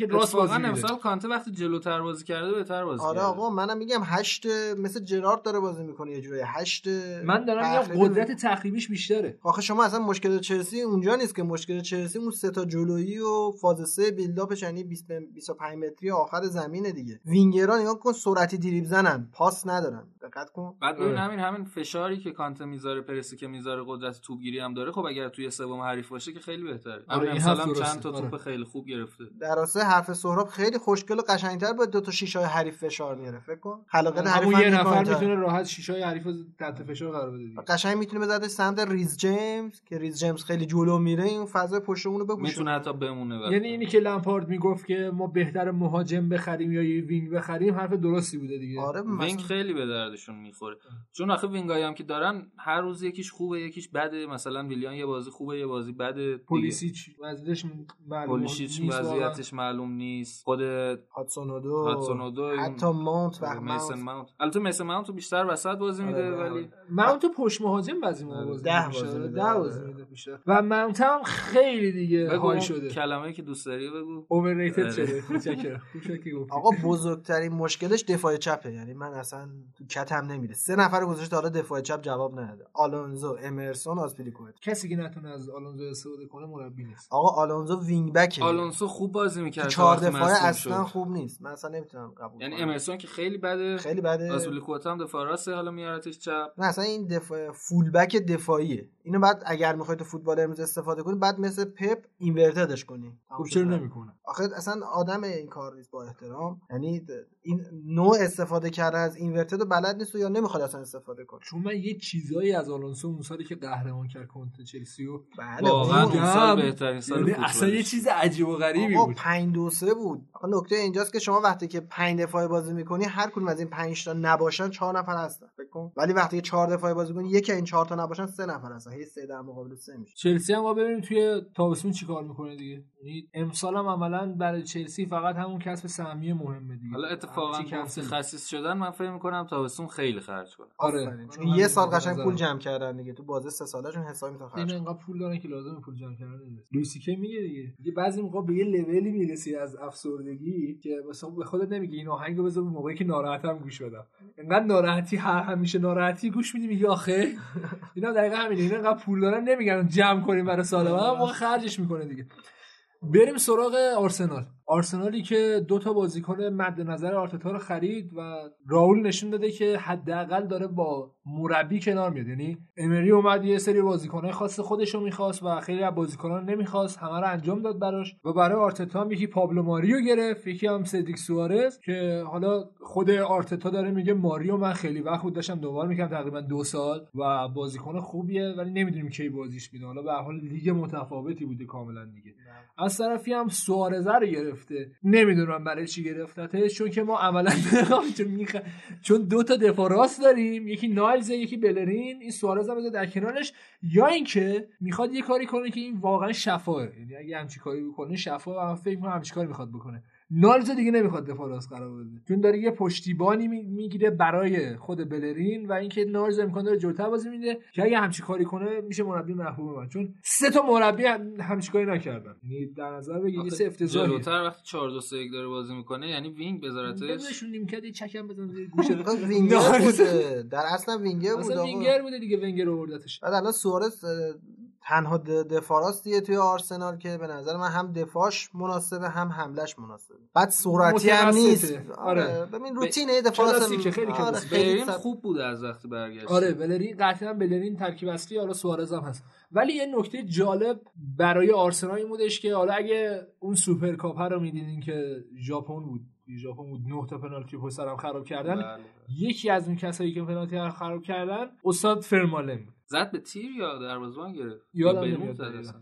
اتفاقا امسال کانته وقتی جلوتر بازی کرده بهتر بازی آره کرده. آقا منم میگم هشت مثل جرارد داره بازی میکنه یه جوری هشت. من دارم میگم قدرت تخریبیش بیشتره. آخه شما اصلا مشکل چلسی اونجا نیست که، مشکل چلسی اون سه تا جلویی و فاز سه بیلداپش یعنی بیست بیست و پنج متری آخر زمینه دیگه. وینگرها نگاه کن سرعتی دریبل زنن، پاس ندارن. دقت کن. بعد ببین همین همین فشاری که کانته میذاره، پرسی که میذاره، قدرت توپگیری هم داره. خب اگر توی سوم حریف باشه که خیلی بهتره. آره امسال هم درسته. چند تا توپ آره. خیلی خوب گرفته. در اصل حرف سهراب خیلی خوشگل و قشنگتر با دو تا شیشه‌های حریف فشار میاره. فکر کن خلاقیت حریف یه نفر میتونه راحت شیشه‌های حریف رو تحت فشار قرار بده دیگه. قشنگ میتونه بذاره سمت ریز جیمز که ریز جیمز خیلی جلو میره، این فضای پشتمون رو بپوشه. میتونه حتی بمونه وقت. یعنی اینی که لمپارد میگفت که ما بهتر مهاجم بخریم یا یه وینگ بخریم حرف درستی بوده دیگه. آره وینگ خیلی به دردشون میخوره. چون آخه وینگایی هم که دارن هر روز یکیش خوبه یکیش بده. مثلا ویلیان یه بازی خوبه یه بازی بده. پولیسیچ وضعیتش معلوم پولیسیچ وضعیتش معلوم نیست. خود هاتسونودو هاتسونودو حتی ماونت و میسن ماونت. البته میسن ماونت رو بیشتر وسط بازی میده ولی ماونت پشت مهاجم بعضی موقع بازی ده میشه. بازی میده ده بازی میده بیشتر. و ماونت هم خیلی دیگه های شده. کلمه‌ای که دوست داری بگو. اورریتد شده. کوچیکه. کوچیکی گفت. آقا بزرگترین مشکلش دفاع چپه. یعنی من اصلا تو کتم نمیره. سه نفر گذاشته حالا دفاع چپ جواب نداده. آلونزو، امرسون، آسپلیکوئتا. کسی که نتونه از آلونزو استفاده کنه مربی نیست. آقا آلونزو وینگ بکه. آلونسو خوب بازی می‌کرد. چهار دفاعه اصلا خوب نیست. من اصلا نمیتونم قبول یعنی کنم. امرسون که خیلی بده. خیلی بده. آسپلیکوئتا هم دفاع راست حالا میارتش چپ. نه اصلا این دفاع فول بک دفاعیه. اینو بعد اگر میخوای تو فوتبال امروز استفاده کنی بعد مثل پپ اینورتدش کنی. خب چرا نمیکنه؟ آخه اصلا آدم این کار نیست با احترام. یعنی این نوع استفاده کردن از اینورتد بلد نیست و یا نمیخواد اصلا استفاده کنه. چون من یه چیزایی از آلونسو اون سالی که قهرمان کرد کنته چلسی و واقعا اون سال بهترین سال فوتبال اصلا یه چیز عجیب و غریبی بود. پنج دو سه بود. آخه نکته اینجاست که شما وقتی که پنج دفاعه بازی میکنی هر کدوم از این پنج تا نباشن چهار نفر هستن فکر کن. ولی وقتی که چهار دفاعه بازی کنی یکی این چهار تا نباشن سه نفر هستن. هی سه در مقابل سه میشه. چلسی هم ما ببینیم توی تابستون چیکار میکنه دیگه. یعنی امسال هم عملاً برای چلسی فقط همون کسب سهمیه مهمه دیگه. حالا اتفاقا گفتی خصیص شدن من فکر میکنم تابستون خیلی خرج کنه. آره چون یه سال قشنگ پول جمع کردن دیگه. تو بازه سه سالهشون حسابی تا خرج. این انقدر پول دارن که لازم پول جمع کردن نیست. لوسی که میگه دیگه. دیگه بعضی موقع به یه لولی میرسی از افسردگی که مثلا به خودت نمیگی این آهنگو بذار موقعی که ناراحتم گوش بدم. انقدر ناراحتی هر همیشه ناراحتی گوش میدی میگی آخه اینا دقیقاً همینه. اینا انقدر پول دارن نمیگن جمع کنیم برای سال بعد موقع خرجش میکنه دیگه. بریم سراغ آرسنال. آرسنالی که دو تا بازیکن مد نظر آرتتا رو خرید و راول نشون داده که حداقل داره با مربی کنار میاد. یعنی امری اومد یه سری بازیکن‌های خاص خودش رو می‌خواست و خیلی از بازیکنان نمی‌خواست، همه رو انجام داد براش و برای آرتتا هم یکی پابلو ماریو گرفت، یکی هم سدیک سوارز که حالا خود آرتتا داره میگه ماریو من خیلی وقت بود داشتم دنبال می‌کردم تقریبا دو سال و بازیکن خوبیه ولی نمیدونیم کی بازیش میده. حالا به هر حال لیگ متفاوتی بوده کاملا دیگه. از طرفی هم سوارز رو گرفته. نمیدونم برای چی گرفتته چون که ما عملا میخ... چون دو تا دفاع راست داریم، یکی نایلز یکی بلرین، این سوارز هم در کنارش، یا اینکه میخواد یه کاری کنه که این واقعا شفاه. یعنی اگه همچین کاری بکنه شفاه و فکر کنم همچین کاری میخواد بکنه. نایلز دیگه نمیخواد دفاع راست قرار بده چون داره یه پشتیبانی میگیره برای خود بلرین و اینکه نایلز امکان داره جلوتر بازی میده که اگه همچین کاری کنه میشه مربی محبوب من. چون سه تا مربی همچین کاری نکردن. یعنی در نظر بگیرید سه افتضاحی. جلوتر وقتی چهار دو سه یک داره بازی میکنه یعنی وینگ بذارتش بذارشون نیمکت یه چکم بزن زیر گوشه. وینگر بوده در اصلا وینگر بود. اصلا وینگر بوده دیگه، ونگر آوردتش. بعد الان سوارز تنها دفاع راستیه توی آرسنال که به نظر من هم دفاعش مناسبه هم حملش مناسبه. بعد سرعتی هم نیست. آره ببین روتینه دفاع راست که خیلی آره خیلی خوب بوده از وقتی برگشت. آره بلرین قطعا بلرین ترکیب اصلی حالا سوارز هم هست. ولی یه نکته جالب برای آرسنال این بودش که حالا اگه اون سوپر کاپ رو میدیدین که ژاپن بود ژاپن بود نه تا پنالتی پشت سر هم خراب کردن. بله. یکی از اون کسایی که پنالتی رو خراب کردن استاد فرمالن زد به تیر یا دروازه‌بان گرفت یا به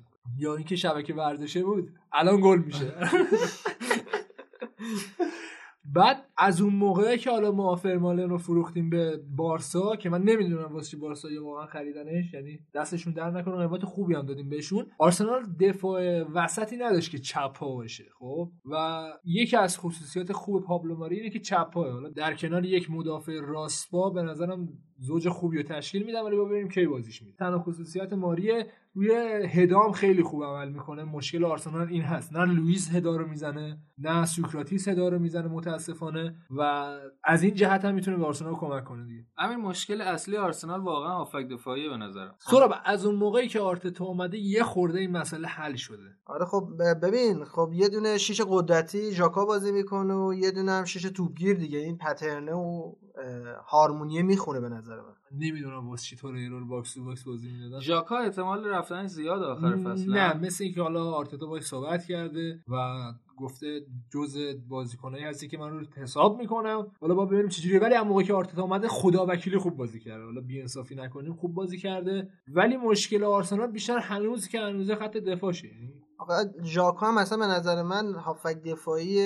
یا اینکه شبکه ورزشه بود الان گل میشه. بعد از اون موقعی که حالا ما فرمالن رو فروختیم به بارسا که من نمیدونم واسه چی بارسا یا واقعا خریدنش، یعنی دستشون در نکنه، قیمت خوبی هم دادیم بهشون. آرسنال دفاع وسطی نداشت که چپ پا باشه. خب و یکی از خصوصیات خوب پابلو ماری اینه که چپ پا، حالا در کنار یک مدافع راست پا به نظرم زوج خوبی رو تشکیل میدم، ولی ببینیم کی بازیش میده. تنها خصوصیات ماریه روی هدام خیلی خوب عمل میکنه. مشکل آرسنال این هست، نه لوئیس هدا رو میزنه نه سوکراتیس هدا رو میزنه متاسفانه، و از این جهت هم میتونه به آرسنال کمک کنه دیگه. همین مشکل اصلی آرسنال واقعا هافک دفاعی به نظرم. سورا از اون موقعی که آرتتا اومده یه خورده این مسئله حل شده. آره خب ببین، خب یه دونه شیش قدرتی ژاکا بازی میکنه و یه دونه هم شیش توپگیر دیگه. این پترنه و هارمونیه میخونه به نظر من. نمیدونم واسه چی طور ایرور باکس تو باکس بازی میدادن. ژاکا احتمال رفتنش زیاد آخر فصل. نه مثل اینکه حالا آرتتا باهاش صحبت کرده و گفته جزء بازیکنایی هستی که من رو حساب میکنم. حالا با ببینیم چجوریه، ولی موقعی که آرتتا اومده خدا وکیلی خوب بازی کرده. حالا بی انصافی نکنیم، خوب بازی کرده. ولی مشکل آرسنال بیشتر هنوز که هنوز خط دفاعشه. آقا ژاکا هم مثلا به نظر من هافک دفاعی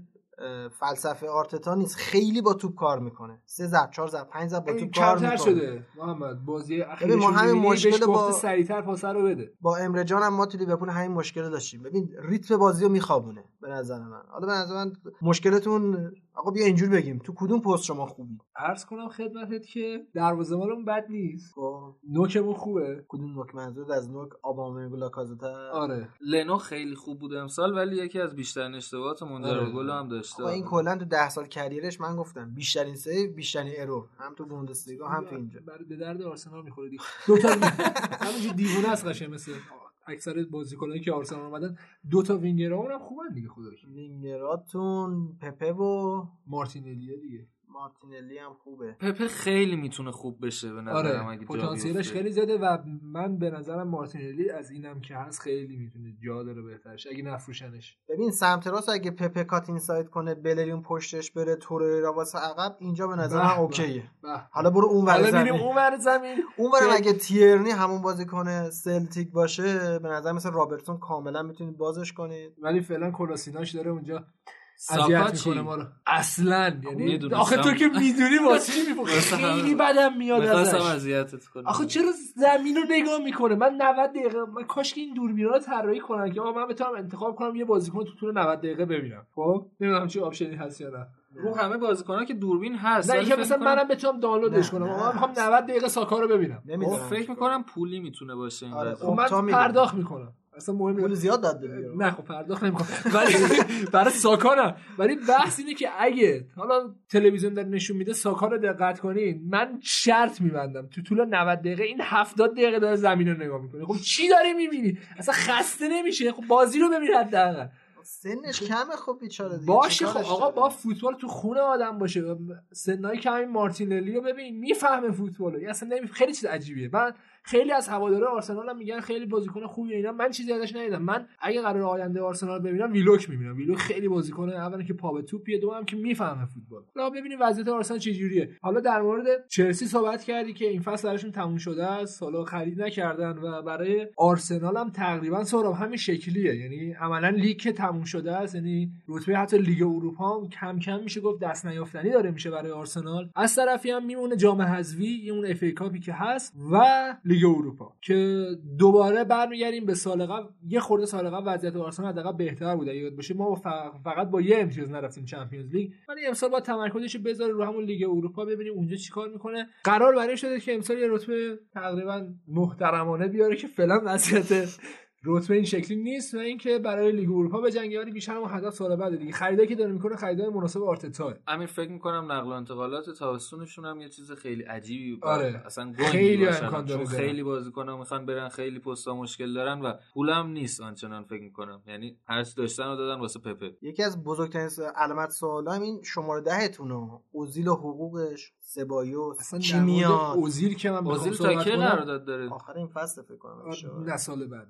فلسفه آرتتا نیست، خیلی با توپ کار میکنه. سه ضرب چهار ضرب پنج ضرب با توپ کار میکنه. شده محمد بازی اخیرش ما همین مشکل با سریعتر پاس رو بده. با امره جان هم ما تو لیورپول همین مشکل داشتیم. ببین ریتم بازی رو میخوابونه به نظر من. حالا به نظر من مشکلتون آقا بیا اینجور بگیم تو کدوم پست شما خوبی؟ عرض کنم خدمتت که دروازه‌بانمون بد نیست. خب نوکمون خوبه. کدوم نوک؟ منظور از نوک آبامه لاکازتا؟ آره لنو خیلی خوب بود امسال، ولی یکی از بیشترین اشتباهات منجر به گل هم داشته. آقا این کلا تو ده سال کریرش من گفتم بیشترین سیو بیشترین ارور، هم تو بوندسلیگا هم تو اینجا. برای به درد آرسنال میخوره دیگه. دو تا همینجوری دیوونه است قشنگ، مثل اکثر بازیکنایی که آرسنال اومدن دو تا وینگرها اونم خوبن دیگه. خدا رو وینگراتون پپه و مارتینلی دیگه. مارتینلی هم خوبه. پپه خیلی میتونه خوب بشه به نظرم. آره. اگه پتانسیلش خیلی زیاده و من به نظرم مارتینلی از اینم که هست خیلی میتونه جا داره بهترش اگه نفروشنش. ببین سمت راست اگه پپه کات اینساید کنه، بلریون پشتش بره، توره واسه عقب، اینجا به نظرم اوکیه. حالا برو اون ور زمین. حالا اون ور زمین. اون ور اگه تیرنی همون بازیکن سلتیک باشه به نظر مثلا رابرتسون کاملا میتونید بازش کنید. ولی فعلا کلاسیناش داره اونجا اذیت میکنه ما رو اصلا. یعنی آخه تو که میدونی واسه چی میپخه خیلی بدم میاد ازش. میخواستم اذیتت کنم. آخه چرا زمین رو نگاه میکنه؟ من نود دقیقه من کاش که این دوربینا رو طراحی کنن که آقا من بتونم انتخاب کنم یه بازیکن تو طول نود دقیقه ببینم. خب نمیدونم چه آپشنی هست یا نه. رو همه بازیکن‌ها که دوربین هست. نه اینکه مثلا منم بتونم دانلودش کنم. آقا میخوام نود دقیقه ساکا رو ببینم. فکر میکنم پولی میتونه باشه این. آره من پرداخت میکنم. اصلا مهم پول زیاد داد دیگه. نه خب پرداخت نمیکنم ولی برای ساکا نه. ولی بحث اینه که اگه حالا تلویزیون داره نشون میده ساکا رو دقت کنین، من شرط میبندم تو طول نود دقیقه این هفتاد دقیقه داره زمین رو نگاه میکنه. خب چی داری میبینی؟ اصلا خسته نمیشه؟ خب بازی رو ببین حداقل. سنش کمه خب بیچاره دیگه. باشه خب آقا با فوتبال تو خونه آدم باشه. سنای کمی مارتینلی رو ببین میفهمه فوتبالو. اصلا نمی خیلی چیز عجیبیه. من خیلی از هوادارهای آرسنال هم میگن خیلی بازیکن خوبیه اینا، من چیزی ازش ندیدم. من اگه قرار آینده آرسنال ببینم ویلوک میبینم. ویلوک خیلی بازیکنه، اولا که پا به توپیه، دوم که میفهمه فوتبال. حالا ببینیم وضعیت آرسنال چه جوریه. حالا در مورد چلسی صحبت کردی که این فصل درشون تموم شده است، حالا خرید نکردن و برای آرسنال هم تقریبا سورا همین شکلیه. یعنی عملا لیگ که تموم شده است، یعنی رتبه حتی لیگ اروپا هم کم کم میشه گفت دست نیافتنی داره میشه برای آرسنال. از طرفی هم میمونه جام حذفی، اون اف ای کاپی که هست و لیگ اروپا که دوباره برمیگردیم به سال قبل. یه خورده سال قبل وضعیت آرسنال حداقل بهتر بود اگه یاد باشه. ما فقط با یه امتیاز نرفتیم چمپیونز لیگ، ولی امسال با تمرکزش بذاره رو همون لیگ اروپا ببینیم اونجا چیکار میکنه. قرار برای شده که امسال یه رتبه تقریبا محترمانه بیاره که فعلا وضعیت رتبه این شکلی نیست و اینکه برای لیگ اروپا به جنگ ولی بیشتر اون هدف سال بعد دیگه. خریدایی که داره میکنه خریدای مناسب آرتتا. امیر فکر میکنم نقل و انتقالات تابستونشون هم یه چیز خیلی عجیبی. آره. اصلا خیلی امکان داره، خیلی بازیکن‌ها میخوان برن، خیلی پستا مشکل دارن و پولم نیست آنچنان فکر میکنم. یعنی هر چی داشتن رو دادن واسه پپه. یکی از بزرگترین علامت سوال همین شماره ده تونه، اوزیل و حقوقش، سبایوس، کیمیان. اوزیل که من اوزیل تا کی قرارداد داره؟ آخر این فصل فکر کنم نه سال بعد.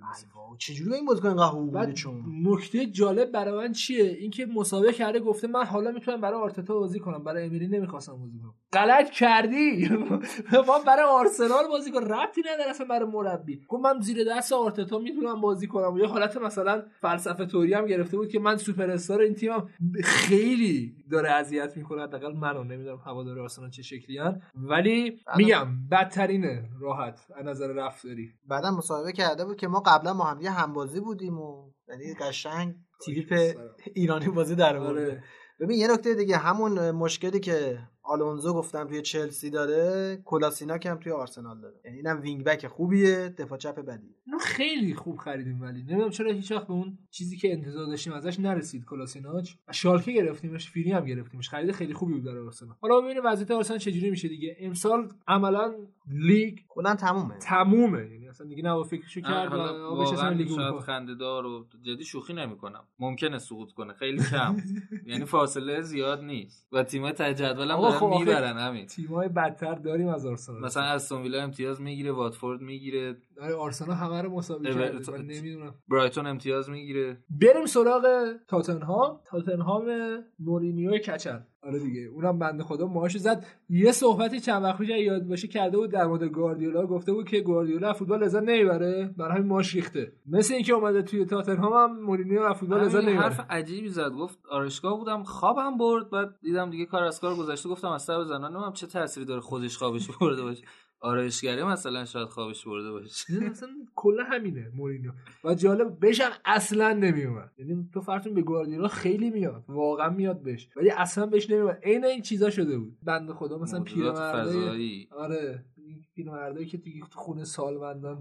چجوری این بازیکن اینقدر حقوق میده؟ چون نکته جالب برای من چیه اینکه مسابقه کرده گفته من حالا میتونم برای آرتتا بازی کنم، برای امیری نمیخواستم بازی کنم. غلط کردی. ما برای آرسنال بازی کنم، ربطی نداره اصلا برای مربی. گفت من زیر دست آرتتا میتونم بازی کنم. یه حالت مثلا فلسفه طوری هم گرفته بود که من سوپر استار این تیمم، خیلی داره اذیت میکنه. حداقل منو نمیدونم هوادار آرسنال چه شکلی ان، ولی میگم بدترینه راحت از نظر رفتاری. بعدم مصاحبه کرده بود که ما قبلا ما هم یه همبازی بودیم و یعنی قشنگ تیپ ایرانی بازی در آورده. ببین یه نکته دیگه، همون مشکلی که آلونزو گفتم توی چلسی داره، کولاسیناک هم توی آرسنال داره. یعنی اینم وینگ بک خوبیه، دفاع چپ بدی. اینو خیلی خوب خریدیم ولی نمیدونم چرا هیچ وقت به اون چیزی که انتظار داشتیم ازش نرسید. کولاسیناک شالکه گرفتیمش، فیری هم گرفتیمش، خرید خیلی خوبی بود برای آرسنال. حالا ببینیم وضعیت آرسنال چجوری میشه دیگه. امسال عملاً لیگ کلا تمومه. تمومه. یعنی اصلا دیگه نه فکرشو کرد و بهش اصلا لیگ شاید خنده‌دار و جدی شوخی نمی‌کنم. ممکنه سقوط کنه، خیلی کم. یعنی فاصله زیاد نیست و تیم‌های ته جدول هم دارن میبرن. همین تیم‌های بدتر داریم از آرسنال. مثلا استون ویلا امتیاز میگیره، واتفورد میگیره، آرسنال همه رو مساوی کرده. من نمیدونم. برایتون امتیاز میگیره. بریم سراغ تاتنهام. تاتنهام مورینیو کچل. آره دیگه اونم بنده خدا ماهاشو زد. یه صحبتی چند وقت پیش یاد باشه کرده بود در مورد گواردیولا، گفته بود که گواردیولا فوتبال لذت نمیبره، برای همین ماش ریخته. مثل اینکه اومده توی تاتنهام هم مورینیو از فوتبال لذت نمیبره. حرف عجیبی زد. گفت آرایشگاه بودم خوابم برد، بعد دیدم دیگه کار از کار گذشته، گفتم از سر بزنم نمیدونم چه تأثیری داره خودش خوابش برده باشه. آرایشگری مثلا شاید خوابش برده باشه. مثلا کلا همینه مورینیو. و جالب بهشم اصلا نمیومد. یعنی تو فرض کن به گواردیولا خیلی میاد، واقعا میاد بهش، ولی اصلا بهش نمیومد. عین این چیزا شده بود. بنده خدا مثلا پیرمردای، آره پیرمردایی که تو خونه سالمندان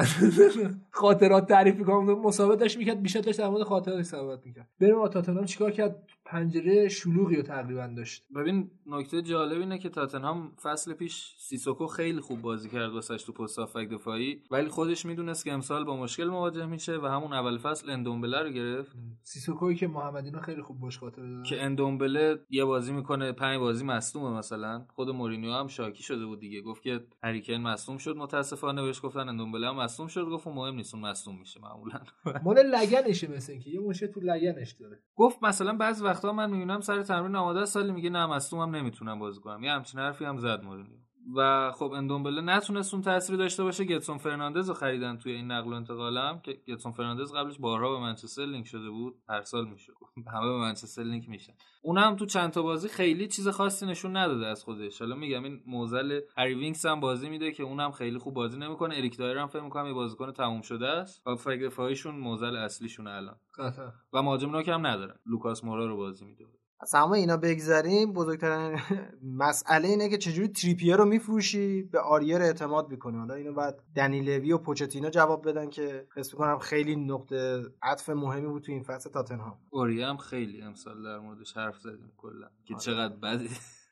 خاطرات تعریف می‌کنم، مسابقه داشت میکرد، بیشتر داشت در مورد خاطرات صحبت میکرد. بریم تاتنهام چیکار کرد؟ پنجره شلوغی رو تقریبا داشت. ببین نکته جالب اینه که تاتنهام فصل پیش سیسوکو خیلی خوب بازی کرد واسش تو پست هافک دفاعی، ولی خودش میدونست که امسال با مشکل مواجه میشه و همون اول فصل اندومبله رو گرفت. سیسوکویی که محمدینو خیلی خوب باش خاطره داره که اندومبله یه بازی میکنه پنج بازی مصدومه. مثلا خود مورینیو هم شاکی شده بود دیگه، گفت که هری کین مصدوم شد، متاسفانه بهش گفتن اندومبله هم مصدوم شد، گفت مهم نیست اون مصدوم میشه معمولا. مال لگنشه، مثلا که یه مشکل تو لگنش داره. گفت مثلا بعضی وقتا من میبینم سر تمرین آماده است، سالی میگه نه مصدومم نمیتونم بازی کنم. یه همچین حرفی هم زد مورینیو. و خب اندومبله نتونست اون تأثیری داشته باشه. گتسون فرناندز رو خریدن توی این نقل و انتقالم که گتسون فرناندز قبلش بارها به منچستر لینک شده بود، هر سال میشه همه به منچستر لینک میشن. اونم تو چند تا بازی خیلی چیز خاصی نشون نداده از خودش. حالا میگم این موزل هری وینکس هم بازی میده که اونم خیلی خوب بازی نمیکنه. اریک دایر هم فکر میکنم یه بازیکن تموم شده است و فکر دفاعیشون موزل اصلیشون الان قطعا و مهاجم نوک هم ندارن. لوکاس مورا رو بازی میده. از همه اینا بگذریم، بزرگترین مسئله اینه که چجوری تریپیر رو میفروشی به آریر اعتماد میکنه. حالا اینو بعد دنی لوی و پوچتینو جواب بدن که حس میکنم خیلی نقطه عطف مهمی بود تو این فصل تاتنهام. آریر هم خیلی امسال در موردش حرف زدیم کلا که چقدر بده.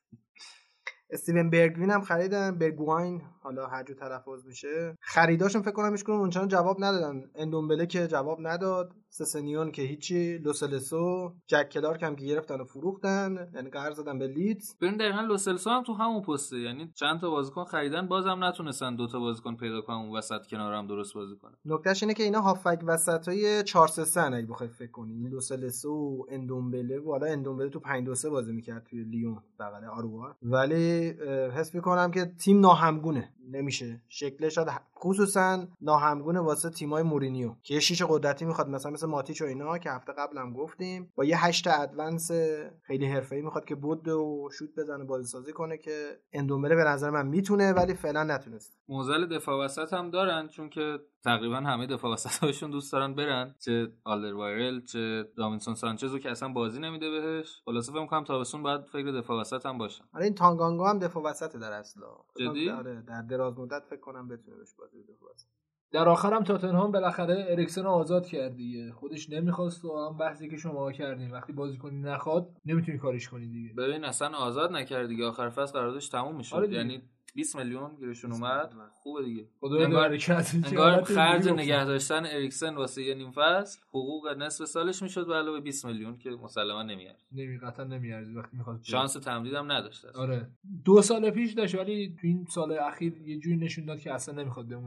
استیون برگوین هم خریدن، برگواین، حالا هر جو تلفظ میشه. خریداشون فکر کنم هیچکدوم اونچنان جواب ندادن. اندومبله که جواب نداد، سسنیون که هیچی، لوسلسو، جک کلارک هم که گرفتن و فروختن، یعنی قرض دادن به لیدز. ببین دقیقاً لوسلسو هم تو همون پسته، یعنی چند تا بازیکن خریدن بازم نتونستن دو تا بازیکن پیدا کنن اون وسط کنار هم درست بازی کنن. نکتهش اینه که اینا هافک وسطای چهار سه سه اگه بخوای فکر کنی، لوسلسو، اندومبله، والا اندومبله تو پنج دو سه بازی میکرد توی لیون بغل آروار، ولی حس میکنم که تیم ناهمگونه، نمیشه شکلش شد، خصوصا ناهمگونه واسه تیمای مورینیو که یه شیش قدرتی میخواد، مثلا مثل ماتیچ و اینا که هفته قبلم گفتیم، با یه هشت ادوانس خیلی حرفه‌ای میخواد که بود و شوت بزنه، بازی سازی کنه که اندومبله به نظر من میتونه ولی فعلا نتونست. موزل دفاع وسط هم دارن چون که تقریبا همه دفاع وسطاشون دوست دارن برن، چه آلدروایرل چه داوینسون سانچزو که اصلا بازی نمیده بهش. خلاصه فکر می‌کنم تابستون بعد فکر دفاع وسط هم باشن. آره این تانگانگا هم دفاع وسط در اصلا. جدی؟ آره در دراز مدت فکر کنم بتونه بهش بازی دفاع وسط. در آخرم تاتنهام بالاخره اریکسن رو آزاد کرد دیگه، خودش نمیخواست و هم بحثی که شما کردین وقتی بازیکنی نخواد نمیتونی کاریش کنی دیگه. ببین اصلا آزاد نکرد دیگه، آخر فصل قراردادش تموم میشد. آره یعنی بیست میلیون گیرشون اومد. خوبه دیگه. انگار انگار خرج نگه داشتن اریکسن واسه یه نیم فصل حقوق نصف سالش میشد به علاوه بیست میلیون که مسلما نمیارزه. نمی قطعا نمیارزه وقتی میخواد. شانس تمدید هم نداشت. آره دو سال پیش داشت ولی تو این سال اخیر یه جوری نشون داد که اصلا نمیخواد بمونه.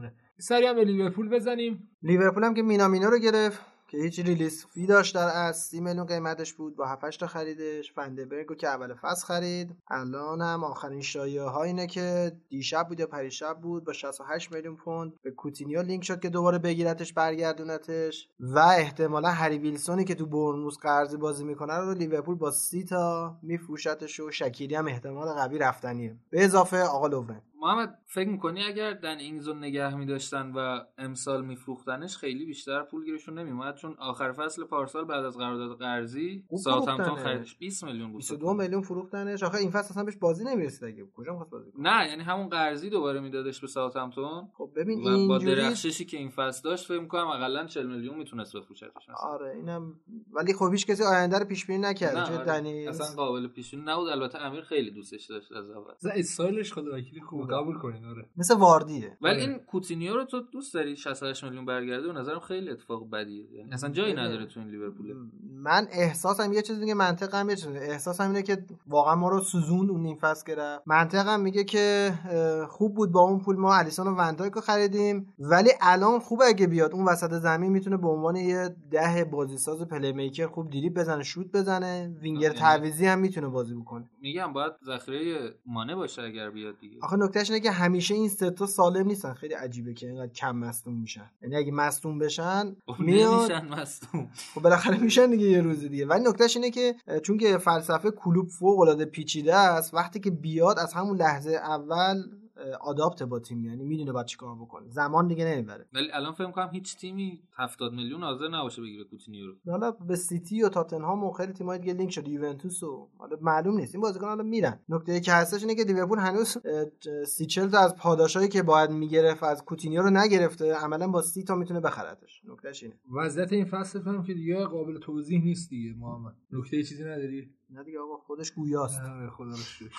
سری هم به لیورپول بزنیم. لیورپول هم که مینامینو رو گرفت که هیچ ریلیز فی داشت در از سی میلیون قیمتش بود، با هفت تا خریدش. فندبرگو که اول فصل خرید. الان هم آخرین شایعه ها اینه که دیشب بود یا پریشب بود با شصت و هشت میلیون پوند به کوتینیو لینک شد که دوباره بگیرتش برگردونتش و احتمالا هری ویلسونی که تو بورنموث قرضی بازی میکنه رو لیورپول با سی تا میفروشتش و شکیری هم احتمال قوی رفتنیه به اضافه آقا لوورن. محمد فکر میکنی اگر دن اینگزو نگه می‌داشتن و امسال میفروختنش خیلی بیشتر پول گیرشون نمیومد؟ چون آخر فصل پارسال بعد از قرارداد قرضی ساوثهمپتون خریدش بیست میلیون بود. بیست و دو میلیون فروختنش. آخه این فصل اصلا بهش بازی نمیرسید دیگه. کجا می‌خواست بازی کنه؟ نه یعنی همون قرضی دوباره میدادش به ساوثهمپتون. خب ببین و با اینجوری درخششی که این فصل داشت فکر می‌کنم حداقل چهل میلیون میتونست بفروشتش. آره اینم ولی خب هیچ کسی آینده رو پیش بینی نکرد چه آره. دنی اصلا قابل پیش بینی نبود. البته امیر خیلی دوستش داشت از اول. ز استایلش خدا وکیلی خوب قبول کنین. آره مثل واردیه. ولی این کوتینیو رو تو دوست داری شصت و هشت میلیون برگرده؟ به نظرم خیلی اتفاق بدیه. یعنی اصلا جایی نداره تو این لیورپول. من احساسم یه چیز دیگه، منطقم یه چیز، احساسم اینه که واقعا ما رو سوزوند اون نیم فصل گرفت. منطقم میگه که خوب بود با اون پول ما الیسون و وندایک رو خریدیم، ولی الان خوبه اگه بیاد اون وسط زمین میتونه به عنوان یه ده بازیساز پلی میکر خوب دریبل بزنه، شوت بزنه، وینگر تعویضی هم میتونه بازی بکنه. میگم باید ذخیره مانع باشه اگر بیاد دیگه. آخه نکتهش اینه که همیشه این سه تا سالم نیستن. خیلی عجیبه که اینقدر کم مصدوم میشن. یعنی اگه مصدوم بشن میاد میشن مصدوم. خب بالاخره میشن دیگه یه روز دیگه. ولی نکتهش اینه که چون که فلسفه کلوب فوق العاده پیچیده است، وقتی که بیاد از همون لحظه اول آداپت با تیم، یعنی میدونه باید چیکار بکنه، زمان دیگه نمیبره. ولی الان فکر می‌کنم هیچ تیمی هفتاد میلیون حاضر نباشه بگیره کوتینیو رو. حالا به سیتی و تاتنهام و خیلی تیم‌های دیگه لینک شده، یوونتوس و حالا معلوم نیست این بازیکن حالا میرن. نکته که هستش اینه که لیورپول هنوز سی چهل تا از پاداشایی که باید میگرفت از کوتینیو رو نگرفته، عملاً با سی تا میتونه بخرتش. نکتهش اینه. وضعیت این فصل فهم که دیگه قابل توضیح نیست دیگه. محمد نکته چیزی نداری؟ نه دیگه آقا خودش گویاست. نه خدا رو شکر.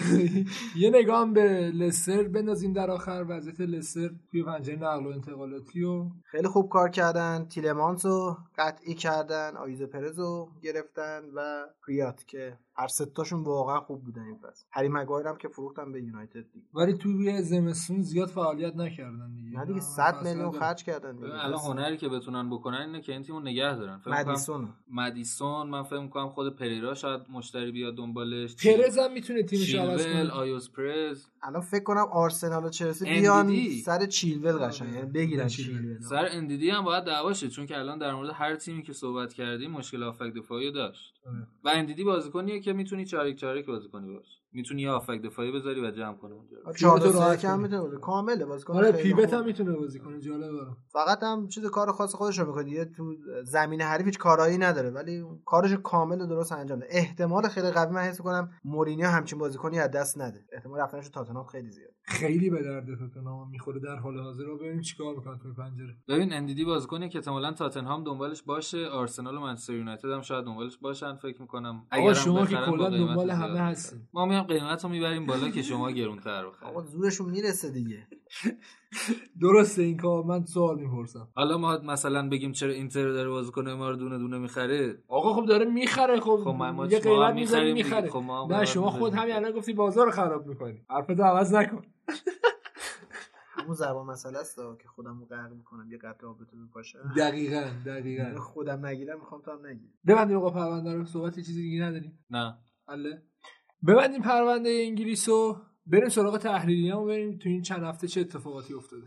یه نگاه هم به لستر بندازیم در آخر. وضعیت لستر توی پنجره نقل و انتقالاتی و خیلی خوب کار کردن. تیلمانس رو قطعی کردن، آیزه پرز رو گرفتن و کریات که هر سه تاشون واقعا خوب بودن این فصل. هری مگوایر هم که فروختن به یونایتد دیگه. ولی توی زمستون زیاد فعالیت نکردن دیگه. نه دیگه صد میلیون خرج کردن دیگه. الان هنری که بتونن بکنن اینه که این تیمو نگه دارن. مدیسون مدیسون من فکر می‌کنم خود پریرا شاید مشتری بیاد دنبالش. پرز هم میتونه تیمش عوض کنه. آیوس پرز. الان فکر کنم آرسنال و چلسی بیان سر چیلول قشنگ، یعنی بگیرن چیلول. سر اندیدی هم باید دعواشه، چون که الان در مورد هر تیمی که صحبت کردیم مشکل هافک دفاعی داشت. و اندیدی بازیکنیه که میتونی چارک چارک بازی کنی باش. میتونی یه هافک دفاعی بذاری و جمع کنی اونجا. چهار تا راحت هم میتونه کامله بازیکن. آره پیوت هم میتونه بازی کنه. جالبه. فقط هم چیز کار خاص خودش رو میکنه دیگه، تو زمین حریف هیچ کارایی نداره ولی کارش کامل و درست انجام میده. احتمال خیلی قوی من حس میکنم مورینیو همچین بازیکنی از دست نده. احتمال رفتنش تو تاتنهام خیلی زیاد. خیلی به درد تاتنهام میخوره در حال حاضر. رو ببینیم چیکار میکنه توی پنجره. ببین اندیدی بازیکنی که احتمالاً تاتنهام دنبالش باشه، آرسنال و منچستر یونایتد هم شاید دنبالش باشن فکر میکنم. اگر شما که کلا دنبال همه هستین، ما میام قیمتو میبریم بالا که شما گرونتر بخرید. آقا زورشون میرسه دیگه. درسته این کار. من سوال میپرسم. حالا ما مثلا بگیم چرا اینتر داره بازیکن ما رو دونه دونه میخره؟ آقا خب داره میخره. خب, خب ما یه قیمت میذاری میخره. خب نه شما خود همین الان گفتی بازار رو خراب میکنی. حرفتو عوض نکن. همون زبان مسئله است که خودم رو غرق میکنم یه قطعه آبتو بپاشه. دقیقاً دقیقاً خودم نگیرم میخوام تا هم نگیرم. ببندیم آقا پرونده رو. صحبت چیزی دیگه نداریم؟ نه حله. ببندیم پرونده انگلیسو، بریم سراغ تحلیلیامو، بریم تو این چند هفته چه اتفاقاتی افتاده.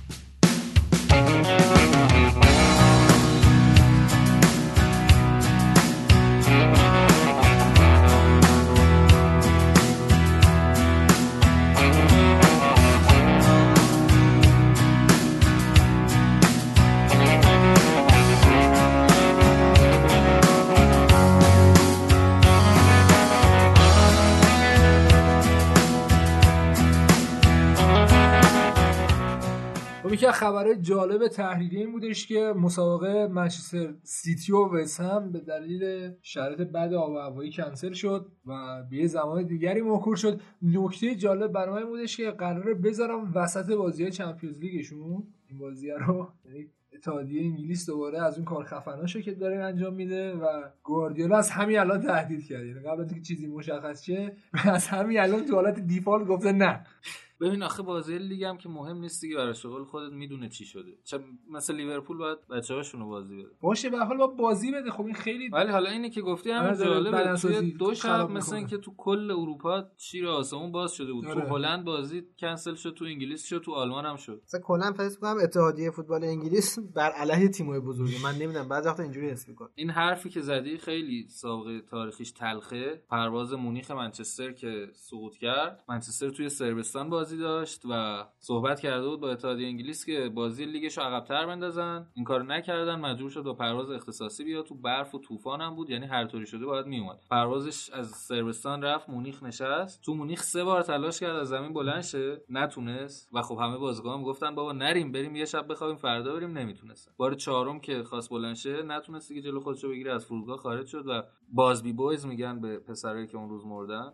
یکی از خبرهای جالب تحلیلی این بودش که مسابقه منچستر سیتی و وستهم به دلیل شرایط بد آب و هوایی کنسل شد و به یه زمان دیگری موکول شد. نکته جالب برای من بودش که قراره بذارم وسط بازی‌های چمپیونز لیگشون این بازی رو، یعنی اتحادیه انگلیس دوباره از اون کار خفناشو که داره انجام میده و گواردیولا از همین الان تهدید کرد، یعنی قبل از اینکه چیزی مشخص شه از همین الان تو حالت دیفالت گفته نه ببین آخه بازی لیگ هم که مهم نیست دیگه، برای شغل خودت میدونه چی شده. چه مثلا لیورپول باید بچه‌هاشونو بازی بده. باشه به هر حال با بازی بده. خب این خیلی ولی حالا اینه که گفتی همین جالبه، توی دو شب مثلا اینکه تو کل اروپا شیر آسمون باز شده بود. تو هلند بازی کنسل شد، تو انگلیس شد، تو آلمان هم شد. مثلا کلا فکر کنم اتحادیه فوتبال انگلیس بر علیه تیم‌های بزرگه. من نمیدونم بعضی وقتا اینجوری حس می‌کنم. این حرفی که زدی خیلی سابقه تاریخیش تلخه. پرواز مونیخ منچستر که سقوط کرد، منچستر توی صربستان بازی داشت و صحبت کرده بود با اتحادیه انگلیس که بازی لیگش رو عقب‌تر بندازن. این کارو نکردن، مجبور شد با پرواز اختصاصی بیاد. تو برف و طوفان هم بود، یعنی هر طوری شده باید میومد. پروازش از صربستان رفت مونیخ نشست. تو مونیخ سه بار تلاش کرد از زمین بلند شه، نتونست و خب همه بازیکن‌ها گفتن بابا نریم بریم یه شب بخوابیم فردا بریم، نمیتونستن. بار چهارم که خواست بلند شه نتونست دیگه جلو خودشو بگیره، از فرودگاه خارج شد و بازبی بویز میگن به پسرایی که اون روز مردن.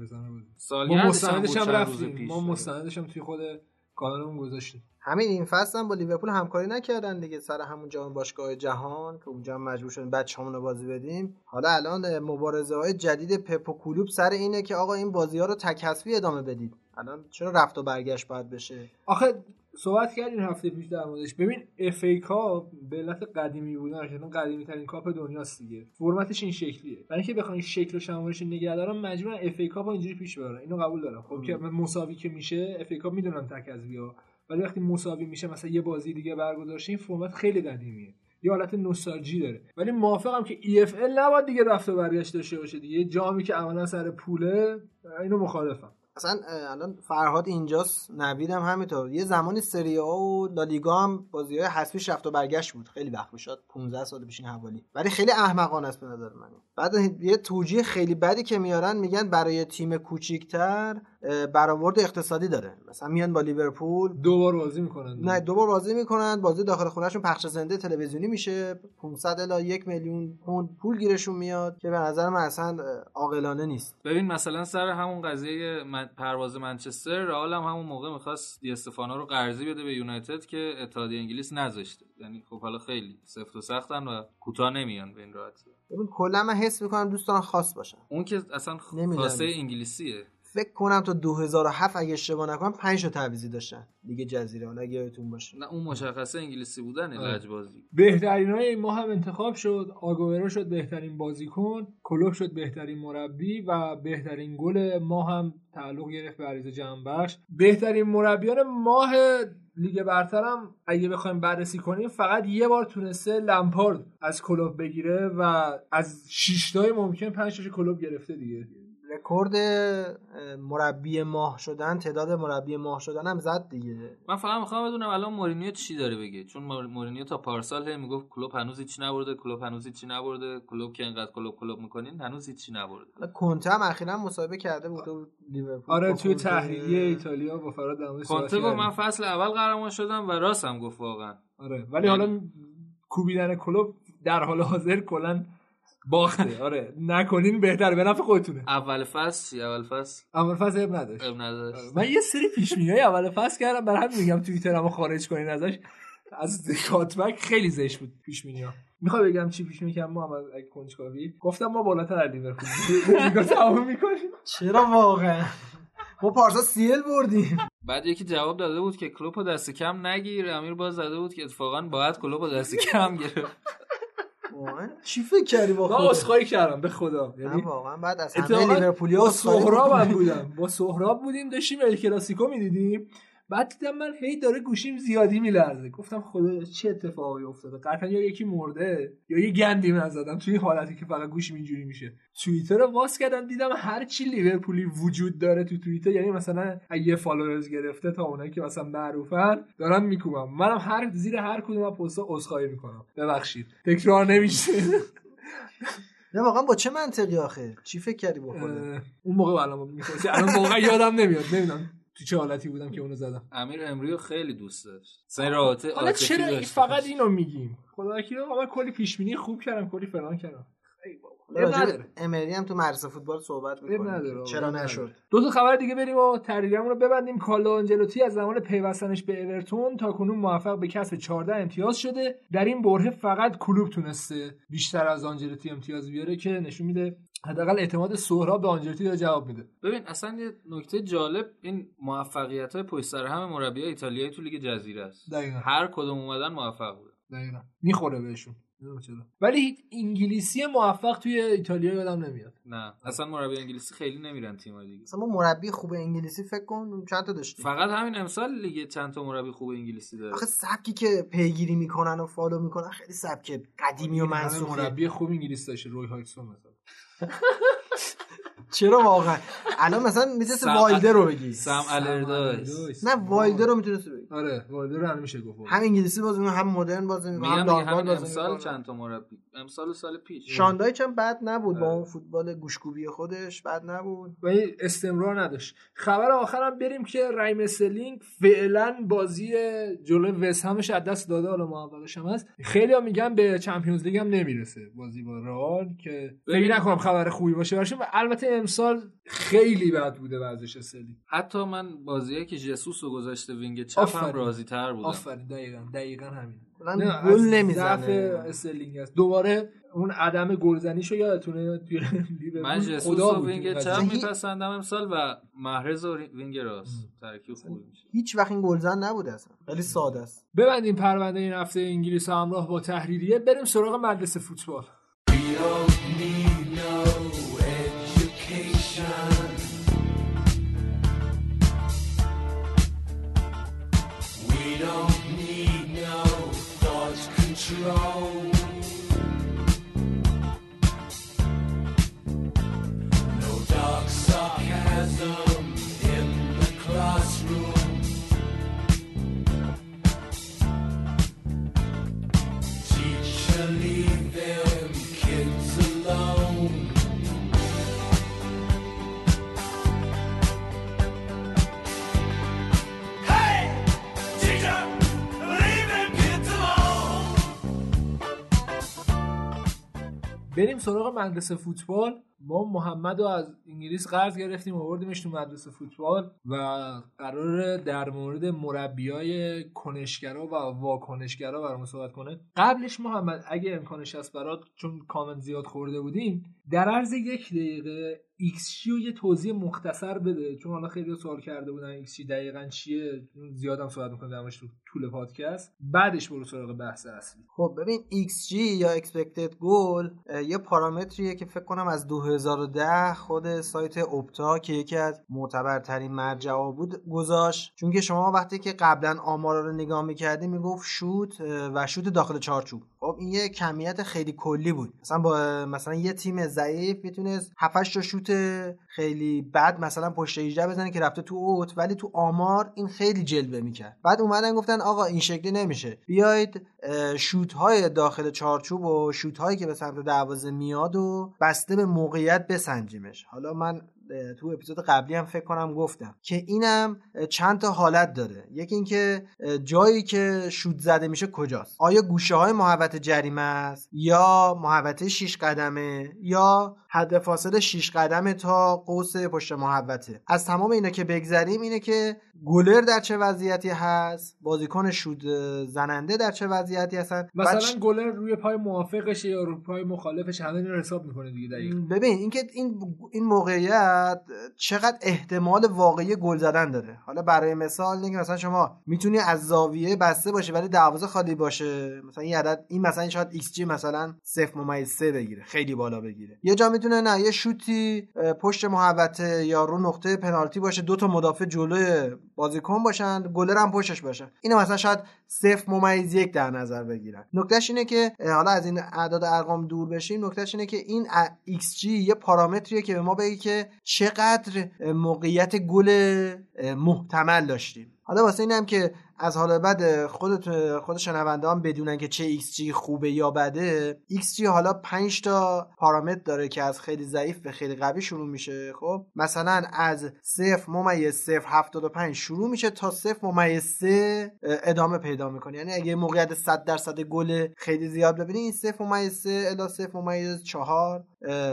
ما مستندش هم رفتیم، ما مستندش هم توی خود کانالمون گذاشتیم. همین این فصل هم با لیورپول همکاری نکردن دیگه سر همون جام باشگاه جهان که اونجا مجبور شدیم بچه‌مون رو بازی بدیم. حالا الان مبارزه‌های جدید پپ و کلوب سر اینه که آقا این بازی‌ها رو تک حذفی ادامه بدید. الان چرا رفت و برگشت باید بشه؟ آخه صحبت کردیم هفته پیش در موردش. ببین اف ای کاپ به علت قدیمی بودنش، چون قدیمی ترین کاپ دنیاست دیگه، فرمتش این شکلیه. برای اینکه بخواین شکل و شمایلش نگه دارن مجبورن اف ای کاپ اینجوری پیش ببرن. اینو قبول دارم. خب که مساوی که میشه اف ای کاپ میدونن تک حذفی‌ها، ولی وقتی مساوی میشه مثلا یه بازی دیگه برگزار شه، این فرمت خیلی قدیمیه، یه حالت نوستالژی داره. ولی موافقم که ای اف ال نباید دیگه رفت و برگشت داشته باشه دیگه. یه جامی که عملا سر پوله، اینو مخالفم. اصلا الان فرهاد اینجاست، نویدم همینطور. یه زمانی سری آ و لالیگا هم بازی‌های حذفی رفت و برگشت بود، خیلی وقت میشد، پانزده سال پیش این حوالی. ولی خیلی احمقانه است به نظر من. بعد یه توجیه خیلی بدی که میارن، میگن برای تیم کوچیک‌تر برآورد اقتصادی داره. مثلا میان با لیورپول دوبار بازی میکنن. نه دوبار بازی میکنن، بازی داخل خونهشون پخش زنده تلویزیونی میشه، پانصد الی یک میلیون پوند پول گیرشون میاد که به نظر من اصلا عاقلانه نیست. ببین مثلا سر همون قضیه من پرواز منچستر، رئال هم همون موقع می‌خواست دی استفانو رو قرضی بده به یونایتد که اتحادیه انگلیس نذاشته. یعنی خب حالا خیلی سفت و سختن و کوتاه نمیان به این راحتی. ببین کلا من حس می‌کنم دوستان خاص باشن. اون که اصلا خواسته انگلیسیه. فکر کنم تا دو هزار و هفت اگه اشتباه نکنم پنج تا تعویضی داشتن لیگ جزیره، حالا اگه یادتون باشه. نه اون مشخصه انگلیسی بودن لجبازی. بهترینای ما هم انتخاب شد. آگوئرو شد بهترین بازیکن، کلوب شد بهترین مربی و بهترین گل ما هم تعلق گرفت به عریض جنبخش. بهترین مربیان ماه لیگ برترم اگه بخوایم بررسی کنیم فقط یه بار تونسته لمپارد از کلوب بگیره و از شش تای ممکن پنج تاش کلوب گرفته دیگه. رکورد مربی ماه شدن، تعداد مربی ماه شدن هم زد دیگه. من فقط میخوام بدونم الان مورینیو چی داره بگه، چون مورینیو تا پارسال هی میگفت کلوب هنوز هیچ نبرده، کلوب هنوز هیچ نبرده، کلوب که انقدر کلوب کلوب میکنین هنوز هیچ نبرده. کنته هم اخیراً مصاحبه کرده بود تو لیورپول. آره توی تحریریه ایتالیا با فراد دموی کنته گفت من فصل اول قهرمان شدم و راستم گفت واقعا. آره ولی حالا کوبیدن کلوب در حال حاضر کلا باخته. آره نکنین بهتره، به نفع خودتونه. اول فصل اول فصل اول فصل اب نداشت اب نداشت آره. من یه سری پیش‌بینی‌های اول فصل کردم، برای همین میگم توییترمو خارج کنین ازش. از کاتبک خیلی زشت بود پیش‌بینی‌ها. میخوام بگم چی پیش می‌کنم محمد اگه کنجکاوی؟ گفتم ما بالاتر از لیورپول لیگو تموم می‌کنیم. چرا واقعا؟ ما پارسال سی ال بردیم. بعد یکی جواب داده بود که کلوپو دست کم نگیر، امیر باز زده بود که اتفاقا باید کلوپو دست کم گرفت. واقعا چی فکر کردی با خودت؟ من اسخای کردم به خدا، یعنی واقعا بعد از همه لیورپولیا با سهراب هم بودم با سهراب بودیم داشتیم ال کلاسیکو میدیدیم، بعد دیدم من هی داره گوشیم زیادی میلرزه، گفتم خدا چه اتفاقی افتاده، قطعا یا یکی مرده یا یه گندی من زدم توی حالتی که فقط گوشیم اینجوری میشه. توییتر رو واس کردم دیدم هر چی لیورپولی وجود داره تو توییتر، یعنی مثلا اگه فالوورز گرفته تا اونایی که مثلا معروفن دارن میکوبم، منم هر زیر هر کدوم از پست‌ها عذرخواهی میکنم، ببخشید تکرار نمیشه. نه واقعا با چه منطقی آخه؟ چی فکر کردی با خودت؟ اون موقع الان می‌خواستی الان واقعا یادم نمیاد، نمیدونم تو چه حالتی بودم که اونو زدم. امیر امریو خیلی دوست داشت. سر رابطه حالا چرا فقط اینو میگیم؟ خدا وکیلی من کلی پیش بینی خوب کردم، کلی فلان کردم. ای بابا نداره. امری هم تو مدرسه فوتبال صحبت می‌کنه. چرا نشد؟ دو تا خبر دیگه بریم و تحلیلمون رو ببندیم. کارلو آنجلوتی از زمان پیوستنش به اورتون تا کنون موفق به کسب چهارده امتیاز شده. در این بره فقط کلوب تونسته بیشتر از آنجلوتی امتیاز بیاره که نشون میده حداقل اعتماد سهراب به آنجلوتی داره جواب میده. ببین اصلا یه نکته جالب این موفقیت‌های پشت سر هم مربیای ایتالیایی تو لیگ جزیره است. دقیقاً. هر کدوم اومدن موفق بود. دقیقاً. میخوره بهشون. ولی انگلیسی موفق توی ایتالیا یادم نمیاد. نه اصلا مربی انگلیسی خیلی نمیرن تیم‌های دیگه. اصلا ما مربی خوب انگلیسی فکر کن چند تا داشتیم. فقط همین امسال لیگ چند تا مربی خوب انگلیسی داره. آخه سبکی که پیگیری میکنن و فالو میکنن خیلی سبک قدیمی و منسوخه. مربی خوب انگلیسی داشته روی هایتسون مثلا. چرا واقعا الان مثلا میتونست والده رو بگی سم الردایس. نه والده رو میتونست بگی. آره والده رو نمیشه گفت. هم انگلیسی بازی میکنه هم مدرن بازی میکنه هم دانبال بازی میکنه. امسال چند تا مربی امسال و سال پیش شاندایچ هم بد نبود با اون فوتبال گوشکوبی خودش بد نبود ولی استمرار نداشت. خبر آخرم بریم که رایم استرلینگ فعلا بازی جلوی وست همش از دست داده. حالا موفقش هم هست. خیلی‌ها میگن به چمپیونز لیگ هم نمیرسه بازی با رئال که فکر نکنم خبر خوبی باشه براشون. البته امسال خیلی بد بوده ورزش استرلینگ. حتی من بازیه که ژسوس رو گذاشته وینگ چپ هم راضی تر بودم. آفرین دقیقاً دقیقاً همین. نه گل نمیزنه. استرلینگ است. دوباره اون عدم گلزنیشو یادتونه توی من ژسوس و وینگ چپ میپسندم امسال و محرز و وینگ راست ترکیب خوبی میشه. هیچ وقت این گلزن نبوده اصلا. خیلی ساده است. ببندیم پرونده این هفته انگلیس همراه با تحریریه. بریم سراغ مدرسه فوتبال. بریم سراغ مدرسه فوتبال. ما محمد رو از انگلیس قرض گرفتیم آوردیمش تو مدرسه فوتبال و قراره در مورد مربیای کنشگرا و واکنشگرا برامون صحبت کنه. قبلش محمد اگه امکانش هست برات، چون کامنت زیاد خورده بودیم، در عرض یک دقیقه ایکس جی رو یه توضیح مختصر بده، چون حالا خیلی سوال کرده بودن ایکس جی دقیقاً چیه، زیادم صحبت می‌کنیم درموردش تو طول پادکست. بعدش برو سراغ بحث اصلی. خب ببین ایکس جی یا expected goal یه پارامتریه که فکر کنم از دو هزار و ده خود سایت اپتا که یکی از معتبرترین مرجع‌ها بود گذاشت، چون که شما وقتی که قبلا آمارا رو نگاه می‌کردی میگفت شوت و شوت داخل چارچوب. خب این یه کمیت خیلی کلی بود. مثلا با مثلا یه تیم ضعیف میتونست هفت هشت تا شوت خیلی بد مثلا پشت هجده بزنه که رفته تو اوت، ولی تو آمار این خیلی جلوه میکرد. بعد اومدن گفتن آقا این شکلی نمیشه، بیاید شوت های داخل چارچوب و شوت هایی که به سمت دروازه میاد و بسته به موقعیت بسنجیمش. حالا من تو اپیزود قبلی هم فکر کنم گفتم که اینم چند تا حالت داره. یکی این که جایی که شوت زده میشه کجاست، آیا گوشه های محوطه جریمه است یا محوطه شش قدمه یا حد فاصله شش قدمه تا قوس پشت محوطه. از تمام اینا که بگذریم اینه که گلر در چه وضعیتی هست، بازیکن شوت زننده در چه وضعیتی هستن. مثلا بچ... گلر روی پای موافقشه یا روی پای مخالفش، همه اینا رو حساب میکنه دیگه. دقیقاً ببین اینکه این این موقعیت چقدر احتمال واقعی گل زدن داره. حالا برای مثال اینکه مثلا شما میتونی از زاویه بسته باشه ولی دروازه خالی باشه، مثلا این عدد این مثلا شاید ایکس جی مثلا صفر ممیز سه بگیره، خیلی بالا بگیره. یه جا میتونه نه یه شوتی پشت محوطه یا رو نقطه پنالتی باشه، دو تا مدافع جلوی بازیکن باشن، گلر هم پشتش باشه، اینو مثلا شاید صفر ممیز یک در نظر بگیرن. نکتهش اینه که حالا از این اعداد ارقام دور بشیم، نکتهش اینه که این ایکس جی یه پارامتریه که به ما بگه که چقدر موقعیت گل محتمل داشتیم. حالا واسه اینم که از حالا بعد خودت خود شنونده هم بدونن که چه ایکس جی خوبه یا بده. ایکس جی حالا پنج تا پارامتر داره که از خیلی ضعیف به خیلی قوی شروع میشه. خب مثلا از صفر ممیز صفر هفتاد و پنج شروع میشه تا صفر ممیز سه ادامه پیدا میکنه. یعنی اگه موقعیت صد درصد گل خیلی زیاد ببینی، این صفر ممیز سه الی صفر ممیز چهار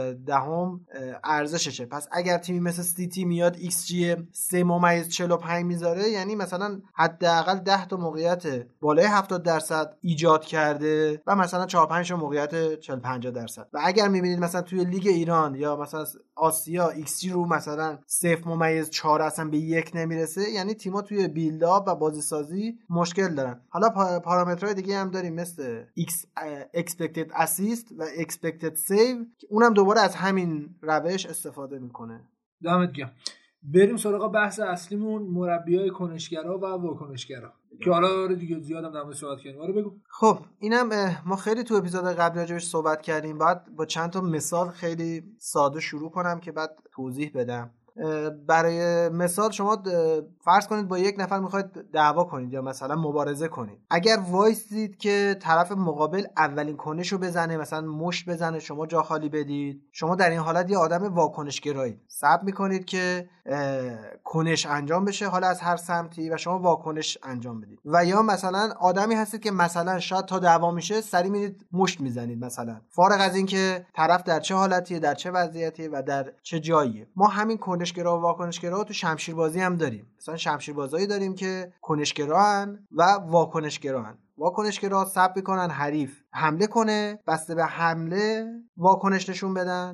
دهم ارزششه. پس اگر تیمی مثل سیتی میاد ایکس جی سه ممیز چهل و پنج میذاره، یعنی مثلا مثلا حداقل ده تا موقعیت بالای هفتاد درصد ایجاد کرده و مثلا چهار پنج تا موقعیت چهل پنجاه درصد. و اگر میبینید مثلا توی لیگ ایران یا مثلا آسیا ایکس جی رو مثلا صفر ممیز چهار اصلا به یک نمیرسه، یعنی تیم‌ها توی بیلداپ و بازی سازی مشکل دارن. حالا پارامترهای دیگه هم داریم مثل ایکس expected assist و expected save که اونم دوباره از همین روش استفاده میکنه. دمت گرم. بریم سراغ بحث اصلیمون، مربیای کنشگرا و واکنشگرا که حالا دیگه زیادم در مورد صحبت کردیم. آره بگو. خب اینم ما خیلی تو اپیزود قبل راجعش صحبت کردیم، بعد با چند تا مثال خیلی ساده شروع کنم که بعد توضیح بدم. برای مثال شما فرض کنید با یک نفر میخواید دعوا کنید یا مثلا مبارزه کنید. اگر وایسید که طرف مقابل اولین کنشو بزنه، مثلا مشت بزنه، شما جا خالی بدید، شما در این حالت یه آدم واکنشگرایی صبر میکنید که کنش انجام بشه حالا از هر سمتی و شما واکنش انجام بدید. و یا مثلا آدمی هستید که مثلا شاید تا دعوا میشه سری میرید مشت میزنید، مثلا فارغ از این که طرف در چه حالتیه، در چه وضعیتیه و در چه جاییه. ما همین کنشگرا و واکنشگرا تو شمشیربازی هم داریم. مثلا شمشیربازایی داریم که کنشگراهن و واکنشگراهن. واکنشگرا صبر میکنن حریف حمله کنه، بسته به حمله واکنش نشون بدن.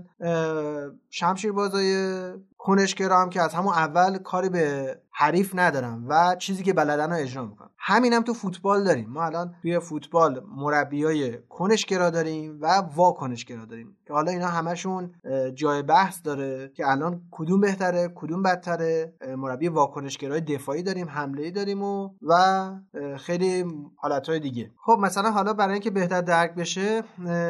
شمشیربازای کنشگرا هم که از همون اول کاری به حریف ندارن و چیزی که بلدن رو اجرا میکنن. همین هم تو فوتبال داریم. ما الان توی فوتبال مربیای کنشگرا داریم و واکنشگرا داریم که حالا اینا همشون جای بحث داره که الان کدوم بهتره کدوم بدتره. مربی واکنشگرای دفاعی داریم، حمله‌ای داریم و و خیلی حالتهای دیگه. خب مثلا حالا برای اینکه بهتر درک بشه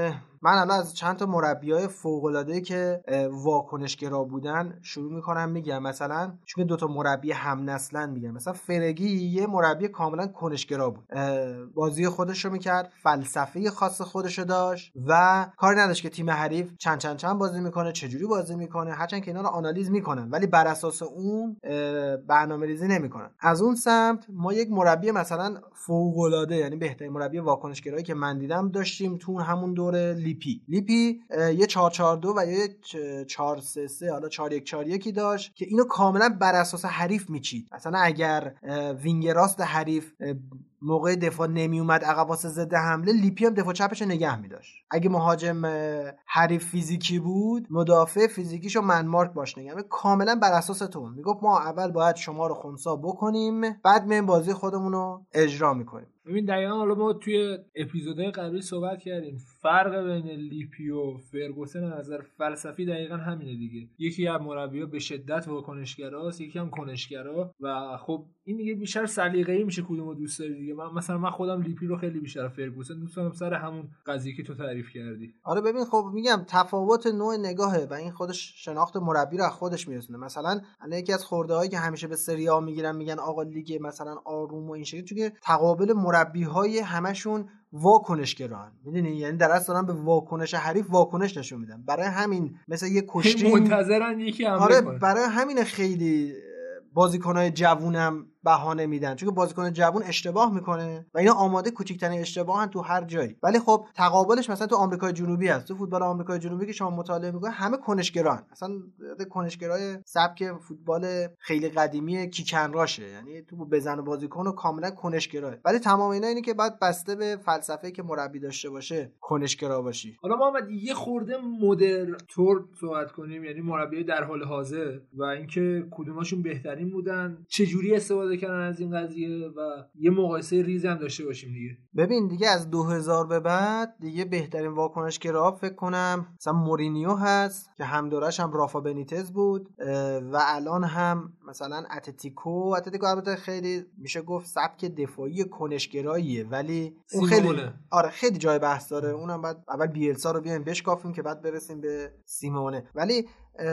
من الان از چند تا مربیای فوق‌العاده‌ای که واکنشگرا بودن شروع میکنم میگم. مثلا چون دو تا مربی هم نسلن میگم. مثلا فرگی یه مربی کاملا کنشگرا بود، بازی خودش رو میکرد، فلسفه خاص خودش رو داشت و کاری نداشت که تیم حریف چند چند چند بازی میکنه، چجوری بازی میکنه، هرچند که اینا رو آنالیز میکنن ولی بر اساس اون برنامه‌ریزی نمیکنن. از اون سمت ما یک مربی مثلا فوق‌العاده، یعنی بهترین مربی واکنشگرایی که من دیدم داشتیم تو همون دوره لیپی. لیپی یه چهار چهار دو و یه چهار سه سه حالا چهار یک چهار یک داشت که اینو کاملا بر اساس حریف میچید. مثلا اگر وینگ راست حریف موقع دفاع نمی اومد عقب واسه ضد حمله، لیپی هم دفاع چپش نگه می داشت. اگه مهاجم حریف فیزیکی بود، مدافع فیزیکیشو من مارک باش نگه. کاملا بر اساس تو میگفت ما اول باید شما رو خنثی بکنیم، بعد میایم بازی خودمون رو اجرا میکنیم. ببین دقیقاً حالا ما توی اپیزودهای قبلی صحبت کردیم فرق بین لیپی و فرگوسن از نظر فلسفی دقیقاً همینه دیگه. یکی از مربی‌ها به شدت واکنشگراست، یکی هم کنشگرا و خب این دیگه بیشتر سلیقه‌ای میشه کدومو دوست داری دیگه. من مثلا من خودم لیپی رو خیلی بیشتر فرگوسن دوست دارم سر همون قضیه که تو تعریف کردی. آره ببین خب میگم تفاوت نوع نگاهه و این خودش شناخت مربی رو از خودش میرسونه. مثلا الان یکی از خورده‌هایی که همیشه به سری آ میگیرن میگن آقا لیگ مثلا آروم و این شکلی، چون تقابل مربی‌های همشون واکنشگران، میدونی، یعنی در اصل دارن به واکنش حریف واکنش نشون میدن. برای همین مثلا یه کشتی منتظرن یکی حمله آره کنه. برای همین خیلی بازیکن‌های جوونم بهانه میدن، چون بازیکن جوون اشتباه میکنه و اینا آماده کوچکترین اشتباهن تو هر جایی. ولی خب تقابلش مثلا تو آمریکای جنوبی هست، تو فوتبال آمریکای جنوبی که شما مطالعه میکنید همه کنشگران، اصلا کنشگرای سبک فوتبال خیلی قدیمی کیکن راشه، یعنی تو بزن بازیکن و کاملا کنشگراه. ولی تمام اینا اینه که بعد بسته به فلسفه‌ای که مربی داشته باشه کنشگرا باشی. حالا محمد یه خورده مدرن طور صحبت کنیم، یعنی مربی در حال حاضر و اینکه کدوماشون بهترین بودن، چه جوری استفاده کردن از این قضیه و یه مقایسه ریز هم داشته باشیم دیگه. ببین دیگه از دو هزار به بعد دیگه بهترین واکنشگرا فکر کنم مثلا مورینیو هست که هم دورش هم رافا بنیتز بود و الان هم مثلا اتلتیکو اتلتیکو البته خیلی میشه گفت سبک دفاعی کنشگراییه ولی اون خیلی آره خیلی جای بحث داره. اونم بعد اول بیلسا رو بیایم بشکافیم که بعد برسیم به سیمونه. ولی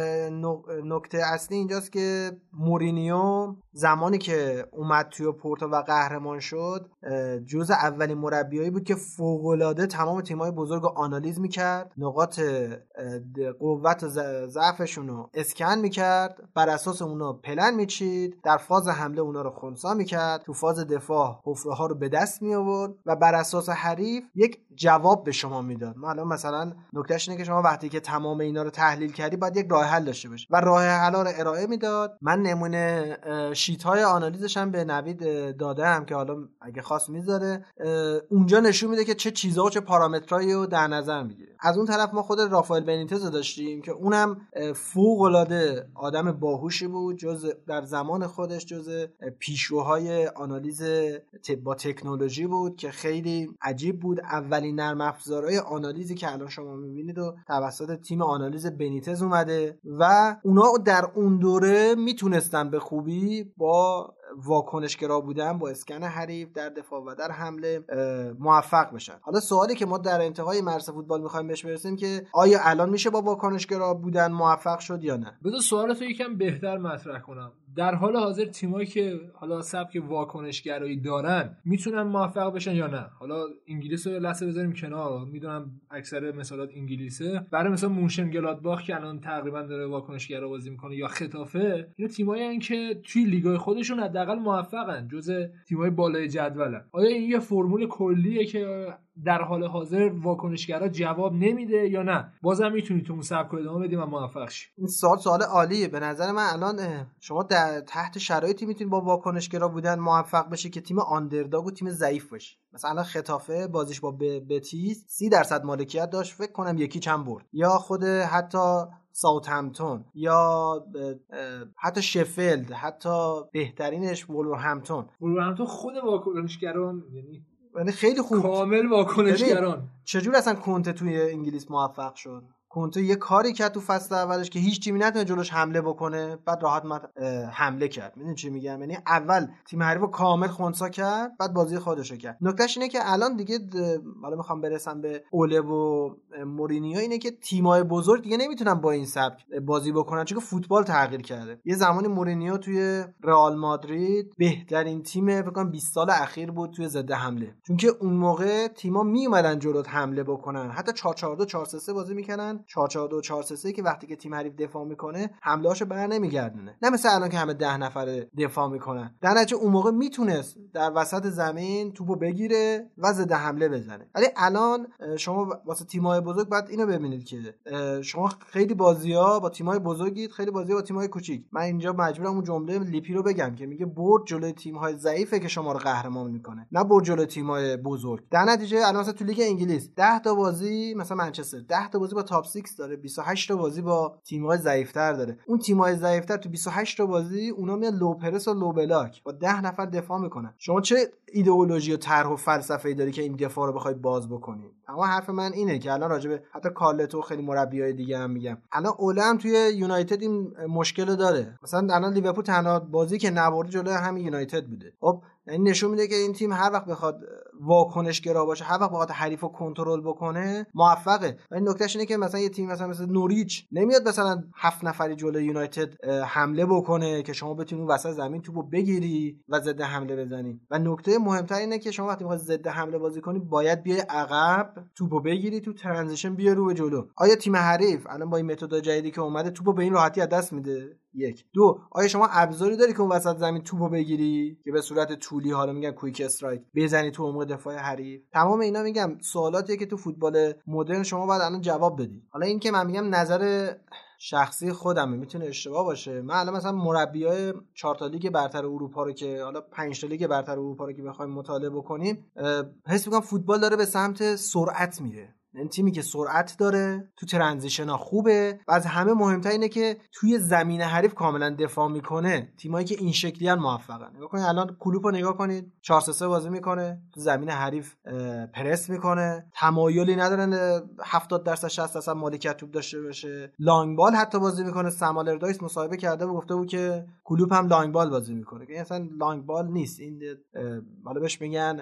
نکته اصلی اینجاست که مورینیو زمانی که اومد توی پورتو و قهرمان شد جز اولین مربیایی بود که فوق‌العاده تمام تیم‌های بزرگ رو آنالیز می‌کرد، نقاط قوت و ضعفشون رو اسکن می‌کرد، بر اساس اونا پلن می‌چید، در فاز حمله اونا رو خنثی می‌کرد، تو فاز دفاع حفره‌ها رو به دست می‌آورد و بر اساس حریف یک جواب به شما میداد. الان مثلا نکتهش اینه که شما وقتی که تمام اینا رو تحلیل کردی باید یک راه حل داشته باشی و راه حل رو ارائه میداد. من نمونه شیت های آنالیزش هم به نوید دادم که حالا اگه خواست میذاره، اونجا نشون میده که چه چیزا و چه پارامترایی رو در نظر میگیره. از اون طرف ما خود رافائل بنیتز رو داشتیم که اونم فوق العاده آدم باهوشی بود، جز در زمان خودش جز پیشروهای آنالیز با تکنولوژی بود که خیلی عجیب بود. اولین نرم افزارهای آنالیزی که الان شما میبینید و توسط تیم آنالیز بنیتز اومده و اونا در اون دوره میتونستن به خوبی با واکنشگرا بودن، با اسکن حریف در دفاع و در حمله موفق بشن. حالا سوالی که ما در انتهای مرز فوتبال میخوایم بهش برسیم که آیا الان میشه با واکنشگرا بودن موفق شد یا نه؟ بذار سوالتو یکم بهتر مطرح کنم. در حال حاضر تیمایی که حالا سبک واکنشگرایی دارن میتونن موفق بشن یا نه؟ حالا انگلیس رو لحظه بذاریم کنار، میدونم اکثر مثالات انگلیسه. برای مثلا مونشن گلادباخ که الان تقریبا داره واکنشگرا بازی میکنه یا خطافه، اینا تیمایی ان که توی لیگای خودشون حداقل موفقن، جزء تیمای بالای جدولن. آیا این یه فرمول کلیه که در حال حاضر واکنشگرا جواب نمیده یا نه بازم میتونی تو اون سبک ادامه بدیم و موفق شی؟ این سوال سوال عالیه. به نظر من الان شما در تحت شرایطی میتونید با واکنشگرا بودن موفق بشی که تیم آندرداگ و تیم ضعیف باشی. مثلا خطافه بازیش با بتیس سی درصد مالکیت داشت، فکر کنم یکی چند برد، یا خود حتی ساوثهمپتون یا حتی شفیلد، حتی بهترینش وولورهمپتون. وولورهمپتون خود واکنشگران، یعنی یعنی خیلی خوب کامل واکنشگران. چجور اصلا کنته توی انگلیس موفق شد؟ کنته یه کاری کرد تو فصل اولش که هیچ تیمی نتونه جلوش حمله بکنه، بعد راحت مت... حمله کرد. میدونی چی میگم؟ یعنی اول تیم حریفو کامل خنثی کرد، بعد بازی خودشو کرد. نکتهش اینه که الان دیگه حالا میخوام برسم به اوله و مورینیو، اینه که تیمای بزرگ دیگه نمیتونن با این سبک بازی بکنن چون فوتبال تغییر کرده. یه زمانی مورینیو توی رئال مادرید بهترین تیم فکر کنم بیست سال اخیر بود توی ضد حمله، چون که اون موقع تیم‌ها میومدن جلوت حمله بکنن، حتی چهار چهار دو چهار سه سه بازی میکنن، چهار چهار دو چهار سه سه که وقتی که تیم حریف دفاع میکنه حمله‌اشو بر نمیگردونه، نه مثل الان که همه ده نفره دفاع میکنن. در نتیجه اون موقع میتونست در وسط زمین توپو بگیره و ضد حمله بزنه. ولی الان شما واسه تیم‌های بزرگ باید اینو ببینید که شما خیلی بازی‌ها با تیم‌های بزرگید، خیلی بازی‌ها با تیم‌های کوچیک. من اینجا مجبورم اون جمله لیپی رو بگم که میگه برد جلوی تیم‌های ضعیفه که شما رو قهرمان میکنه، نه برد جلوی تیم‌های بزرگ. در نتیجه الان مثلا تو لیگ انگلیس ده تا بازی مثلا منچستر ده تا بازی با تاپ شش داره، بیست و هشت تا بازی با تیم‌های ضعیف‌تر داره. اون تیم‌های ضعیف‌تر تو بیست و هشت تا بازی اونا میاد لو پرس و لو بلاک با ده نفر دفاع میکنن. شما چه ایدئولوژی و طرح و فلسفه‌ای داری که این دفاع رو بخوای باز بکنی؟ اما حرف من اینه که الان راجع به حتی کارلتو خیلی مربیای دیگه هم میگم، الان اوله هم توی یونایتد این مشکل داره. مثلا الان لیورپول تنها بازی که نبرده جلوی همین یونایتد بوده. خب این نشون میده که این تیم هر وقت بخواد واکنشگرا باشه، هر وقت بخواد حریفو کنترل بکنه، موفقه. ولی نکتهش اینه که مثلا یه تیم مثلا مثل نوریچ نمیاد مثلا هفت نفری جلوی یونایتد حمله بکنه که شما بتونید وسط زمین توپو بگیری و ضد حمله بزنی. و نکته مهمتر اینه که شما وقتی میخواد ضد حمله بازی کنی باید بیای عقب، توپو بگیری، تو ترانزیشن بیا رو به جلو. آیا تیم حریف الان با این متد جدیدی که اومده توپو به این راحتی از دست میده؟ یک. دو، آیا شما ابزاری داری که اون وسط زمین توپو بگیری که به صورت طولی، حالا میگن کویک استرایک، بزنی تو عمق دفاع حریف؟ تمام اینا میگم سوالاتیه که تو فوتبال مدرن شما باید الان جواب بدی. حالا این که من میگم نظر شخصی خودمه، میتونه اشتباه باشه. من الان مثلا مربیای چهار تا لیگ برتر اروپا رو که حالا پنج تا لیگ برتر اروپا رو که بخوایم مطالعه بکنیم، حس میکنم فوتبال داره به سمت سرعت میره. این تیمی که سرعت داره، تو ترانزیشن ها خوبه و از همه مهمتر اینه که توی زمین حریف کاملا دفاع میکنه. تیمایی که این شکلی ان موفقن. نگاه کنید الان کلوپو نگاه کنید، چهار سه سه بازی میکنه، تو زمین حریف پرس میکنه، تمایلی ندارن هفتاد درصد شصت درصد مالکیت توپ داشته باشه، لانگ بال حتی بازی میکنه. سامال اردایس مصاحبه کرده و گفته بود که کلوپ هم لانگ بال بازی میکنه، که اصلا لانگ بال نیست، این حالا بهش میگن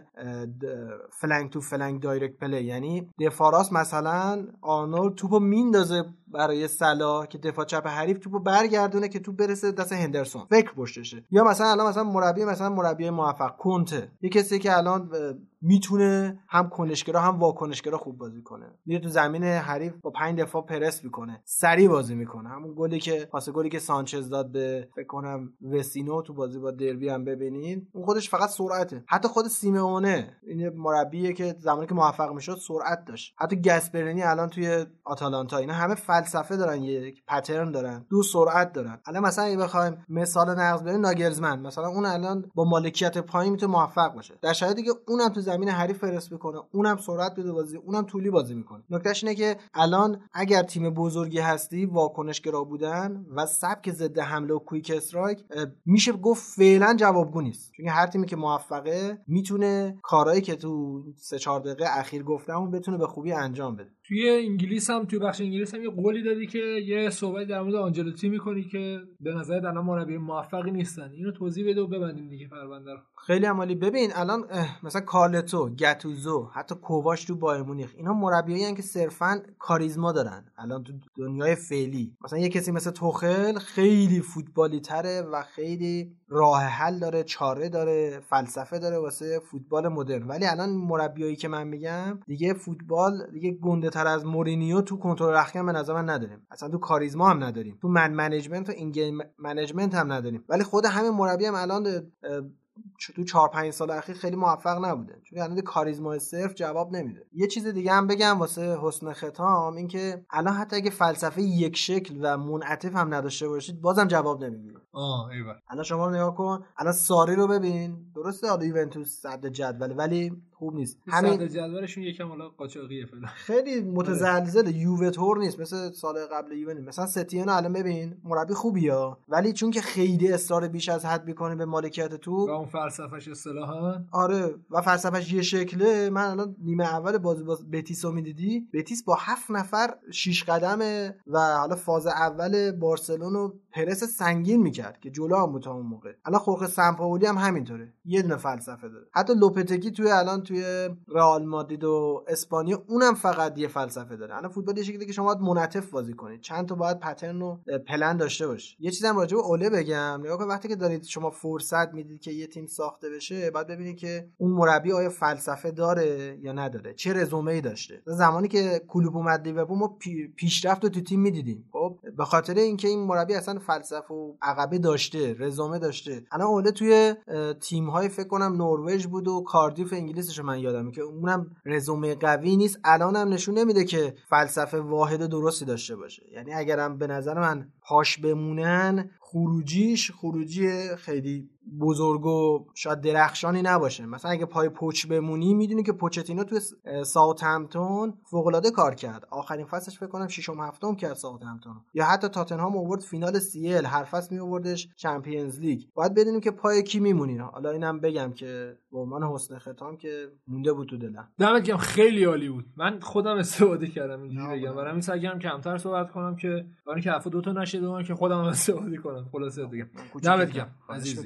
فلنگ تو فلنگ دایرکت پلی، یعنی دفاع مثلا آرنولد توپو میندازه برای صلاح که دفاع چپ حریف توپو برگردونه که توپ برسه دست هندرسون، فکر پشتشه. یا مثلا الان مثلا مربی مثلا مربی موفق کنته، یه کسی که الان میتونه هم کنشگرا هم واکنشگرا خوب بازی کنه، میره تو زمین حریف با پنج دفاع پرس میکنه، سریع بازی میکنه. همون گلی که پاس گلی که سانچز داد به فکر کنم وسینو تو بازی با دربی هم ببینین، اون خودش فقط سرعته. حتی خود سیمئونه این مربیه که زمانی که موفق میشد سرعت داشت. حتی گاسپرینی الان توی آتالانتا، اینا همه فلسفه دارن، یک پترن دارن، دو سرعت دارن. الان مثلا اگه بخوایم مثال نقض بزنیم ناگلزمن مثلا، اون الان با مالکیت پایین میتونه موفق باشه، در شرایطی که اونم تو زمین حریف فرست میکنه، اونم سرعت بده بازی، اونم طولی بازی میکنه. نکتهش اینه که الان اگر تیم بزرگی هستی، واکنشگرا بودن و سبک ضد حمله و کویک استرایک میشه گفت فعلا جوابگو نیست، چون هر تیمی که موفقه میتونه کارهایی که تو سه چهار دقیقه اخیر گفتم اون بتونه به خوبی انجام بده. توی انگلیس هم توی بخش انگلیس هم یه قولی دادی که یه صحبت در مورد آنجلوتی میکنی که به نظر الان مربی موفقی نیستن. اینو توضیح بده و ببندیم دیگه پرونده رو. خیلی عمالی. ببین الان مثلا کارلتو، گاتوزو، حتی کوواش تو بایر مونیخ، اینا مربیایی هستن که صرفاً کاریزما دارن. الان تو دنیای فعلی مثلا یه کسی مثل توخل خیلی فوتبالی تره و خیلی راه حل داره، چاره داره، فلسفه داره واسه فوتبال مدرن. ولی الان مربیایی که من میگم دیگه فوتبال دیگه گنده تر از مورینیو تو کنترل رخکن به نظر من نداریم، اصلا تو کاریزما هم نداریم، تو من منیجمنت و این گیم منیجمنت هم نداریم. ولی خود همین مربی هم الان تو چهار پنج سال اخیر خیلی موفق نبوده، چون الان کاریزما صرف جواب نمیده. یه چیز دیگه هم بگم واسه حسن ختام، این که الان حتی اگه فلسفه یک شکل و منعطف هم نداشته باشید بازم جواب نمیگیره. آه ایول. الان شما نگاه کن، الان ساری رو ببین، درسته حالا یوونتوس صدر جدول ولی خوب نیست. همین صدر جدولشون یکم حالا قاچاقیه فعلا، خیلی متزلزل. یووه تور نیست مثل سال قبل یووه نیست. مثلا ستیان الان ببین مربی خوبیه، ولی چون که خیلی اصرار بیش از حد میکنه به مالکیت توپ و اون فلسفه‌اش اصطلاحاً آره و فلسفه‌اش یه شکله. من الان نیمه اول بازی باز بتیس رو میدیدی، بتیس با هفت نفر شش قدمه و حالا فاز اول بارسلون رو پرس سنگین میکرد که جلو هم بود اون موقع. الان خورخ سمپاولی هم همینطوره، یه دونه فلسفه داره. حتی لوپتگی توی الان توی رئال مادرید و اسپانیا اونم فقط یه فلسفه داره. الان فوتبال یه شکلیه که شما باید منعطف بازی کنید، چند تا باید پترن و پلن داشته باشید. یه چیزم راجع به اوله بگم، نگاه کن وقتی که دارید شما فرصت میدید که یه تیم ساخته بشه، بعد ببینید که اون مربی آیا فلسفه داره یا نداره، چه رزومه‌ای داشته. زمانی که کلوب اومد لیورپول ما پی... پیشرفت رو تو تیم میدیدیم، خب به خاطر اینکه این مربی اصلا فلسفه و عقبه داشته، رزومه داشته. الان اوله توی تیم‌های فکر کنم نروژ بود و کاردیف انگلیسش من یادمه که اونم رزومه قوی نیست، الانم نشون نمیده که فلسفه واحد درستی داشته باشه. یعنی اگرم به نظر من پاش بمونن، خروجیش خروجی خیلی بزرگ و شاید درخشانی نباشه. مثلا اگه پای پوچ بمونی، میدونی که پوچتینو توی ساوثهمپتون فوق‌العاده کار کرد، آخرین فصلش فکر کنم ششم هفتم کرد ساوثهمپتون، یا حتی تاتنهام آورد فینال سی ال، هر فصل می آوردش چمپیونز لیگ. باید بدونیم که پای کی میمونی. حالا اینم بگم که به عنوان حسن ختام که مونده بود تو دلم. دمت گرم، خیلی عالی بود. من خودم استفاده کردم اینجوری بگم، برام این سگم کمتر صحبت کنم که برای اینکه حرف دو تا نشه که خودم استفاده کنم. خلاصه دیگه دمت گرم عزیز.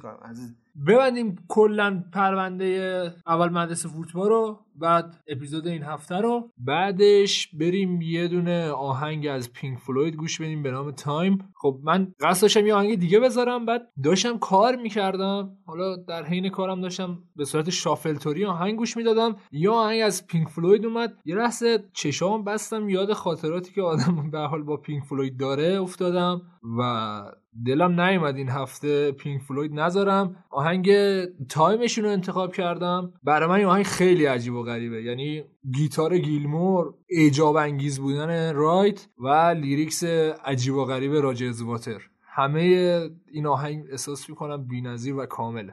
ببندیم کلا پرونده اول مدرسه فوتبال رو، بعد اپیزود این هفته رو، بعدش بریم یه دونه آهنگ از پینک فلوید گوش بدیم به نام تایم. خب من قصد داشتم یه آهنگ دیگه بذارم، بعد داشتم کار میکردم، حالا در حین کارم داشتم به صورت شافل توری آهنگ گوش میدادم، یا آهنگ از پینک فلوید اومد، یه لحظه چشام بستم، یاد خاطراتی که آدم به حال با پینک فلوید داره افتادم و دلم نیومد این هفته پینک فلوید نذارم. آهنگ تایمشون رو انتخاب کردم. برای من این آهنگ خیلی عجیب و غریبه، یعنی گیتار گیلمور، اعجاب انگیز بودن رایت و لیریکس عجیب و غریب راجرز واتر، همه این آهنگ احساس میکنم بی‌نظیر و کامله.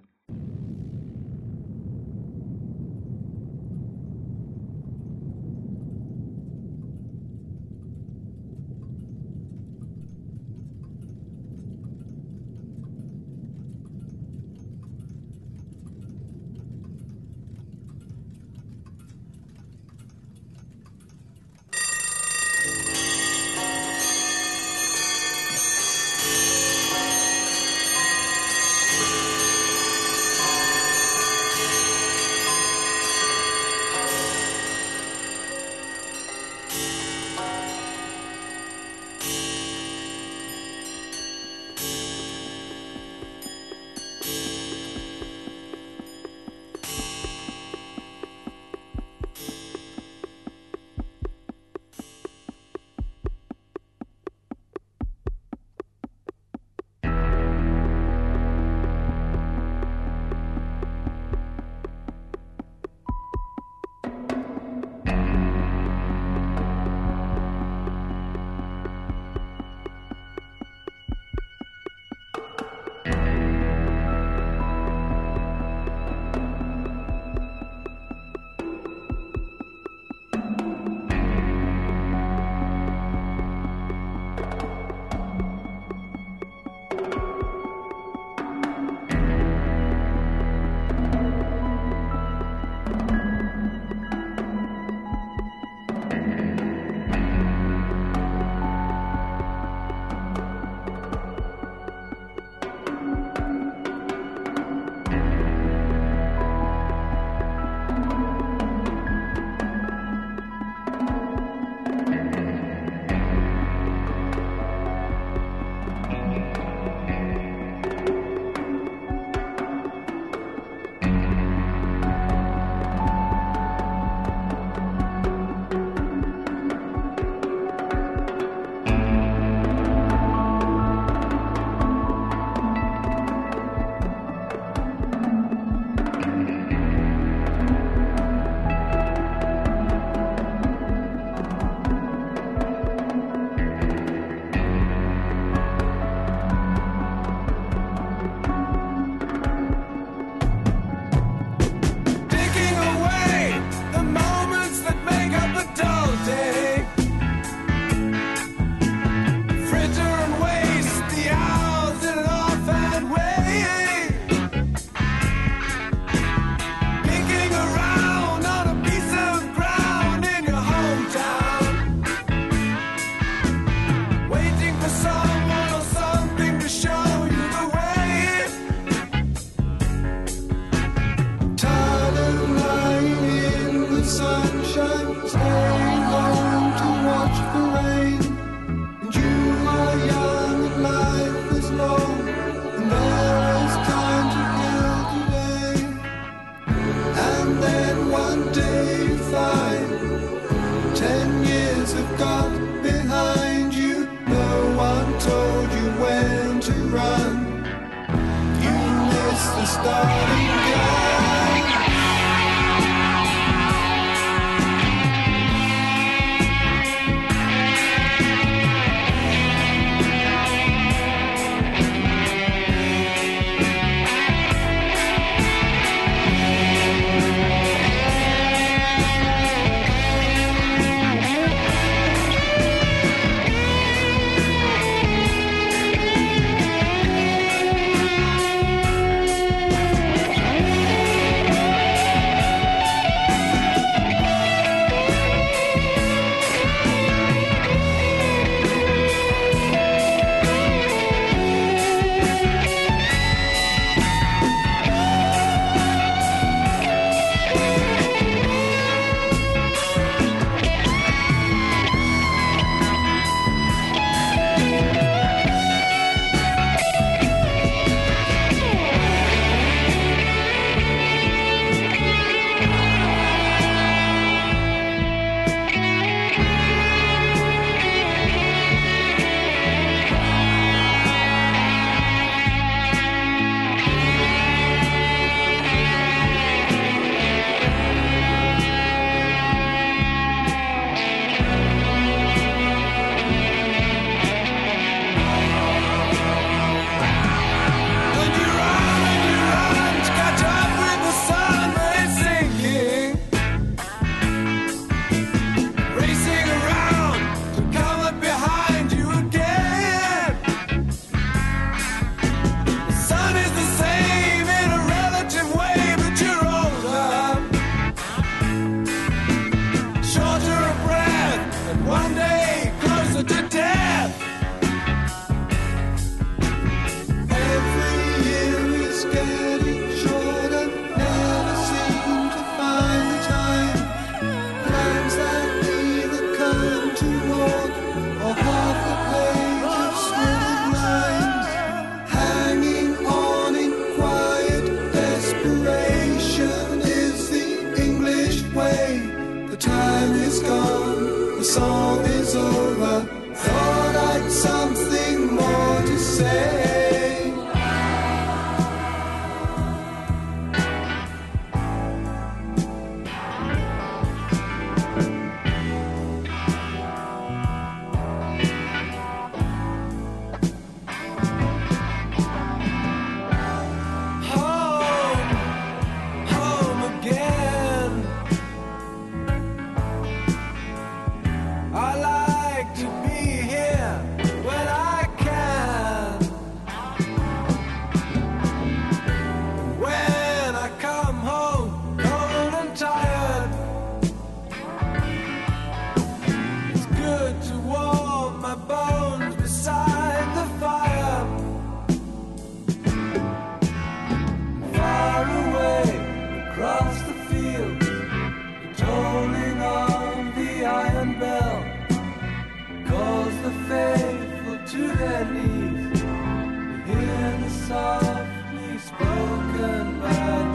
Softly spoken by